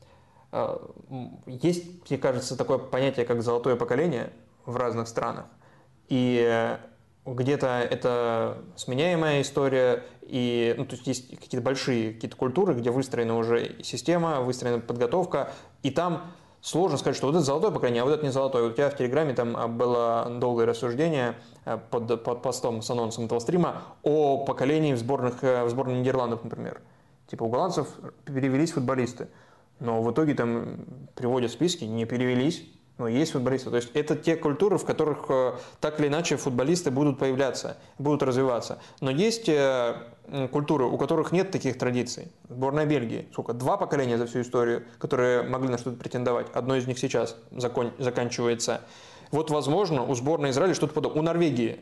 Есть, мне кажется, такое понятие, как золотое поколение в разных странах. И где-то это сменяемая история, и, ну, то есть какие-то большие культуры, где выстроена уже система, выстроена подготовка, и там сложно сказать, что вот это золотое поколение, а вот это не золотое. У тебя в Телеграме там было долгое рассуждение под постом с анонсом этого стрима о поколении в сборной Нидерландов, например. Типа у голландцев перевелись футболисты, но в итоге там приводят списки, не перевелись. Но есть футболисты. То есть это те культуры, в которых так или иначе футболисты будут появляться, будут развиваться. Но есть культуры, у которых нет таких традиций. Сборная Бельгии. Сколько? 2 поколения за всю историю, которые могли на что-то претендовать. Одно из них сейчас заканчивается. Вот, возможно, у сборной Израиля что-то подобное. У Норвегии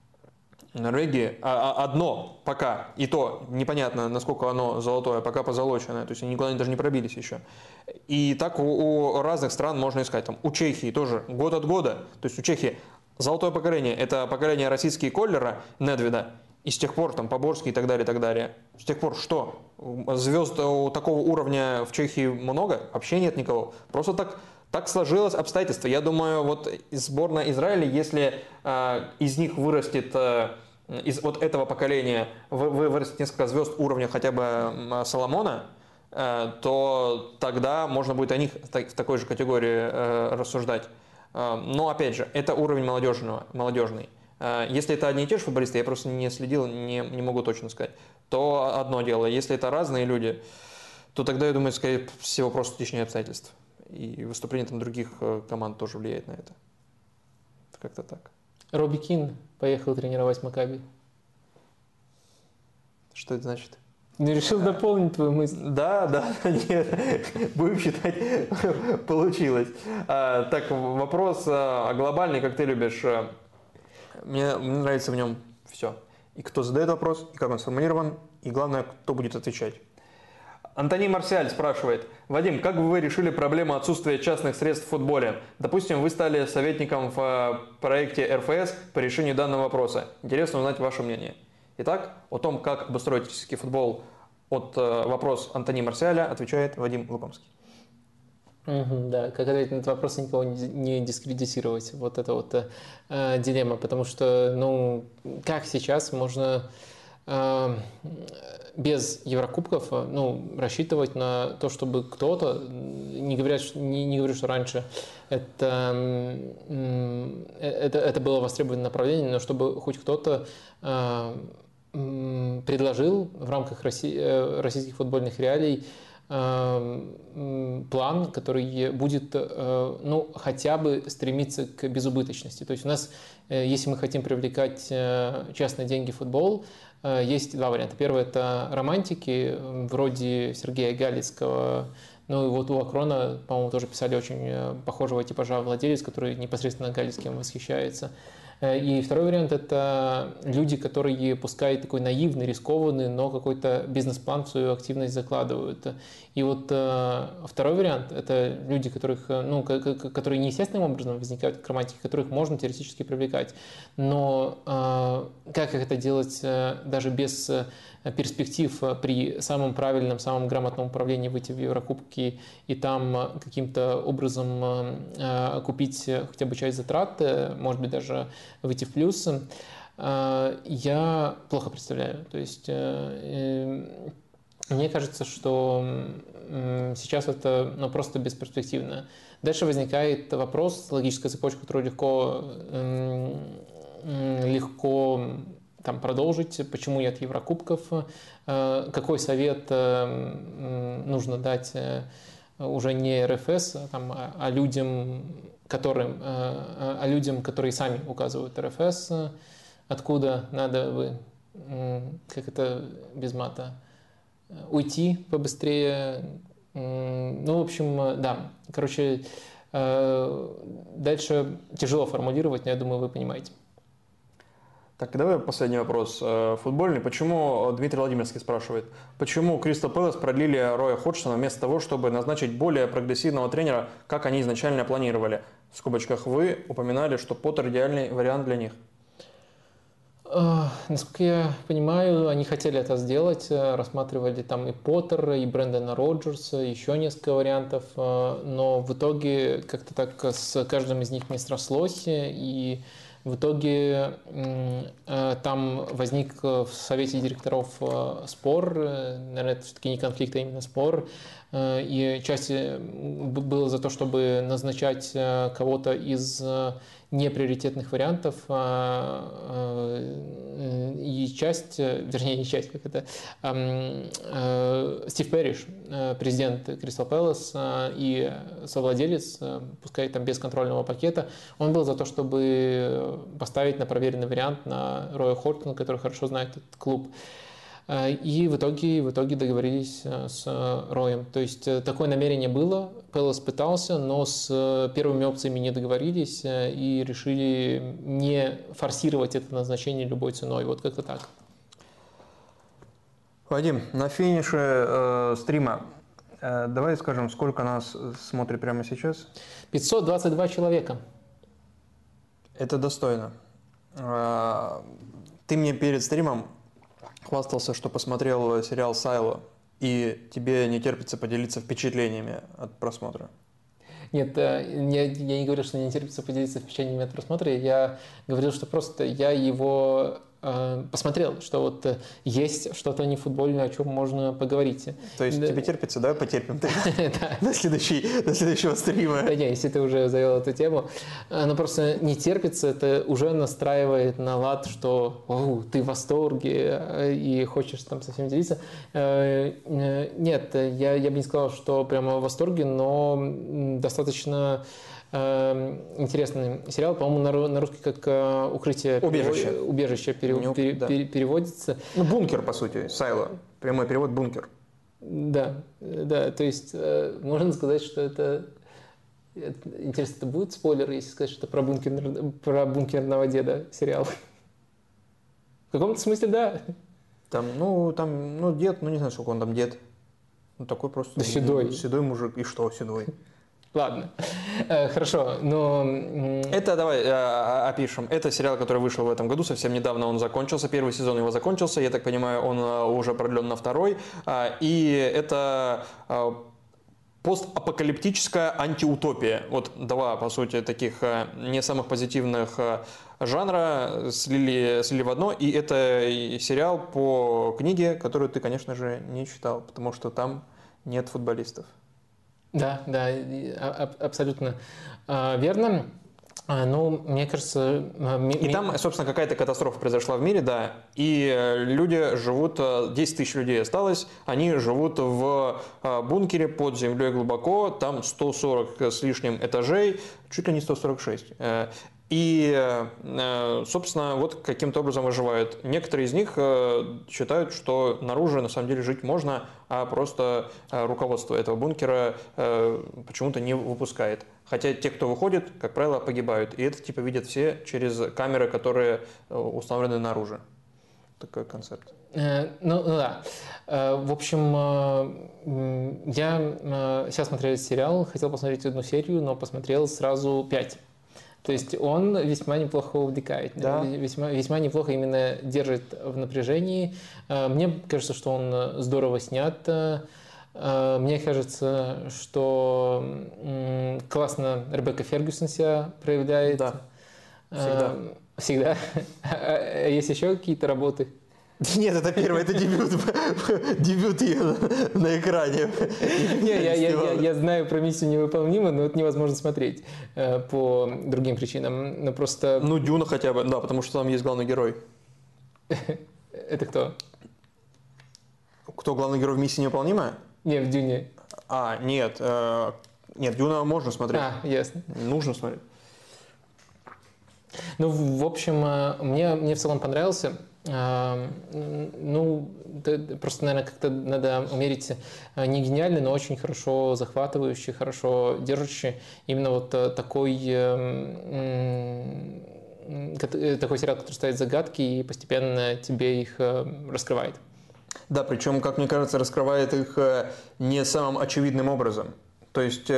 одно пока, и то непонятно, насколько оно золотое, пока позолоченное, то есть они никуда даже не пробились еще. И так у разных стран можно искать. Там, у Чехии тоже год от года, то есть у Чехии золотое поколение, это поколение российские Коллера, Недведа, и с тех пор там Поборский и так далее, и так далее. С тех пор что? Звезд такого уровня в Чехии много? Вообще нет никого. Просто так сложилось обстоятельство. Я думаю, вот сборная Израиля, если из них вырастет, из вот этого поколения вырастет несколько звезд уровня хотя бы Соломона, то тогда можно будет о них в такой же категории рассуждать. Но опять же, это уровень молодежный. Если это одни и те же футболисты, я просто не следил, не могу точно сказать, то одно дело. Если это разные люди, то тогда, я думаю, скорее всего, просто стечение обстоятельств. И выступление там других команд тоже влияет на это. Как-то так. Робби Кин поехал тренировать Макаби. Что это значит? Не решил дополнить твою мысль. Да, нет, будем считать, получилось. Так, вопрос глобальный, как ты любишь. Мне нравится в нем все. И кто задает вопрос, и как он сформулирован, и главное, кто будет отвечать. Антони Марсиаль спрашивает: Вадим, как бы вы решили проблему отсутствия частных средств в футболе? Допустим, вы стали советником в проекте РФС по решению данного вопроса. Интересно узнать ваше мнение. Итак, о том, как обустроить российский футбол, вопрос Антони Марсиаля отвечает Вадим Лукомский. Да, как ответить на этот вопрос, никого не дискредитировать. Вот это вот дилемма, потому что, ну, как сейчас можно без Еврокубков, ну, рассчитывать на то, чтобы кто-то, не говорю, что раньше это было востребованное направление, но чтобы хоть кто-то предложил в рамках российских футбольных реалий план, который будет, ну, хотя бы стремиться к безубыточности. То есть у нас, если мы хотим привлекать частные деньги в футбол, есть два варианта. Первый – это романтики, вроде Сергея Галицкого. Ну и вот у Акрона, по-моему, тоже писали очень похожего типажа владелец, который непосредственно Галицким восхищается. И второй вариант – это люди, которые, пускай такой наивный, рискованный, но какой-то бизнес-план в свою активность закладывают. И вот второй вариант – это люди, которые неестественным образом возникают как романтики, которых можно теоретически привлекать. Но как это делать даже без перспектив при самом правильном, самом грамотном управлении выйти в Еврокубки и там каким-то образом купить хотя бы часть затрат, может быть, даже выйти в плюс, я плохо представляю. То есть мне кажется, что сейчас это просто бесперспективно. Дальше возникает вопрос, логическая цепочка, которую легко там продолжить, почему нет Еврокубков, какой совет нужно дать уже не РФС, а людям, которые сами указывают РФС, откуда надо как это без мата, уйти побыстрее. Ну, в общем, да. Короче, дальше тяжело формулировать, но я думаю, вы понимаете. Так, давай последний вопрос футбольный. Почему, Дмитрий Владимирский спрашивает, почему Кристал Пэлас продлили Роя Ходжсона вместо того, чтобы назначить более прогрессивного тренера, как они изначально планировали? В скобочках вы упоминали, что Поттер идеальный вариант для них. Насколько я понимаю, они хотели это сделать, рассматривали там и Поттера, и Брэндона Роджерса, еще несколько вариантов, но в итоге как-то так с каждым из них не срослось, и в итоге там возник в совете директоров спор, наверное, это все-таки не конфликт, а именно спор, и часть было за то, чтобы назначать кого-то из неприоритетных вариантов, и часть, вернее, не часть, как это, Стив Пэриш, президент Кристал Пэлас и совладелец, пускай там без контрольного пакета, он был за то, чтобы поставить на проверенный вариант на Роя Ходжсона, который хорошо знает этот клуб. И в итоге договорились с Роем. То есть такое намерение было, Пэлас пытался, но с первыми опциями не договорились и решили не форсировать это назначение любой ценой. Вот как-то так. Вадим, на финише стрима давай скажем, сколько нас смотрит прямо сейчас? 522 человека. Это достойно. Ты мне перед стримом хвастался, что посмотрел сериал «Сайло», и тебе не терпится поделиться впечатлениями от просмотра. Нет, я не говорил, что не терпится поделиться впечатлениями от просмотра, я говорил, что просто я его посмотрел, что вот есть что-то нефутбольное, о чем можно поговорить. То есть тебе терпится, да? Потерпим до следующего стрима. Да не, если ты уже завел эту тему. Но просто не терпится, это уже настраивает на лад, что ты в восторге и хочешь там со всеми делиться. Нет, я бы не сказал, что прямо в восторге, но достаточно Интересный сериал, по-моему, на русский как «Укрытие». Убежище. «Убежище» Да. переводится. Ну, бункер, по сути, Сайло. Прямой перевод «бункер». Да, да, то есть можно сказать, что интересно, это будет спойлер, если сказать, что это про бункерного деда сериал? В каком-то смысле, да. Там, дед, не знаю, сколько он там дед. Ну, такой просто... Да седой. Седой мужик. И что седой? Ладно, хорошо, но... Это, давай опишем. Это сериал, который вышел в этом году, совсем недавно он закончился. Первый сезон его закончился, я так понимаю, он уже продлен на второй. И это постапокалиптическая антиутопия. Вот два, по сути, таких не самых позитивных жанра слили в одно. И это сериал по книге, которую ты, конечно же, не читал, потому что там нет футболистов. Да, абсолютно верно. Ну, мне кажется... И там, собственно, какая-то катастрофа произошла в мире, да, и люди живут, 10 тысяч людей осталось, они живут в бункере под землей глубоко, там 140 с лишним этажей, чуть ли не 146. И, собственно, вот каким-то образом выживают. Некоторые из них считают, что наружу на самом деле жить можно, а просто руководство этого бункера почему-то не выпускает. Хотя те, кто выходит, как правило, погибают. И это типа видят все через камеры, которые установлены наружу. Такой концепт. Ну да. В общем, я сейчас смотрел этот сериал, хотел посмотреть одну серию, но посмотрел сразу 5. То есть он весьма неплохо увлекает, да. весьма неплохо именно держит в напряжении. Мне кажется, что он здорово снят. Мне кажется, что классно Ребекка Фергюсон себя проявляет. Да, всегда. Всегда. А есть еще какие-то работы? Нет, это первый, это дебют ее на экране. Я знаю про «Миссию невыполнима», но это невозможно смотреть по другим причинам. Но просто... Ну, «Дюна» хотя бы, да, потому что там есть главный герой. Это кто? Кто главный герой в «Миссии невыполнима»? Нет, в «Дюне». Нет. Нет, «Дюна» можно смотреть. Ясно. Нужно смотреть. Ну, в общем, мне в целом понравился. Ну, просто, наверное, как-то надо умерить не гениальный, но очень хорошо захватывающий, хорошо держащий. Именно вот такой сериал, который ставит загадки и постепенно тебе их раскрывает. Да, причем, как мне кажется, раскрывает их не самым очевидным образом. То есть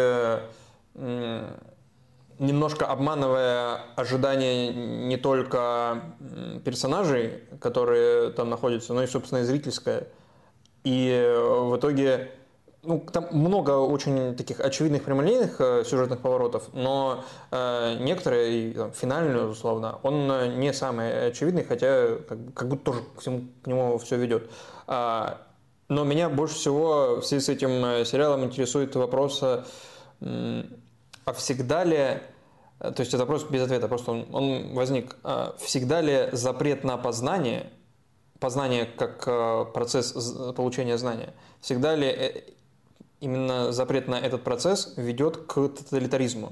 немножко обманывая ожидания не только персонажей, которые там находятся, но и, собственно, и зрительское. И в итоге, там много очень таких очевидных прямолинейных сюжетных поворотов, но некоторые, финальный, условно, он не самый очевидный, хотя как будто тоже к нему все ведет. Но меня больше всего в связи с этим сериалом интересует вопрос... А всегда ли, то есть это вопрос без ответа, просто он возник, всегда ли запрет на познание как процесс получения знания, всегда ли именно запрет на этот процесс ведет к тоталитаризму?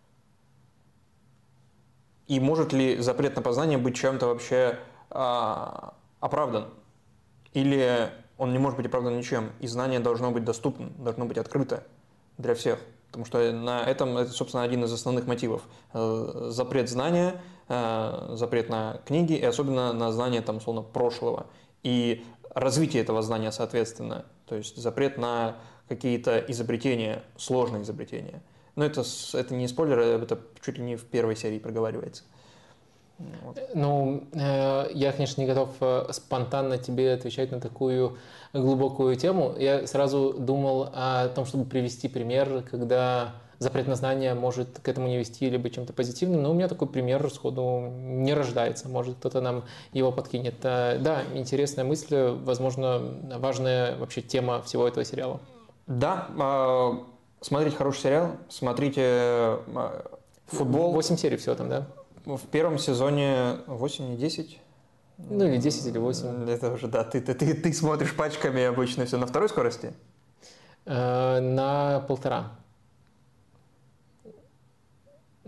И может ли запрет на познание быть чем-то вообще оправдан? Или он не может быть оправдан ничем, и знание должно быть доступно, должно быть открыто для всех? Потому что это, собственно, один из основных мотивов. Запрет знания, запрет на книги и особенно на знание, там, условно, прошлого. И развитие этого знания, соответственно. То есть запрет на какие-то изобретения, сложные изобретения. Но это не спойлер, это чуть ли не в первой серии проговаривается. Вот. Ну, я, конечно, не готов спонтанно тебе отвечать на такую глубокую тему. Я сразу думал о том, чтобы привести пример, когда запрет на знание может к этому не вести или быть чем-то позитивным, но у меня такой пример сходу не рождается. Может, кто-то нам его подкинет. Да, интересная мысль, возможно, важная вообще тема всего этого сериала. Да, смотрите хороший сериал, смотрите футбол. 8 серий всего там, да? В первом сезоне 8, не 10? Ну, или 10, или 8. Это уже, да, ты смотришь пачками обычно все. На второй скорости? На 1,5.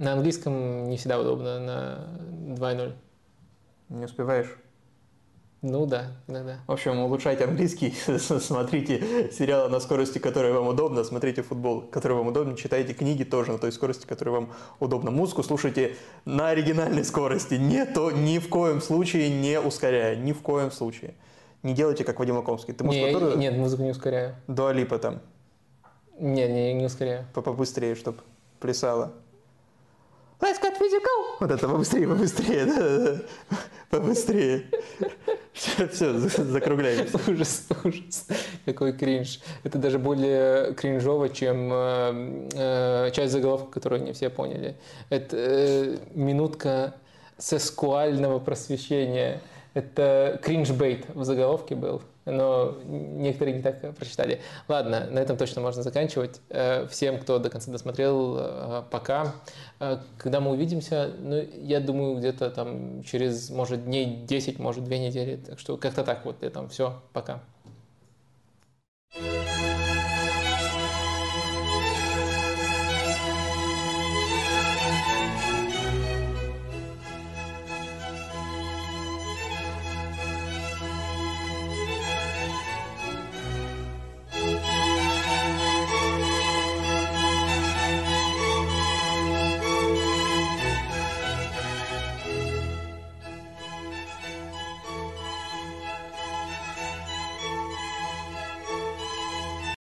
На английском не всегда удобно, на 2.0. Не успеваешь? Ну да, иногда. В общем, улучшайте английский, смотрите сериалы на скорости, которая вам удобна, смотрите футбол, который вам удобно, читайте книги тоже на той скорости, которая вам удобна. Музыку слушайте на оригинальной скорости, ни в коем случае не ускоряя, ни в коем случае. Не делайте, как Вадим Лакомский. Ты музыкатуру? Нет, музыку не ускоряю. Дуа Липа там. Не ускоряю. Побыстрее, чтобы плясала. Let's get physical! Вот это побыстрее, да. Побыстрее. Все, закругляемся. Ужас. Какой кринж. Это даже более кринжово, чем часть заголовка, которую не все поняли. Это минутка сексуального просвещения. Это кринж-бейт в заголовке был, но некоторые не так прочитали. Ладно, на этом точно можно заканчивать. Всем, кто до конца досмотрел, пока. Когда мы увидимся, ну, я думаю, где-то там через, может, дней 10, может, 2 недели. Так что как-то так вот, летом. Все, пока.